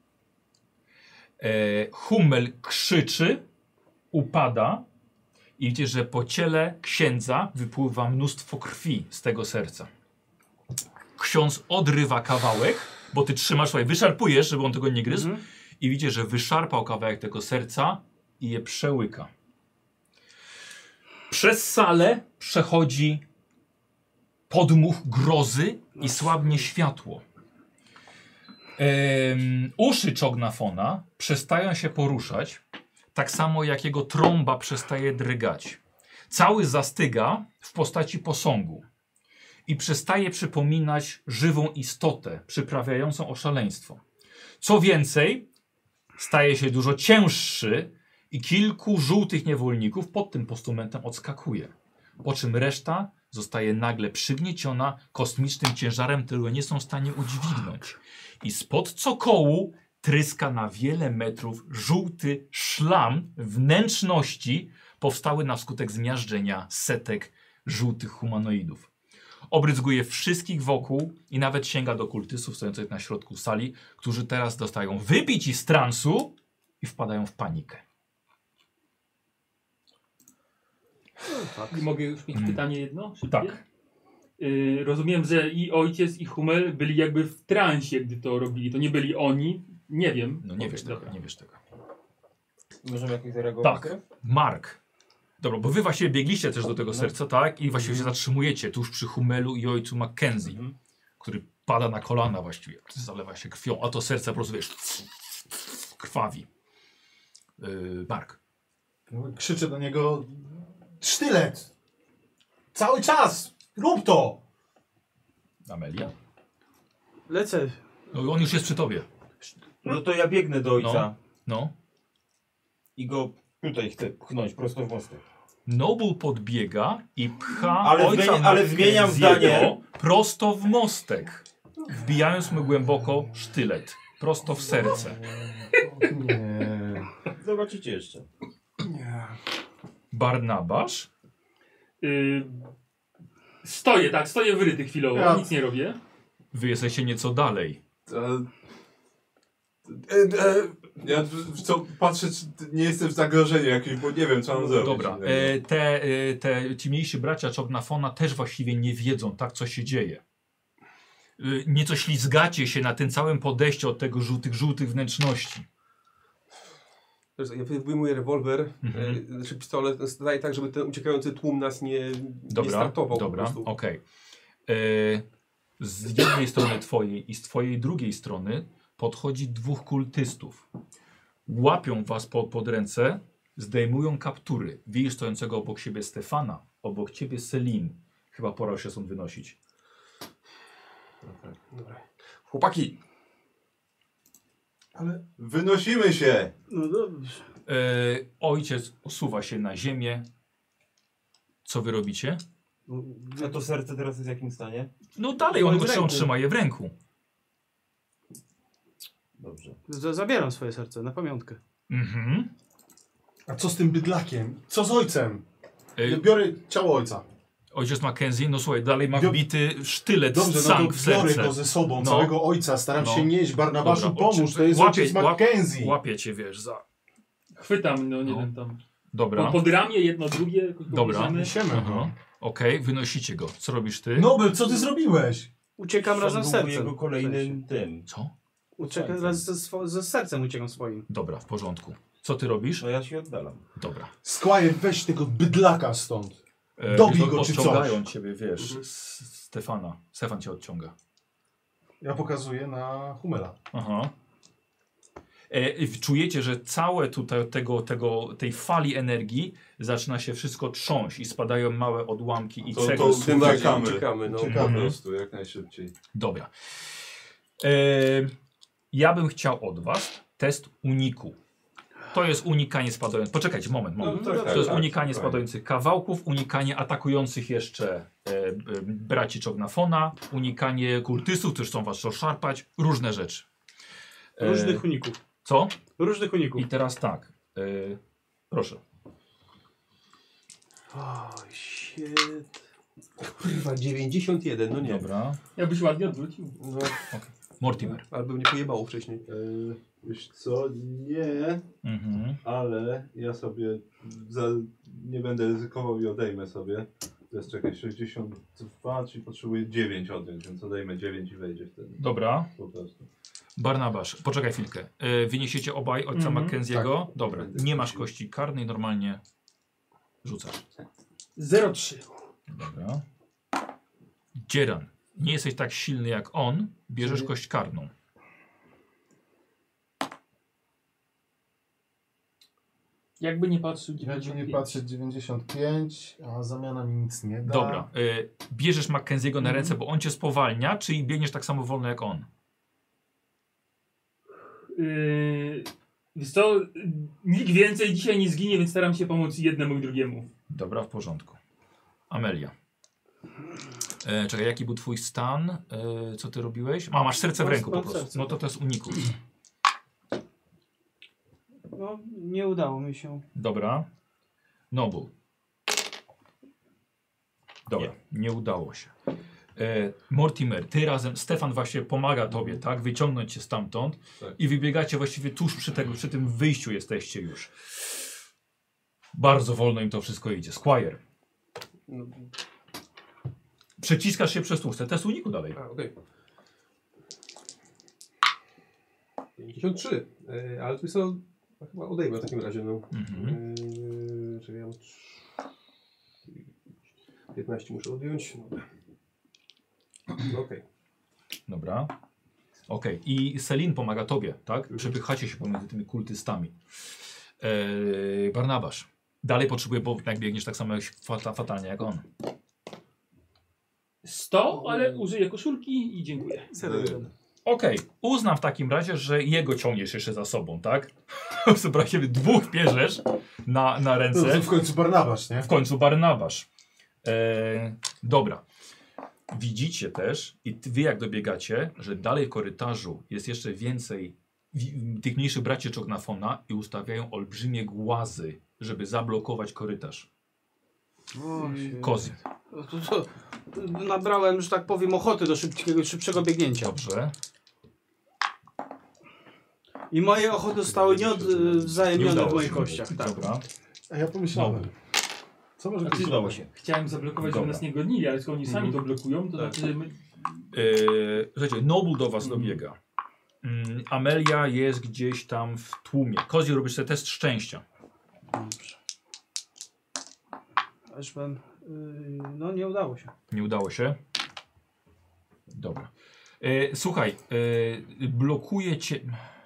Hummel krzyczy, upada i widzicie, że po ciele księdza wypływa mnóstwo krwi z tego serca. Ksiądz odrywa kawałek, bo ty trzymasz, słuchaj, wyszarpujesz, żeby on tego nie gryzł i widzicie, że wyszarpał kawałek tego serca i je przełyka. Przez salę przechodzi podmuch grozy i słabnie światło. Uszy Czognafona przestają się poruszać, tak samo jak jego trąba przestaje drgać. Cały zastyga w postaci posągu i przestaje przypominać żywą istotę przyprawiającą o szaleństwo. Co więcej, staje się dużo cięższy i kilku żółtych niewolników pod tym postumentem odskakuje. Po czym reszta zostaje nagle przygnieciona kosmicznym ciężarem, którego nie są w stanie udźwignąć. I spod cokołu tryska na wiele metrów żółty szlam wnętrzności powstały na skutek zmiażdżenia setek żółtych humanoidów. Obryzguje wszystkich wokół i nawet sięga do kultystów stojących na środku sali, którzy teraz dostają wybici z transu i wpadają w panikę. I mogę już mieć pytanie jedno? Szybkie? Tak. Rozumiem, że i ojciec, i Hummel byli jakby w transie, gdy to robili. To nie byli oni. Nie wiem. No nie wiesz tego, nie wiesz tego. Możemy jakoś zareagować? Tak, Mark. Dobra, bo wy właściwie biegliście też do tego serca, tak? I właściwie się zatrzymujecie tuż przy Hummelu i ojcu Mackenzie, który pada na kolana właściwie, zalewa się krwią, a to serce po prostu, wiesz, krwawi. Mark. Krzyczę do niego: sztylet! Cały czas! Rób to! Amelia? Lecę. No, on już jest przy tobie. No to ja biegnę do ojca No. i go tutaj chcę pchnąć prosto w mostek. Noble podbiega i pcha Ale ojca ale zmieniam zdanie. prosto w mostek, wbijając mu głęboko sztylet. Prosto w serce. Nie. Zobaczycie jeszcze. Nie. Barnabasz? Stoję wyryty chwilowo, Ja- nic nie robię. Wy jesteście nieco dalej. Ja co, patrzę, czy nie jestem w zagrożeniu jakimś, bo nie wiem, co mam zrobić. Dobra, ci mniejsi bracia Czognafona też właściwie nie wiedzą, tak, co się dzieje. Nieco ślizgacie się na tym całym podejściu od tego żółtych wnętrzności. Ja wyjmuję rewolwer, znaczy pistolet, staję tak, żeby ten uciekający tłum nas nie startował po prostu. Okej. Z jednej strony twojej i z twojej drugiej strony podchodzi dwóch kultystów. Łapią was pod ręce, zdejmują kaptury. Widzisz stojącego obok siebie Stefana, obok ciebie Celine. Chyba pora się stąd wynosić. Dobra. Chłopaki! Ale Wynosimy się! No dobrze. Ojciec usuwa się na ziemię. Co wy robicie? A to serce teraz jest w jakim stanie? No dalej, on w ręku. trzyma je w ręku. Dobrze. Zabieram swoje serce na pamiątkę. Mhm. a co z tym bydlakiem? Co z ojcem? E, Biorę ciało ojca. Ojciec Mackenzie, no słuchaj, dalej ma Bio- wbity sztylet Dobrze, z no sank to w biorę serce. go ze sobą, No. całego ojca. Staram No. się nieść. Barnabaszu, Dobra, pomóż. To jest łapie- ojciec Mackenzie. Łapie cię, wiesz, za... Chwytam, no nie No. wiem tam. Dobra, Pod ramię jedno, drugie. jakoś Dobra. pobierzemy. Niesiemy Aha. go. Okej, wynosicie go. Co robisz ty? Nobel, co ty zrobiłeś? Uciekam razem z sercem. jego kolejnym tym. Co? Uciekam razem ze sercem, uciekam swoim. Dobra, w porządku. Co ty robisz? No ja się oddalam. Dobra. Squire, weź tego bydlaka stąd. Dobij wiesz, go czy odciągają coś. ciebie, wiesz, Stefana. Stefan cię odciąga. Ja pokazuję na Hummela. Aha. Czujecie, że całe tutaj tej fali energii zaczyna się wszystko trząść i spadają małe odłamki i To cegły. Tym bardziej uciekamy. uciekamy, no. Po prostu, jak najszybciej. Dobra. Ja bym chciał od was test uniku. To jest unikanie spadających. Poczekajcie, moment. To jest unikanie spadających kawałków, unikanie atakujących jeszcze braci Czognafona, unikanie kultystów, którzy chcą was szarpać, różne rzeczy. Różnych uników. Co? Różnych uników. I teraz tak. Proszę. O, shit. Kurwa, 91, no nie. Dobra. Jakbyś ładnie odwrócił. No, Mortimer. albo mnie pojebało wcześniej. Wiesz co, nie, Mhm. ale ja sobie nie będę ryzykował i odejmę sobie. To jest czekaj, 62, czyli potrzebuję 9 odjąć, więc odejmę 9 i wejdzie wtedy. Dobra. Po prostu. Barnabasz, poczekaj chwilkę. Wyniesiecie obaj ojca Mackenziego? Dobra. Będę Nie masz prosił. kości karnej, normalnie rzucasz. 0,3. Dobra. Dzieran, nie jesteś tak silny jak on, bierzesz Czyli- kość karną. Jakby nie patrzył, Jakby nie 95. patrzeć 95, a zamiana mi nic nie da. Dobra. Bierzesz Mackenziego na ręce, bo on cię spowalnia, czy biegniesz tak samo wolno jak on? Wiesz co, nikt więcej dzisiaj nie zginie, więc staram się pomóc jednemu i drugiemu. Dobra, w porządku. Amelia. Czekaj, jaki był twój stan? Co ty robiłeś? Masz serce w ręku po prostu. serce. No to jest uniku. No, nie udało mi się. Dobra. Nobu. Dobra, nie udało się. Mortimer, ty razem, Stefan właśnie pomaga tobie, tak? Wyciągnąć cię stamtąd Tak. i wybiegacie właściwie tuż przy tym wyjściu jesteście już. Bardzo wolno im to wszystko idzie. Squire. No, Przeciskasz się przez tłuste. Test uniku dalej. okej. 53. Ale tu są... Chyba odejmę w takim razie, no. Czekaj, ja mam 15 muszę odjąć. Dobra. No, okej. Dobra. Okej. I Selin pomaga tobie, tak? Przepychacie się pomiędzy tymi kultystami. Barnabasz. Dalej potrzebuje, bo jak biegniesz tak samo fatalnie jak on. 100, ale użyję koszulki i dziękuję. Okej, uznam w takim razie, że jego ciągniesz jeszcze za sobą, tak? Zobaczcie, dwóch bierzesz na ręce. To w końcu Barnabasz, nie? W końcu Barnabasz. Dobra. Widzicie też, i wy jak dobiegacie, że dalej w korytarzu jest jeszcze więcej tych mniejszych braci Czoknafona i ustawiają olbrzymie głazy, żeby zablokować korytarz. Kozy. Nabrałem, że tak powiem, ochoty do szybszego biegnięcia. Dobrze. I moje ochoty zostały nieodwzajemnione w moich kościach. Tak. Dobra. A ja pomyślałem. Co może być? Udało się. Chciałem zablokować, żeby nas nie gonili, ale skoro oni sami to blokują, to znaczy, że my... Słuchajcie, Noble do was dobiega. Amelia jest gdzieś tam w tłumie. Kozi, robisz sobie test szczęścia. Dobrze. Aż mam... no nie udało się. Nie udało się? Dobra. Słuchaj, blokuje cię...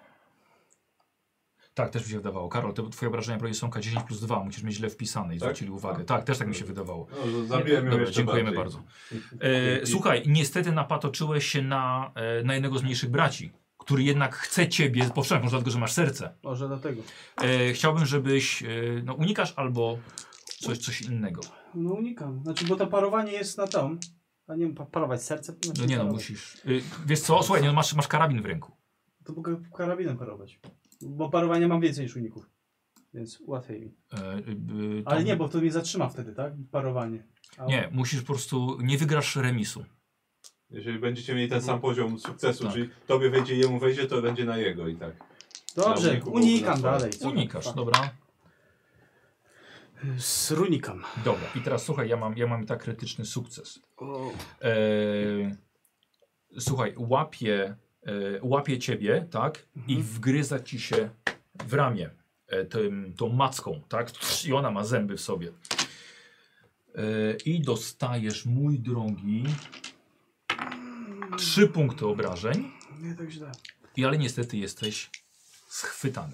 Tak, też mi się wydawało. Karol, twoje obrażenia broń są K10 plus 2. Musisz mieć źle wpisane i zwrócili uwagę. Tak, też tak mi się wydawało. No, zabiłem ją Dobra, jeszcze dziękujemy bardziej. bardzo. Słuchaj, niestety napatoczyłeś się na jednego z mniejszych braci, który jednak chce ciebie powstrzymać, może dlatego, że masz serce. Może dlatego. Chciałbym, żebyś no, unikasz albo coś innego. No unikam. Znaczy, bo to parowanie jest na tą. A nie parować serce? No nie no, musisz. Wiesz co, słuchaj, no, masz karabin w ręku. To mogę karabinem parować. Bo parowania mam więcej niż uników. Więc łatwiej mi. Ale nie, bo to mnie zatrzyma wtedy, tak? Parowanie. Nie, musisz po prostu, nie wygrasz remisu. Jeżeli będziecie mieli ten sam poziom sukcesu, Tak. czyli tobie wejdzie, jemu wejdzie, to będzie na jego i tak. Dobrze, uniku unikam dalej. Unikasz, Tak. dobra. Unikam. Dobra, i teraz słuchaj, ja mam i tak krytyczny sukces. Słuchaj, łapie ciebie, tak? I wgryza ci się w ramię tą macką, tak? I ona ma zęby w sobie. I dostajesz, mój drogi, 3 punkty obrażeń. Nie tak źle. Ale niestety jesteś schwytany.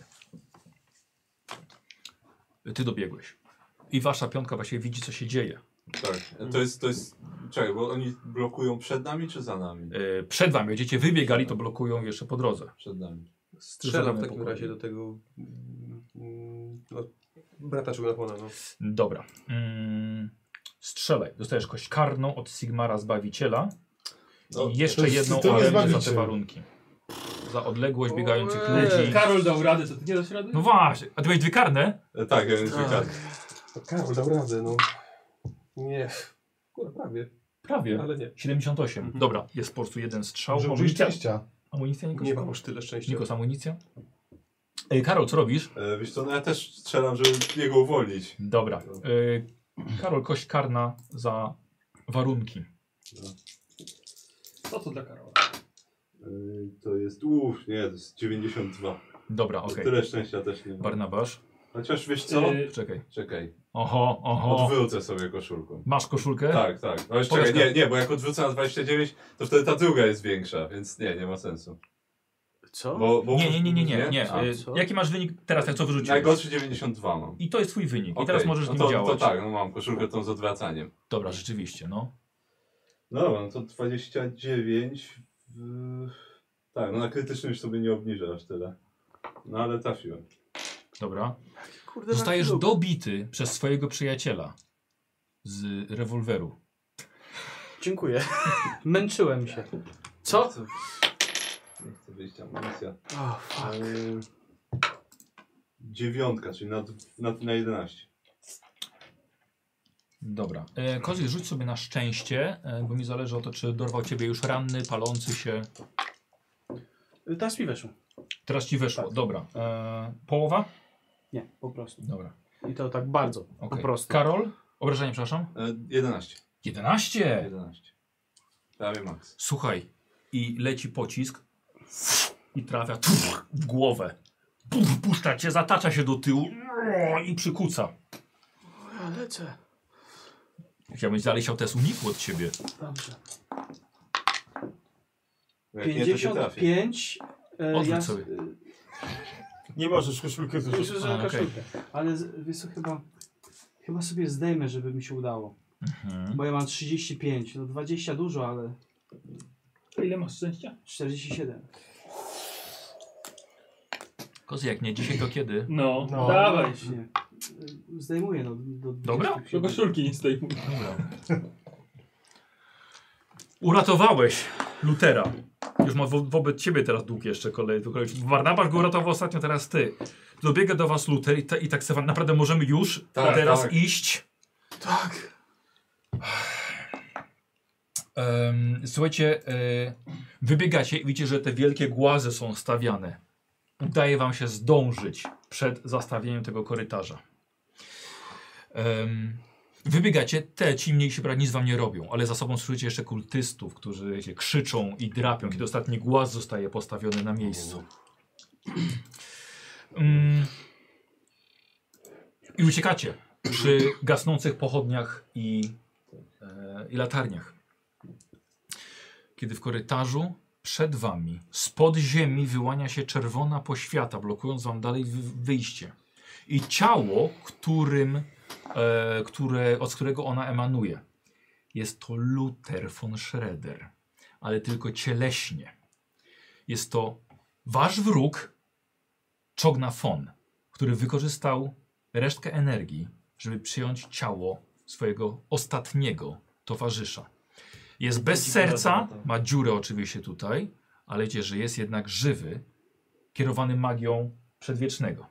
Ty dobiegłeś. I wasza piątka właściwie widzi, co się dzieje. Tak, to jest... Czekaj, bo oni blokują przed nami czy za nami? Przed wami, będziecie wybiegali, to blokują jeszcze po drodze. Przed nami. Strzelam w takim razie do tego no, brata Czoknafona, no. Dobra. Strzelaj. Dostajesz kość karną od Sigmara Zbawiciela. No, I jeszcze jedną to jest armę za te Zbawiciel. warunki. Za odległość biegających Ojej. ludzi. Karol dał radę, to ty nie dasz rady? No właśnie. A ty miałeś 2 karne? Tak, ja więc Tak. Karol dał radę, no. Nie. Kurwa, prawie. Prawie. Ale nie. 78. Dobra, jest po prostu jeden strzał. Może użyć Amunicja? szczęścia. Amunicja, Nikos? Nie mam już tyle szczęścia. Nikos, amunicja? Karol, co robisz? Wiesz co, no ja też strzelam, żeby jego uwolnić. Dobra. Karol, kość karna za warunki. Co to dla Karola? To jest... nie, to jest 92. Dobra, okej. Tyle szczęścia też nie ma. Barnabasz? Chociaż wiesz co? Czekaj. Czekaj. Oho. Odwrócę sobie koszulką. Masz koszulkę? Tak, tak. No już Pokaż czekaj, nie, bo jak odwrócę na 29, to wtedy ta druga jest większa, więc nie ma sensu. Co? Bo Nie. A, Jaki masz wynik teraz, jak co wyrzuciłeś? najgorszy 92 mam. I to jest twój wynik. I Okej, teraz możesz no nim to działać. tak, no mam koszulkę tą z odwracaniem. Dobra, rzeczywiście, no. No dobra, no to 29. Tak, no na krytycznym już sobie nie obniżę aż tyle. No ale trafiłem. Dobra. Kurde, Zostajesz na dobity przez swojego przyjaciela z rewolweru. Dziękuję. Męczyłem się. Co? Nie chcę wyjść amunicja. Oh, fuck. 9, czyli na 11. Dobra. Kozy, rzuć sobie na szczęście, bo mi zależy o to, czy dorwał ciebie już ranny, palący się. Teraz mi weszło. Teraz ci weszło. Tak. Dobra. Połowa? Nie, po prostu. Dobra. I to tak bardzo, po Okay. prostu. Karol? Obrażenie, przepraszam? 11. 11! 11. Prawie max. Słuchaj, i leci pocisk i trafia w głowę. Puszcza cię, zatacza się do tyłu i przykuca. Ja lecę. Chciałbym dalej chciał test uniku od ciebie. Dobrze. Jak nie, to się trafi. 55. Odwróć sobie. Nie możesz koszulkę Myślę, zużyć. że A, okej. koszulkę. Ale wiesz co, chyba sobie zdejmę, żeby mi się udało. Bo ja mam 35. No 20 dużo, ale To ile masz szczęścia? 47. Kozy, jak nie dzisiaj, to kiedy? No, No. dawaj. Nie. Zdejmuję no. Dobra. 27. Do koszulki nie zdejmuj. Dobra. Uratowałeś Lutera. Już ma wobec ciebie teraz dług jeszcze kolej. Barnabasz go uratował ostatnio, teraz ty. Dobiega do was Luter i tak Stefan, naprawdę możemy już teraz iść. Tak. Słuchajcie, wybiegacie i widzicie, że te wielkie głazy są stawiane. Udaje wam się zdążyć przed zastawieniem tego korytarza. Wybiegacie, ci mniejsi nic wam nie robią, ale za sobą słyszycie jeszcze kultystów, którzy wiecie, krzyczą i drapią, kiedy ostatni głaz zostaje postawiony na miejscu. I uciekacie przy gasnących pochodniach i latarniach. Kiedy w korytarzu przed wami, spod ziemi wyłania się czerwona poświata, blokując wam dalej wyjście. I ciało, od którego ona emanuje, jest to Luther von Schroeder, ale tylko cieleśnie. Jest to wasz wróg, Czogna von, który wykorzystał resztkę energii, żeby przyjąć ciało swojego ostatniego towarzysza. Jest bez serca, ma dziurę oczywiście tutaj, ale wiecie, że jest jednak żywy, kierowany magią przedwiecznego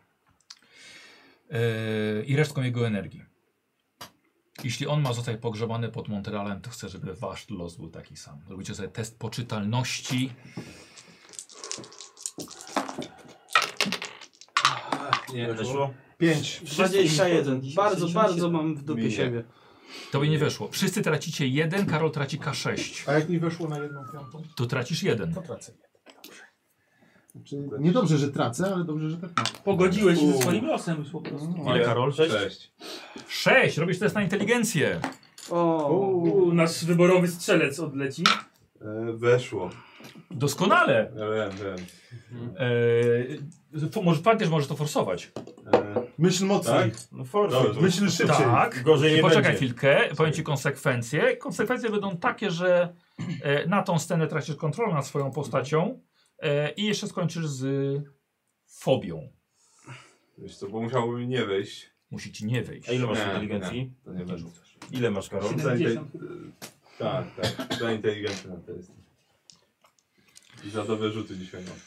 i resztką jego energii. Jeśli on ma zostać pogrzebany pod Montrealem, to chcę, żeby wasz los był taki sam. Robicie sobie test poczytalności. Nie Weszło? 5. 21. Bardzo, 67. bardzo mam w dupie Minie. siebie. To by nie weszło. Wszyscy tracicie 1, Karol traci K6. A jak mi weszło na 1/5? To tracisz 1. To tracę 1. Znaczy, nie dobrze, że tracę, ale dobrze, że tak mam. Pogodziłeś się ze swoim losem już po prostu. Ile, Karol? 6. 6. Robisz test na inteligencję. Nasz wyborowy strzelec odleci. Weszło. Doskonale. Ja wiem. Może pamiętasz, możesz to forsować. Myśl mocniej. Tak? No forsuj. Dobrze. Myśl szybciej. Tak. Gorzej nie Poczekaj będzie. chwilkę, powiem ci konsekwencje. Konsekwencje będą takie, że na tą scenę tracisz kontrolę nad swoją postacią i jeszcze skończysz z fobią. Wiesz co, bo musiałbym nie wejść. Musi ci nie wyjść. A ile masz Nie, inteligencji? To nie weszło. Ile masz, Karol? 70. Tak. Za inteligentny na to jest. I za dobre rzuty dzisiaj mam.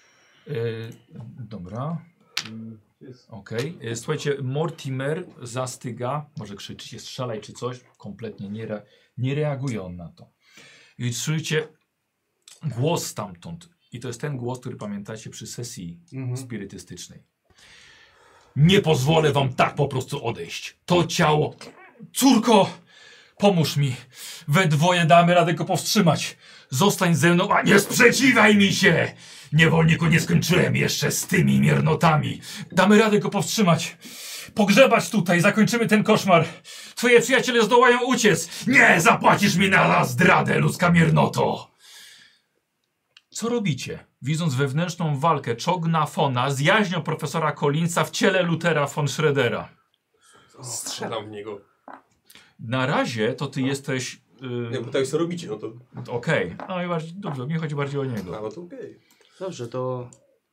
Dobra. Okej. Słuchajcie, Mortimer zastyga, może krzyczycie, strzelaj czy coś. Kompletnie nie reaguje on na to. I słyszycie głos stamtąd. I to jest ten głos, który pamiętacie przy sesji spirytystycznej. Nie pozwolę wam tak po prostu odejść. To ciało... Córko! Pomóż mi. We dwoje damy radę go powstrzymać. Zostań ze mną, a nie sprzeciwiaj mi się! Niewolniku, nie skończyłem jeszcze z tymi miernotami. Damy radę go powstrzymać. Pogrzebać tutaj, zakończymy ten koszmar. Twoje przyjaciele zdołają uciec. Nie, zapłacisz mi na zdradę, ludzka miernoto. Co robicie? Widząc wewnętrzną walkę Czogna Fona z jaźnią profesora Collinsa w ciele Luthera von Schroedera. Strzelam w niego. Na razie to ty jesteś... Jak tak sobie robicie, no to... Okej. No i bardziej, dobrze, mi chodzi bardziej o niego. A, no to okej. Dobrze, to...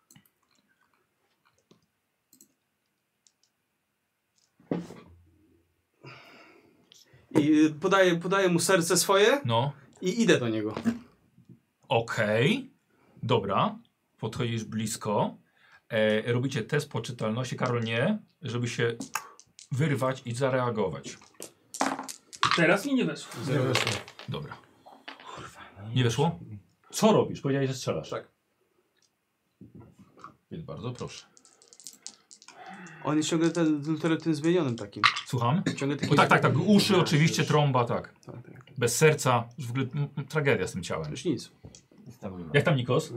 I podaję mu serce swoje No. i idę do niego. Okej. Dobra. Podchodzisz blisko. Robicie test poczytalności. Karol nie, żeby się wyrwać i zareagować. Teraz mi nie weszło. Nie weszło. Dobra. Nie weszło? Co robisz? Powiedziałeś, że strzelasz. Tak. Więc bardzo proszę. On jest ciągle tym zmienionym takim. Słucham? Ciągle taki... O, tak. Uszy oczywiście, trąba, tak. Tak. Bez serca. Już w ogóle tragedia z tym ciałem. Już nic. Jak tam, Nikos?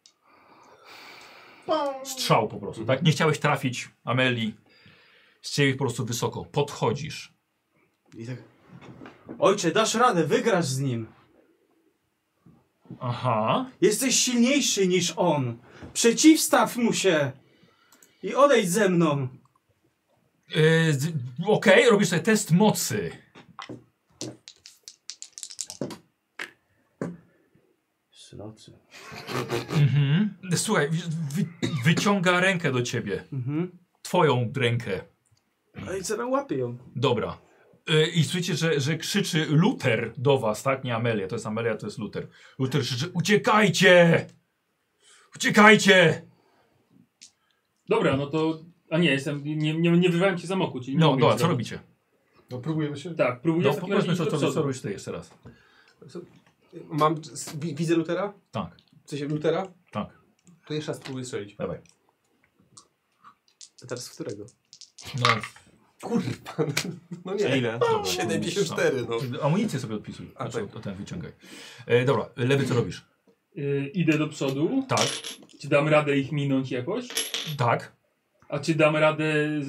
Strzał po prostu, tak? Nie chciałeś trafić Amelii. Strzeliłeś po prostu wysoko. Podchodzisz. I tak... Ojcze, dasz radę, wygrasz z nim. Aha. Jesteś silniejszy niż on. Przeciwstaw mu się. I odejdź ze mną. Okej, robisz sobie test mocy. Srocy. Słuchaj, wyciąga rękę do ciebie. Twoją rękę. No i co, łapię ją. Dobra. I słyszycie, że krzyczy Luther do was, tak? Nie Amelia, to jest Amelia, to jest Luther. Luther krzyczy, uciekajcie! Uciekajcie! Dobra, no to... A nie, nie wyrwałem ci zamoku, czyli nie No, mogę dobra, nic co zrobić. robicie? No próbujemy się... Tak, próbuję No, w takim razie powiedzmy, iść do co przodu. robisz ty jeszcze raz. Widzę Lutera? Tak, W sensie Lutera? tak. To jeszcze raz spróbuję strzelić. Dawaj. A teraz w którego? No, Kurwa. No nie. Ile? dobra. 74, no. Amunicję sobie odpisuj. A, Znaczy, tak. o ten wyciągaj. Dobra, lewy co robisz? Idę do przodu. Tak, Czy dam radę ich minąć jakoś? tak. A czy dam radę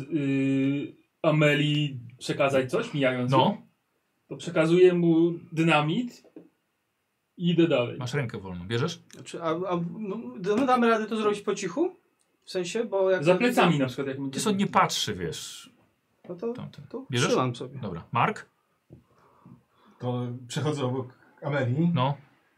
Amelii przekazać coś, mijając No. ją? To przekazuję mu dynamit i idę dalej. Masz rękę wolną. Bierzesz? Znaczy, no, damy radę to zrobić po cichu? W sensie, bo jak... Za plecami na przykład. Jak Wiesz, on nie patrzy, wiesz. No to, Tamten. to Bierzesz? trzymam sobie. Dobra. Mark? To przechodzę obok Amelii No.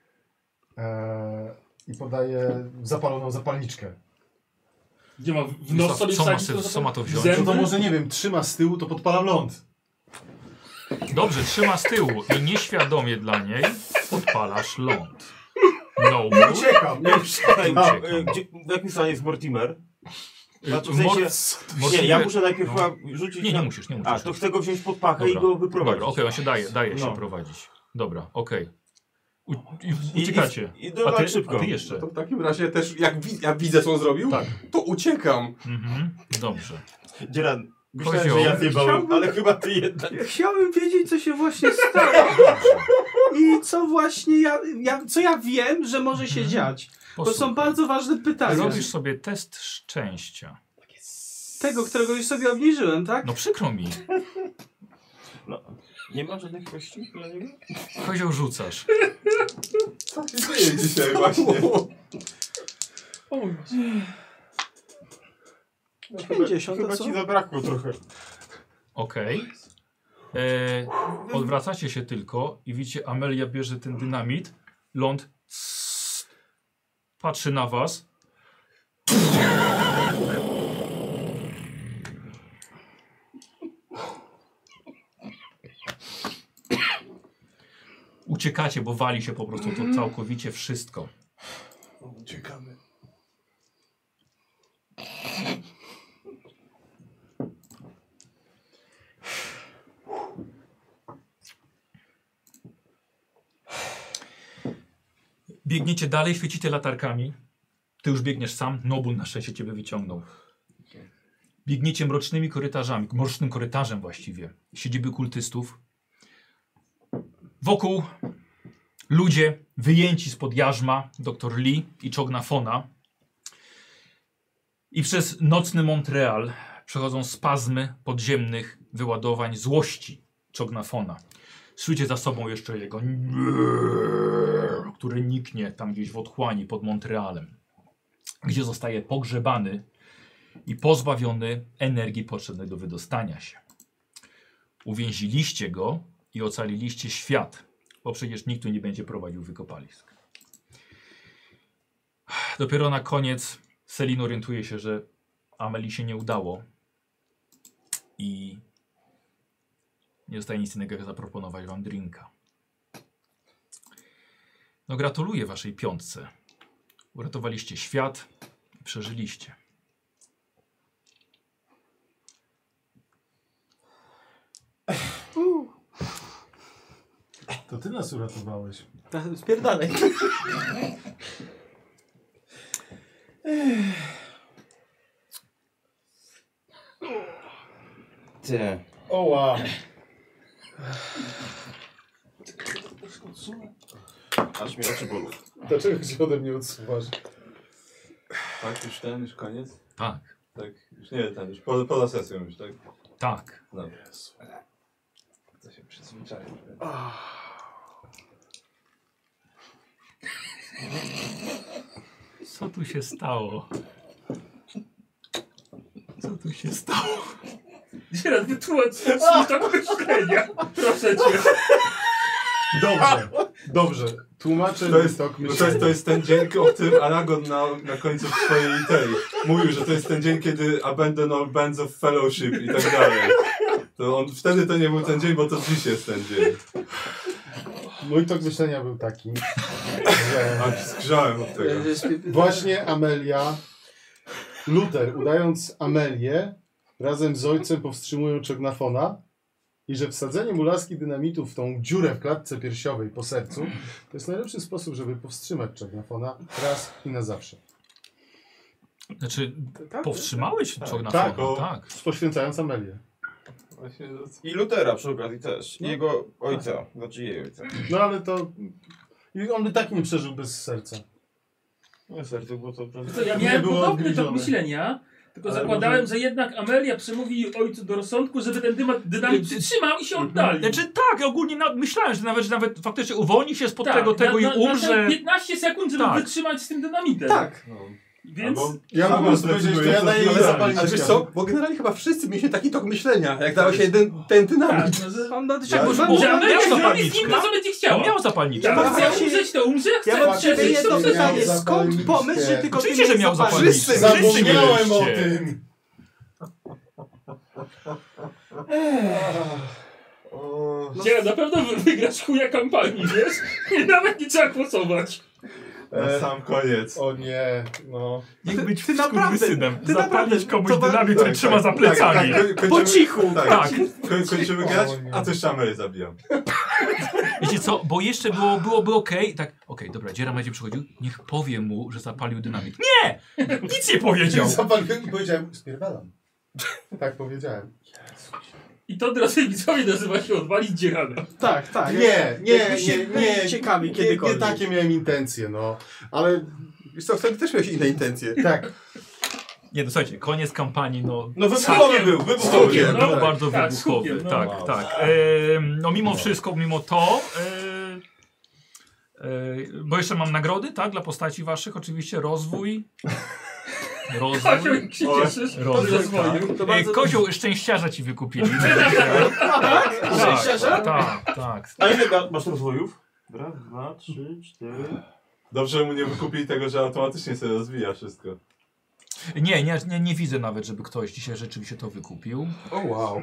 i podaję zapaloną zapalniczkę. Gdzie ma w nos sobie wsadzić? Co ma to wziąć? Zęby? No to może, nie wiem, trzyma z tyłu, to podpalam ląd. Dobrze, trzyma z tyłu i nieświadomie dla niej podpalasz ląd. No, Uciekam, nie uciekam. W jakim stanie jest Mortimer? Znaczy, w Mor- sensie, nie, ja muszę najpierw no. chyba rzucić... Nie na- musisz. A, to chcę go wziąć pod pachę i Dobra. go wyprowadzić. Dobra, okej, on się daje się No. prowadzić. Dobra, okej. Uciekacie. I A ty, szybko. a ty jeszcze. To w takim razie też, jak widzę, co on zrobił, Tak. to uciekam. Dobrze. Dzieran, myślałem, Kozioł. że ja zjebałem, ale chyba ty jednak... Ja chciałem wiedzieć, co się właśnie stało. I co właśnie co ja wiem, że może się dziać. To Posłuchaj. są bardzo ważne pytania. Robisz sobie test szczęścia. Tego, którego już sobie obniżyłem, tak? No przykro mi. No, nie ma żadnych kości dla niego? Kozioł rzucasz. Co się dzieje dzisiaj właśnie? O mój Boże. 50 Chyba to co? ci zabrakło trochę. Okej. Odwracacie się tylko i widzicie, Amelia bierze ten dynamit. Ląd patrzy na was. Uciekacie, bo wali się po prostu to całkowicie wszystko. Uciekamy. Biegniecie dalej, świecicie latarkami. Ty już biegniesz sam, Nobul na szczęście ciebie wyciągnął. Biegniecie mrocznym korytarzem właściwie, siedziby kultystów. Wokół ludzie wyjęci spod jarzma, dr Lee i Chognafona. I przez nocny Montreal przechodzą spazmy podziemnych wyładowań złości Chognafona. Słyszycie za sobą jeszcze jego, który niknie tam gdzieś w otchłani pod Montrealem, gdzie zostaje pogrzebany i pozbawiony energii potrzebnej do wydostania się. Uwięziliście go i ocaliliście świat, bo przecież nikt tu nie będzie prowadził wykopalisk. Dopiero na koniec Selin orientuje się, że Amelii się nie udało i nie zostaje nic innego, jak zaproponować wam drinka. No gratuluję waszej piątce. Uratowaliście świat i przeżyliście. To ty nas uratowałeś. Spierdalej. Ty. Oła! Aż mi oczy bolą. Dlaczego się ode mnie odsuwasz? Tak, już koniec? Tak. Tak, już nie ten, już poza sesją już, tak? Tak. No. To się przyzwyczaić. Co tu się stało? Co tu się stało? Teraz wytłumacz tak myślenia. Proszę cię. Dobrze. Tłumaczę tok myślenia. To jest ten dzień, o którym Aragorn na końcu swojej tej mówił, że to jest ten dzień, kiedy abandon all bands of fellowship i tak dalej. To on wtedy to nie był ten dzień, bo to dziś jest ten dzień. Mój tok myślenia był taki, że Zgrzałem od tego. właśnie Amelia, Luther, udając Amelię, razem z ojcem powstrzymują Czognafona i że wsadzenie mu laski dynamitu w tą dziurę w klatce piersiowej po sercu to jest najlepszy sposób, żeby powstrzymać Czognafona raz i na zawsze. Znaczy, powstrzymałeś Czognafona? Tak. Poświęcając Amelię. Właśnie, I Lutera przy okazji też. I jego ojca. Znaczy jej ojca. No ale to... i on by tak nie przeżył bez serca. No serce było to To ja Nie miałem było podobny odgryzione. tok myślenia, tylko Ale zakładałem, może- że jednak Amelia przemówi ojcu do rozsądku, żeby ten dynamit przytrzymał i się oddali. Znaczy tak, ogólnie myślałem, że nawet faktycznie uwolni się spod Tak, tego i na umrze. te 15 sekund, żeby Tak. wytrzymać z tym dynamitem. Tak. no. Więc... Ja Sama po prostu powiedzieć, to ja daję jej ale- Ale zapalniczkę. wiesz co, bo generalnie chyba wszyscy mieliśmy taki tok myślenia, jak dał się ten dynamit. Tak, no, że... Mam na Ja- Bo miał Amelia zrobi z zapalniczkę. nim to, co będzie chciała. On miał zapalniczkę. Jak Ja- chce umrzeć, to umrze, Ja chce mam ciebie przeżyć, to jedno przeżyje. pytanie. Miał Skąd zapalniczkę. pomysł, że tylko Oczywiście, że miał zapalniczkę? zapalniczkę. Zapomniałem o mieliście. tym! Na pewno wygrasz chuja kampanii, wiesz? I nawet nie trzeba głosować. Na sam koniec. O nie, no. Niech być Ty naprawdę- skurwysynem. ty naprawdę- Zapalić komuś to- dynamit, który trzyma za plecami. Po cichu. Tak. Kończymy grać, O nie. a też Amelie zabijam. Wiecie co, bo jeszcze byłoby okej. Tak, okej, dobra, Dzieran będzie przychodził, niech powie mu, że zapalił dynamit. Nie! Nic nie powiedział. Zapaliłem i powiedziałem, spierdalam. Tak powiedziałem. I to, drodzy widzowie, nazywa się odwalić dzierana. Tak, tak. Nie, byli ciekawi nie kiedykolwiek. takie miałem intencje, no. Ale Wiesz co, wtedy też miałeś inne intencje. tak, Nie, no słuchajcie, koniec kampanii, No wybuchowy był, wybuchowy. Hukiem, był no. bardzo Tak, wybuchowy. hukiem, no. Tak, Wow. tak. No mimo wszystko, mimo to, bo jeszcze mam nagrody, tak, dla postaci waszych, oczywiście rozwój. Kozioł, jak się cieszysz od rozwoju. To bardzo Kozioł szczęściarza ci wykupili. Szczęściarza? Tak, tak. A ile masz rozwojów? Raz, 2, 3, 4. Dobrze, że mu nie wykupili tego, że automatycznie sobie rozwija wszystko. Nie widzę nawet, żeby ktoś dzisiaj rzeczywiście to wykupił. O wow.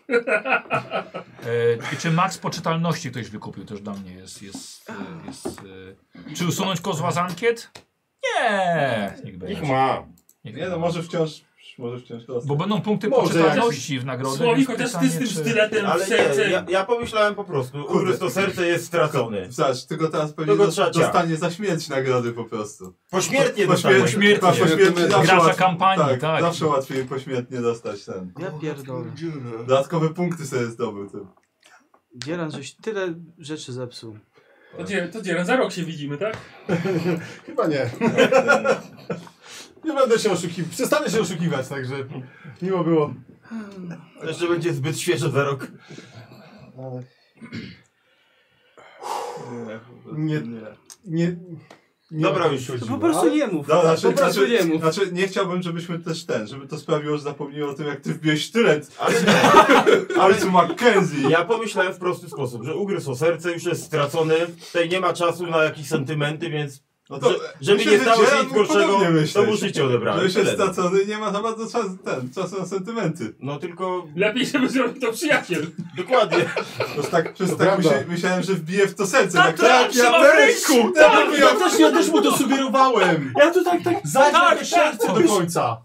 Czy max poczytalności ktoś wykupił też dla mnie jest. Czy usunąć kozła z ankiet? Nie! Niech będzie. Ich ma. Niech Nie no, będzie. może wciąż dostać. Bo będą punkty Może poczytalności w nagrodę. Słowik, więc chociaż ty pytanie, z tym czy- sztyletem w Ale serce. nie, ja pomyślałem po prostu, ugryz to serce jest stracony. Zobacz, tylko teraz pewnie Tego trzecia. dostanie za śmierć nagrody po prostu. Pośmiertnie Pośmiertnie zawsze Gracza łatwiej- kampanii, tak. Zawsze łatwiej pośmiertnie dostać ten. Ja pierdolę. Dodatkowe punkty sobie zdobył tym. Dzieran, żeś tyle rzeczy zepsuł. To dzieran, za rok się widzimy, tak? chyba nie. Nie będę się oszukiwał. Przestanę się oszukiwać, także miło było. Jeszcze będzie zbyt świeżo za rok. Nie Dobra, już. To po prostu nie mów. No, Po prostu nie mów. znaczy, nie chciałbym, żebyśmy też żeby to sprawiło, że zapomnieli o tym, jak ty wbiłeś sztylet Ale ojcu Mackenzie. ja pomyślałem w prosty sposób, że ugryzł o serce, już jest stracony, tutaj nie ma czasu na jakieś sentymenty, więc No to, żeby myślę, nie że stało się Dzieran nic mógł gorszego, podobnie myśleć. to mu życie odebrałem. Że już jest Tyle. stracony i nie ma za bardzo czasu na sentymenty. No tylko, Lepiej, żeby zrobił to przyjaciel. dokładnie. To tak, przez To tak prawda. myślałem, że wbije w to serce. Tak, trzyma w ręku! Tak! Ja też mu to sugerowałem. Ja tu tak. Zagraj to serce do końca.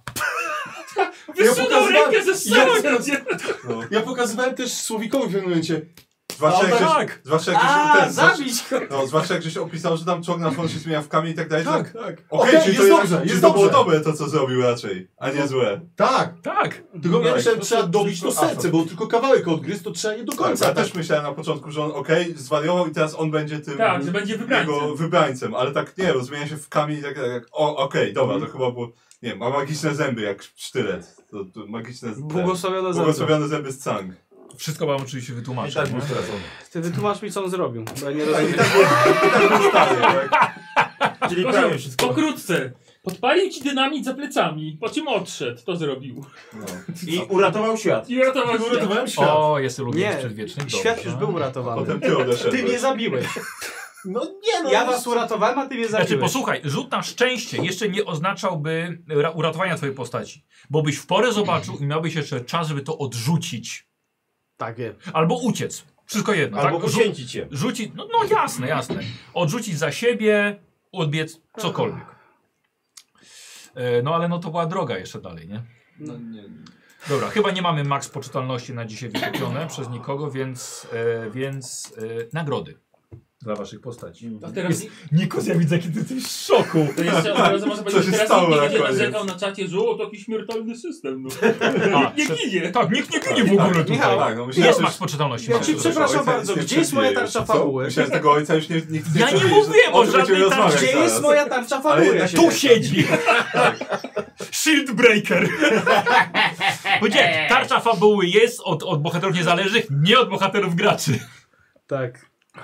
Wysunął pokazywałem- rękę ze serca. No. Ja pokazywałem też Słowikowi w pewnym momencie. Zwłaszcza jak tak. zwłaszcza jak żeś ten, zabić go! no, zwłaszcza jak żeś opisał, że tam czok na fon się zmienia w kamień i tak dalej. Tak, to... tak. Okej, Okej, czyli jest to, dobrze, jednak, jest czy to było dobrze. dobre to, co zrobił raczej, a nie złe. Tak, Tak. tylko ja Tak, myślałem, to trzeba się dobić to wszystko- serce, bo tylko kawałek odgryzł, to trzeba je do Tak, końca. ja też myślałem na początku, że on zwariował i teraz on będzie tym Tak, że będzie wybrańcem. jego wybrańcem, ale tak nie, zmienia się w kamień i tak dobra, to chyba było, nie wiem, ma magiczne zęby jak sztylet. To magiczne Błogosławione zęby z Cang. Wszystko wam oczywiście I wytłumaczę. tak był nie? stracony. Ty wytłumacz mi, co on zrobił, bo ja nie Tak, rozumiem. i tak był stary, tak? Czyli Proszę, prawie wszystko. Pokrótce. Podpalił ci dynamit za plecami, po czym odszedł. To zrobił. I uratował świat. I uratował świat. Uratowałem świat. O, jest lubię Nie, przedwieczny. świat dobrze. już był uratowany. Potem ty odeszedłeś. Ty mnie zabiłeś. No nie no. Ja was uratowałem, a ty mnie zabiłeś. Znaczy, posłuchaj, rzut na szczęście jeszcze nie oznaczałby uratowania twojej postaci. Bo byś w porę zobaczył i miałbyś jeszcze czas, żeby to odrzucić. Tak jest. Albo uciec. Wszystko jedno. Albo tak? poświęcić się. Rzucić, no jasne, jasne. Odrzucić za siebie, odbiec, cokolwiek. No ale no to była droga jeszcze dalej, nie? No nie. Dobra, chyba nie mamy maks poczytalności na dzisiaj wykupione przez nikogo, więc nagrody dla waszych postaci. A teraz Nikos, ja widzę, jaki ty jesteś w szoku. to jeszcze od razu może Co powiedzieć, się teraz stało nikt nie na będzie koniec? narzekał na czacie, że to jakiś śmiertelny system. No. A, Nikt nie ginie. Tak, nikt nie ginie w ogóle tutaj. Michał, Tak, no myślałem, Jest że- maks poczytalności. Ja masz. ci przepraszam Ojca bardzo, nic nie gdzie jest moja przebije tarcza już, co? fabuły? Myślałem, że tego ojca już nie Ja nie przebije, mówiłem że o tym będziemy żadnej rozmawiać tarczy. Gdzie zaraz. jest moja tarcza Ale fabuły? jednak Ja się Tu pytam. siedzi! Shield Breaker! Powiedziałem, tarcza fabuły jest od bohaterów niezależnych, nie od bohaterów graczy. Tak.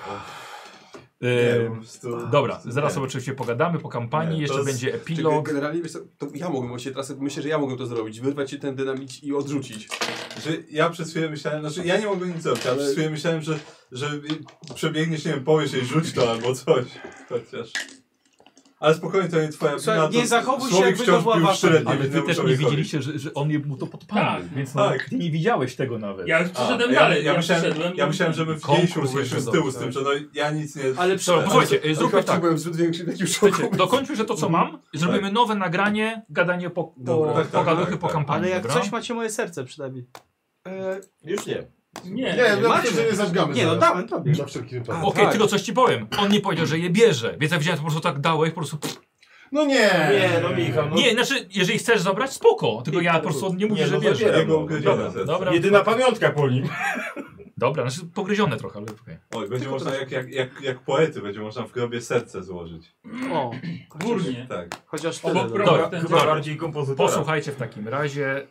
Nie, po prostu- Dobra, zaraz nie. sobie oczywiście pogadamy po kampanii, Nie, jeszcze to będzie Czyli epilog. generalnie, wiesz co, to ja mogłem właśnie teraz, myślę, że ja mogłem to zrobić, wyrwać się ten dynamit i odrzucić. Że ja przez chwilę myślałem, znaczy ja nie mogłem nic zrobić, ale przez chwilę myślałem, że przebiegniesz, nie wiem, powiesz jej rzuć to albo coś. Chociaż. Ale spokojnie, to nie twoja Słuchaj, wina, to nie zachowuj się, człowiek jakby to wciąż była pił wasza sztylet, wina. Ale wy innemu też nie człowiekowi. widzieliście, że on mu to podpalił, Tak, więc no, tak. ty nie widziałeś tego nawet. Ja już przeszedłem ja dalej. myślałem, ja myślałem, że my w Konkurs dziejściu byliśmy jeszcze z tyłu dobrze. z tym, że no ja nic nie... Ale Dobra, posłuchajcie, zróbmy Chyba tak. byłem w zbyt większym takim szoku. Słuchajcie, dokończmy, że to co mam, i zrobimy nowe nagranie, gadanie po Dobra, pogaduchy tak, po tak. kampanii, Ale jak dobra? coś macie moje serce przynajmniej. Już nie. Nie, Nie, no macie. myślę, że nie zażgamy Nie no, zaraz. dałem tobie. Za wszelki wypadek. Okej, tak. tylko coś ci powiem. On nie powiedział, że je bierze, więc ja widziałem, to po prostu tak dałeś, po prostu... No nie! Nie, no Michał, no. Nie, znaczy, jeżeli chcesz zabrać, spoko, tylko ja po prostu nie mówię, Nie, że no bierze. zabieram. Jego Dobra, ugryzione dobra, Jedyna pamiątka po nim. dobra, znaczy pogryzione trochę, ale okej. Oj, będzie można jak poety, będzie można w grobie serce złożyć. O, górnie. Tak. chociaż tyle. Obok dobra. progu Dobra, ten Chyba dobra. bardziej kompozytora. Posłuchajcie w takim razie.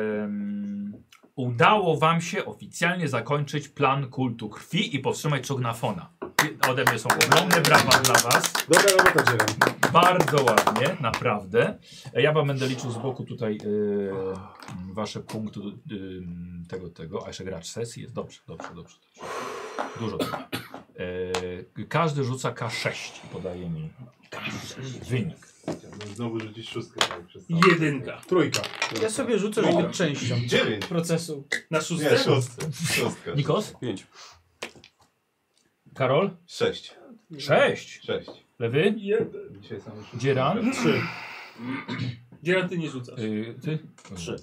Udało wam się oficjalnie zakończyć plan kultu krwi i powstrzymać Czognafona. Ode mnie są ogromne brawa dla was. Dobra robota, Dzieran. Bardzo ładnie, naprawdę. Ja wam będę liczył z boku tutaj wasze punkty tego, a jeszcze gracz sesji jest. Dobrze. Dużo tego. Każdy rzuca K6 i podaje mi wynik. Chciałbym znowu rzucić szóstkę. Tak, przez to. Jedynka. Trójka. Ja sobie rzucę, żeby być częścią 9. procesu. Na Nie, szóstkę? szóstka. Nikos? 5. Karol? 6. 6. 6. Lewy? Jeden. Dzisiaj same szóstki. Dzieran? 3. Dzieran, ty nie rzucasz. Ty? 3.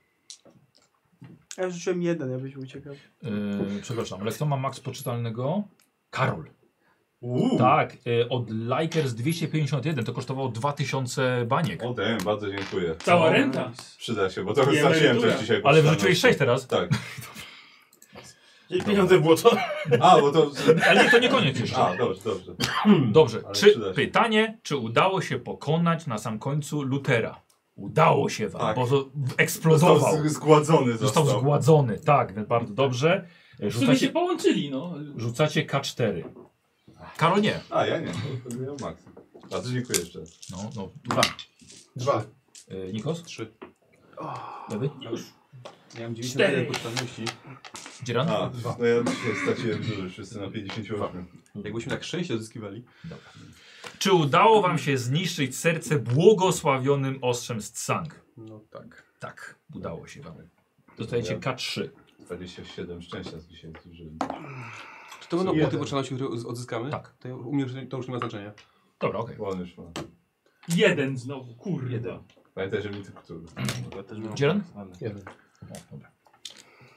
Ja rzuciłem jeden, ja byś uciekał. Przepraszam, ale kto ma maks poczytalnego? Karol. Uuu. Tak, od Likers 251 to kosztowało 2000 baniek. O damn, bardzo dziękuję. Cała renta. Przyda się, bo trochę I straciłem emerytura. też dzisiaj. Ale po wrzuciłeś 6 teraz. Tak. Czyli pieniądze było to. A, bo to... Ale nie, to nie koniec jeszcze. A, dobrze. Dobrze, Ale czy przyda się. pytanie, czy udało się pokonać na sam końcu Lutera? Udało się wam, Tak. bo to eksplodował. Został zgładzony. Został zgładzony, tak, więc bardzo dobrze. W sumie się Rzucacie, połączyli, no. rzucacie K4. Karol nie. A, ja nie. To miał Max. Bardzo dziękuję jeszcze raz. No, 2. 2. Nikos? 3. Lewy? Już. Ja mam 4. 91 poczytalności. Dzieran? A, no ja dzisiaj straciłem dużo, wszyscy na 58. Jakbyśmy tak szczęście odzyskiwali. Dobra. Czy udało wam się zniszczyć serce błogosławionym ostrzem z Tsang? No tak. Tak, udało się wam. Dostajecie K3. 27 szczęścia z dzisiaj zużyłem. Czy to będą Jeden. punkty poczytalności, które odzyskamy? Tak. To u mnie to już nie ma znaczenia. Dobra, okej. Bo on już ma. Jeden znowu, kurde. Jeden. Pamiętaj, że mi tylko tu. Dzieran? 1. O, dobra.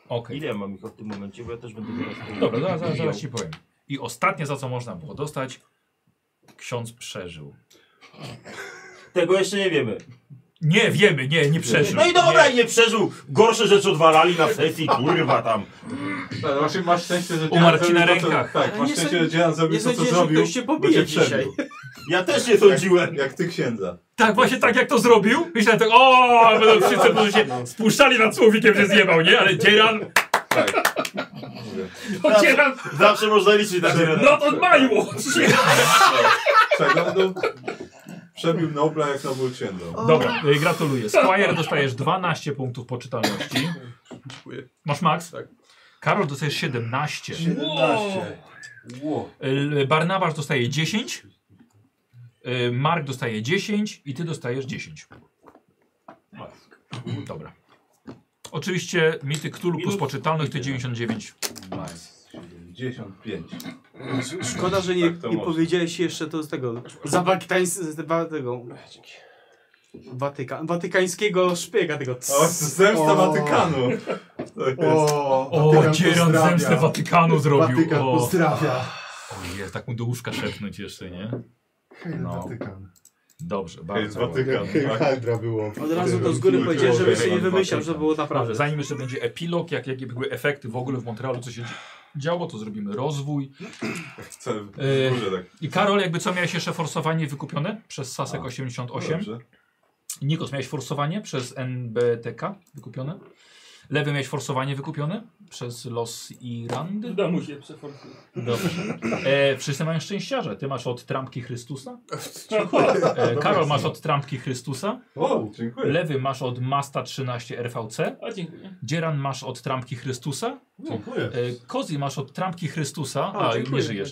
Okej. Ile ja mam ich w tym momencie, bo ja też będę zaraz... Dobra, zaraz ci powiem. I ostatnie, za co można było dostać, ksiądz przeżył. Tego jeszcze nie wiemy. Nie wiemy, nie przeżył. No i dobra, nie przeżył. Gorsze rzeczy odwalali na sesji, kurwa tam. Tak, właśnie masz szczęście, że U Marcina zrobił to, co- rękach. Tak, masz nie szczęście, że Dzieran zrobił nie to, co sądziłem, że zrobił, ktoś się bo pobije cię dzisiaj. przebił. Ja też nie sądziłem. Jak ty księdza. Tak, właśnie tak jak to zrobił. Myślałem tak, o, będą wszyscy po się spuszczali nad słowikiem, że zjebał, nie? Ale Dzieran, Tak. Mówię. To Dzieran, Zawsze można liczyć na tyle. not on my watch! Czego? No, przebił Nobla jak Nobel księdza. dobra, gratuluję. Squire dostajesz 12 punktów poczytalności. Masz max? Tak. Karol dostajesz 17. 17. Wow. Barnabasz dostaje 10. Mark dostaje 10 i ty dostajesz 10. Dobra. Oczywiście mity Cthulhu plus poczytalność to 99. Nice. 75. Szkoda, że nie, Tak, to nie można. powiedziałeś jeszcze to z tego. Watykańskiego szpiega tego. O, zemsta Watykanu. Tak jest. O, Watykan Dzieran pozdrawia. zemstę Watykanu zrobił. Watykan O, pozdrawia. ojej, tak mu do łóżka szepnąć jeszcze, nie? Hej, No. Watykan. Dobrze, Hej, z bardzo ładnie. Watykan. Hej, Tak. Hydra było. Od razu to z góry powiedziałem, żeby się nie wymyślał, że było Dobrze, naprawdę. zanim jeszcze będzie epilog, jakie były efekty w ogóle w Montrealu, co się działo, to zrobimy rozwój. Chcę w Yy, górze tak. I Karol, jakby co, miałeś jeszcze forsowanie wykupione przez Sasek 88. Dobrze. Nikos, miałeś forsowanie przez NBTK wykupione. Lewy miałeś forsowanie wykupione przez Los Irand. W domu się przeforsuje. Dobrze. Wszyscy mają szczęściarze. Ty masz od trampki Chrystusa. Karol masz od trampki Chrystusa. O, dziękuję. Lewy masz od Masta 13 RVC. A dziękuję. Dzieran masz od trampki Chrystusa. Dziękuję. Kozi masz od trampki Chrystusa. A, A, nie dziękuję. żyjesz.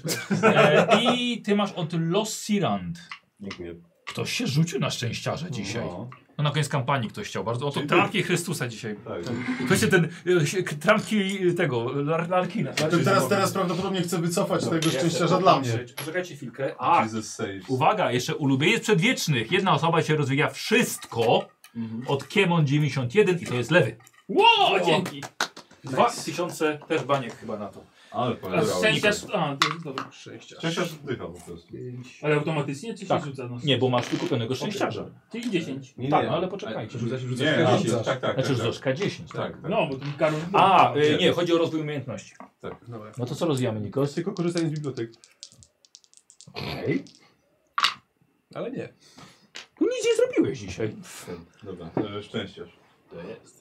I ty masz od Los Irand. Dziękuję. Ktoś się rzucił na szczęściarze dzisiaj. No, No na koniec kampanii ktoś chciał bardzo. Oto Dziękuję. trampki Chrystusa dzisiaj. tak. Słuchajcie, ten trampki tego, Larkina. Teraz prawdopodobnie chcę wycofać tego szczęściarza dla mnie. Czekajcie chwilkę. A, Jesus saves. uwaga, jeszcze ulubieniec przedwiecznych. Jedna osoba się rozwija wszystko od Kiemon 91 i to jest lewy. Ło, dzięki. 2000 też baniek chyba na to. Ale A powiedział. szczęściarz... A, to jest dobra. Szczęścia oddychał po prostu. Ale automatycznie czy się Tak. rzuca? No? Nie, bo masz wykupionego szczęściarza. Czyli 10. Nie, Tak, nie. no ale poczekajcie. Nie, a, tak, tak, tak. Znaczy tak. rzucasz K10. Tak, tak. No, bo ten Karol... A, nie, chodzi o rozwój umiejętności. Tak. No to co rozwijamy, Nikos? Tylko korzystanie z bibliotek. Okej. Ale nie. Tu nic nie zrobiłeś dzisiaj. Dobra, szczęściarz. To jest.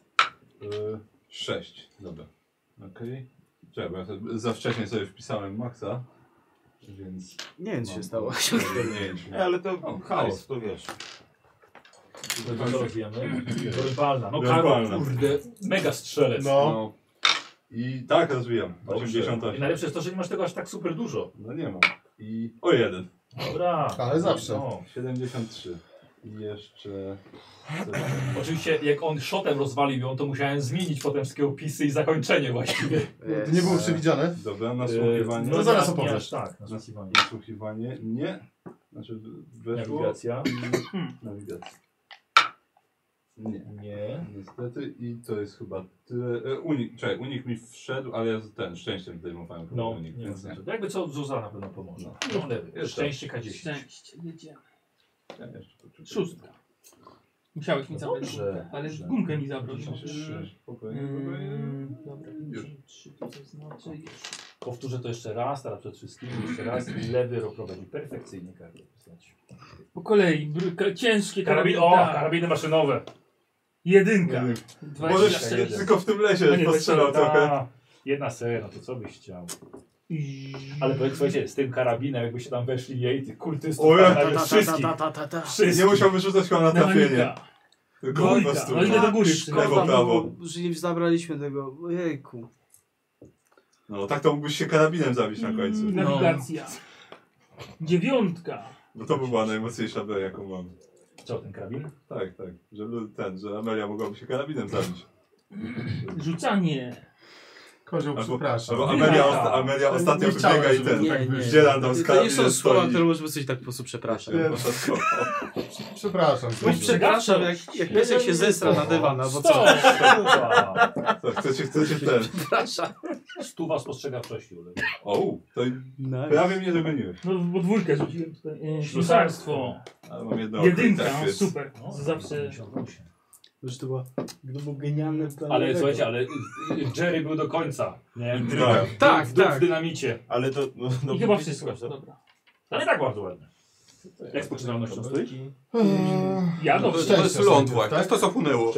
6. Dobra. Okej. Czekaj, bo ja sobie za wcześnie sobie wpisałem maksa. Więc. Nie wiem, co się stało. Nie, ale to O, chaos, to wiesz. Co rozwijamy? Werbalna. No Werbalna. Karol, kurde, mega strzelec. No. I tak rozwijam. I 88. najlepsze jest to, że nie masz tego aż tak super dużo. No nie mam. I o 1. Dobra. Ale zawsze. No. 73. I jeszcze. Oczywiście jak on shotem rozwalił ją, to musiałem zmienić potem wszystkie opisy i zakończenie właściwie. To nie było przewidziane? Dobra, nasłuchiwanie. No zaraz nie opowiesz. aż tak, nasłuchiwanie. Nasłuchiwanie. Nie. Znaczy weszło. Nawigacja. Nawigacja. Nie. Nie. Niestety i to jest chyba tyle. Unik, czekaj, unik mi wszedł, ale ja ten szczęściem zdejmowałem chyba No, unik, nie więc nie. znaczy. Jakby co, Zuzana na pewno pomoże. No. No, lewy. Jeszcze. Szczęście K10. Szczęście, jedziemy. Ja jeszcze potrzebuję. 6. Musiałeś mi zabrać Dobrze, gumkę, ale dobrze. gumkę mi zabrał. 53. Spokojnie, spokojnie. Dobra, 53 to znaczy jeszcze. Powtórzę to jeszcze raz, teraz przed wszystkimi jeszcze raz. Lewy rok prowadzi perfekcyjnie karabin. Po kolei, ciężkie Karabin, karabiny. o, karabiny maszynowe. Jedynka. Możesz 26. tylko w tym lesie No nie, postrzelał tak, trochę. Jedna seria, no to co byś chciał? Ale powiedz, słuchajcie, z tym karabinem, jakbyście tam weszli jej, tych kultystów, O ja, tam wszystkich. Nie musiał wyrzucać chyba na trafienie. Dynamika. Tylko po Dwójka. prostu. No idę do góry. Lewo, Szkoda, prawo. no, że nie zabraliśmy tego. Ojejku. No tak to mógłbyś się karabinem zabić na końcu. Nawigacja. 9. Bo to by była najmocniejsza B, jaką mam. Co, ten karabin? Tak, tak. Żeby że Amelia mogłaby się karabinem zabić. Rzucanie. Kozioł, przepraszam. Albo Nie, Amelia nie ostatnio chciałem, wybiega i żeby ten. tak wyjść. Dzielan tam To nie skarbi, są że słowa, stoi. które możemy coś tak po prostu przepraszam. Przepraszam. Bądź przepraszam, jak piesek się zesra na dywan, albo co? Chcecie ten. Przepraszam. 100 spostrzegawczości. O, to Nice. prawie mnie dogoniłeś. No bo dwójkę rzuciłem tutaj. Ślusarstwo. Ale mam jedno. Jedynka, tak jest. super. Zawsze. Już to był genialny plan. Ale słuchajcie, ale Jerry był do końca. Nie? Tak, w tak. dynamicie. Ale to... No, I chyba wszystko. Dobra. Ale i tak bardzo ładnie. Jak z poczytalnością stoisz? Ja dobrze. To jest ląd właśnie, to co płynęło.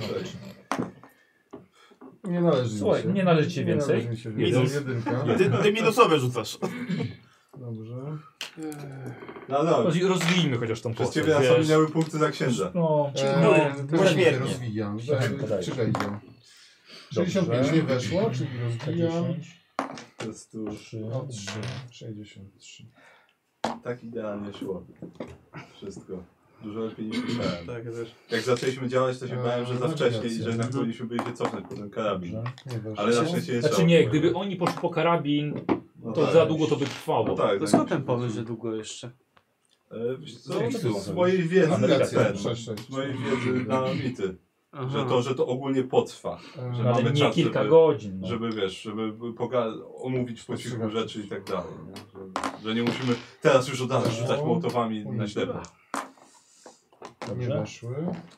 Nie należy mi Słuchaj, się. nie należy ci Nie więcej. należy mi się Minus. jedynka. Ty minusowe rzucasz. Dobrze. No dobrze. Rozwijmy chociaż tą Przez postać. ciebie nas wiesz. ominęły punkty za księdza. No, Było świetnie. Rozwijam. Podaj. Czy wejdzie? 65 nie weszło, czyli rozwijam. To jest tu O 3. 63. tak idealnie szło. Wszystko. Dużo lepiej niż myślałem. Tak, ja też. Jak zaczęliśmy działać, to się bałem, że za no wcześnie i racja. że jednak powinniśmy byli się cofnąć po ten karabin. Nie weszło. Ale na szczęście jest Znaczy nie, gdyby oni poszli po karabin, No to tak. za długo to by trwało. No tak, To skąd ten pomysł, że długo jeszcze? Wiesz co, z mojej wiedzy Mamy rację, ten, 6. z mojej wiedzy na mity, Aha. że to ogólnie potrwa. Że Ale mamy nie czas, kilka żeby- godzin. No. Żeby wiesz, żeby omówić po cichu rzeczy i tak dalej. Nie? Że nie musimy teraz już od razu rzucać mołotowami na ślepo. Nie weszły.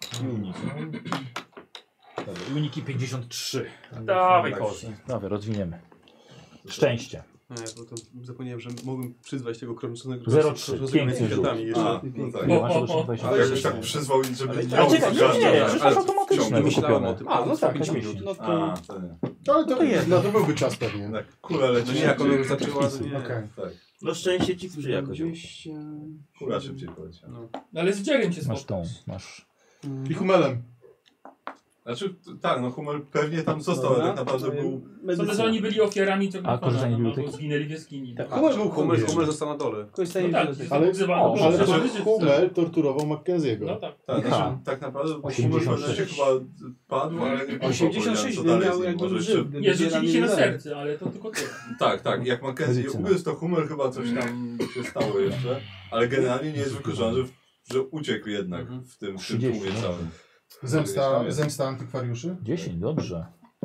Uniki 53. Dawaj kozi. Dawaj, rozwiniemy. Szczęście. Nie, bo to zapomniałem, że mogłem przyzwać tego krążonego 0,3. Piękny rzut. A, no tak. O, Ale jakoś tak przyzwał, żeby Ale miał czekaj, coś nie, grać, przecież ale automatycznie wciągnął. myślałem o tym. A, no tak, 5 tak. minut. No to... A, to nie. Ale to byłby czas pewnie. Tak, kula leci No nie, jak szybciej. ono zaczęła, to nie. Okej. Tak, No szczęście ci sprzyja, Kozioł. kula szybciej poleciała. Ale z Jerrym się Masz spotkał. tą, masz. I humelem. Znaczy, tak, no Hummel pewnie tam został, ale tak naprawdę był... Sądzę, że oni byli ofiarami A, czegoś korzystanie z albo biblioteki? zginęli w jaskini. Hummel był Hummel Hummel. został na dole. Korzystanie No tak, z biblioteki. Ale, odzywano. ale to Znaczy- Hummel torturował Mackenzie'ego. No tak. Tak, znaczy, tak naprawdę Hummel 86. chyba padł, ale nie było 86 powiedziane, co dalej miał z nim. jakby Może żył. jeszcze- gdyby Nie, Dziela rzucili się na dali. serce, ale to tylko tyle. Tak, tak, jak Mackenzie Medycyna. ugryzł, to Hummel chyba coś tam się stało jeszcze, ale generalnie nie jest wykluczone, że uciekł jednak w tym 30, tłumie no. całym. Zemsta antykwariuszy? 10, dobrze.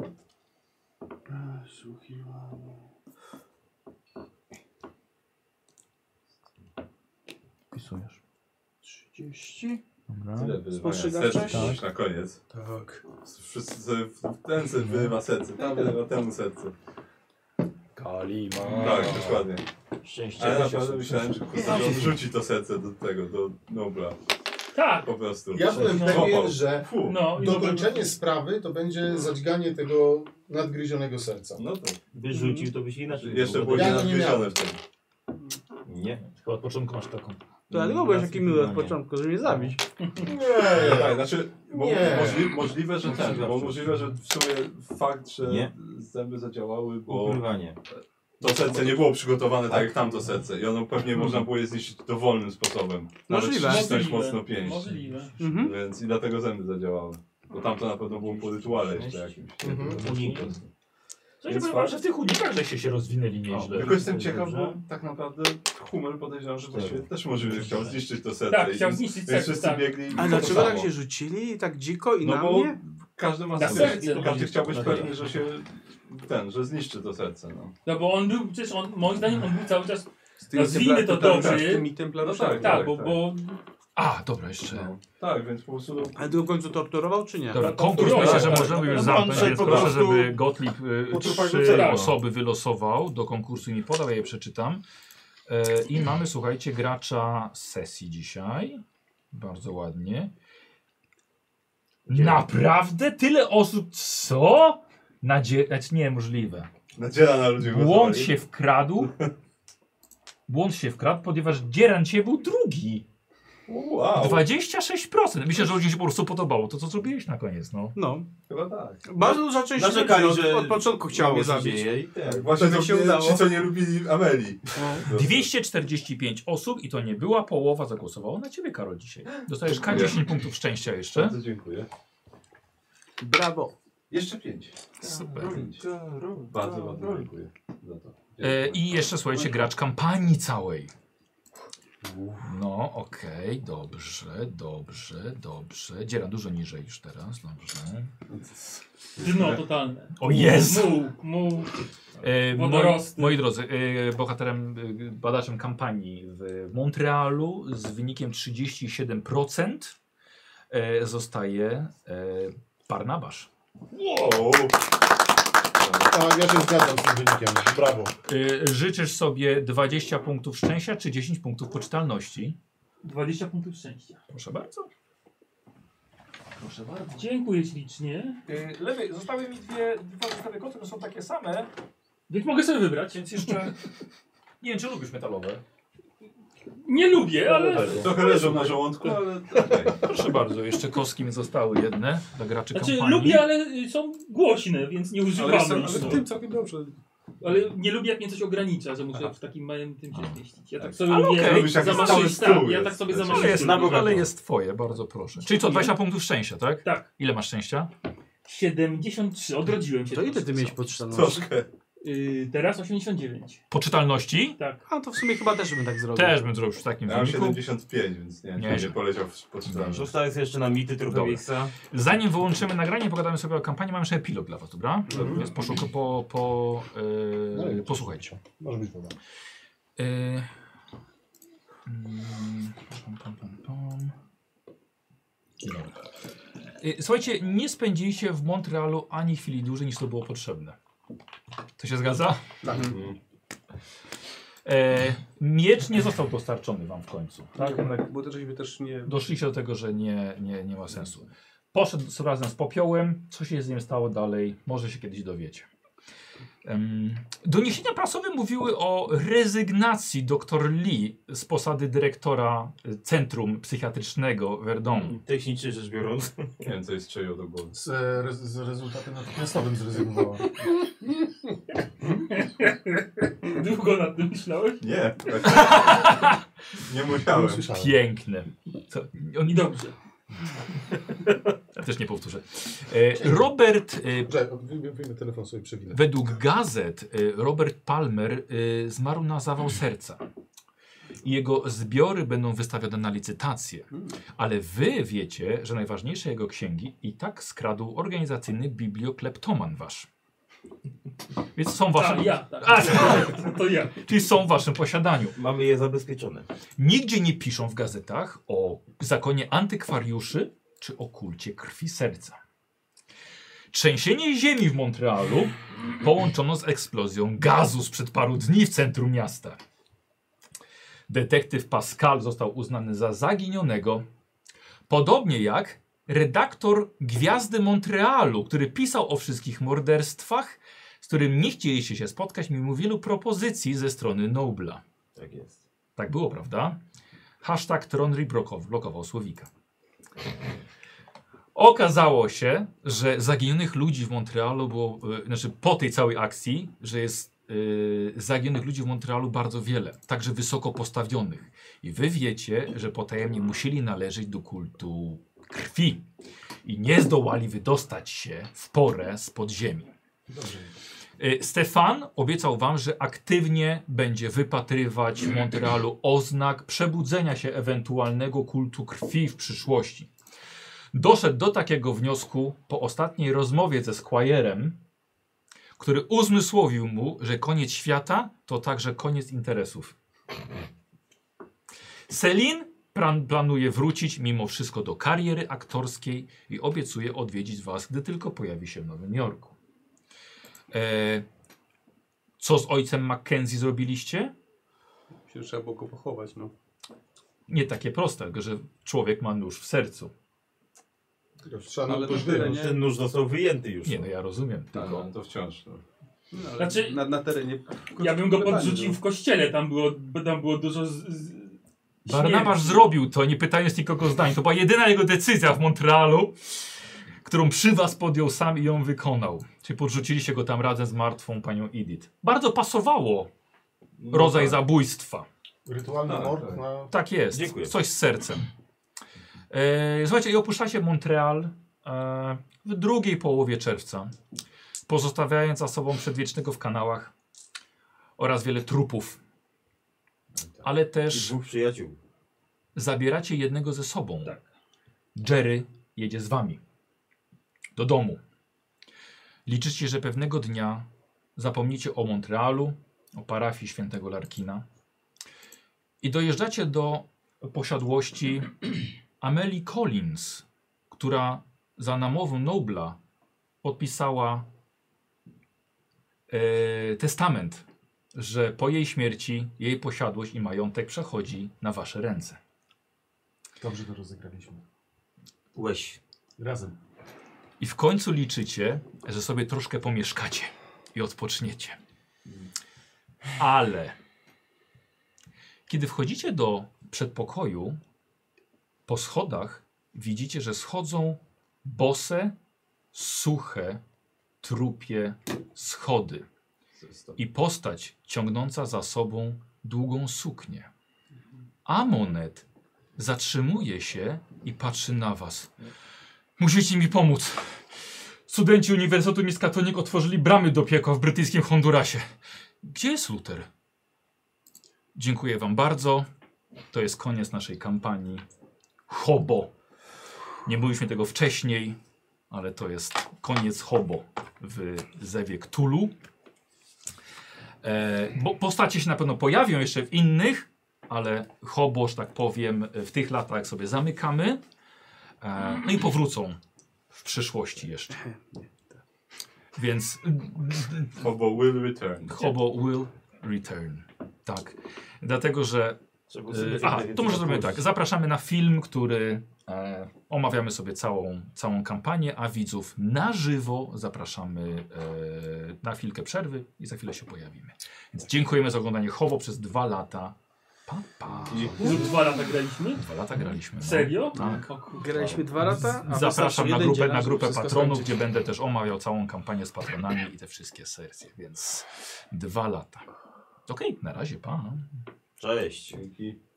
Wpisujesz. 30. Dobra. Tyle wyrywania Spostrzegawczość? serc na koniec. Tak. Wszyscy sobie ten set wyrywa serce, tam wyrywa temu serce. Kalima. Tak, dokładnie. Szczęście. Ale naprawdę myślałem, że kurde, on wrzuci to serce do tego, do Nobla. Tak. Po prostu. Ja byłem Złapał. pewien, że Fu. No, i dokończenie sprawy to będzie zadźganie tego nadgryzionego serca. No to Wyrzucił, to by się inaczej jeszcze było. było Ja nie go nie nadgryzione miałem. wtedy. Nie. Chyba od początku masz taką. Dlatego byłeś taki miły od początku, żeby mnie zabić. Nie, tak, znaczy Nie. możliwe, że ten, bo możliwe, że w sumie fakt, że Nie. zęby zadziałały, bo Ukrywanie. to serce nie było przygotowane tak jak tamto serce i ono pewnie można było je zniszczyć dowolnym sposobem. Możliwe. Nawet ścisnąć mocno pięść. Możliwe. Mhm. Więc i dlatego zęby zadziałały. Bo tamto na pewno było po rytuale jeszcze jakimś. Unikiem. Coś powiem, że w tych unikach żeście się rozwinęli nieźle. Tylko jestem ciekaw, bo tak naprawdę Hummel podejrzewam, że właściwie też możliwe chciał zniszczyć to serce. Tak, i chciał więc- zniszczyć więc serce, wszyscy tak. biegli A to dlaczego samo. tak się rzucili tak dziko i No na bo mnie? każdy ma Na swoje. serce, no. Każdy chciał być Na pewny, tyle. że się że zniszczy to serce. No. No bo on był, przecież on, moim zdaniem on był cały czas, Z tymi nazwijmy to templarami- dobry. z tymi templariuszami. No tak, bo A, dobra, jeszcze. No. Tak, więc po prostu. Ale ty go w końcu torturował, czy nie? Dobra, Tak, konkurs tak, myślę, że tak, możemy tak, już tak. zamknąć, No, więc po proszę, prostu żeby Gottlieb po trupach 3 wycenia. osoby wylosował do konkursu i mi podał, ja je przeczytam. I mamy, słuchajcie, gracza sesji dzisiaj. Bardzo ładnie. Naprawdę? Tyle osób? Co? Nie, możliwe. Nadziela na ludzi Błąd się wkradł. Błąd się wkradł, ponieważ Dzieran cię był drugi. Wow, 26%. Myślę, że ludziom się po prostu podobało to, co zrobiłeś na koniec. No. No. chyba tak. Bardzo duża część Narzekali, ludzi że od początku chciał mnie mało się zabić. dzieje i tak. Właśnie To to się udało. ci, co nie lubili Amelii. 245 osób i to nie była połowa zagłosowało na ciebie, Karol, dzisiaj. Dostajesz K10 punktów szczęścia jeszcze. Bardzo dziękuję. Brawo. Jeszcze 5. Super. Bardzo, bardzo dziękuję za to. I jeszcze słuchajcie, gracz kampanii całej. No, okej, dobrze. Dzieran dużo niżej już teraz, dobrze. Dno totalne. O Jezu! Muł. Wodorosty. Moi drodzy, bohaterem, badaczem kampanii w Montrealu z wynikiem 37% zostaje Barnabasz. Wow. Tak, ja się zgadzam z tym wynikiem. Brawo. Życzysz sobie 20 punktów szczęścia czy 10 punktów poczytalności? 20 punktów szczęścia. Proszę bardzo. Proszę bardzo. Dziękuję ślicznie. Lewy, zostały mi dwa zestawy koty, to są takie same, Więc mogę sobie wybrać. więc jeszcze... Nie wiem, czy lubisz metalowe. Nie lubię, ale... Trochę leżą na żołądku, ale okej. Proszę bardzo, jeszcze kostki mi zostały jedne dla graczy Znaczy kampanii. lubię, ale są głośne, więc nie używam Ale ich. w tym całkiem dobrze. Ale nie lubię, jak mnie coś ogranicza, że muszę w takim małym tym się zmieścić. Ja tak sobie Ale lubię okej. Lubisz jak zamaszyć, stały stół ja jest. tak sobie Znaczy, zamaszyć. Ale jest, lubię. ale jest twoje, bardzo proszę. Czyli co, 20 punktów szczęścia, tak? Tak, Ile masz szczęścia? 73, odrodziłem się. To ile troszkę. ty miałeś poczytalności? Troszkę. Teraz 89. Poczytalności? Tak. A to w sumie chyba też bym tak zrobił. Też bym zrobił w takim Ja mam wyniku. 75, więc nie, Nie, nie poleciał w poczytalność. Zostaje jeszcze na mity trochę Dobra. miejsca. Zanim wyłączymy nagranie, pogadamy sobie o kampanii, mamy jeszcze epilog dla was, dobra? Więc posłuchajcie. Może być woda. Słuchajcie, nie spędziliście w Montrealu ani chwili dłużej niż to było potrzebne. To się zgadza? Tak. Miecz nie został dostarczony wam w końcu. Tak? Bo to żeśmy też nie... Doszliście do tego, że nie ma sensu. Poszedł razem z popiołem. Co się z nim stało dalej? Może się kiedyś dowiecie. Doniesienia prasowe mówiły o rezygnacji dr Lee z posady dyrektora Centrum Psychiatrycznego Verdun. Technicznie rzecz biorąc. Nie wiem, co jest strzeliło do głowy. Z rezultatem natychmiastowym zrezygnowała. Długo nad tym myślałeś? Nie. Nie musiałem. Słyszałem. Piękne. Co? I dobrze. Ja też nie powtórzę. Robert, Wyjmę telefon sobie przewinę. według gazet, Robert Palmer zmarł na zawał serca. I jego zbiory będą wystawione na licytację. Ale wy wiecie, że najważniejsze jego księgi i tak skradł organizacyjny bibliokleptoman wasz. Więc są waszym... To ja. Czyli są w waszym posiadaniu. Mamy je zabezpieczone. Nigdzie nie piszą w gazetach o zakonie antykwariuszy czy o kulcie krwi serca. Trzęsienie ziemi w Montrealu połączono z eksplozją gazu sprzed paru dni w centrum miasta. Detektyw Pascal został uznany za zaginionego, podobnie jak redaktor Gwiazdy Montrealu, który pisał o wszystkich morderstwach, z którym nie chcieliście się spotkać mimo wielu propozycji ze strony Nobla. Tak jest. Tak było, prawda? Hashtag Tronry blokował Słowika. Okazało się, że zaginionych ludzi w Montrealu było, znaczy po tej całej akcji, że jest zaginionych ludzi w Montrealu bardzo wiele, także wysoko postawionych. I wy wiecie, że potajemnie musieli należeć do kultu krwi i nie zdołali wydostać się w porę z podziemi. Stefan obiecał wam, że aktywnie będzie wypatrywać w Montrealu oznak przebudzenia się ewentualnego kultu krwi w przyszłości. Doszedł do takiego wniosku po ostatniej rozmowie ze Squire'em, który uzmysłowił mu, że koniec świata to także koniec interesów. Celine planuje wrócić mimo wszystko do kariery aktorskiej i obiecuje odwiedzić was, gdy tylko pojawi się w Nowym Jorku. Co z ojcem Mackenzie zrobiliście? Myślę, że trzeba było go pochować, no. Nie takie proste, tylko że człowiek ma nóż w sercu. Ale to tyle, nie? Ten nóż został wyjęty już. Nie, no ja rozumiem. Tylko... No, to wciąż. No. No, Znaczy, na terenie. Ja bym go podrzucił w kościele, tam było dużo Barnabasz śmierci. zrobił to, nie pytając nikogo zdań. To była jedyna jego decyzja w Montrealu, którą przy was podjął sam i ją wykonał. Czyli podrzuciliście go tam razem z martwą panią Edith. Bardzo pasowało rodzaj zabójstwa. Rytualny mord na... Tak jest. Dziękuję. Coś z sercem. Słuchajcie, i opuszczacie Montreal w drugiej połowie czerwca, pozostawiając za sobą przedwiecznego w kanałach oraz wiele trupów. Ale I też dwóch przyjaciół. zabieracie jednego ze sobą. Tak. Jerry jedzie z wami do domu. Liczycie, że pewnego dnia zapomnicie o Montrealu, o parafii świętego Larkina i dojeżdżacie do posiadłości Amelie Collins, która za namową Nobla podpisała testament, że po jej śmierci jej posiadłość i majątek przechodzi na wasze ręce. Dobrze to rozegraliśmy. Łeś. Razem. I w końcu liczycie, że sobie troszkę pomieszkacie i odpoczniecie. Ale kiedy wchodzicie do przedpokoju, po schodach widzicie, że schodzą bose, suche, trupie schody i postać ciągnąca za sobą długą suknię. Amonet zatrzymuje się i patrzy na was. Musicie mi pomóc. Studenci Uniwersytetu Miskatonic otworzyli bramy do piekła w brytyjskim Hondurasie. Gdzie jest Luther? Dziękuję wam bardzo. To jest koniec naszej kampanii. Hobo. Nie mówiliśmy tego wcześniej, ale to jest koniec Hobo w Zewie Cthulhu. Bo postacie się na pewno pojawią jeszcze w innych, ale Hobo, że tak powiem, w tych latach sobie zamykamy. No i powrócą w przyszłości jeszcze. Więc Hobo will return. Hobo will return. Tak. Dlatego, że to może zrobimy tak. Zapraszamy na film, który omawiamy sobie całą kampanię, a widzów na żywo zapraszamy na chwilkę przerwy i za chwilę się pojawimy. Więc dziękujemy za oglądanie Hobo przez 2 lata. Pa, pa. Już 2 lata graliśmy? 2 lata graliśmy. No. Serio? Tak. O kurwa. Graliśmy 2 lata, a Zapraszam na wystarczy jeden grupę, dzień, żeby wszystko patronów, skończyć. gdzie będę też omawiał całą kampanię z patronami i te wszystkie sesje, więc 2 lata. Okej, na razie, pa. Cześć. Dzięki.